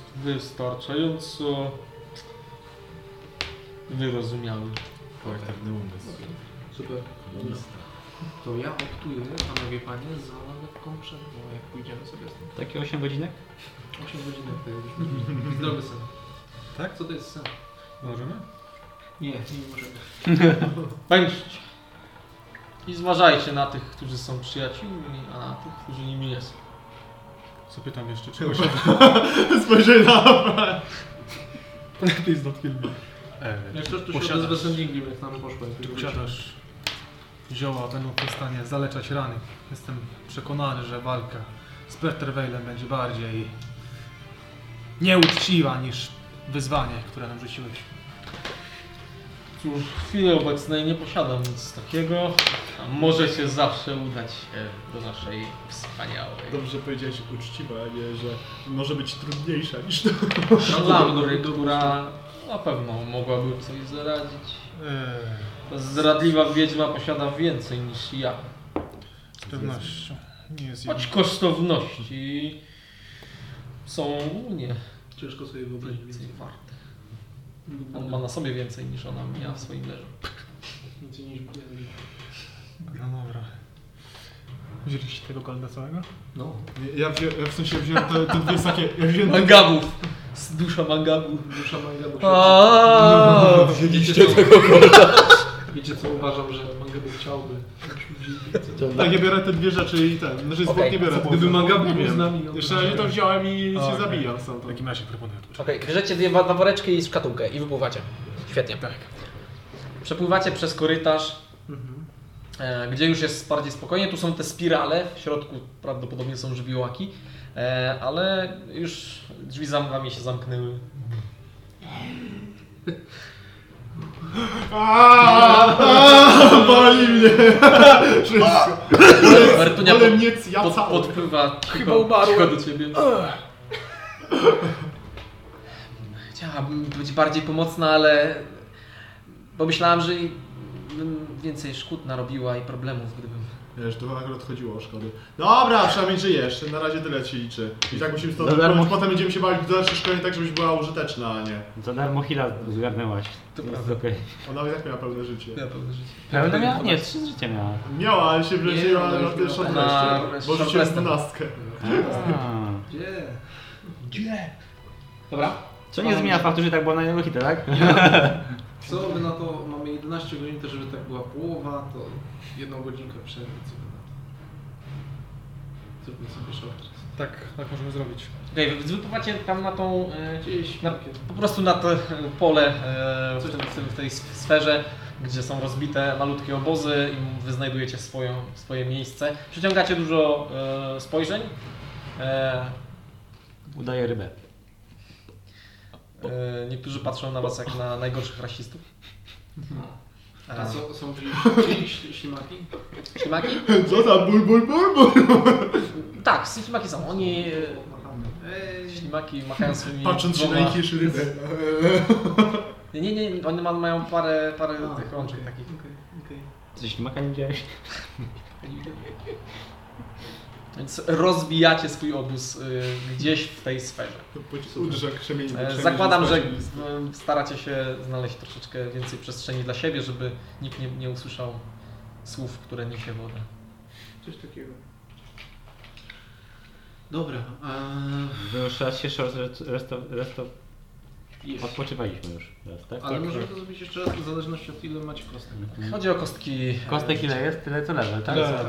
S1: wystarczająco wyrozumiały.
S2: Kolektywny umysł.
S5: Super. To ja optuję, panowie panie, za lekką przerwą, jak pójdziemy sobie z tym.
S3: Takie 8 godzinek?
S5: 8 godzinek to jest zdrowy sen.
S4: Tak?
S5: Co to jest sen?
S4: Możemy?
S5: Nie możemy.
S1: Pędźcie. I zważajcie na tych, którzy są przyjaciółmi, a na tych, którzy nimi nie są.
S4: Zapytam jeszcze czegoś.
S2: Spojrzej na
S4: Please not kill me.
S5: Jak coś, to się odezwę sendingiem, jak nam poszło.
S4: Czy posiadasz zioła, będą w stanie zaleczać rany? Jestem przekonany, że walka z Perterweilem będzie bardziej nieuczciwa niż wyzwanie, które nam rzuciłeś.
S1: Cóż, w chwili obecnej nie posiadam nic takiego, a może się zawsze udać do naszej wspaniałej
S2: Dobrze powiedziałeś uczciwa, a nie, że może być trudniejsza niż to.
S1: szlamgry, która na pewno mogłaby coś zaradzić. Ta zdradliwa wiedźma posiada więcej niż ja.
S4: Z pewnością nie jest
S1: Choć kosztowności są u mnie
S5: Ciężko sobie wyobrazić
S1: więcej
S5: więcej.
S1: warte. On ma na sobie więcej niż ona miała w swoim leżu.
S5: Więcej niż
S4: No dobra. Wzięliście tego golda całego?
S5: No.
S2: Ja w sensie wziąłem te dwie takie... Ja wziąłem
S1: Mangabów! Z dusza mangabów.
S5: Dusza manga,
S1: Aaaa!
S5: wzięliście tego golda. Wiecie co, uważam, że manga by chciałby.
S2: Tak, ja biorę te dwie rzeczy i ten. Znaczy
S1: Okej.
S2: nie biorę.
S5: Gdyby manga
S2: nie
S5: był
S2: wiem.
S5: z nami, on
S2: Jeszcze
S5: by-
S2: na razie to wziąłem i się
S4: Okej.
S2: zabijam stąd.
S4: W takim razie proponuję to.
S1: Okej, bierzecie dwa woreczki i szkatułkę i wypływacie. Świetnie.
S4: Tak.
S1: Przepływacie przez korytarz,
S5: Mhm.
S1: gdzie już jest bardziej spokojnie. Tu są te spirale, w środku prawdopodobnie są żywiołaki, ale już drzwi za wami się zamknęły.
S2: Boli mnie! Wszystko.
S1: Bertunia
S2: Ale nie ja cały.
S1: podpływa
S4: Chyba umarłem.
S1: cicho do ciebie. Chciałabym być bardziej pomocna, ale pomyślałam, że bym więcej szkód narobiła i problemów, gdybym...
S2: Wiesz, to akurat chodziło o szkody. Dobra, przynajmniej żyjesz. Na razie tyle ci liczy. I tak musimy stąd
S3: Dobra,
S2: wypłynąć. Potem będziemy się bawić w dalsze szkolenie tak, żebyś była użyteczna, a nie.
S3: Za darmo heala zgarnęłaś.
S1: To
S3: jest
S1: prawda.
S3: okej.
S2: Ona i tak miała pełne życie.
S1: Ja pełne życie.
S3: Pełne miała? Nie, 3 życia miała.
S2: Miała, ale się wleziła
S5: ona
S2: na
S5: już
S2: ten
S5: miała-
S2: shortleście. Bo rzuciłem
S1: shortlistem.
S2: 12.
S3: A.
S5: Gdzie?
S1: Dobra.
S3: Co nie zmienia faktu, że tak była na jednego hita, tak?
S5: Co by na to, mamy 11 godzin, to żeby tak była połowa, to 1 godzinkę przerwy, co by na to. Zróbmy sobie short.
S4: Tak możemy zrobić.
S1: Okej, więc wypływacie tam na tą...
S5: Gdzieś
S1: po prostu na to pole w tej sferze, gdzie są rozbite malutkie obozy i wy znajdujecie swoje miejsce. Przyciągacie dużo spojrzeń.
S3: Udaje rybę.
S1: Niektórzy patrzą na was jak na najgorszych rasistów.
S5: A są gdzieś ślimaki?
S1: Ślimaki?
S2: Co tam? Ból.
S1: Tak, ślimaki są. Oni...
S5: Ej,
S1: Ślimaki machają swoimi...
S2: Patrząc się na
S1: dwoma-
S2: ich jesz rybę.
S1: Nie, one mają parę tych rączek takich.
S5: Okej.
S3: Coś ślimaka nie widziałeś?
S1: Więc rozbijacie swój obóz gdzieś w tej sferze.
S2: Uderz jak krzemień.
S1: Zakładam, że staracie się znaleźć troszeczkę więcej przestrzeni dla siebie, żeby nikt nie usłyszał słów, które niesie woda.
S5: Coś takiego. Dobra.
S3: Wy już raz się odpoczywaliśmy już raz, tak?
S5: Ale możemy to zrobić jeszcze raz w zależności od ile macie kostek.
S1: Chodzi o kostki...
S3: Kostek ile jest, tyle co level, tak?
S1: Tak.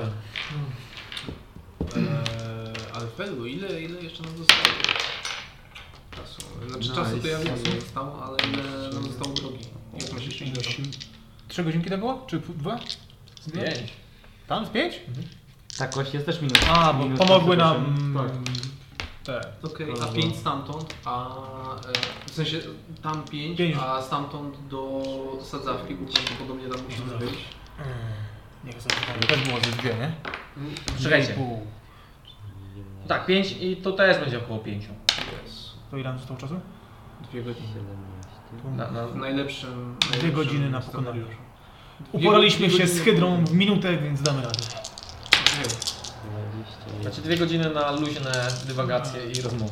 S5: Ale Felu, ile jeszcze nam zostało czasu? Znaczy czasu to ja wiem, co zostało, ale ile nam zostało drogi? Jak myślisz, ile to?
S4: 3 godzinki to było? Czy 2?
S1: 5.
S4: Tam z 5?
S3: Tak, kość jest też minus.
S4: A, bo
S3: minus
S4: pomogły
S3: 48.
S4: nam...
S2: Tak.
S5: Okej, a 5 stamtąd, w sensie tam 5,
S4: Pięć.
S5: a stamtąd do sadzawki, bo prawdopodobnie tam musimy wyjść.
S4: Niech zobaczymy. Też było ze 2, nie?
S1: Czekajcie.
S4: Pół.
S1: Tak, 5 i to też będzie około 5.
S4: To ile nam zostało czasu?
S5: 2 godziny.
S3: 17.
S5: W najlepszym...
S4: 2 godziny na pokonanie.
S5: scenariuszu.
S4: Uporaliśmy
S5: Dwie
S4: się z
S5: godziny-
S4: hydrą w minutę, więc damy radę.
S5: Okej.
S3: 21.
S1: Znaczy 2 godziny na luźne dywagacje i rozmowy.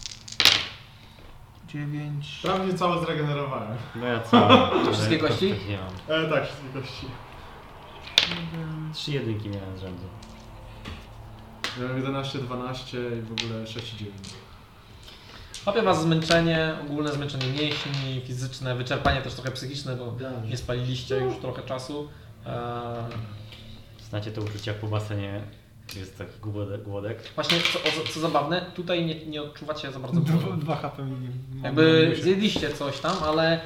S4: 9...
S2: Prawie całe zregenerowałem.
S3: No ja co?
S1: To wszystkie kości?
S3: Nie mam.
S2: Tak, wszystkie kości.
S3: 3 jedynki miałem z rzędu.
S2: Ja mam 11, 12 i w ogóle 6 i 9.
S1: Łapie was zmęczenie, ogólne zmęczenie mięśni, fizyczne, wyczerpanie też trochę psychiczne, bo nie spaliliście już trochę czasu.
S3: Znacie to uczucie, jak po basenie jest taki głodek.
S1: Właśnie, co zabawne, tutaj nie odczuwacie za bardzo głodu.
S4: 2 HP
S1: Jakby zjedliście coś tam, ale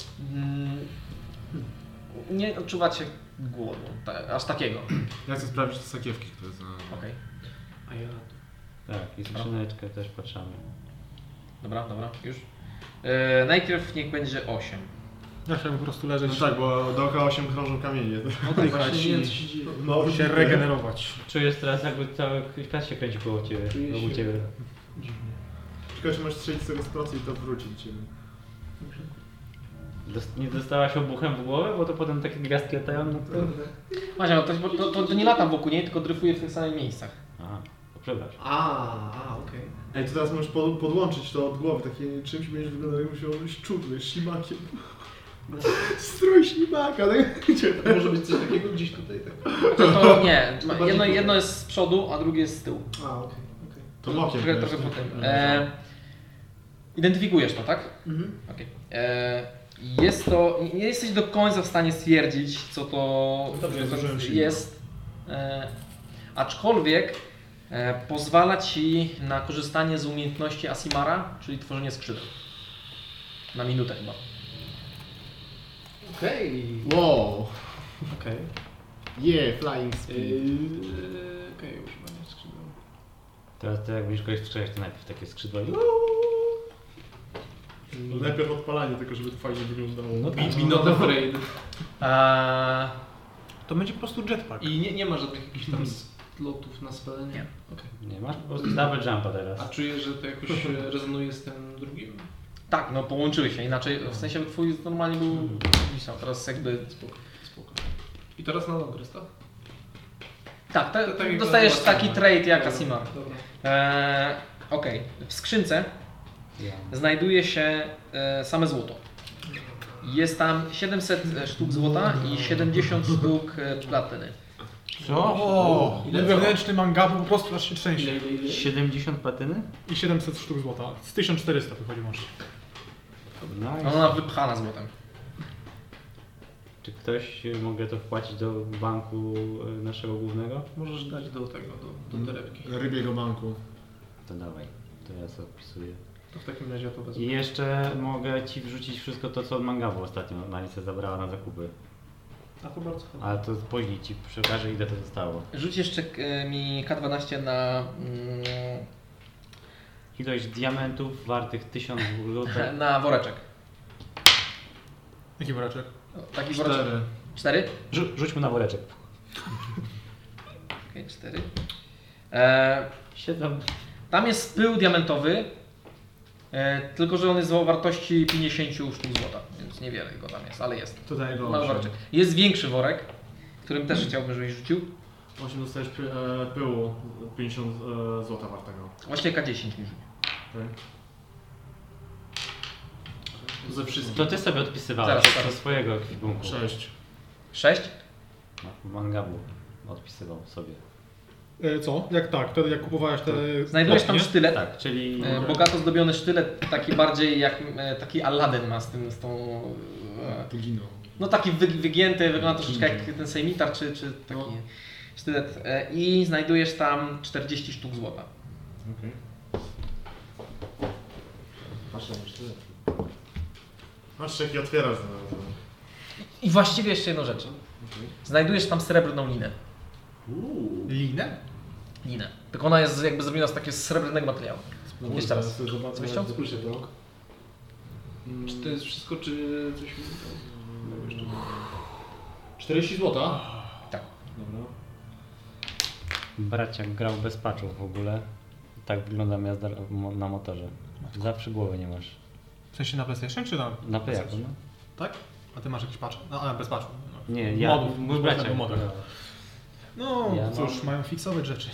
S1: nie odczuwacie głodu, aż takiego.
S2: Ja chcę sprawdzić te sakiewki, które jest na...
S1: Okej.
S5: A ja...
S3: Tak, i skrzyneczkę też patrzamy.
S1: Dobra, już. Najpierw niech będzie 8.
S4: Ja chciałem po prostu leżeć.
S2: No tak, bo dookoła 8 krążą kamienie.
S4: Oddychać
S2: No,
S4: i się regenerować.
S3: Czujesz teraz, jakby cały świat się kręci koło ciebie. Wokół ciebie.
S2: Tylko, że masz strzelić z tego z procy i to wróci do ciebie.
S3: Nie dostałaś obuchem w głowę, bo to potem takie gwiazdki latają, no to...
S1: Właśnie, to nie lata wokół niej, tylko dryfuje w tych samych miejscach.
S3: Aha, to przepraszam.
S5: Okej.
S2: Ej, to teraz możesz podłączyć to od głowy, takie czymś będziesz wyglądał jakby się szczudły, ślimakiem. Strój ślimaka, tak?
S5: Może być coś takiego gdzieś tutaj, tak?
S1: To nie, jedno jest z przodu, a drugie jest z tyłu.
S5: Okej.
S2: To bokiem.
S1: Trochę po tym. Identyfikujesz to, tak? Okej. Jest to, nie jesteś do końca w stanie stwierdzić, co to jest, aczkolwiek pozwala ci na korzystanie z umiejętności Asimara, czyli tworzenie skrzydeł. Na minutę chyba.
S5: Okej.
S2: Wow.
S5: Okej.
S2: Yeah, flying speed.
S5: Okej, używanie skrzydeł.
S3: Teraz to jak będziesz kogoś strzelać, to najpierw takie skrzydła i...
S2: No najpierw odpalanie, tylko żeby to fajnie wyglądało.
S3: No tak.
S5: Not afraid.
S4: To będzie po prostu jetpack.
S5: I nie ma żadnych jakichś tam slotów na spalenie?
S1: Nie.
S5: Okej.
S3: Nie, masz po prostu double jumpa teraz.
S5: A czujesz, że to jakoś rezonuje z tym drugim?
S1: Tak, no połączyły się, inaczej w sensie twój normalnie był wisiał, teraz jakby...
S5: Spoko. I teraz na long tak?
S1: Tak,
S5: Tak jak
S1: dostajesz
S5: była
S1: taki
S5: Asimar.
S1: trade jak
S5: Dobra,
S1: Asimar.
S5: Dobra.
S1: Okej. W skrzynce
S3: Ja.
S1: znajduje się same złoto. Jest tam 700 sztuk złota i 70 sztuk platyny.
S3: Co?
S4: O, wewnętrzny mangabu po prostu aż się trzęsie.
S5: Ile?
S3: 70 platyny?
S4: I 700 sztuk złota. Z 1400 wychodzi masz.
S3: Nice.
S1: Ona wypchana złotem.
S3: Czy ktoś mogę to wpłacić do banku naszego głównego?
S5: Możesz dać do tego, do torebki.
S2: Rybiego banku.
S3: To dawaj, to ja sobie odpisuję.
S5: To w takim razie ja to wezmę.
S3: I jeszcze mogę ci wrzucić wszystko to, co od Mangabu ostatnio Alicja zabrała na zakupy.
S5: A to bardzo chętnie.
S3: Ale to później ci przekażę, ile to zostało.
S1: Rzuć jeszcze mi K12 na,
S3: Ilość diamentów wartych 1000 zł.
S1: na woreczek.
S4: Jaki woreczek?
S1: Taki woreczek. 4?
S3: Rzuć mu na woreczek.
S1: Okej, 4.
S3: 7.
S1: Tam jest pył diamentowy, tylko że on jest o wartości 50 sztuk złota, więc niewiele go tam jest, ale jest.
S2: To daję go
S1: Mały
S2: 8.
S1: woreczek. Jest większy worek, którym też chciałbym, żebyś rzucił.
S2: 8 dostajesz pyłu 50 złota wartego.
S1: Właśnie K10 mi rzuć.
S2: Okay.
S5: Ze wszystkim.
S3: To ty sobie odpisywałeś
S1: Zaraz.
S3: do swojego ekwipunku.
S2: 6.
S1: 6?
S3: No, Mangabu odpisywał sobie.
S4: Co? Jak tak? Wtedy jak kupowałeś te...
S1: Znajdujesz tam
S4: nie?
S1: sztylet,
S3: Tak, czyli
S1: bogato zdobiony sztylet, taki bardziej jak taki Aladdin ma z tą...
S2: To giną.
S1: No taki wygięty, wygląda troszeczkę jak ten sejmitar, czy taki sztylet. I znajdujesz tam 40 sztuk złota.
S2: Okej. Patrz na sztylet. Patrz jaki otwierasz zaraz.
S1: I właściwie jeszcze jedną rzecz. Znajdujesz tam srebrną linę.
S4: Linę?
S1: Linę. Tylko ona jest jakby zrobiona z takiego srebrnego materiału. Jeszcze raz.
S2: Zobaczmy,
S1: Coś chciał?
S2: spójrzcie to.
S5: Czy to jest wszystko, czy coś mi tam...
S2: 40 złota?
S1: Tak.
S2: Dobra.
S3: braciak grał bez patchów w ogóle. Tak wygląda jazda na motorze. Zawsze głowy nie masz.
S4: W sensie na PlayStation czy na...
S3: Na Playaku, no.
S4: Tak? A ty masz jakiś patch? A, bez patchu. No.
S3: Nie, ja,
S4: Modów,
S3: mój braciak.
S4: modów. No
S3: Ja
S4: cóż,
S3: mam-
S4: mają fiksować rzeczy.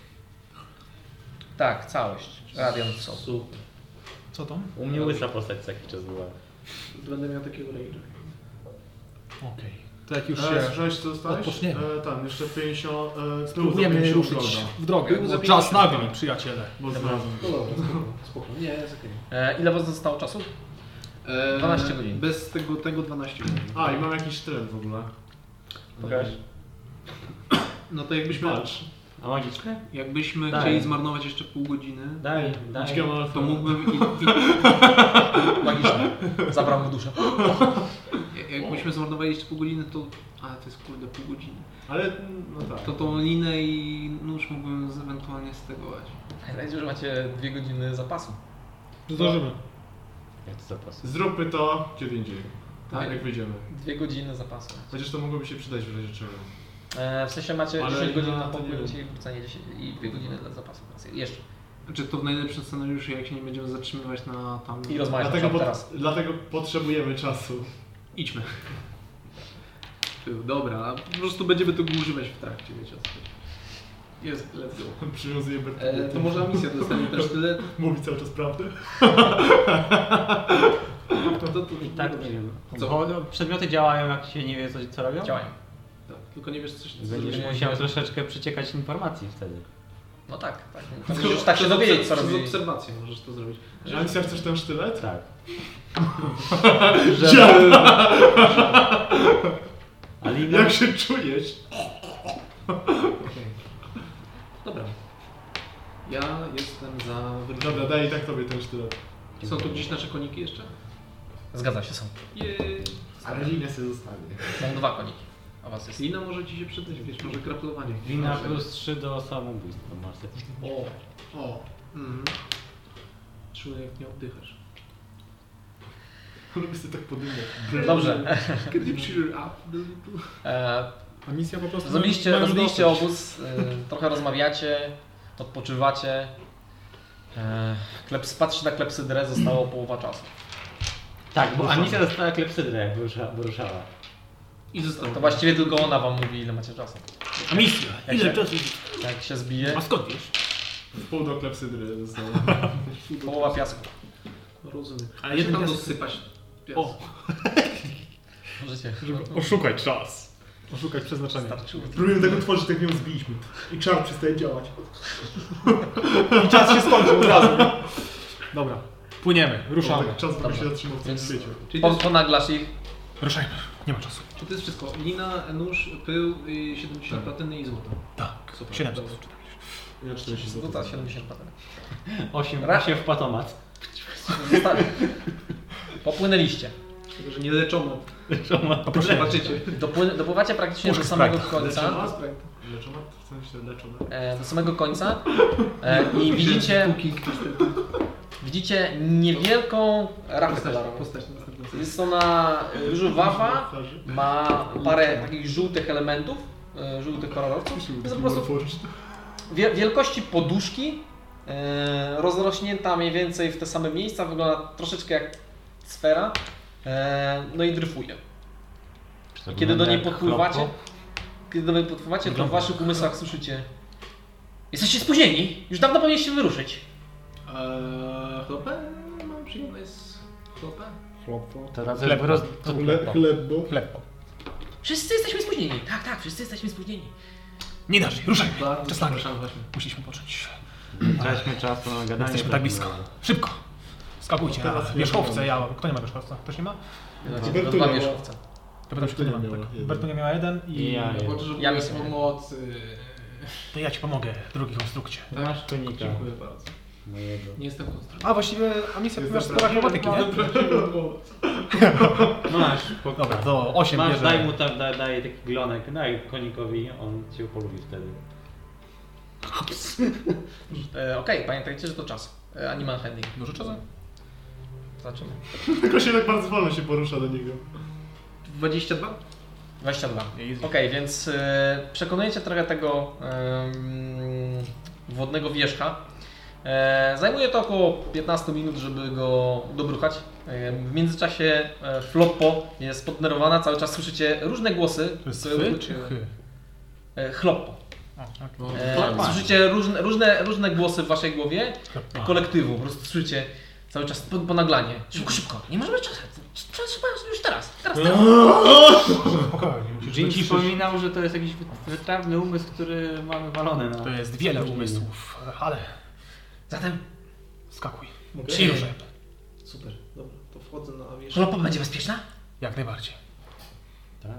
S1: Tak, całość. Radiant Soul.
S5: Super.
S4: Co tam?
S3: U mnie łysa postać co jakiś czas była.
S5: Będę miał takiego rage'a.
S4: Okej. To jak już się
S2: Słyszałeś co dostałeś?
S4: odpoczniemy.
S2: Tam, jeszcze 50...
S4: spróbujemy ruszyć w drogę,
S5: Był za
S4: bo czas
S5: 50.
S4: nagli, przyjaciele.
S2: Bo znalazłem.
S5: No dobra, spoko. Nie, jest okej.
S1: Ile was zostało czasu? 12 godzin.
S5: Bez tego 12 godzin.
S2: A, i mam jakiś sztylet w ogóle.
S1: Pokaż.
S5: No to jakbyśmy
S3: A magiczne?
S5: Jakbyśmy
S3: Daj.
S5: chcieli zmarnować jeszcze pół godziny,
S3: Daj.
S5: to mógłbym...
S1: Magiczne. Zabrał mu duszę.
S5: Jakbyśmy zmarnowali jeszcze pół godziny, to... A, to jest kurde pół godziny.
S2: Ale, no tak.
S5: To tą linę i nóż mógłbym ewentualnie stegować.
S1: Pamiętajcie, że macie 2 godziny zapasu.
S4: Zdążymy.
S3: Jak to zapas?
S2: Zróbmy to kiedy indziej.
S5: Tak.
S2: Jak wyjdziemy.
S1: 2 godziny zapasu.
S2: Chociaż to mogłoby się przydać w razie czego.
S1: W sensie macie
S2: Ale
S1: 10 godzin
S2: no,
S1: na
S2: to nie
S1: popłynięcie i wrócenie i 2 godziny dla zapasu. Jeszcze.
S5: Znaczy to w najlepszym scenariuszu, jak się nie będziemy zatrzymywać na tam...
S1: I rozmawiać
S2: Dlatego,
S1: teraz.
S2: dlatego potrzebujemy czasu.
S5: Idźmy. Dobra, a po prostu będziemy tego używać w trakcie, wiecie o co chodzi. Jest, let's go.
S2: Przywiązuje Bertolini.
S5: To może misja dostanie też tyle.
S2: Mówi cały czas prawdę.
S3: I tak nie wiem.
S5: Co?
S3: Bo przedmioty działają, jak się nie wie co robią?
S1: Działają.
S5: Tak, tylko nie wiesz co
S3: Będziesz
S1: Nie,
S3: musiał
S1: nie.
S3: troszeczkę przyciekać informacji wtedy.
S1: No tak, tak. Musisz tak się dowiedzieć, co robi.
S5: Przez obserwację możesz to zrobić.
S2: Alicja, chcesz ten sztylet?
S3: Tak. Alina,
S2: Jak się czujesz?
S5: Dobra. Ja jestem za
S2: Dobra, daj i tak tobie ten sztylet.
S5: Są tu gdzieś nasze koniki jeszcze?
S1: Zgadza się, są.
S5: Jej.
S2: Ale linę sobie zostawię.
S1: Są 2 koniki. A was jest.
S5: Lina może ci się przydać, wiesz, może kraplowanie.
S3: wina plus 3 do samobójstwa. Masz
S5: O. Mhm. Czuję jak nie oddychasz.
S2: Lubię sobie tak podymać.
S1: Dobrze.
S5: Can you cheer up?
S4: A misja po prostu...
S1: Zrobiliście
S4: mają dosyć.
S1: obóz, trochę rozmawiacie, odpoczywacie. Patrzcie na klepsydrę, zostało połowa czasu.
S3: Tak, bo Anicja dostała klepsydrę, jak wyruszała.
S5: I zostało.
S1: To właściwie tylko ona wam mówi, ile macie czasu.
S4: A misja? Ile czasu?
S1: Jak się zbije,
S4: A skąd wiesz?
S2: Pół do klepsydry zostało.
S1: połowa piasku.
S5: Rozumiem.
S4: A
S5: A
S4: jeden
S5: tam
S4: piasek-
S5: dosypać.
S4: O,
S1: Możecie.
S4: oszukaj czas. Oszukać przeznaczenie.
S1: Starczyło.
S2: Próbujemy tego tworzyć, tak ją zbiliśmy. I czar przestaje działać.
S4: I czas się skończył od razu. Dobra, płyniemy, ruszamy.
S2: Tak czas w ogóle się
S1: Dobra.
S2: zatrzymał w tym
S1: Więc-
S2: świecie.
S5: Czyli to jest,
S1: Ponaglasz ich.
S4: Ruszajmy, nie ma czasu.
S5: czy to jest wszystko? Lina, nóż, pył, 70 platyny i złoto.
S4: Tak,
S5: Super.
S4: 700.
S2: Ja 40 zł.
S1: Złota 70 patent.
S3: 8 w patomat.
S1: Popłynęliście.
S5: Tylko, że nie leczono.
S4: Poproszę.
S5: Zobaczycie.
S1: Dopływacie praktycznie do
S4: Puszka
S1: samego
S4: Sprite'a.
S1: końca.
S2: Leczona? W sensie leczona?
S1: Do samego końca. I widzicie niewielką rafę kolorową.
S5: Postać na następnym
S1: Jest ona różowawa, ma parę takich żółtych elementów, żółtych kolorowców. Jest po prostu wielkości poduszki, rozrośnięta mniej więcej w te same miejsca, wygląda troszeczkę jak sfera, no i dryfuje. I kiedy do niej podpływacie, to w waszych umysłach słyszycie: jesteście spóźnieni, już dawno powinniście wyruszyć.
S5: Chlopę? Mam przyjemność z chlopę?
S3: Teraz
S4: Chleb.
S2: Chlebo.
S4: Chleb.
S1: Wszyscy jesteśmy spóźnieni. Tak, tak, wszyscy jesteśmy spóźnieni.
S4: Nie nasz, ruszajmy.
S5: Bardzo
S4: Czas nagli.
S5: przepraszam właśnie.
S4: Musieliśmy począć.
S3: Traćmy czasu na gadanie.
S4: Jesteśmy tak blisko. Szybko. Skakujcie na
S2: Teraz
S4: wierzchowce.
S2: ja
S4: Ja, kto nie ma wierzchowca? Ktoś nie ma?
S1: To dwa wierzchowce.
S4: To pytam się, kto nie ma.
S2: Bertunia miała
S4: Tak.
S2: jeden.
S4: Bertunia miała jeden i
S3: Ja.
S5: Potrzebuję
S1: Ja myślę.
S5: pomocy.
S4: to ja ci pomogę w drugiej konstrukcie.
S3: Masz konika
S5: Dziękuję bardzo.
S3: mojego.
S5: Nie jestem konstruktorem.
S4: A właściwie, a misja
S2: Jest
S4: masz
S2: naprawdę-
S4: sporo akrobatyki, nie?
S3: Masz.
S4: Dobra, to 8
S3: Masz,
S4: bierze.
S3: daj mu tam, daj taki glonek, daj konikowi, on cię polubi wtedy.
S1: Okej, pamiętajcie, że to czas. Animal handling.
S4: Dużo czasu?
S1: Zobaczymy.
S2: Tylko się tak bardzo wolno się porusza do niego.
S5: 22?
S1: 22. Okej, więc przekonujecie trochę tego wodnego wierzcha. Zajmuje to około 15 minut, żeby go dobruchać. W międzyczasie Floppo jest podnerwowana, cały czas słyszycie różne głosy.
S4: To jest
S1: które-
S4: chy czy chy?
S1: Chloppo.
S4: O, okay.
S1: Słyszycie różne głosy w waszej głowie kolektywu. Po prostu słyszycie: Cały czas ponaglanie. Szybko, nie możemy czasu. Trzeba już teraz.
S4: Spokojnie, musisz
S3: Jim
S4: wyciszyć.
S3: przypominał, że to jest jakiś wytrawny umysł, który mamy walony na...
S4: To jest wiele umysłów, ale
S1: Zatem
S4: skakuj.
S5: Mogę?
S4: I ruszaj.
S5: Super, dobra, to wchodzę na wieżę.
S1: Klopo będzie bezpieczna?
S4: Jak najbardziej.
S3: Tak.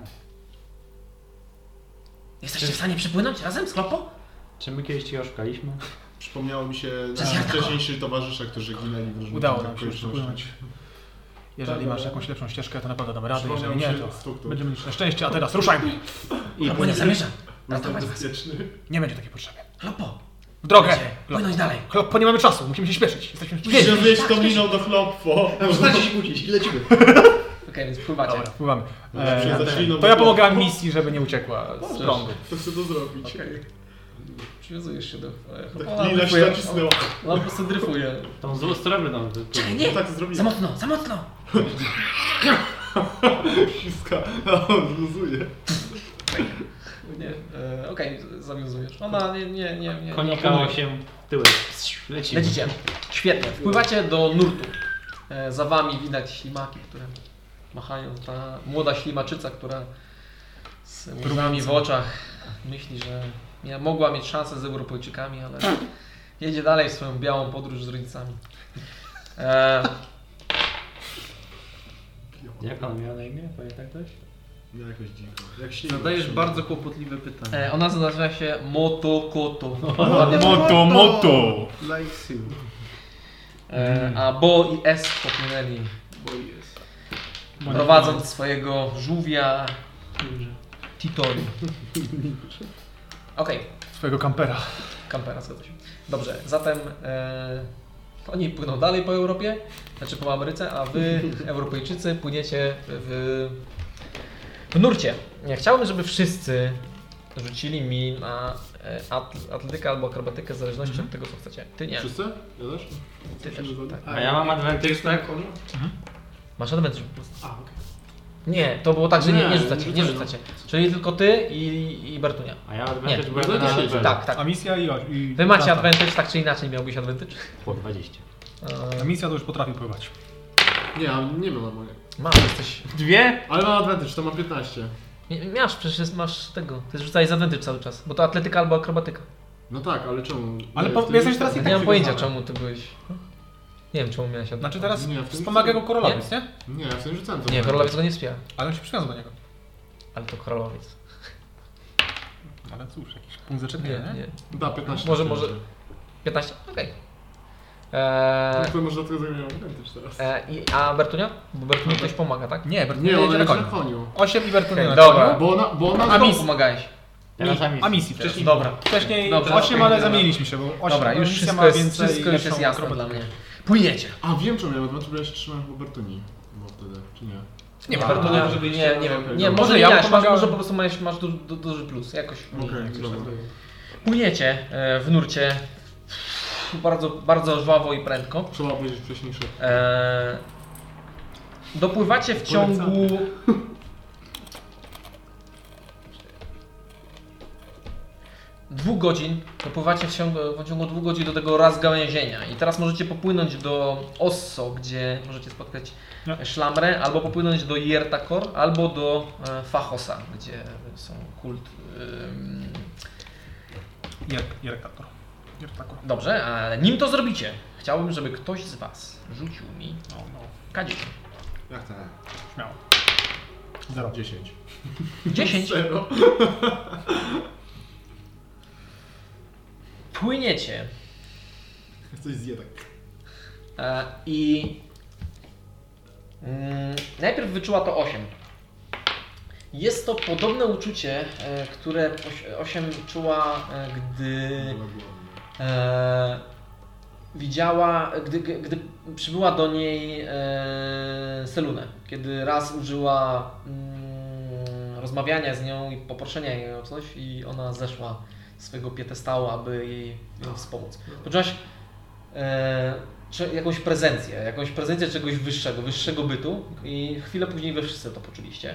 S1: Jesteście w stanie przypłynąć razem z Klopo?
S3: Czy my kiedyś cię oszukaliśmy?
S2: Przypomniało mi się
S1: Przez
S2: nasi
S1: Jarko.
S2: wcześniejsi towarzysze, którzy ginęli w różnych
S4: Udało nam się
S2: okolicznościach.
S4: przepłynąć. Jeżeli masz jakąś lepszą ścieżkę, to na pewno damy radę.
S2: Przypomniał
S4: Jeżeli
S2: mi
S4: nie,
S2: się
S4: to
S2: struktur.
S4: będziemy mieć szczęście. A teraz ruszajmy.
S1: Klopo nie zamierza
S2: Jestem
S1: ratować was.
S2: bezpieczny.
S4: Nie będzie takiej potrzeby.
S1: Klopo,
S4: W drogę!
S1: Chcecie płynąć dalej.
S4: Kloppo, nie mamy czasu, musimy się śpieszyć. Jesteśmy
S2: Musimy
S4: spóźnieni.
S2: wyjść tą liną do chloppo.
S5: Przestańcie się kłócić i lecimy.
S1: Okej, więc pływacie.
S4: Dobra, pływamy.
S2: Zaczniną
S4: To ja
S2: do
S4: pomagałem
S2: Kloppo.
S4: misji, żeby nie uciekła z prądu.
S2: To chcę to zrobić.
S1: Przywiązujesz się do...
S2: Tak lina się nacisnęła.
S1: No po prostu dryfuje.
S3: Tą złą srebrną.
S1: Czekaj, nie!
S2: Tak zrobiłem.
S1: Za mocno, za mocno!
S2: Ściska, a on luzuje.
S1: Nie, okej, zawiązujesz. Ona nie.
S3: Konika
S1: nie
S3: 8 tyłek. Lecimy.
S1: Lecicie. Świetnie. Wpływacie do nurtu. Za wami widać ślimaki, które machają. Ta młoda ślimaczyca, która z łzami w oczach myśli, że mogła mieć szansę z Europejczykami, ale jedzie dalej w swoją białą podróż z rodzicami.
S3: Jak on miał na imię? Pamięta ktoś?
S2: No jakoś dziwko. Jak śnieg.
S5: Zadajesz bardzo kłopotliwe pytanie.
S1: Ona nazywa się Motokoto.
S4: Moto!
S5: Like Sim.
S1: A Bo i S popłynęli,
S5: Bo jest.
S1: prowadząc swojego żółwia Titori. Okej,
S4: Swojego kampera.
S1: kampera, zgadza się. Dobrze, zatem oni płyną dalej po Europie, znaczy po Ameryce, a wy, Europejczycy, płyniecie w nurcie. Ja chciałbym, żeby wszyscy rzucili mi na atletykę albo akrobatykę w zależności od tego, co chcecie. Ty nie.
S2: Wszyscy? Ja też?
S1: Ty też. Tak.
S3: A ja mam advantage, tak?
S1: Masz advantage po prostu.
S5: A, okej.
S1: Nie, to było tak, że nie
S2: Nie,
S1: rzucacie,
S2: nie
S1: nie
S2: rzucają.
S1: rzucacie. Czyli tylko ty i Bertunia.
S3: A ja advantage
S1: Nie,
S3: byłem
S2: no
S3: na
S2: to się
S3: level.
S1: Tak, tak.
S4: A misja i
S1: Wy macie
S4: Tata.
S1: advantage, tak czy inaczej miałbyś advantage?
S3: Po 20.
S4: A misja to już potrafi pływać.
S2: Nie, ale nie mam moje.
S1: Masz, jesteś...
S3: Dwie?
S2: Ale mam advantage, to mam 15.
S1: Masz, przecież masz tego. Ty rzucałeś z advantage cały czas, bo to atletyka albo akrobatyka.
S2: No tak, ale czemu?
S4: Ale
S2: Nie,
S4: po-
S2: w tym
S4: jesteś
S2: nie
S4: teraz
S2: tak.
S4: i
S1: Nie mam pojęcia,
S4: przygotowane.
S1: czemu ty byłeś... Nie wiem, czemu miałeś advantage.
S4: Znaczy teraz
S2: Nie, w tym
S4: wspomaga
S2: nie-
S4: go Korolowiec, nie?
S2: Nie, ja w tym rzucałem to.
S1: Nie, Korolowiec go nie wspiera.
S4: Ale on się przywiązał do niego.
S1: Ale to Korolowiec.
S4: Ale cóż, jakiś punkt zaczepia,
S1: Nie,
S4: nie?
S1: nie.
S2: Da, 15.
S1: Może... 15? Okej.
S2: To może dlatego że miałem advantage teraz.
S1: A Bertunia? Bo Bertunia ktoś pomaga, tak?
S4: Nie, Bert,
S2: Nie,
S4: nie
S2: ona
S4: jedzie na
S2: jest na
S4: koniu.
S2: koniu.
S4: 8 i Bertunia na
S1: Dobra.
S4: koniu.
S2: Bo ona
S4: A
S1: Komu
S4: mis-
S1: pomagałeś?
S3: Teraz
S4: A misji
S1: Teraz.
S4: wcześniej.
S1: Dobra.
S4: Wcześniej
S1: Dobrze,
S4: 8,
S1: okej,
S4: ale
S1: dobra.
S4: zamieniliśmy się, bo 8
S1: Dobra, już
S4: misja
S1: wszystko
S4: ma
S1: jest,
S4: więcej
S1: wszystko już jest
S4: lepszą
S1: jasne dla
S4: akrobatykę.
S1: mnie. Płyniecie.
S2: A wiem czemu miałem advantage, bo ja się trzymałem po Bertuni. Bo wtedy, czy nie?
S4: Nie ma.
S1: Bertunia,
S5: może być-
S1: nie wiem.
S2: okej,
S1: Nie,
S2: dobra.
S1: może
S4: ja
S1: nie,
S4: mu pomagałem.
S1: może po prostu masz duży plus, jakoś.
S2: Okej, dobra.
S1: Płyniecie w nurcie bardzo, bardzo żwawo i prędko.
S2: Trzeba powiedzieć wcześniejsze.
S1: Dopływacie w ciągu... Dwóch godzin, dopływacie w ciągu 2 godzin do tego rozgałęzienia i teraz możecie popłynąć do Osso, gdzie możecie spotkać szlamrę, albo popłynąć do Jertakor, albo do Fachosa, gdzie są kult...
S4: Jerkator.
S1: Dobrze, ale nim to zrobicie, chciałbym, żeby ktoś z Was rzucił mi
S4: No,
S1: K10.
S2: Jak tak?
S4: śmiało. 0.
S2: 10.
S1: 10.
S2: Zero.
S1: Płyniecie
S2: Coś zje tak.
S1: i najpierw wyczuła to 8. Jest to podobne uczucie, które 8 czuła, gdy widziała, gdy przybyła do niej Selunę. Kiedy raz użyła rozmawiania z nią i poproszenia jej o coś i ona zeszła z swojego piedestału, aby jej wspomóc. Poczułaś jakąś prezencję czegoś wyższego bytu i chwilę później wy wszyscy to poczuliście.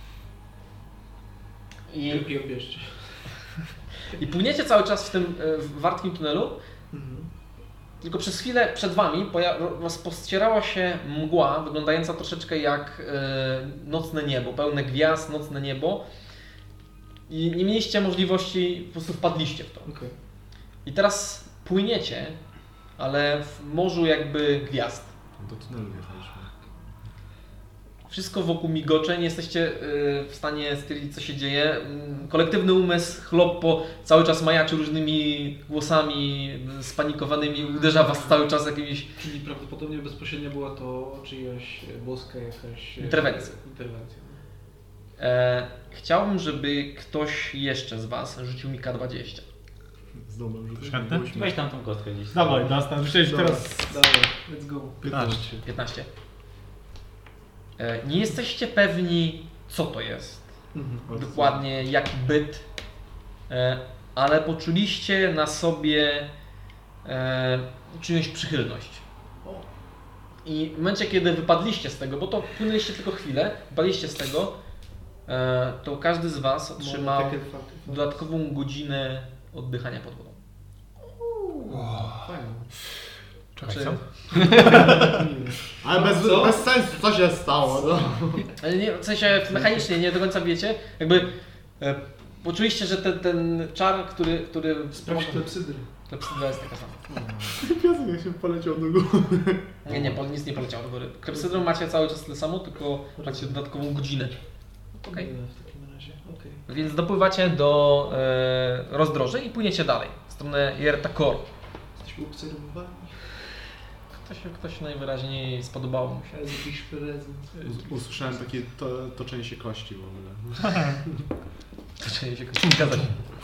S5: Wielkie obieżcie.
S1: I płyniecie cały czas w tym wartkim tunelu Tylko przez chwilę przed wami rozpościerała się mgła, wyglądająca troszeczkę jak nocne niebo, pełne gwiazd, nocne niebo. I nie mieliście możliwości, po prostu wpadliście w to.
S5: Okay.
S1: I teraz płyniecie, ale w morzu jakby gwiazd.
S2: Do tunelu wjechaliśmy.
S1: Wszystko wokół migocze, nie jesteście w stanie stwierdzić, co się dzieje. Kolektywny umysł, Chloppo cały czas majaczy różnymi głosami spanikowanymi, uderza was cały czas jakimiś...
S5: Czyli prawdopodobnie bezpośrednio była to czyjaś boska jakaś...
S1: Interwencja.
S5: Interwencja.
S1: Chciałbym, żeby ktoś jeszcze z was rzucił mi K20.
S2: Znowu rzucić.
S4: Chętny?
S3: Weź tam tą kostkę gdzieś.
S4: Dawaj, Dunstan, rzuciłeś teraz.
S5: Dawaj, let's go.
S2: 15.
S1: 15. Nie jesteście pewni, co to jest. Dokładnie jaki byt, ale poczuliście na sobie czyjąś przychylność. I w momencie, kiedy wypadliście z tego, bo to płynęliście tylko chwilę, wypadliście z tego, to każdy z was otrzymał dodatkową godzinę oddychania pod wodą.
S5: Fajnie.
S4: Czekaj,
S1: Czy-
S4: co?
S2: Ale bez sensu, co się stało? No?
S1: Ale nie, w sensie mechanicznie nie do końca wiecie, jakby poczuliście, że ten czar, który
S5: Sprawdź klepsydry.
S1: Klepsydra jest taka sama.
S2: Piasek jak się poleciał do góry.
S1: Nie, nic nie poleciało do góry. Klepsydrą macie cały czas tyle samo, tylko macie dodatkową godzinę. Okej.
S5: W takim razie, okej.
S1: Więc dopływacie do rozdroży i płyniecie dalej, w stronę Yerta Kor.
S5: Jesteśmy obserwowani.
S1: Ktoś najwyraźniej spodobało mu się.
S5: Jest jakiś prezent.
S2: Usłyszałem takie toczenie się kości w ogóle.
S1: Toczenie się kości. Zgadza się.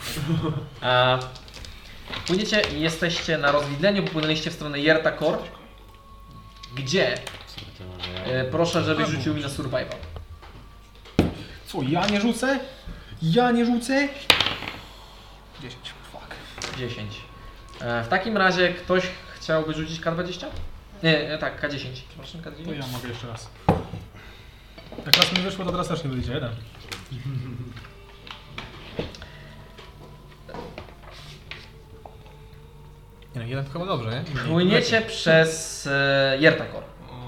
S1: Płyniecie i jesteście na rozwidleniu, popłynęliście w stronę Yerta Kor, gdzie proszę, żebyś rzucił mi na survival.
S4: Co, ja nie rzucę? Ja nie rzucę? 10, fuck.
S1: 10. W takim razie ktoś chciałby rzucić K20? Nie, tak, K10. Przepraszam, K9.
S4: To ja mogę jeszcze raz. Jak raz mi wyszło, to teraz też nie będzie jeden. Nie no, jeden to chyba dobrze, nie?
S1: Płyniecie przez Yerta Kor.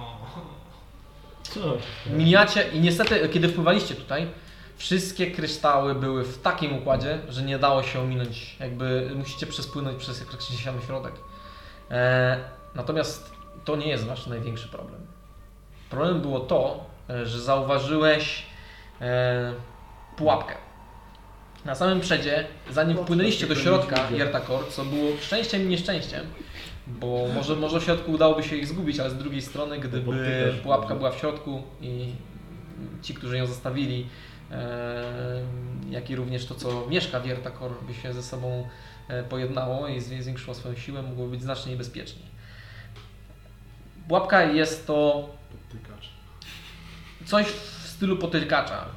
S3: Co?
S1: Mijacie i niestety, kiedy wpływaliście tutaj, wszystkie kryształy były w takim układzie, że nie dało się ominąć. Jakby musicie przespłynąć przez jakiś sam środek. Natomiast to nie jest wasz największy problem. Problem było to, że zauważyłeś pułapkę. Na samym przedzie, zanim wpłynęliście do środka Yerta Kor, co było szczęściem i nieszczęściem, bo może w środku udałoby się ich zgubić, ale z drugiej strony, gdyby pułapka była w środku i ci, którzy ją zostawili, jak i również to, co mieszka w Yerta Kor, by się ze sobą pojednało i zwiększyło swoją siłę, mogło być znacznie niebezpieczniej. Pułapka jest to coś w stylu potykacza.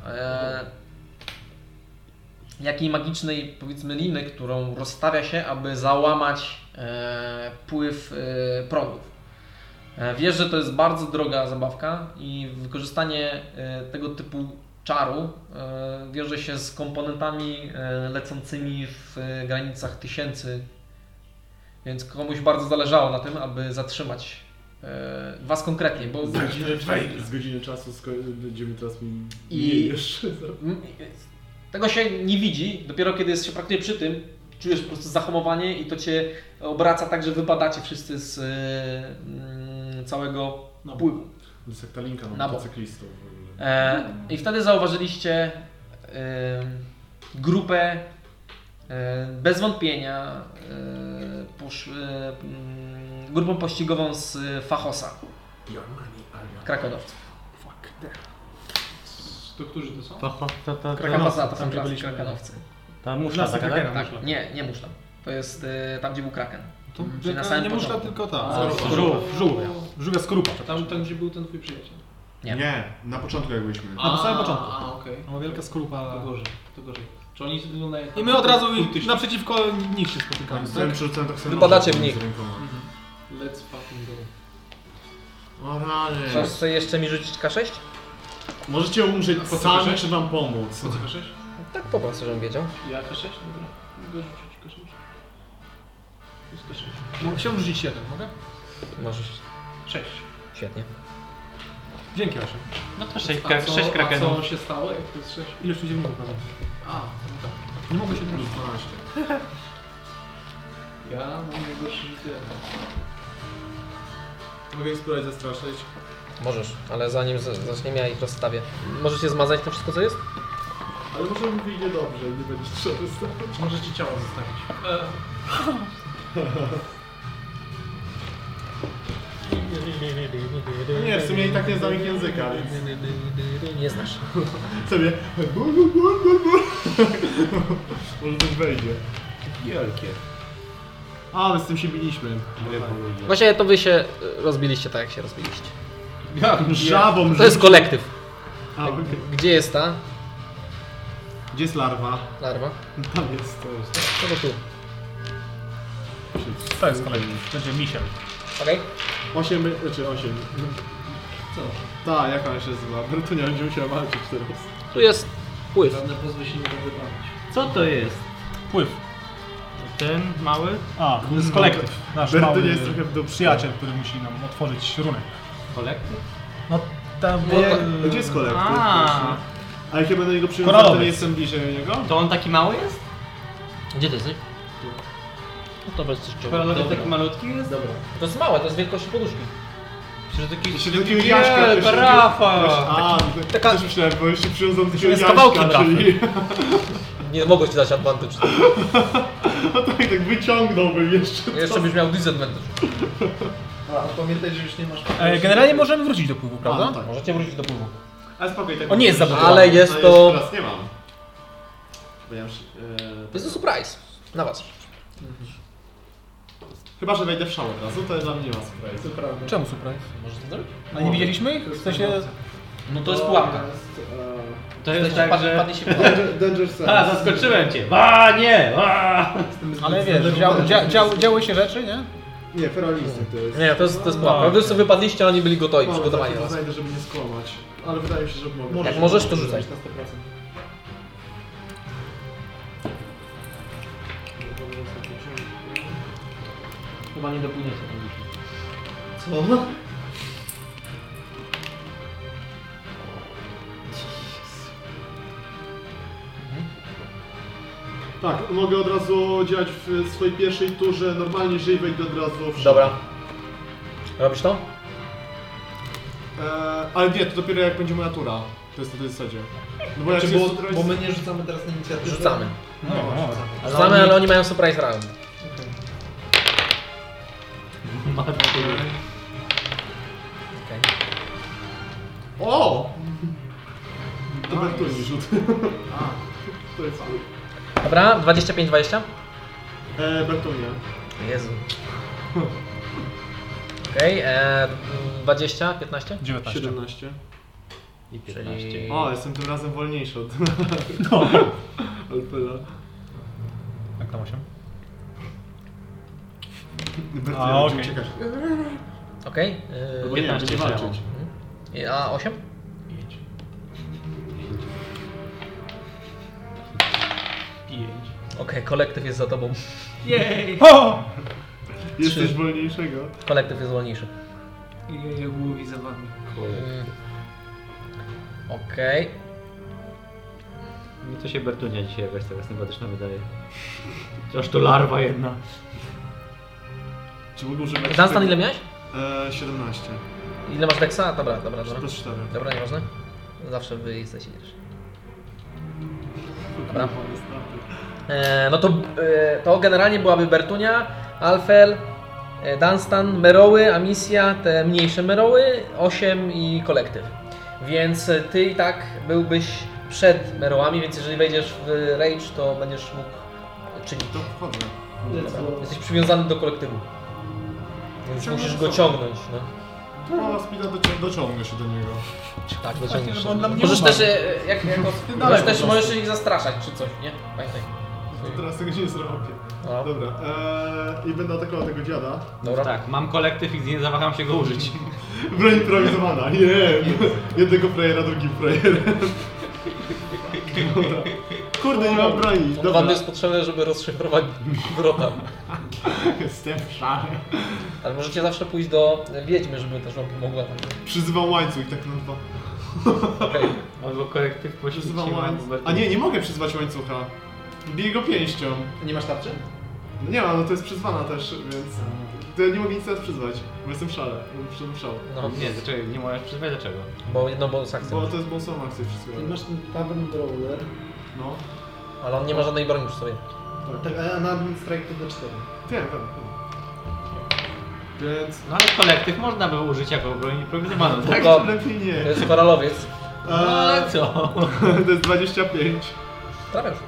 S1: Jakiej magicznej, powiedzmy, liny, którą rozstawia się, aby załamać pływ prądów. Wiesz, że to jest bardzo droga zabawka i wykorzystanie tego typu czaru wiąże się z komponentami lecącymi w granicach tysięcy, więc komuś bardzo zależało na tym, aby zatrzymać was konkretnie, bo
S2: Z godziny czasu będziemy teraz
S1: I-
S2: jeszcze.
S1: tego się nie widzi, dopiero kiedy jest się praktycznie przy tym, czujesz po prostu zahamowanie i to cię obraca tak, że wypadacie wszyscy z całego pływu.
S2: To jest jak ta linka
S1: Na
S2: na
S1: bok.
S2: motocyklistów w ogóle.
S1: I wtedy zauważyliście grupę bez wątpienia grupą pościgową z Fachosa, krakodowców.
S5: To którzy to są?
S1: Krakonosa to są
S4: gdzie byliśmy.
S1: krakenowcy.
S3: Ta muszla
S4: Lasy
S3: taka,
S4: Krakena.
S3: tak?
S1: Tak, nie muszla. To jest tam, gdzie był kraken.
S4: To
S1: Czyli na samym
S4: nie muszla,
S1: początku.
S4: tylko ta.
S3: A,
S4: Żółwia skorupa.
S5: Tam gdzie był ten twój przyjaciel.
S1: Nie.
S2: Nie, na początku jak byliśmy.
S4: Na samym początku.
S5: Okej.
S4: Ma wielka skorupa.
S5: To gorzej, to gorzej. Czy oni wyglądają...
S4: I my od razu naprzeciwko nich się spotykamy.
S2: Zostałem przerzucony tak samo.
S1: Wypadacie w nich.
S2: z rękoma.
S5: Let's fucking go.
S2: O rany.
S1: Chcesz jeszcze mi rzucić K6?
S2: Możecie umrzeć
S5: Po co
S2: sami,
S5: K6?
S2: czy wam pomóc?
S5: Po co K6?
S1: Tak po prostu, żebym wiedział.
S5: Ja K6? Dobra. Mogę rzucić K6.
S4: Chciałbym rzucić 7, mogę?
S1: Możesz.
S4: 6.
S1: Świetnie.
S4: Dzięki 8.
S3: No to 6
S5: A co
S3: krakenów.
S5: się stało, jak to jest 6?
S4: Ile przeciwników mamy?
S5: A, no tak.
S4: Nie mogę się
S2: Plus
S4: drużyć.
S2: 12.
S5: Ja mam najgorszy życie.
S2: Mogę ich spróbować zastraszyć.
S1: Możesz, ale zanim zaczniemy, ja ich rozstawię. Możecie zmazać to wszystko, co jest?
S2: Ale może mi wyjdzie dobrze, nie będzie trzeba wystawić.
S5: Możecie ciało zostawić.
S2: Nie, w sumie i tak nie znam ich języka, więc
S1: Nie znasz.
S2: sobie... Może coś wejdzie.
S3: Wielkie.
S2: A, my z tym się biliśmy.
S1: Właśnie to wy się rozbiliście tak, jak się rozbiliście.
S2: Żabą
S1: To jest kolektyw.
S2: A, okej.
S1: Gdzie jest ta
S2: Gdzie jest larwa?
S1: larwa?
S2: Tam jest, to jest.
S1: No to tu.
S4: To jest kolejny. Będzie misiem.
S1: Okej?
S2: 8, znaczy 8.
S5: Co?
S2: Ta, jak ona się nazywa? Bertunia będzie musiała walczyć teraz.
S1: Tu jest pływ.
S5: Żadne pozwy się nie da wybrać.
S3: Co to jest?
S4: Pływ.
S3: Ten mały?
S4: A, to jest kolektyw. Nasz
S2: Bertunia
S4: mały
S2: jest trochę w dupie.
S4: przyjaciel, który musi nam otworzyć runek.
S3: Kolektyw?
S4: No tam...
S2: Gdzie jest kolektyw?
S3: A.
S2: A jak ja będę niego przyjął, to
S4: Koralowiec.
S2: nie jestem bliżej niego?
S3: To on taki mały jest?
S1: Gdzie ty jesteś? No to weź coś
S3: Koralowy taki malutki jest?
S2: Dobra.
S1: To jest małe, to jest wielkości poduszki.
S3: Przecież taki
S2: Jeszcze takiego Jaśka.
S3: wielka rafa!
S2: A,
S1: taka-
S2: też myślałem, bo jeszcze przywiązał takiego
S4: jest kawałkiem
S2: Jaśka,
S4: rafy.
S2: czyli...
S1: Nie mogę ci dać advantage.
S2: No tak wyciągnąłbym jeszcze.
S1: Jeszcze byś miał disadvantage.
S5: A pamiętaj, że już nie masz...
S4: Generalnie możemy wrócić do pływu, prawda?
S2: no tak.
S1: Możecie wrócić do pływu.
S2: Ale spokojnie. tak
S4: On nie jest
S2: mam.
S4: zablokowany.
S1: Ale jest
S2: A
S1: to...
S2: Teraz nie mam. Bo ja już,
S1: Jest to surprise. Na was.
S2: Chyba, że wejdę w szał od razu, to dla mnie nie ma surprise.
S5: To prawda.
S4: Czemu surprise?
S1: Możesz to zrobić?
S4: A nie widzieliśmy ich? W sensie...
S1: No to jest pułapka.
S3: To jest tak, że...
S1: Padnie się w
S2: Danger Sense.
S3: A, zaskoczyłem cię! Ba, nie! Ba!
S4: Ale wiesz, działy się rzeczy, nie?
S2: Nie, feralisty to jest.
S1: Nie, to jest pułapka. Wy sobie wypadliście, a oni byli gotowi,
S2: Mam,
S1: przygotowani
S2: to
S1: na was.
S2: znajdę, żeby nie skłamać. Ale wydaje mi się, że mogę.
S1: Jak możesz, to rzucaj.
S5: Na 100%.
S1: Chyba nie dopłyniecie tam dzisiaj.
S5: Co?
S2: Tak, mogę od razu działać w swojej pierwszej turze, normalnie jeżeli wejdę od razu w szał.
S1: Dobra. Robisz to?
S2: Ale nie, to dopiero jak będzie moja tura. To jest na tej zasadzie. No bo jak
S5: Czy
S2: się
S5: bo my nie rzucamy teraz na inicjatywę?
S1: Rzucamy.
S4: No,
S1: Rzucamy, ale oni mają surprise round. Okej.
S2: O! To Bertuni rzut. To jest
S1: Dobra, 25-20?
S2: Bertunia.
S1: Jezu. Okej, 20, 15?
S4: 19.
S2: 17.
S3: I
S1: Czyli...
S2: O, jestem tym razem wolniejszy od Alpela.
S4: Jak tam 8?
S2: Bertunia
S4: A,
S2: będzie
S4: okej.
S2: uciekać.
S1: Okej.
S2: Bo nie,
S3: 15
S2: będzie
S3: trzeba.
S2: walczyć.
S1: A 8?
S3: 5.
S1: Okej, kolektyw jest za tobą.
S3: Jej!
S4: O!
S2: Jesteś wolniejszego.
S1: Kolektyw jest wolniejszy.
S5: I ja głowi za wami.
S1: Okej.
S3: Mi to się Bertunia dzisiaj jakaś taka sympatyczna wydaje. Chociaż to larwa jedna.
S2: Czy mógł używać...
S1: Dunstan, ile miałeś?
S2: 17.
S1: Ile masz deksa? Dobra, dobra, dobra.
S2: Plus 4.
S1: Dobra, nieważne. Zawsze wy jesteście pierwsi. Dobra. No to, to generalnie byłaby Bertunia, Alfel, Dunstan, Meroły, Amisja, te mniejsze Meroły, 8 i kolektyw. Więc ty i tak byłbyś przed Merołami, więc jeżeli wejdziesz w Rage, to będziesz mógł czynić.
S2: To wchodzę.
S1: Dobra. Jesteś przywiązany do kolektywu. Więc musisz go ciągnąć. No.
S2: Mała speeda dociągnę się do niego.
S1: Tak, dociągniesz.
S4: no bo on nam nie
S1: Możesz
S4: umarł.
S1: też, możesz też możesz ich zastraszać czy coś, nie? Pamiętaj.
S2: Teraz tego nie zrobię.
S1: No.
S2: Dobra, i będę atakował tego dziada.
S1: Dobra.
S3: Tak, mam kolektyw i nie zawaham się go użyć.
S2: Broń improwizowana, nie! Jednego frajera, drugim frajerem. Dobra. Kurde, nie mam broni.
S1: Wam
S2: Dobra.
S1: jest potrzebne, żeby rozszyfrować wrota.
S2: Jestem szary.
S1: Ale możecie zawsze pójść do wiedźmy, żeby też wam pomogła.
S2: Przyzywam łańcuch tak na dwa.
S1: Okej.
S3: Albo korektyw
S2: Przyzywam
S3: poświęciła.
S2: łańcuch. A nie mogę przyzwać łańcucha. Biję go pięścią.
S5: Nie masz tarczy?
S2: No nie ma, no to jest przyzwana też, więc... To ja nie mogę nic teraz przyzwać, bo jestem szale. Przyszedłem szał.
S1: No,
S3: Nie, dlaczego? Nie możesz przyzwać dlaczego?
S1: bo jedną bonus akcję.
S2: Bo to jest bonusową akcję wszystko.
S5: Ty masz ten Tavern Brawler.
S2: No.
S1: Ale on nie ma żadnej broni przy sobie.
S5: Tak, a na Strike to D4.
S2: Wiem. Więc...
S3: No ale kolektyw można by użyć jako broń improwizowaną, tak?
S1: To-
S2: lepiej nie.
S1: To jest koralowiec.
S3: No ale co?
S2: To jest 25.
S1: Trafiasz.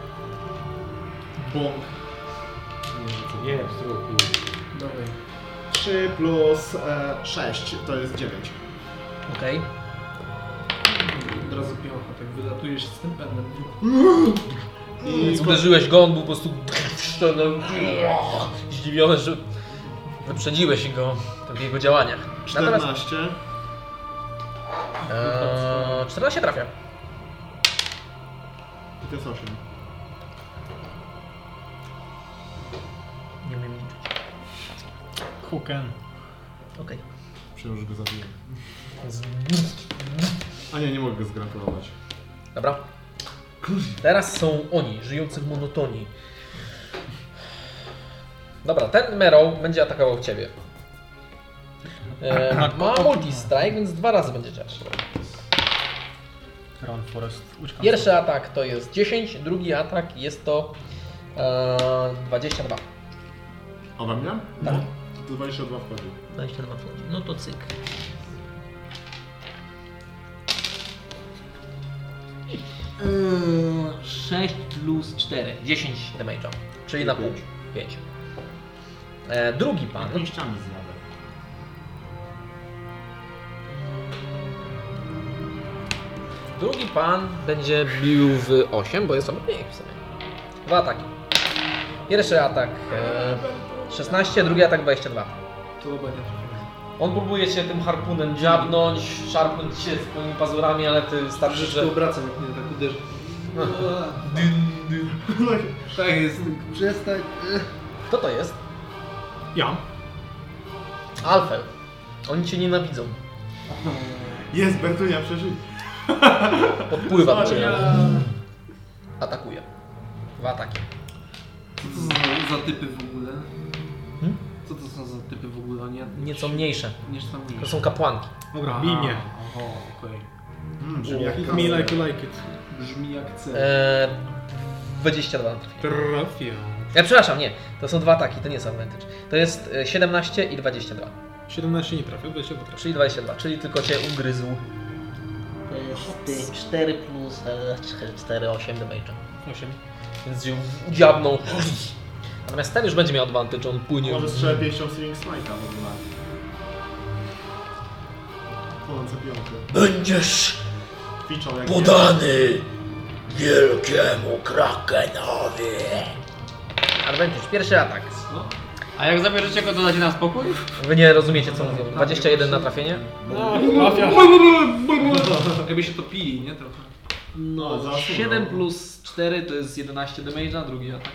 S2: Bąk.
S3: Nie, zrób.
S5: Dawaj.
S2: 3 plus 6 to jest 9.
S1: Okej.
S5: Od razu piącha, tak wylatujesz z tym penem.
S1: Więc uderzyłeś go, on był po prostu zdziwiony, że wyprzedziłeś go w jego działaniach. Natomiast
S2: 14.
S1: 14 trafia.
S2: I to jest 8.
S1: Nie umiem liczyć.
S4: Huken.
S1: Okej.
S2: Myślałem, że go zabiję. A nie mogę go zgratulować.
S1: Dobra. Teraz są oni, żyjący w monotonii. Dobra, ten Merrow będzie atakował ciebie. Ma multi-strike, więc 2 razy będzie ciasz.
S4: Run Forest. Uciekam.
S1: Pierwszy atak to jest 10, drugi atak jest to 22.
S2: A we mnie?
S1: Tak.
S2: To 22 wchodzi.
S1: 22 wchodzi. No to cyk. Yy, 6 plus 4. 10 damage'a. Czyli na pół. 5. Drugi pan.
S2: Pięściami zjadę.
S1: Drugi pan będzie bił w 8, bo jest on mniej w sumie. 2 ataki. Pierwszy atak 16, drugi atak 22.
S5: To oba nie trafiają.
S1: On próbuje cię tym harpunem dziabnąć, szarpnąć cię swoimi pazurami, ale ty starczy,
S5: Troszeczkę
S1: że...
S5: obracam, jak mnie tak uderzy. Tak jest. Przestań.
S1: Kto to jest?
S4: Ja.
S1: Alfel. Oni cię nienawidzą.
S2: Jest, Bertunia przeżył.
S1: Podpływa do ciebie. Atakuje. 2 ataki.
S5: Co to są za typy w ogóle? Co to są za typy w ogóle? Nie,
S1: Nieco mniejsze.
S5: niż tam
S1: To są kapłanki.
S4: Dobra, bij mnie.
S5: Oho, okej.
S2: Brzmi jak
S4: Me like you like it.
S5: Brzmi jak C.
S1: 22 na trafienie.
S4: Trafię.
S1: Przepraszam, nie. To są 2 ataki, to nie są advantage. To jest 17 i 22.
S4: 17 nie trafił, 22 trafił.
S1: Czyli 22, czyli tylko cię ugryzł. To jest 4 plus 4, 8 damage'a.
S4: 8.
S1: Więc ją dziabną. Natomiast ten już będzie miał advantage, on płynie.
S2: Może strzelę pięścią Searing Smite'a w ogóle. Płonące pionky.
S1: Będziesz
S2: Kwiczą jak
S1: podany wielkiemu krakenowi. Advantage, pierwszy atak.
S5: No.
S3: A jak zabierzecie go, to dacie nam spokój?
S1: Wy nie rozumiecie co mówią. 21 na trafienie.
S4: Mafia.
S5: Jakby się topili, nie? Trochę.
S2: No, za
S1: 7 plus 4 to jest 11 damage'a, drugi atak.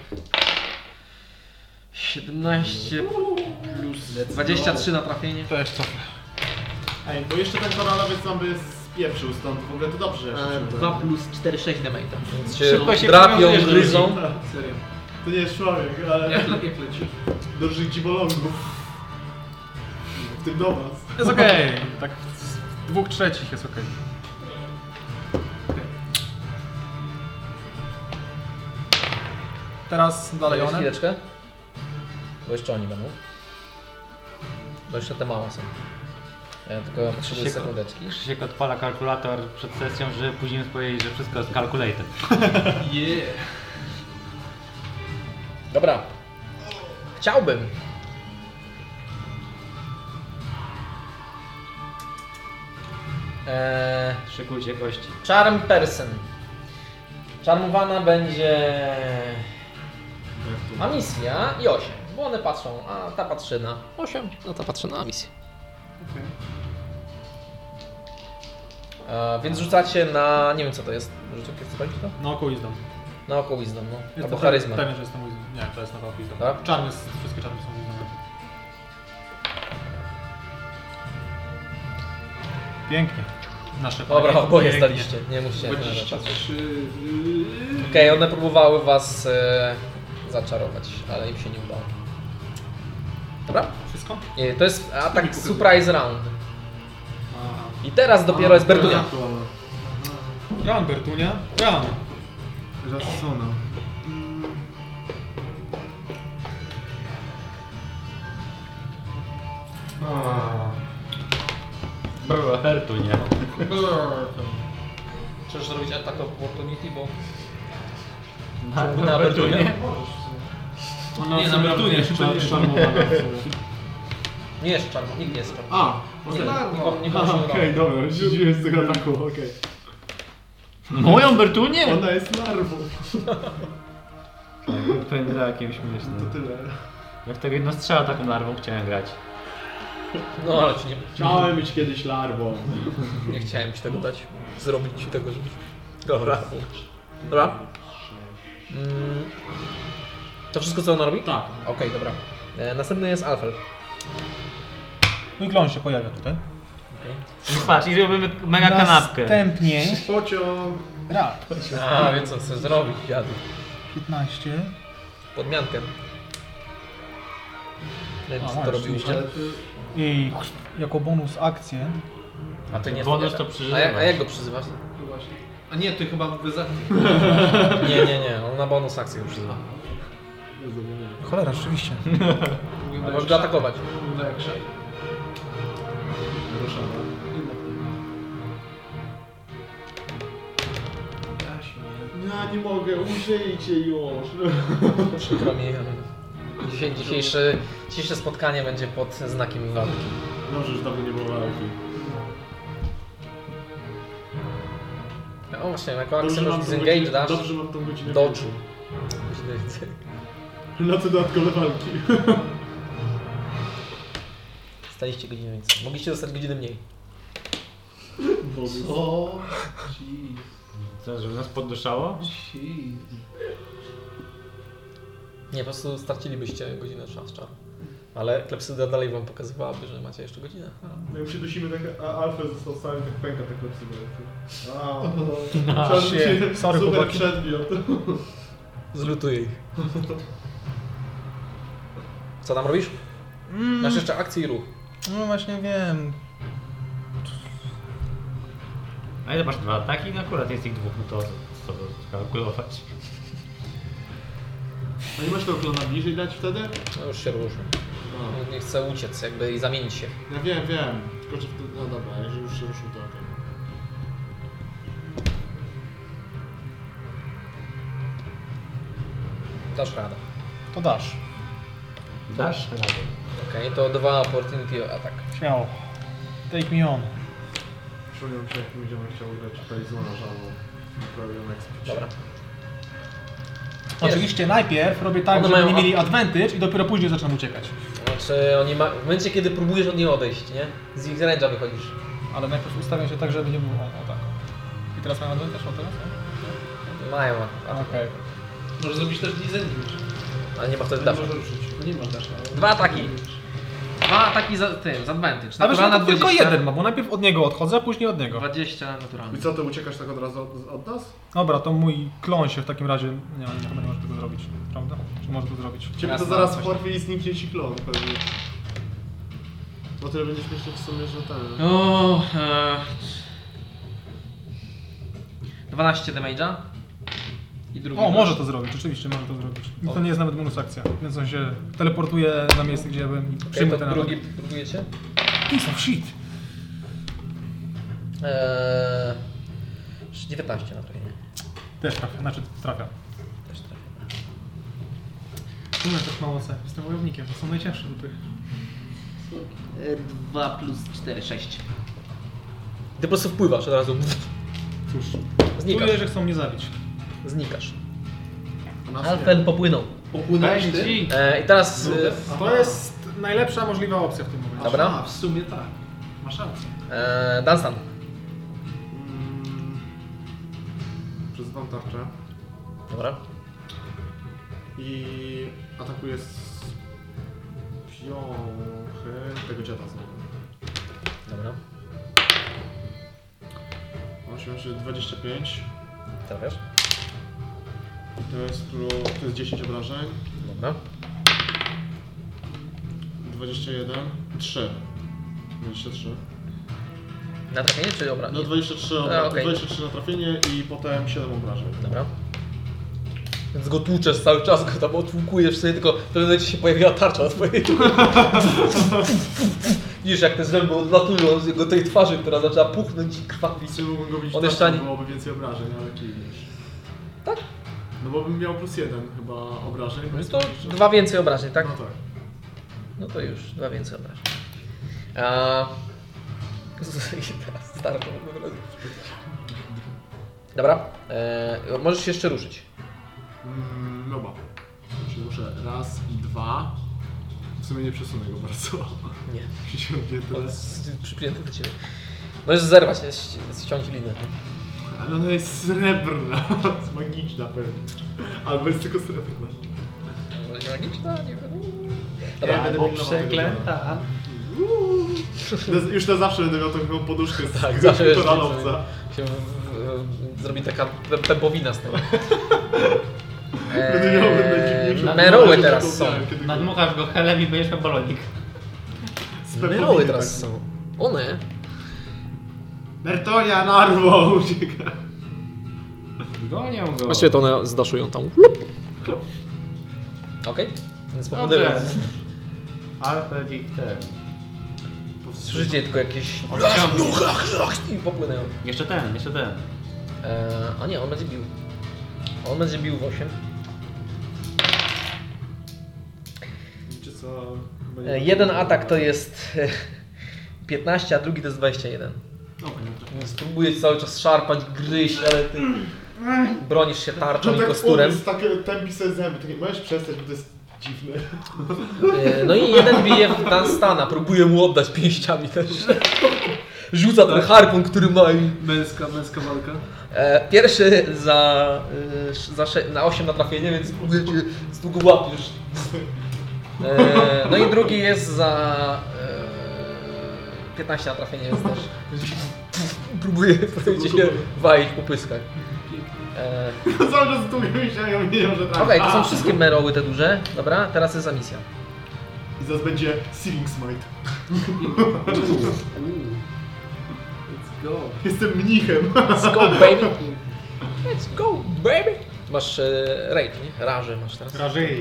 S1: 17 plus 23 na trafienie.
S4: Też cofnę.
S2: Ej, bo jeszcze ten koralowiec nam by spieprzył stąd. W ogóle to dobrze, że jeszcze
S1: 2 plus 4, 6 damage'a. Więc
S3: Szybko
S1: się
S3: się
S1: drapią,
S3: przywiązujesz do
S1: gryzą.
S3: ludzi.
S5: Serio.
S2: To nie jest człowiek, ale
S5: Jak leci?
S2: do dużych dziwolągów. W tym do was.
S4: Jest okej. Tak z 2/3 jest okej. Teraz dalej one.
S1: Chwileczkę. Bo jeszcze oni będą. Bo jeszcze te małe są. Ja tylko potrzebuję
S3: Krzysiek-
S1: sekundeczki.
S3: Krzysiek odpala kalkulator przed sesją, żeby później powiedzieć, że wszystko jest calculated.
S5: Yeah.
S1: Dobra. Chciałbym.
S3: Szykujcie gości.
S1: Charm Person. Charmowana będzie Amisja i 8, bo one patrzą, a ta patrzy na 8, a ta patrzy na Amisję.
S5: Okej.
S1: Więc rzucacie na, nie wiem co to jest, rzucacie to?
S4: Na oko Wisdom.
S1: Na oko Wisdom, no.
S4: Jestem
S1: Albo charyzma.
S4: Pewnie, że jestem Wisdom. Nie, to jest na Wisdom.
S1: Tak?
S4: Czarny, wszystkie czarny są Wisdomem. Pięknie. Nasze
S1: Dobra,
S4: panie.
S1: oboje
S4: Pięknie.
S1: zdaliście, nie musicie patrzeć.
S5: 23.
S1: Okej, one próbowały was zaczarować, ale im się nie udało. Dobra?
S4: Wszystko?
S1: To jest atak surprise round.
S5: Aha.
S1: I teraz dopiero jest Bertunia.
S4: Ja mam Bertunia. Ja mam.
S2: Rassona.
S3: Bertu nie.
S1: Chcesz zrobić atak opportunity, bo...
S3: Na Bertu nie.
S4: Nie, na Bertunie.
S1: Nie jest czarno, nikt nie jest czarno.
S2: A!
S1: Nie się
S2: Okej, dobra, rzuciłem z tego ataku, okej.
S3: Moją Bertunię?
S2: Ona jest larwą.
S3: Pewnie takim śmiesznym.
S2: To tyle.
S3: Jak tego jedno strzela taką larwą chciałem grać.
S1: No ale ci nie...
S2: Chciałem być kiedyś larwą.
S1: Nie chciałem ci tego dać. Zrobić ci tego, żebyś... Dobra. Dobra. To wszystko co ona robi?
S2: Tak.
S1: Okej, dobra. Następny jest Alfel.
S4: Mój klon się pojawia tutaj.
S3: Patrz, i robimy mega kanapkę.
S4: Następnie...
S2: Pociąg.
S4: Rap.
S1: A, więc co chcesz zrobić, dziadu?
S4: 15.
S1: Podmiankę. Nie wiem,
S4: A,
S1: co to
S4: masz,
S1: robiłyście.
S5: Ale ty...
S4: I jako bonus akcję.
S1: A ty nie
S3: Bonus to przyżywasz.
S1: A jak go przyzywasz?
S5: właśnie. A nie, ty chyba wyzaknij.
S1: Nie. On na bonus akcję go przyzywa.
S4: Cholera, rzeczywiście.
S1: A możesz go atakować.
S5: Wygląda jak szef.
S2: Ruszamy. Ja nie mogę, użyjcie już.
S1: Przykro mi. Dzisiejsze spotkanie będzie pod znakiem walki.
S2: Dobrze, że dawno nie było walki.
S1: O właśnie, jako akcję możesz disengage dasz.
S2: Dobrze, że mam tą godzinę.
S1: Dodge.
S2: Na te dodatkowe walki.
S1: Staliście godzinę więcej. Mogliście dostać godzinę mniej.
S5: O,
S3: Co, żeby nas podduszało?
S1: Nie, po prostu stracilibyście godzinę z czaru. Ale klepsyda dalej wam pokazywałaby, że macie jeszcze godzinę.
S2: My już się dusimy, tak, a Alfred został cały, tak pęka tak klepsydra.
S4: Sorry,
S2: super
S4: chłopaki.
S2: przedmiot.
S1: Zlutuję ich. Co tam robisz? Masz jeszcze akcję i ruch.
S4: No właśnie wiem.
S3: A ile masz 2 ataki? No akurat jest ich 2, no to co kalkulować.
S2: A nie masz tego klona bliżej dać wtedy?
S1: No już się ruszy. Nie chcę uciec jakby i zamienić się.
S2: Ja wiem. Tylko że wtedy, no dobra, jeżeli już się ruszył, to okej.
S1: Dasz radę.
S4: To dasz.
S3: Dasz radę.
S1: Okej, to 2 opportunity atak.
S4: Śmiało. Take me on.
S2: Przypomniał się, jak będziemy chciał grać tutaj z żalą. Naprawiam ekspert.
S1: Dobra.
S4: Oczywiście najpierw robię tak,
S1: One
S4: żeby
S1: mają
S4: nie mieli advantage i dopiero później zaczynam uciekać.
S1: Znaczy oni w momencie kiedy próbujesz od niej odejść, nie? Z ich range'a wychodzisz.
S4: Ale najpierw ustawiam się tak, żeby nie było. O tak. I teraz mam advantage? O teraz?
S1: Mają,
S4: Okej.
S5: Możesz zrobić też disengage.
S1: ale nie ma wtedy
S5: Nie
S1: dasza.
S5: może ruszyć. No nie masz dasza.
S1: 2 ataki. 2 ataki za tym, z advantage.
S4: Ale
S1: Naturalna
S4: że tylko jeden ma, bo najpierw od niego odchodzę, a później od niego.
S1: 20 naturalnie.
S2: I co, ty uciekasz tak od razu od nas?
S4: Dobra, to mój klon się w takim razie chyba nie może tego zrobić, prawda? Czy może to zrobić?
S2: Ciebie to
S1: Jasne,
S2: zaraz
S1: coś.
S2: po chwili zniknie ci klon pewnie. Bo tyle będziesz myśleć w sumie, że ten...
S1: O, 12 damage'a. I drugi.
S4: O, może to zrobić, rzeczywiście może to zrobić. I to nie jest nawet bonus akcja, więc on się teleportuje na miejsce, gdzie ja bym
S1: Okay,
S4: przyjmę
S1: to
S4: ten
S1: drugi
S4: atak.
S1: próbujecie?
S4: Piece of shit!
S1: 19 na trafienie.
S4: Też trafia, znaczy trafia.
S1: Też trafia.
S4: Umiem też mało C, jestem wojownikiem, to są najcięższe do tych.
S1: 2 plus 4, 6. Ty po prostu wpływasz od razu.
S4: Cóż,
S1: Znikasz.
S4: czuję, że chcą mnie zabić.
S1: Znikasz.
S2: A nas
S1: Alfen popłynął.
S5: Popłynąłeś ty?
S1: I teraz...
S4: To jest najlepsza możliwa opcja w tym momencie.
S1: Dobra.
S5: A, w sumie tak. Masz rację.
S1: Dunstan.
S2: Przyzywam tarczę.
S1: Dobra.
S2: I atakuje z piąchy tego dziada znowu.
S1: Dobra.
S2: 25.
S1: Trafiasz?
S2: To jest 10 obrażeń.
S1: Dobra.
S2: 21. 3. 23.
S1: Na trafienie czy obrażeń?
S2: No 23,
S1: okej.
S2: 23 na trafienie i potem 7 obrażeń.
S1: Dobra. Więc go tłuczesz cały czas, go tam otłukujesz sobie, tylko w pewnym momencie się pojawiła tarcza na twojej... Widzisz jak te zęby odlatują z jego tej twarzy, która zaczęła puchnąć i krwawić.
S2: Czy mógłbym go bić
S1: On
S2: tak,
S1: jeszcze ani-
S2: byłoby więcej obrażeń, ale kij już.
S1: Tak?
S2: No bo bym miał +1 chyba obrażeń. bo jest
S1: To
S2: jeszcze-
S1: 2 więcej obrażeń, tak?
S2: No tak.
S1: No to już 2 więcej obrażeń. Teraz starto. Dobra, możesz się jeszcze ruszyć.
S2: Dobra. Czyli muszę raz i 2. W sumie nie przesunę go bardzo.
S1: Nie,
S2: Przysiągnie
S1: on
S2: tyle.
S1: jest przypięty do ciebie. Możesz zerwać, ściąć linę.
S2: Ale ona jest srebrna. Jest magiczna pewnie. Albo jest tylko srebrna.
S1: Może magiczna? Nie wiem. Dobra,
S3: Albo przeklęta.
S2: Już na zawsze będę miał taką poduszkę z
S1: Tak, zawsze
S2: koralowca.
S1: się zrobi taka pępowina z tego.
S2: Będę miał najdziwniejszą
S1: Meroły
S2: postać,
S1: teraz
S2: jaką
S1: są.
S2: miałem kiedykolwiek.
S3: Nadmuchasz go helem i będziesz miał balonik.
S2: Z
S1: Meroły
S2: pepowiny
S1: teraz
S2: tak.
S1: są. One?
S2: Bertonia narwą ucieka.
S3: Gonią go.
S1: Właściwie to one zdaszują tam. Okej, więc
S3: Dobrze.
S1: popłynęły.
S3: Alfred ich ten.
S1: Słyszycie tylko jakieś... I popłynęły.
S3: Jeszcze ten.
S1: A nie, on będzie bił. On będzie bił w 8.
S2: Wiecie co?
S1: Jeden atak to jest 15, a drugi to jest 21.
S2: No, panie.
S1: Więc próbujesz cały czas szarpać, gryźć, ale ty bronisz się tarczą i
S2: tak
S1: kosturem.
S2: jest takie tępi sobie zęby. Takie, możesz przestać, bo to jest dziwne.
S1: No i jeden bije w Dunstana, próbuje mu oddać pięściami też. Rzuca ten harpun, który ma i...
S5: Męska walka.
S1: Pierwszy na 8 na trafienie, więc próbuje cię z długo łapiesz. No i drugi jest za 15 na trafienie, więc też próbuje cię walić po pyskach.
S2: Cały czas tu myślałem, nie wiem, że tak.
S1: Okej, to są wszystkie meroły te duże. Dobra, teraz jest za misja.
S2: I zaraz będzie Searing Smite.
S5: Let's go.
S2: Jestem mnichem.
S1: Let's go, baby! Let's go, baby! Masz rage, nie? Raże masz teraz.
S4: Razi.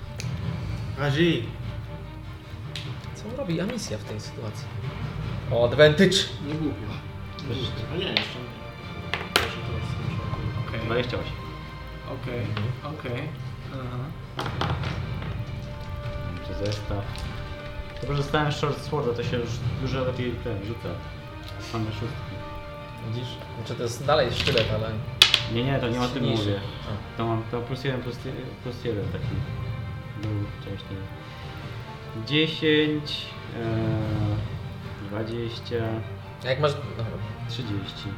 S1: Co robi Amisja w tej sytuacji? O, advantage!
S5: Nie głupio.
S2: A nie, jeszcze nie. Jeszcze teraz muszę.
S5: Okej.
S3: 28.
S5: Okej. Aha.
S3: Czy zestaw. Tylko, że dostałem short sworda, to się już dużo lepiej ten rzuca. Same szóstki.
S1: Widzisz? Znaczy to jest dalej sztylet, ale...
S3: Nie, to nie o tym
S1: Silniejszy.
S3: mówię. To mam to +1 taki. Był wcześniej. 10, 20,
S1: A jak masz... No,
S3: 30.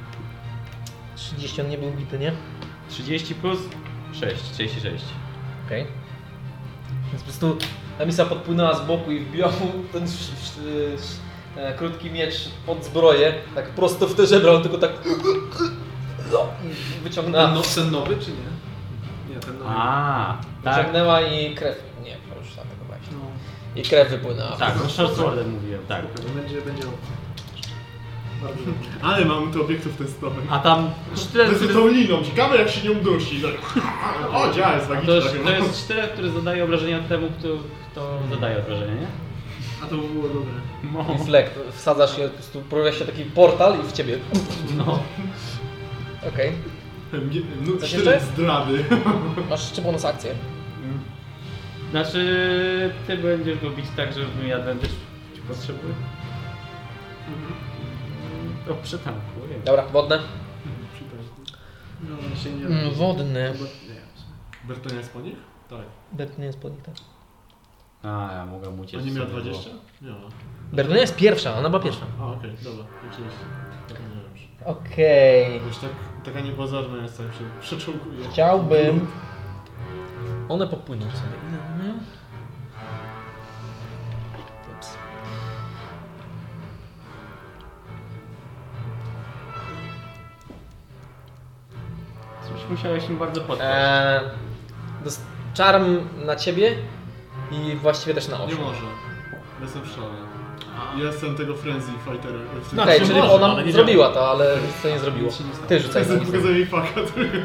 S1: 30 on nie był bity, nie?
S3: 30 plus 6, 36.
S1: Okej. Więc po prostu Amisa podpłynęła z boku i wbiła mu ten krótki miecz pod zbroję, tak prosto w te żebra, on tylko tak... I wyciągnęła...
S5: Ten nowy czy nie? Nie, ten nowy.
S3: A, tak.
S1: Wyciągnęła i krew... Nie, to już zaatakowałeś.
S5: No.
S1: I krew wypłynęła.
S3: Tak, no short swordem mówiłem, tak.
S5: Będzie
S2: Bardzo dobrze. Ale mamy tu obiektów testowych.
S3: A tam sztylet,
S2: To jest tą liną, ciekawe jak się nią dusi. Tak. O, działa, jest magiczna.
S3: to jest sztylet, który zadaje obrażenia temu, kto zadaje obrażenia, nie?
S5: A to by było dobre.
S3: No.
S1: I flek, wsadzasz się, po prostu pojawia się taki portal i w ciebie.
S3: No.
S1: Okej.
S2: No,
S1: Coś
S2: sztylet
S1: jeszcze?
S2: zdrady.
S1: Masz jeszcze bonus akcję.
S3: Znaczy, ty będziesz go bić tak, żeby mi advantage ci potrzebuje? To przytankuję.
S1: Dobra, wodne.
S5: No, się nie...
S1: Wodne.
S5: Bo, nie.
S2: Bertonia jest po nich? Tak.
S1: Bertunia jest po nich, tak.
S3: A, ja mogę mu cię.
S2: Oni miał 20? Nie ma.
S1: Bertunia jest pierwsza, ona była pierwsza.
S2: A, okej, dobra. Oczywiście. już.
S1: Okej.
S2: Już taka niepozorna jest, tak się przeczołguje.
S1: Chciałbym... One popłyną sobie. Ups.
S3: Coś musiałeś im bardzo podpaść.
S1: Charm na ciebie i właściwie też na 8.
S2: Nie może. Jestem w szale. Jestem tego Frenzy Fightera.
S1: Okej, czyli
S3: może,
S1: ona
S3: ale nie
S1: zrobiła to, ale to nie zrobiło. Ty rzucaj.
S2: Chcę pokazać jej faka tylko.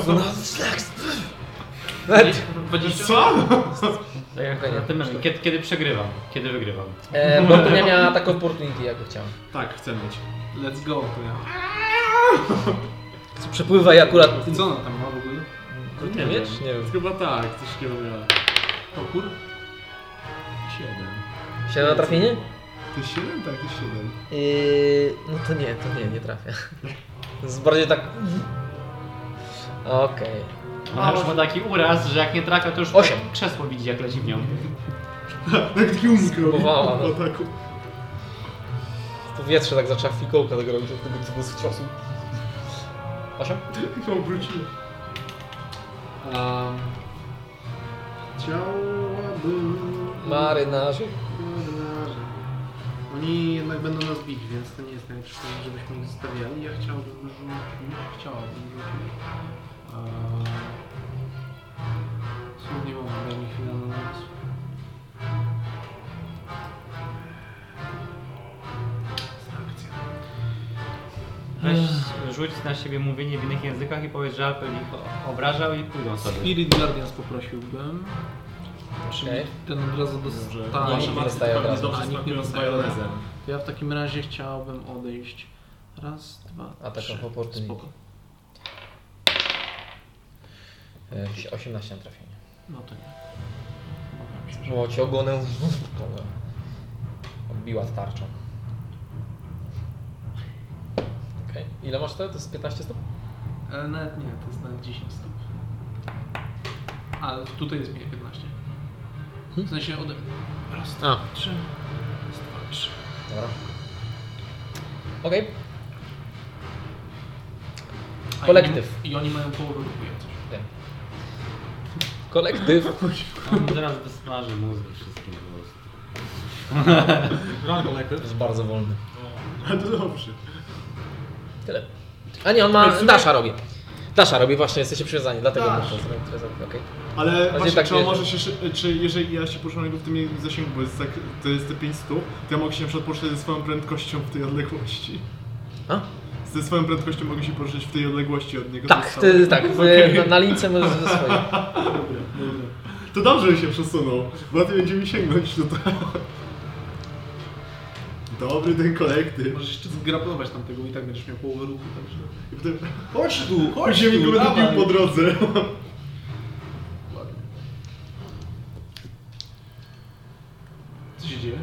S2: Co?
S3: Tak jak na tym, kiedy przegrywam, kiedy wygrywam.
S1: Bo to nie miała taką opportunity, jakby chciała.
S2: Tak, chcę mieć.
S5: Let's go, to ja.
S1: Przepływa i akurat...
S5: Co ona tam ma w ogóle?
S1: Krótki miecz? Nie wiem.
S2: Chyba tak, coś takiego miała.
S5: Topór?
S2: 7.
S1: 7 na trafienie?
S2: To jest 7? Tak, to jest 7.
S1: No to nie trafia. To jest bardziej tak... Okej.
S3: Ona już ma taki uraz, że jak nie trafia, to już
S1: 8.
S3: tak krzesło widzi, jak leci w nią.
S2: Tak taki unik robi
S1: Spróbowała, no.
S2: w ataku.
S1: W powietrze tak zaczęła fikołka tego robić od tego ciosu. 8?
S2: Chyba obróciło. Chciałabym...
S1: Marynarze.
S5: Oni jednak będą nas bić, więc to nie jest tak, żebyśmy ich zostawiali. Ja chciałbym rzucić. Słownie mam, daj mi chwilę na nas. Akcja.
S3: Weź, rzuć na siebie mówienie w innych językach i powiedz, że Alper ich obrażał i pójdą sobie.
S5: Spirit Guardians poprosiłbym. Czyli ten od razu dostaje.
S1: Nikt nie dostaje od razu.
S5: A nikt nie dostaje od razu. To ja w takim razie chciałbym odejść. Raz, dwa,
S1: Atak
S5: trzy.
S1: of opportunity.
S5: Spoko.
S1: 18 na trafienie.
S5: No to nie. Obawiam się, że...
S1: Było ci ogonem. Odbiła tarczą. Okej. Ile masz to? To jest 15 stóp?
S5: Nawet nie, to jest nawet 10 stóp. A tutaj jest 15. W sensie ode... Raz,
S1: A.
S5: 3. Raz, dwa, 3.
S1: Dobra. Okej. Kolektyw.
S5: I oni mają połowę ruchu jak coś.
S1: Wiem. Kolektyw.
S3: On zaraz wysmaży mózg wszystkim po prostu.
S5: Run
S1: To
S5: Collective.
S1: jest bardzo wolny.
S2: Ale to dobrze.
S1: Tyle. A nie, on ma... Dasha robi. Dasha robi, właśnie, jesteście przywiązani, dlatego
S2: Dash.
S1: muszę zrobić. Okej.
S2: Ale właśnie,
S1: tak
S2: czy on
S1: wiecie.
S2: może się, czy jeżeli ja się poruszam w tym zasięgu, bo jest tak, to jest te 500, to ja mogę się na przykład poruszać ze swoją prędkością w tej odległości.
S1: A?
S2: Ze swoją prędkością mogę się poruszać w tej odległości od niego.
S1: Tak,
S2: to
S1: ty, tak, na lince możesz ze swojej.
S2: Dobra. To dobrze, że się przesunął, bo łatwiej będzie mi sięgnąć tutaj. Dobry ten kolektyw.
S5: Możesz jeszcze zgraplować tamtego i tak będziesz miał połowę ruchu, także...
S2: I potem...
S5: Chodź tu,
S2: Później mi go będę bił po drodze.
S5: Co się dzieje?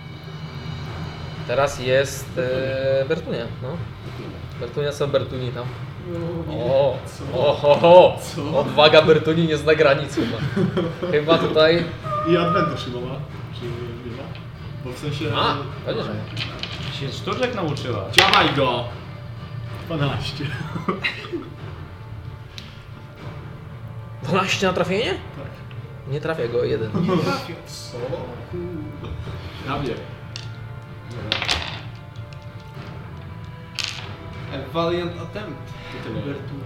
S1: Teraz jest Bertunia, no. Bertunia co Bertuni tam. O, ohoho! Odwaga Bertuni nie zna granic chyba. Chyba tutaj...
S2: I advantage chyba ma. Czy nie ma? Bo w sensie...
S1: A, pewnie, że
S3: Się sztuczek nauczyła.
S2: Działaj go! 12.
S1: 12 na trafienie?
S2: Tak.
S1: Nie trafia go, 1.
S2: Nie trafia. Co? Prawie.
S5: A valiant attempt.
S2: To tyle.
S5: Bertuni.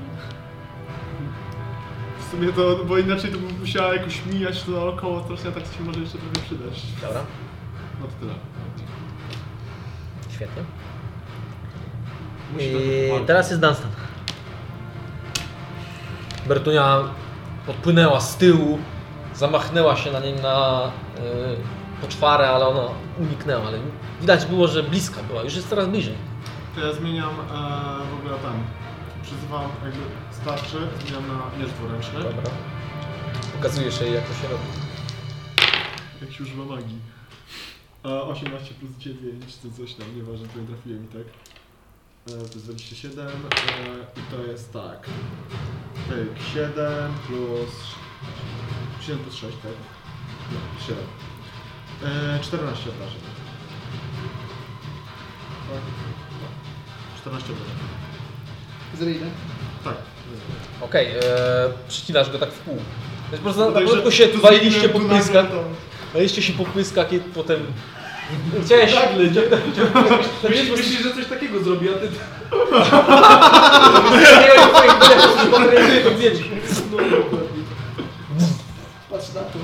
S2: W sumie to, bo inaczej to bym musiała jakoś mijać to naokoło, strasznie a tak się może jeszcze trochę przydać.
S1: Dobra,
S2: No to tyle.
S1: świetnie.
S2: Musi
S1: I
S2: trochę walczyć.
S1: teraz jest Dunstan. Bertunia podpłynęła z tyłu, zamachnęła się na niej na poczwarę, ale ona uniknęła. Ale widać było, że bliska była, już jest coraz bliżej.
S2: To ja zmieniam w ogóle tam. Przyzywam jakby starczy, zmieniam na miecz dwuręczny.
S1: Dobra. Pokazujesz jej, jak to się robi.
S2: Jak się używa magii. 18 plus 9, to coś tam, nieważne, tutaj trafiłem i tak. To jest 27 i to jest tak. Pyk, 7 plus 6, tak? Nie, 7. 14 obrażeń. Tak? 14 obrażeń.
S5: Zryjdę.
S2: Tak.
S1: Okej, przycinasz go tak w pół. Wiesz, po prostu na
S2: Także
S1: początku się
S2: tu
S1: waliliście po
S2: zginąłem, tu
S1: pyskach.
S2: nagle to-
S1: Waliliście się po pyskach i potem... Chciałeś...
S5: Myślisz, że coś takiego zrobi, a ty... Patrz na to.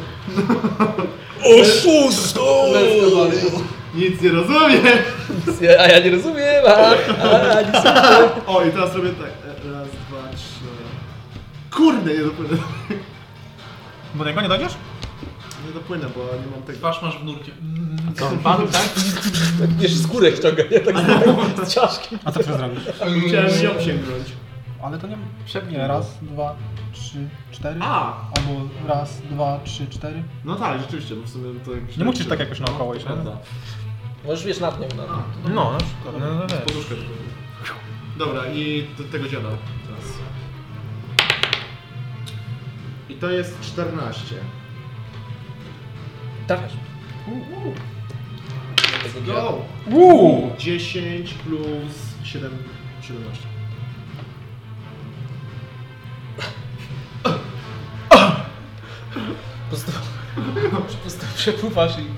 S1: Oszusto!
S2: Nic nie rozumiem!
S1: A ja nie rozumiem, nie słyszę.
S2: O, i teraz robię tak. Raz, dwa, trzy. Kurde, nie dopłynę.
S4: Do niego nie dojdziesz?
S2: Nie dopłynę, bo nie mam tego.
S5: Twarz masz w nurcie.
S3: Co, padł, tak?
S1: Wiesz, skórę ściąga, nie? Tak z ciaszkiem.
S4: A co chcesz zrobić?
S2: Musiałem ją sięgnąć.
S4: Ale to nie... Nie, raz, dwa, trzy, cztery.
S2: A!
S4: Albo raz, dwa, trzy, cztery.
S2: No tak, rzeczywiście, bo w sumie to jakoś...
S4: Nie musisz tak jakoś naokoło iść.
S2: Prawda.
S1: Możesz wiesz nad nią.
S4: No, na przykład. No.
S2: Poduszkę. Dobra, i do tego dziada teraz. I to jest 14.
S1: Trafiasz.
S2: Go!
S4: Uuu!
S2: 10 plus 7, 17.
S1: Po prostu przepływasz i...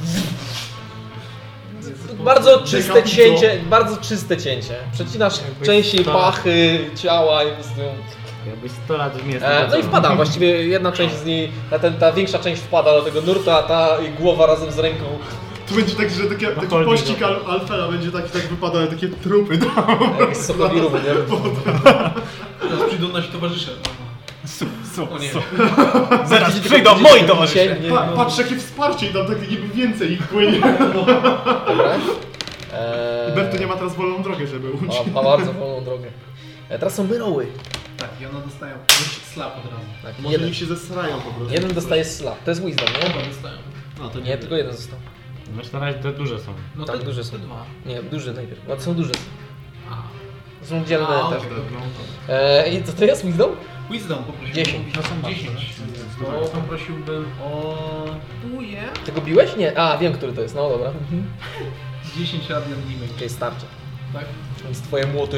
S1: Bardzo czyste cięcie, bardzo czyste cięcie. Przecinasz część jej pachy, ciała i po prostu...
S3: Jakbyś 100 lat w mięsie.
S1: No i wpada, właściwie jedna część z niej, ta większa część wpada do tego nurta, a ta jej głowa razem z ręką.
S2: Tu będzie tak, że taki
S3: holding,
S2: pościg Alfela będzie taki, tak wypadają takie trupy.
S1: Jakieś sokowirumy, nie?
S5: Teraz przyjdą nasi towarzysze. O nie.
S4: Zaraz przyjdą moi towarzysze!
S1: Nie,
S2: Patrz jakie wsparcie i tam tak niby więcej ich płynie.
S1: Dobra.
S2: Bertu nie ma teraz wolną drogę, żeby uciec.
S1: Ma bardzo wolną drogę. Teraz są myroły.
S5: Tak, i one dostają slap od razu.
S1: Tak,
S2: Może
S1: jeden.
S2: niech się zesrają po prostu.
S1: Jeden dostaje slap. To jest wisdom, nie?
S5: Oba dostają.
S2: No to
S1: Nie, tylko jeden został.
S3: Znaczy na razie te duże są.
S5: No
S1: Tak,
S5: te,
S1: duże
S5: te
S1: są.
S5: dwa.
S1: Nie, duży najpierw. No to są duże.
S5: A.
S1: To są dzielne
S5: A,
S1: też.
S5: okej.
S1: I co to jest wisdom?
S5: Wisdom poprosiłbym.
S1: 10.
S5: No są 10. To poprosiłbym o... Tuje.
S1: Tego biłeś? Nie. A, wiem, który to jest. No dobra.
S5: 10 radian damage.
S1: Okej, starczy.
S5: Tak?
S1: Więc twoje młoty.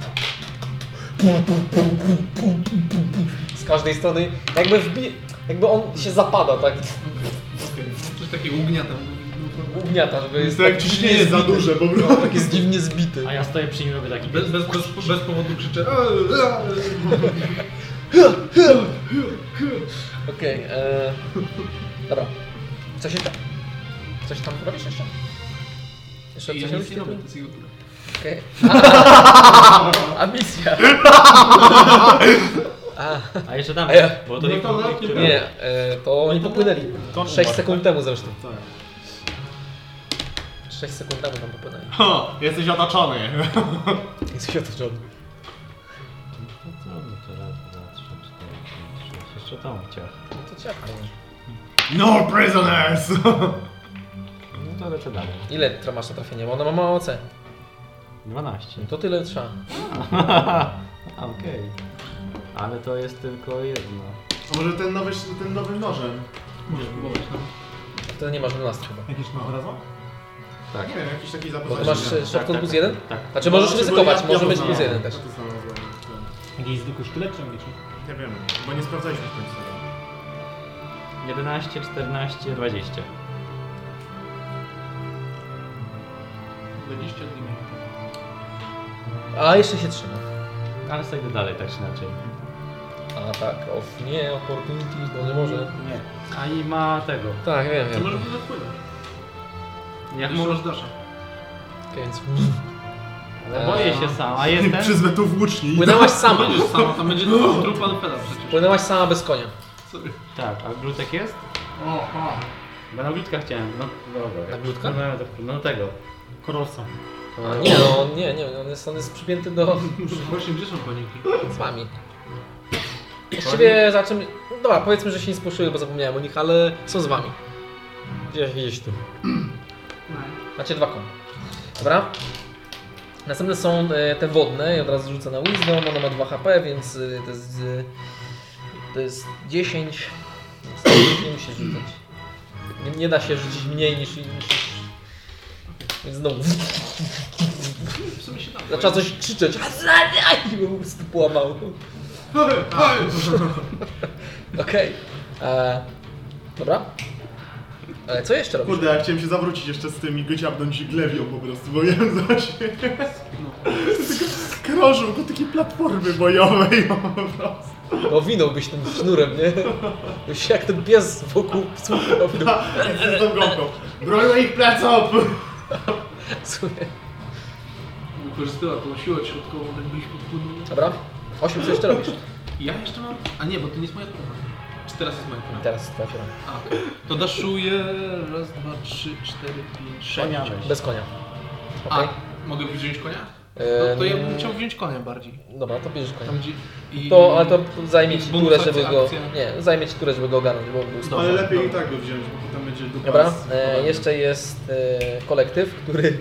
S1: Z każdej strony. Jakby on się zapada, tak?
S5: Coś takiego ugniatam.
S1: Ugniata, żeby jest
S2: To jak
S1: tak
S2: ciśnienie
S1: dziwnie
S2: jest za
S1: zbity.
S2: duże po
S1: No,
S2: prostu.
S1: tak jest dziwnie zbity.
S3: A ja stoję przy nim robię taki...
S5: Bez powodu krzyczę.
S1: Okej, dobra. Coś jeszcze? Coś tam robisz jeszcze? Jeszcze
S5: Ja
S1: coś
S5: nic
S1: robisz?
S5: nie robię, to jest jego tura.
S1: Okej. A misja.
S3: A jeszcze tam,
S1: A ja-
S3: bo to
S5: No
S3: nie...
S5: to nawet nie
S1: Nie, to oni popłynęli.
S4: To
S1: 6 sekund temu zresztą.
S2: Tak.
S1: 6 sekund temu tam popłynęli.
S2: Jesteś otoczony.
S1: Jesteś otoczony.
S3: No to raz, dwa, trzy, cztery, pięć, sześć. Jeszcze tą ciach.
S1: No to ciapka.
S2: No prisoners!
S3: No to lecę dalej.
S1: Ile masz na trafienie? Bo ona ma mało C.
S3: 12.
S1: To tyle trzeba.
S3: Okej. Ale to jest tylko jedno.
S2: A może ten nowym nożem?
S5: Możesz próbować, no.
S1: Wtedy nie masz 12 chyba.
S4: Jakiś ma razem?
S3: Tak.
S2: Nie wiem, jakiś taki zapis.
S1: Bo ty masz shotgun plus 1?
S3: Tak.
S1: Znaczy możesz ryzykować,
S2: ja
S1: może być
S2: to
S1: plus
S2: znalazłem.
S1: 1 też.
S2: Ja to znalazłem.
S4: Jakiś zwykły sztylet czy angielski?
S2: Nie wiem, bo nie sprawdzaliśmy w końcu.
S3: 11, 14, 20.
S5: 20 damage.
S1: A jeszcze się trzyma.
S3: Ale sobie idę dalej, tak czy inaczej.
S1: A tak, nie, opportunities, bo nie może.
S3: Nie. A i ma tego.
S1: Tak, wiem,
S5: To
S1: wiem.
S5: może nawet płynąć.
S3: Jak
S5: Jeszcze
S3: mu...
S5: masz dasza.
S1: Okay, więc...
S3: Ale boję się sam, a jestem...
S2: Przyzwę tu włóczni.
S1: Płynęłaś sama.
S5: Będziesz sama, tam będzie trup Alfela przecież.
S1: Płynęłaś sama bez konia.
S5: Sorry.
S3: Tak, a glutek jest?
S5: O,
S3: Bo na glutka chciałem, no dobra.
S1: Na glutka?
S3: No tego.
S4: Korolca.
S1: A, nie, no, nie, on jest przypięty do...
S5: Właśnie, gdzie są koniki?
S1: z wami. Właściwie za czym... Dobra, powiedzmy, że się nie spłoszyły, bo zapomniałem o nich, ale są z wami. Gdzieś tu. Macie 2 konie. Dobra. Następne są te wodne i od razu rzucę na Wisdom, ona ma 2 HP, więc to jest 10. Nie musisz rzucać. Nie da się rzucić mniej niż... Więc znowu
S5: W sumie się da.
S1: Zaczęła coś krzyczeć. I po prostu połamał. Okej. Dobra. Co jeszcze robisz?
S2: Kurde, ja chciałem się zawrócić jeszcze z tym i go ciapnąć glewią po prostu, bo miałem zasięg. Krążył go takiej platformy bojowej po prostu.
S1: Owinąłbyś tym sznurem, nie? Już jak ten pies wokół słupy owinął.
S2: Z tą gąbką. Broń ich pleców!
S1: Słuchaj.
S5: Wykorzystała tą siłę środkową, tak byliśmy wpłynęli.
S1: Dobra. 8, co jeszcze robisz?
S5: Ja jeszcze mam... A nie, bo to nie jest moja tura. Czy teraz jest moja tura?
S1: Teraz jest twoja tura.
S5: A, okej. To daszuję... Raz, dwa, 3, 4, 5, 6.
S3: Konia weź.
S1: Bez konia.
S5: A,
S1: Okej.
S5: mogę wziąć konia?
S1: Em,
S5: To ja bym chciał wziąć konia bardziej.
S1: Dobra, to bierzesz konia.
S5: Tam gdzie... I...
S1: Ale to zajmie ci
S5: bonus
S1: turę,
S5: akcja,
S1: żeby go...
S5: akcja.
S1: Nie, zajmie ci turę, żeby go ogarnąć, bo był stop.
S2: Ale lepiej i tak go wziąć, bo potem będzie dupa.
S1: Dobra,
S2: z-
S1: jeszcze jest kolektyw, który...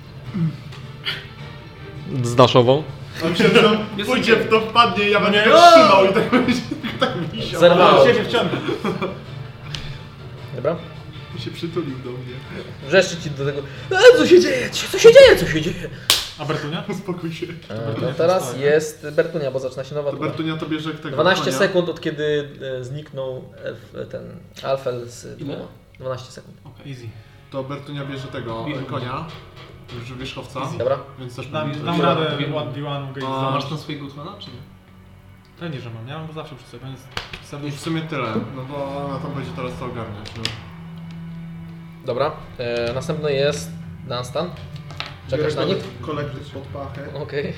S1: Z daszową.
S2: On się tam
S5: Jest
S2: pójdzie
S5: okej.
S2: w to, wpadnie i ja będę
S4: nie.
S2: go trzymał i tak będzie tak wisiał.
S1: Zerwało.
S4: Siedzi wciąga.
S1: Dobra.
S2: I się przytulił do mnie.
S1: Wrzeszczy ci do tego... Co się dzieje? Co się dzieje? Co się dzieje?
S4: A Bertunia?
S2: Uspokój się.
S1: No teraz jest Bertunia, bo zaczyna się nowa
S2: To
S1: tura.
S2: Bertunia to bierze tego
S1: 12
S2: konia.
S1: sekund od kiedy zniknął ten Alfel z
S5: Ile?
S1: dwoma. 12 sekund.
S4: Easy.
S2: To Bertunia bierze tego konia, już wierzchowca,
S1: Dobra.
S2: więc też
S4: Dam
S2: powinien-
S4: radę
S5: Dwie-
S4: D1 Gate
S2: A,
S5: A masz
S4: założyć.
S5: tam swojego Gutmana, czy nie?
S4: Pewnie, że mam. Ja mam go zawsze przy sobie, więc
S2: I
S4: serduszko.
S2: w sumie tyle, no bo ona tam będzie teraz to ogarniać. No.
S1: Dobra. Następny jest Dunstan. Czekasz na nich?
S2: Kolektyw pod pachę.
S1: Okej.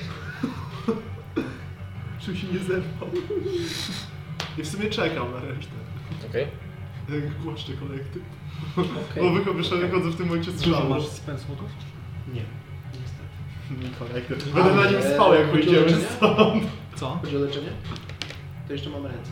S2: Czym się nie zerwał. I w sumie czekam na resztę.
S1: Okej.
S2: Jak głaszczę kolektyw.
S1: Okej.
S2: Bo wychodzę w tym momencie
S4: Dużo
S2: strzału.
S4: masz spend smutów?
S5: Nie.
S2: Kolektyw. Będę na nim spał jak
S5: chodzi o
S2: wyjdziemy
S5: leczenie?
S2: stąd.
S4: Co?
S5: Chodzi o leczenie? To jeszcze mam ręce.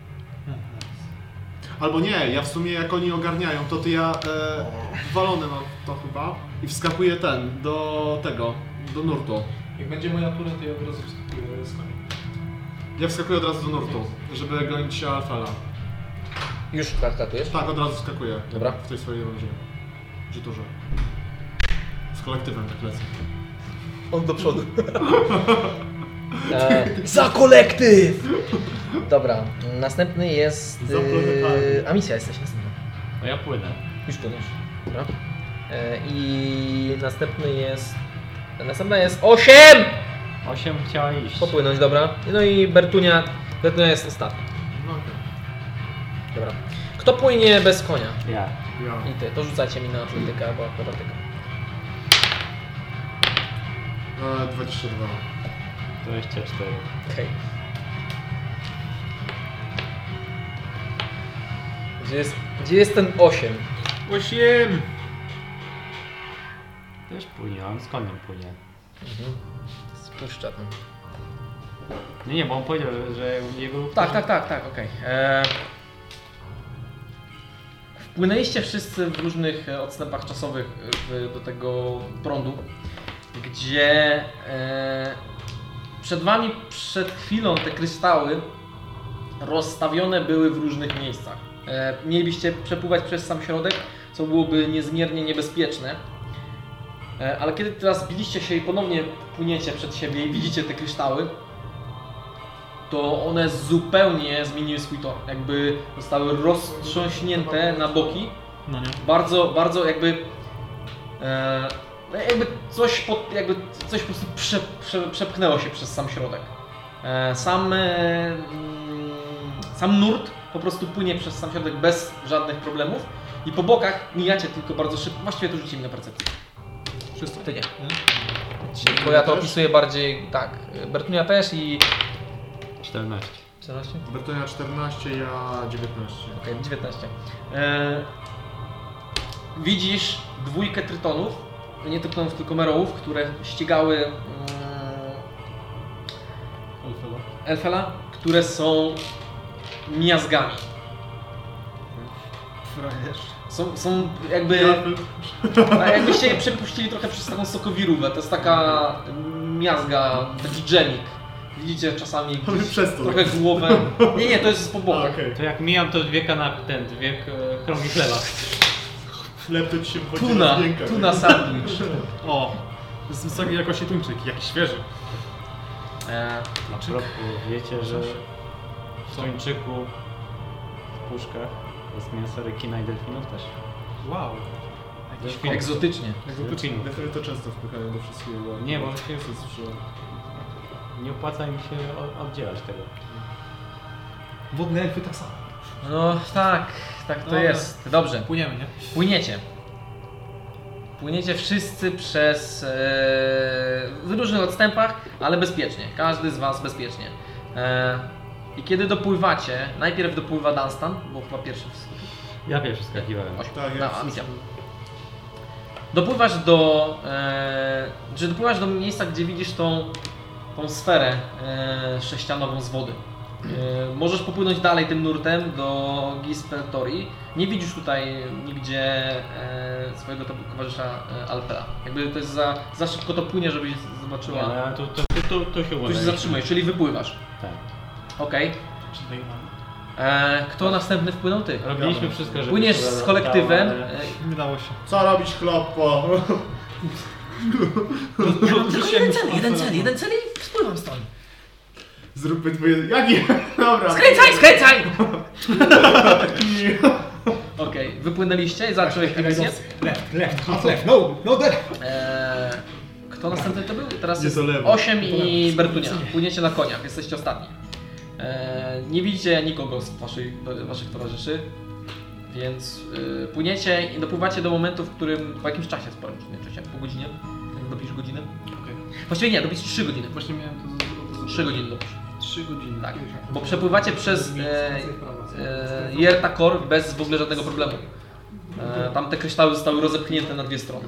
S2: Albo nie, ja w sumie jak oni ogarniają, to ja walony mam to chyba i wskakuję do tego, do nurtu.
S5: Jak będzie moja tura, to ja od razu wskakuję z konia.
S2: Ja wskakuję od razu do nurtu, żeby gonić Alfela.
S1: Już kartujesz?
S2: Tak, od razu wskakuję.
S1: Dobra.
S2: W tej swojej rundzie. Żyturze. Z kolektywem tak lecę.
S1: On do przodu. Za kolektyw! Dobra, następny jest...
S2: Za planetami.
S1: A misja jesteś następna.
S3: No ja płynę.
S1: Już płyniesz. Dobra. I następna jest 8!
S3: 8 chciała iść.
S1: Popłynąć, dobra. No i Bertunia jest ostatnia.
S2: No okej.
S1: Dobra. Kto płynie bez konia?
S3: Ja.
S2: Ja.
S1: I ty, to rzucajcie mi na atletykę albo akrobatykę.
S2: 22.
S3: 24.
S1: Okej. Gdzie jest ten 8?
S4: 8!
S3: Też płynie, on z koniem płynie.
S1: Spuszcza tam.
S3: Nie, bo on powiedział, że jego...
S1: Tak, okej. Wpłynęliście wszyscy w różnych odstępach czasowych do tego prądu, gdzie przed wami przed chwilą te kryształy rozstawione były w różnych miejscach. Mielibyście przepływać przez sam środek, co byłoby niezmiernie niebezpieczne. Ale kiedy teraz biliście się i ponownie płyniecie przed siebie i widzicie te kryształy, to one zupełnie zmieniły swój tor. Jakby zostały roztrząśnięte na boki.
S4: No nie.
S1: Bardzo jakby jakby coś po prostu przepchnęło się przez sam środek. Sam nurt po prostu płynie przez sam środek bez żadnych problemów i po bokach mijacie tylko bardzo szybko. Właściwie to rzucimy na percepcję. Wszyscy? Ty nie. Bo ja to opisuję bardziej tak. Bertunia też i
S3: 14.
S1: 14?
S2: Bertonia 14, ja 19.
S1: Okej, 19. Widzisz dwójkę trytonów, nie trytonów, tylko merołów, które ścigały Elfela, które są miazgami. Są jakby... Jakbyście je przepuścili trochę przez taką sokowirówę. To jest taka miazga, taki dżemik. Widzicie czasami gdzieś
S2: Przez to.
S1: trochę głowę. Nie, to jest po bokach.
S2: Okej.
S3: To jak mijam, to dwie dwie krągi chleba.
S2: Chleb to ci się w wodzie rozmięka.
S1: Tuna sandwich.
S4: O! Z wysokiej jakości tuńczyk, jakiś świeży.
S3: A propos, wiecie, że w tuńczyku w puszkach jest mięso rekina i delfinów też.
S4: Wow.
S1: Egzotycznie.
S3: Delfinów.
S2: Delfiny to często wpychają do wszystkiego.
S3: Nie, bo się
S2: słyszałem.
S3: nie opłaca im się oddzielać tego.
S4: Wodne elfy tak samo.
S1: No tak to
S4: Dobra.
S1: jest. Dobrze,
S4: Płyniemy, nie?
S1: płyniecie. Płyniecie wszyscy przez w różnych odstępach, ale bezpiecznie. Każdy z was bezpiecznie. I kiedy dopływacie, najpierw dopływa Dunstan, bo chyba pierwszy wskakuje.
S3: Ja pierwszy skakiwałem.
S2: Tak, ja
S1: misja. Dopływasz do miejsca, gdzie widzisz tą sferę sześcianową z wody. Możesz popłynąć dalej tym nurtem do Gispertorii. Nie widzisz tutaj nigdzie swojego towarzysza Alpera. Jakby to jest za szybko to płynie, żebyś zobaczyła.
S3: Nie, ale to się
S1: Tu
S3: uważa.
S1: się zatrzymujesz, czyli wypływasz.
S3: Tak.
S1: Okej. Kto następny wpłynął? Ty.
S3: Robiliśmy wszystko, żeby
S1: Płyniesz
S3: się
S1: z
S3: udało,
S1: kolektywem.
S3: ale-
S4: Nie dało się.
S2: Co robić, chlopo?
S1: Jeden cel i spływam stąd.
S2: Zróbmy twoje... Jaki? Dobra.
S1: Skręcaj! Okej, wypłynęliście i zacząłeś misję.
S4: Left, no there.
S1: Kto następny to był? Teraz
S2: Nie,
S1: jest
S2: to lewo.
S1: 8 i Bertunia. Płyniecie na koniach, jesteście ostatni. Nie widzicie nikogo z waszych towarzyszy, więc płyniecie i dopływacie do momentu, w którym po jakimś czasie sporym, po godzinie, jak dopisz godzinę.
S5: Okej.
S1: Właściwie nie, dopisz 3 godziny.
S5: Właśnie miałem to
S1: 3 godziny dopisz.
S5: 3 godziny.
S1: Tak, bo przepływacie przez Yertakor bez w ogóle żadnego problemu. Tam te kryształy zostały rozepchnięte na dwie strony.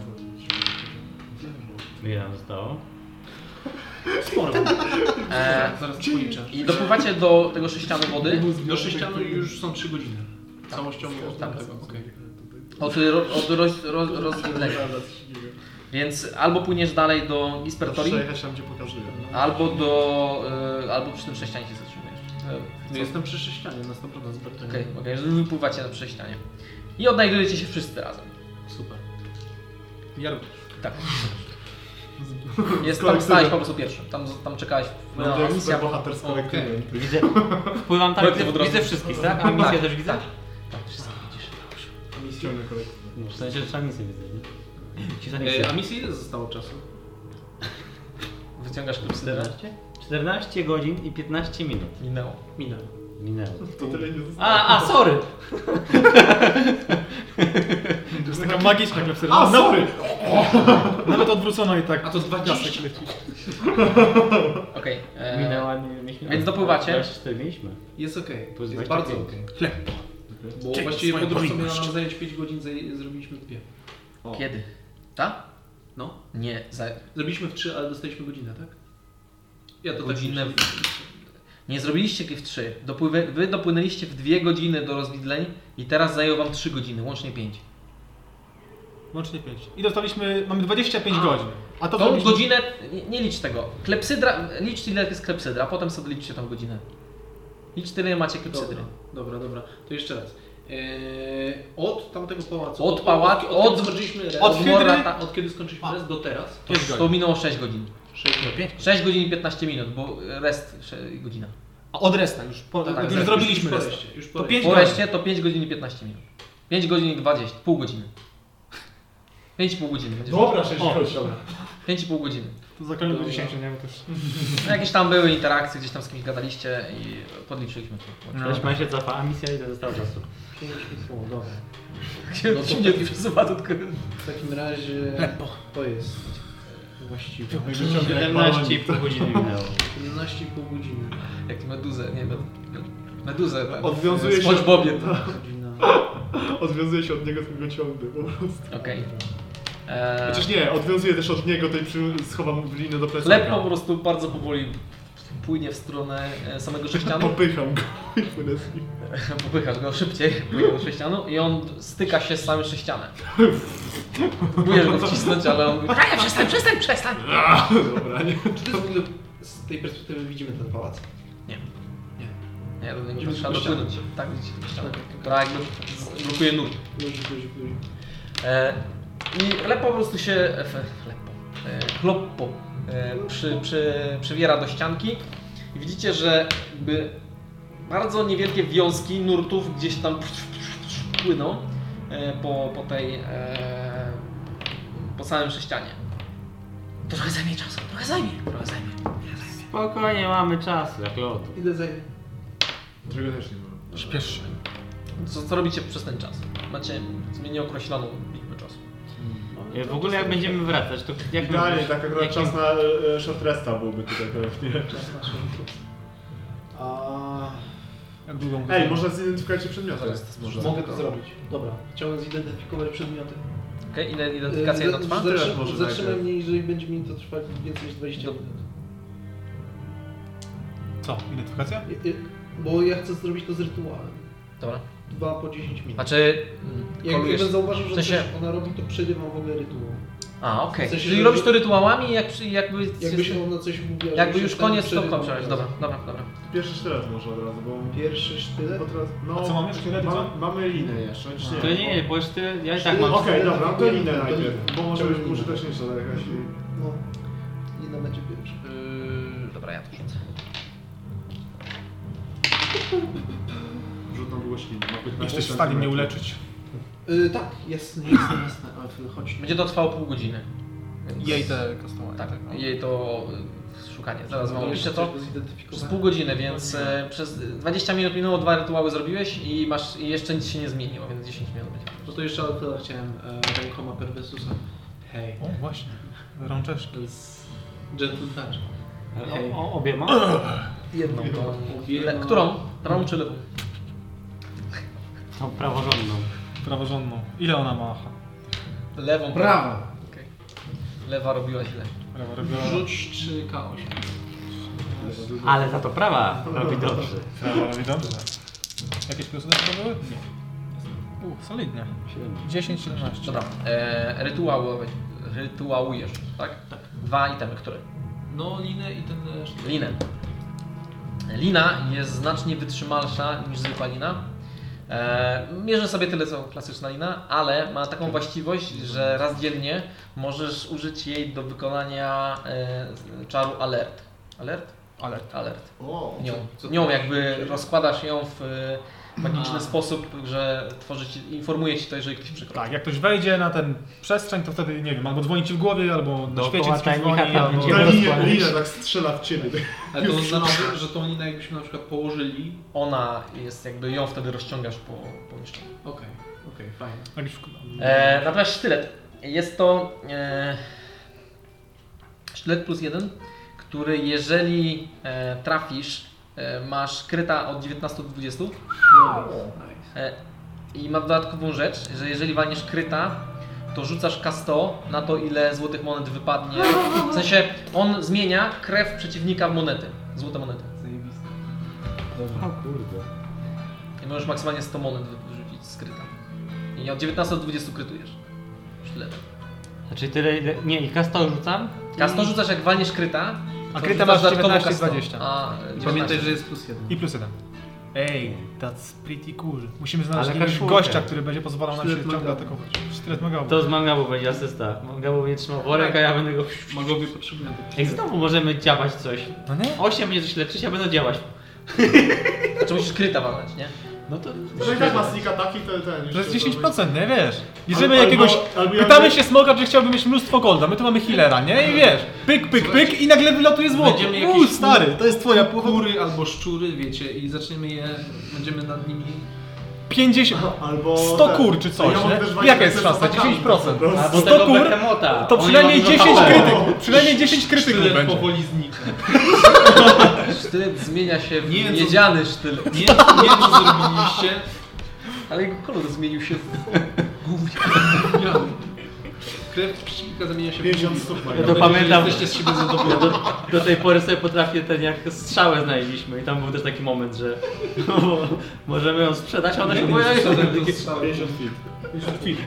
S3: Ile nam zostało?
S5: Sporo. Zaraz policzę.
S1: I dopływacie do tego sześcianu wody.
S5: Do sześcianu już są 3 godziny. Całością od tamtego. Okej.
S1: Od rozwidlenia. Więc albo płyniesz dalej do Gispertorii,
S2: Przejechać tam, gdzie pokazuję.
S1: albo przy tym sześcianie się zatrzymujesz.
S5: Jestem przy sześcianie na 100% z Bertonem.
S1: Okej, wypływacie na sześcianie. I odnajdujecie się wszyscy razem.
S5: Super.
S4: Ja również.
S1: Tak. Tam stałeś po prostu pierwszy. Tam czekałeś
S2: No,
S1: na
S2: to jest
S1: misję.
S2: bohater z kolektywem.
S3: Widzę, wpływam tak,
S1: Kolektyw od razu.
S3: widzę wszystkich, tak? A misję też widzę?
S1: Tak, wszystko widzisz.
S2: Ciągle kolektyw.
S3: No, w sensie, że trzeba misję widzę, nie? Ci za misję.
S5: A misji ile zostało czasu?
S1: Wyciągasz klepsydrę.
S3: 14 godzin i 15 minut.
S1: Minęło.
S3: Minęło.
S2: To tyle nie zostało.
S3: Sorry!
S4: To jest taka magiczna klepsydra.
S2: A, sorry!
S4: Nawet odwrócono i tak.
S5: A to 20.
S4: piasek leci.
S1: Okej.
S3: Minęła, mieliśmy...
S1: Więc dopływacie?
S3: 24 mieliśmy.
S5: Jest okej.
S3: Plus
S5: Jest
S3: 25.
S5: bardzo okej.
S4: Chleb.
S5: Bo
S4: Czekaj,
S5: właściwie
S4: swoją
S5: podróż, co miała
S4: powinność.
S5: nam zająć 5 godzin, zrobiliśmy w 2.
S1: Kiedy? Tak?
S5: No.
S1: Nie,
S5: Zrobiliśmy w 3, ale dostaliśmy godzinę, tak? Ja to
S1: godzinę.
S5: tak
S1: Nie zrobiliście w 3. Wy dopłynęliście w 2 godziny do rozwidleń i teraz zajęło wam 3 godziny, łącznie 5.
S4: Łącznie 5. I dostaliśmy, mamy 25 godzin. A to
S1: Tą
S4: zrobiliśmy-
S1: godzinę, nie licz tego. Klepsydra, licz ile jest klepsydra, a potem sobie liczcie tą godzinę. Licz tyle macie klepsydry.
S5: Dobra. To jeszcze raz. Od tamtego pałacu.
S1: Od pałacu,
S5: od kiedy skończyliśmy rest,
S4: od Hydry-
S5: od kiedy skończyliśmy rest do teraz.
S1: To minęło 6 godzin.
S5: 6 godzin.
S1: 6 godzin i 15 minut, bo rest godzina.
S4: A od resta już.
S1: Tak,
S4: już zrobiliśmy
S5: już po
S4: rest.
S5: reście, już po
S4: To
S5: reście.
S4: 5
S1: Po
S4: godzin.
S1: reszcie to 5 godzin i 15 minut. 5 godzin i 20, pół godziny. 5,5 godziny. będzie.
S2: Dobra, 6
S4: O,
S2: godzin.
S1: 5,5 godziny.
S4: To zakończymy do 10, nie? Bo też.
S1: No, jakieś tam były interakcje, gdzieś tam z kimś gadaliście i podliczyliśmy to.
S3: Weźmy się cofa, a misja ile zostało czasu?
S5: 5,5, dobra.
S1: No to nie przesuwa to tylko...
S5: W takim razie to jest właściwie
S3: 17,5 godziny minęło.
S5: 17,5 godziny.
S1: Jak meduzę, nie meduzę. tak.
S2: Odwiązuje się-
S1: SpongeBobie.
S5: Godzina.
S2: Odwiązuje się od niego tylko ciągny po prostu.
S1: Okej.
S2: Chociaż nie, odwiązuje też od niego, schowam w linę do plecaka.
S1: Chleb po prostu bardzo powoli płynie w stronę samego sześcianu.
S2: Popycham go i płynę z nim.
S1: Popychasz go szybciej, płynie do sześcianu i on styka się z samym sześcianem. Próbujesz go wcisnąć, ale on mówi: przestań!
S2: Dobra, nie.
S5: Czy to w ogóle z tej perspektywy widzimy ten pałac?
S1: Nie,
S5: Nie.
S1: do niego
S5: Widzimy
S1: trzeba
S5: tylko
S1: dopłynąć. Tak, widzicie tę ścianę, która jakby blokuje nurt.
S5: Luzik.
S1: I chleb po prostu się... kloppo przywiera do ścianki i widzicie, że jakby bardzo niewielkie wiązki nurtów gdzieś tam płyną po całym sześcianie. To trochę zajmie czasu, trochę zajmie.
S3: Spokojnie, mamy czas, jak lot.
S5: Idę za nim.
S2: Czego też nie ma.
S4: Śpiesz się.
S1: Co robicie przez ten czas? Macie nieokreśloną liczbę czasu.
S3: W ogóle jak będziemy wracać, to jak
S2: Idealnie, tak akurat
S3: jakim-
S2: czas na short resta byłby tutaj pewnie.
S5: Czas na szybko. A
S4: Jak długo mówię?
S2: Ej, można zidentyfikować przedmioty. Może.
S5: mogę to zrobić. Dobra, chciałem zidentyfikować przedmioty.
S1: Okej, ile identyfikacja jedna trwa?
S2: Tyle może
S5: Zatrzymaj
S2: najpierw.
S5: mnie, jeżeli będzie mi to trwać więcej niż 20 minut.
S4: Co? Identyfikacja?
S5: Bo ja chcę zrobić to z rytuałem.
S1: Dobra.
S5: 2 po 10 minut.
S1: Znaczy,
S5: Jak
S1: kolujesz...
S5: bym zauważył, że
S1: w sensie-
S5: coś ona robi, to przerywam w ogóle rytuał.
S1: A, okej.
S5: w sensie,
S1: Czyli
S5: że-
S1: robisz to rytuałami, jakby...
S5: Jakby się ona coś mówiła, że
S1: Jakby
S5: się
S1: już
S5: ten
S1: koniec, to
S5: przerywam
S1: kończyłeś.
S5: od
S1: Dobra,
S5: razu.
S1: dobra.
S2: Pierwszy sztylet może od razu, bo...
S5: Pierwszy sztylet?
S2: bo teraz, no,
S4: A co mamy? Sztylet i co?
S2: Mamy linę jeszcze, czy nie?
S3: To nie, bo już ty, ja i tak mam...
S2: Okej, dobra, to linę
S5: To
S2: najpierw,
S5: linę.
S2: bo może być
S5: Chciałbym
S2: użyteczniejsza jakaś...
S5: No. Lina będzie pierwsza.
S1: Dobra, ja to rzucę.
S2: Rzut na długość liny. Ma 15
S4: Jesteś w stanie mnie uleczyć.
S5: Tak, jasne. Chodź.
S1: Będzie to trwało pół godziny. Więc...
S4: Jej te customowe.
S1: Tak, jej to szukanie. Zaraz wam opiszę to. Przez
S5: Zidentyfikowane.
S1: pół godziny, więc przez 20 minut minęło, 2 rytuały zrobiłeś i masz i jeszcze nic się nie zmieniło, więc 10 minut będzie.
S5: No to jeszcze Altela chciałem rękoma Perversusa. Hej.
S4: O, właśnie. Rączeczki.
S5: To jest Gentle Touch. Hej.
S3: Obiema?
S1: Jedną tą.
S5: Obiema.
S1: Którą? Prawą czy lewą?
S3: Tą praworządną.
S4: Praworządną. Ile ona ma?
S1: Lewą.
S5: Prawa.
S1: Okej. Lewa robiła źle.
S4: Prawa robiła...
S5: Rzuć 3K8.
S3: Ale za to prawa robi dobrze.
S4: Prawa robi dobrze. Jakieś plusy do tego były? Nie. Solidnie. 10, 17.
S1: Dobra. Rytuałujesz, tak?
S5: Tak.
S1: 2 itemy, które?
S5: No, linę i ten sztylet.
S1: Linę. Lina jest znacznie wytrzymalsza niż zwykła lina. Mierzy sobie tyle co klasyczna lina, ale ma taką właściwość, że raz dziennie możesz użyć jej do wykonania czaru alert. Alert? Alert.
S2: O,
S1: Nią jakby rozkładasz ją w magiczny sposób, że informuje ci to, jeżeli ktoś przekroczy.
S4: Tak, jak ktoś wejdzie na ten przestrzeń, to wtedy, nie wiem, albo dzwoni ci w głowie, albo na
S3: Dookoła
S4: świecie ci
S3: tajnika
S4: dzwoni,
S3: tam
S4: albo...
S3: będzie
S2: ta
S3: rozkładać.
S2: lina tak strzela w ciebie.
S5: Ale to znaczy, że tą linę jakbyśmy na przykład położyli.
S1: Ona jest jakby, ją wtedy rozciągasz po pomieszczeniu.
S5: Okej, fajnie.
S4: Jakiś
S1: Natomiast sztylet. Jest to sztylet +1, który jeżeli trafisz, masz kryta od 19 do 20
S5: Nice.
S1: i ma dodatkową rzecz, że jeżeli walniesz kryta, to rzucasz K100 na to, ile złotych monet wypadnie. W sensie on zmienia krew przeciwnika w monety, złote monety.
S5: Zajebiste.
S3: O kurde.
S1: I możesz maksymalnie 100 monet wyrzucić z kryta. I od 19 do 20 krytujesz sztyletem.
S3: Znaczy tyle ile... Nie, i K100 rzucam?
S1: K100 rzucasz jak walniesz kryta,
S4: A
S1: to
S4: kryta
S1: rzucasz
S4: masz
S1: dodatkowo
S4: 19 i
S1: K100,
S4: 20.
S1: A
S5: Pamiętaj, że jest +1.
S4: I +1. Ej, that's pretty cool. Musimy znaleźć
S3: Ale
S4: jakiegoś
S3: K4.
S4: gościa, który będzie pozwalał nam się
S5: Sztylet
S4: ciągle
S5: magabu.
S4: atakować. Sztylet magabu.
S3: To z Mangabu będzie asysta. Mangabu będzie trzymał worek, a ja będę go...
S5: Magowie potrzebują
S3: Ej, znowu możemy działać coś.
S4: No nie?
S3: 8 mnie coś leczyć, a będę działać.
S1: Znaczy musisz kryta walnąć, nie?
S3: No to...
S2: No i tak ma sneak ataki, to ten...
S4: To jest
S2: jeszcze
S4: 10%, nie wiesz? Bierzemy
S2: Albo-
S4: jakiegoś...
S2: albo ja
S4: Pytamy
S2: bym-
S4: się Smoka, czy chciałby mieć mnóstwo golda. My tu mamy healera, nie? I wiesz, pyk, pyk, pyk i nagle wylatuje złoto.
S5: Będziemy jakieś
S4: Stary, to jest twoja połowa.
S5: kury albo szczury, wiecie, i zaczniemy je, będziemy nad nimi...
S4: 50...
S2: Albo
S4: 100
S2: ten.
S4: kur czy coś,
S2: Ja mogę też
S4: nie?
S2: walczyć
S4: Jaka jest
S2: z
S4: szansa?
S2: atakami,
S4: 10%.
S2: po prostu.
S3: A do
S4: 100
S3: tego
S4: kur,
S3: behemota.
S4: to
S3: Oni
S4: przynajmniej
S3: mam
S4: 10
S3: dużo
S4: krytyków. Przynajmniej 10 krytyków
S5: Sztylet
S4: będzie.
S5: powoli znika.
S1: Sztylet zmienia się w
S5: Nie, co-
S1: miedziany sztylet.
S5: Nie co zrobiliście.
S1: Ale jego kolor zmienił się w
S5: Gówniany. Krew przeciwnika zamienia się w
S2: 50 stóp mają.
S3: Ja to pamiętam.
S5: Jesteście z siebie
S3: Ja
S5: zadowoleni.
S3: do tej pory sobie potrafię ten jak strzałę znaleźliśmy i tam był też taki moment, że możemy ją sprzedać, a ona się pojawi.
S2: 50 feet.
S4: 50 feet.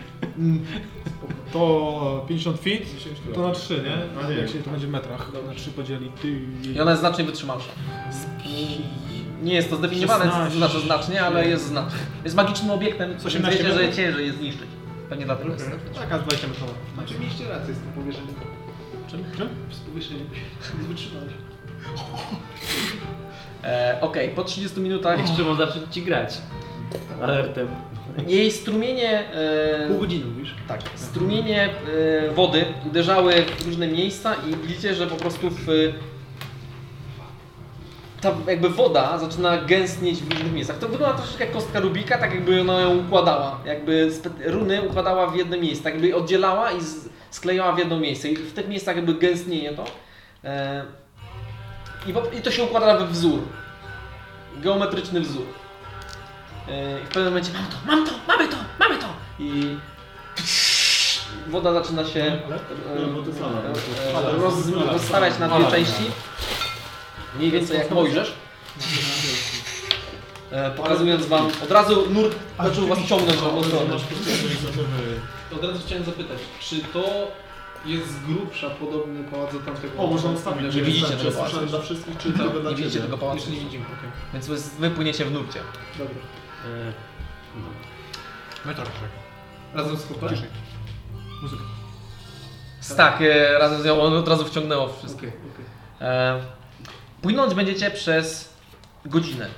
S4: To 50 feet, to na 3, nie?
S2: A nie.
S4: Jak się to będzie w metrach, na 3 podzieli.
S1: I ona jest znacznie wytrzymalsza. Nie jest to zdefiniowane,
S4: 16.
S1: to znaczy znacznie, ale jest znacznie. Jest magicznym obiektem, co
S4: 18
S1: wiecie, że
S4: metrów?
S1: ciężej jest zniszczyć. Pewnie dlatego jest.
S4: Taka z 20 metrowa.
S5: Znaczy mieliście rację z tym powieszeniem.
S1: Czym?
S5: Z powieszeniem. Nie wytrzymałeś.
S1: Okej, po 30 minutach
S3: Jeszcze można zacząć ci grać. Alertem.
S1: jej strumienie...
S5: Pół godziny mówisz?
S1: Tak, strumienie wody uderzały w różne miejsca i widzicie, że po prostu ta jakby woda zaczyna gęstnieć w różnych miejscach. To wygląda troszeczkę jak kostka Rubika, tak jakby ona ją układała. Jakby runy układała w jedno miejsce, tak jakby oddzielała i sklejała w jedno miejsce. I w tych miejscach jakby gęstnieje to. I to się układa we wzór. Geometryczny wzór. I w pewnym momencie mamy to! I woda zaczyna się rozstawiać na dwie części. Mniej więcej jak Mojżesz. Pokazując wam, od razu nurt zaczął was ciągnąć w tą stronę.
S5: Od razu chciałem zapytać, czy to jest z grubsza podobny pałac do tamtego?
S2: O, można ustawić.
S1: Nie widzicie
S2: czy
S1: tego pałacu.
S2: słyszałem dla wszystkich, czy tylko dla
S1: Nie widzicie
S2: ciebie?
S1: tego pałacu.
S5: Jeszcze nie widzimy, okej.
S1: Więc wy płyniecie w nurcie.
S5: Dobra.
S4: Metro.
S5: Razem z chłopakiem?
S4: Muzyka.
S1: Tak, razem z nią on od razu wciągnęło wszystko.
S5: Okej.
S1: Płynąć będziecie przez godzinę.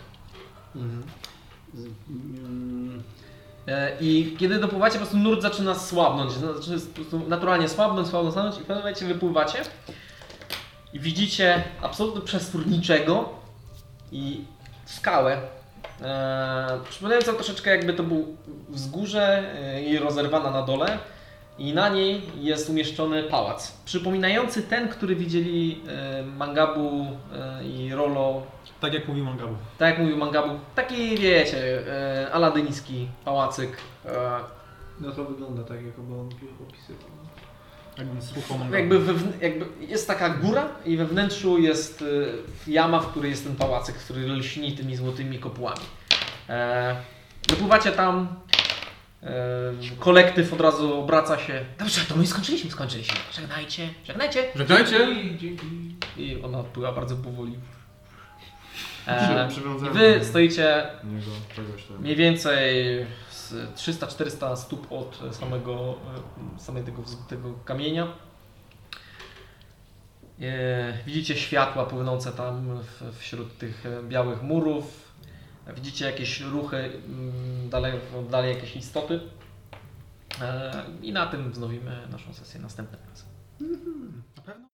S1: I kiedy dopływacie, po prostu nurt zaczyna słabnąć. Zaczyna po prostu naturalnie słabnąć i w pewnym momencie wypływacie i widzicie absolutnie przestwór niczego i skałę. Przypominającą troszeczkę jakby to był wzgórze i rozerwana na dole. I na niej jest umieszczony pałac, przypominający ten, który widzieli Mangabu i Rolo.
S4: Tak jak mówił Mangabu.
S1: Tak jak mówił Mangabu, taki wiecie, aladyński pałacyk.
S5: No to wygląda tak, jak on opisywał.
S4: Jakbym słuchał Mangabu.
S1: Jakby jest taka góra i we wnętrzu jest jama, w której jest ten pałacyk, który lśni tymi złotymi kopłami. Wypływacie tam. Kolektyw od razu obraca się. Dobrze, to my skończyliśmy. Żegnajcie.
S5: Dzięki.
S1: I ona odpływa bardzo powoli. I
S2: Przywiązałem
S1: wy stoicie
S2: niego czegoś tam.
S1: mniej więcej z 300-400 stóp od samej tego kamienia. Widzicie światła płynące tam wśród tych białych murów. Widzicie jakieś ruchy, dalej jakieś istoty. I na tym wznowimy naszą sesję następnym razem.
S4: Na pewno?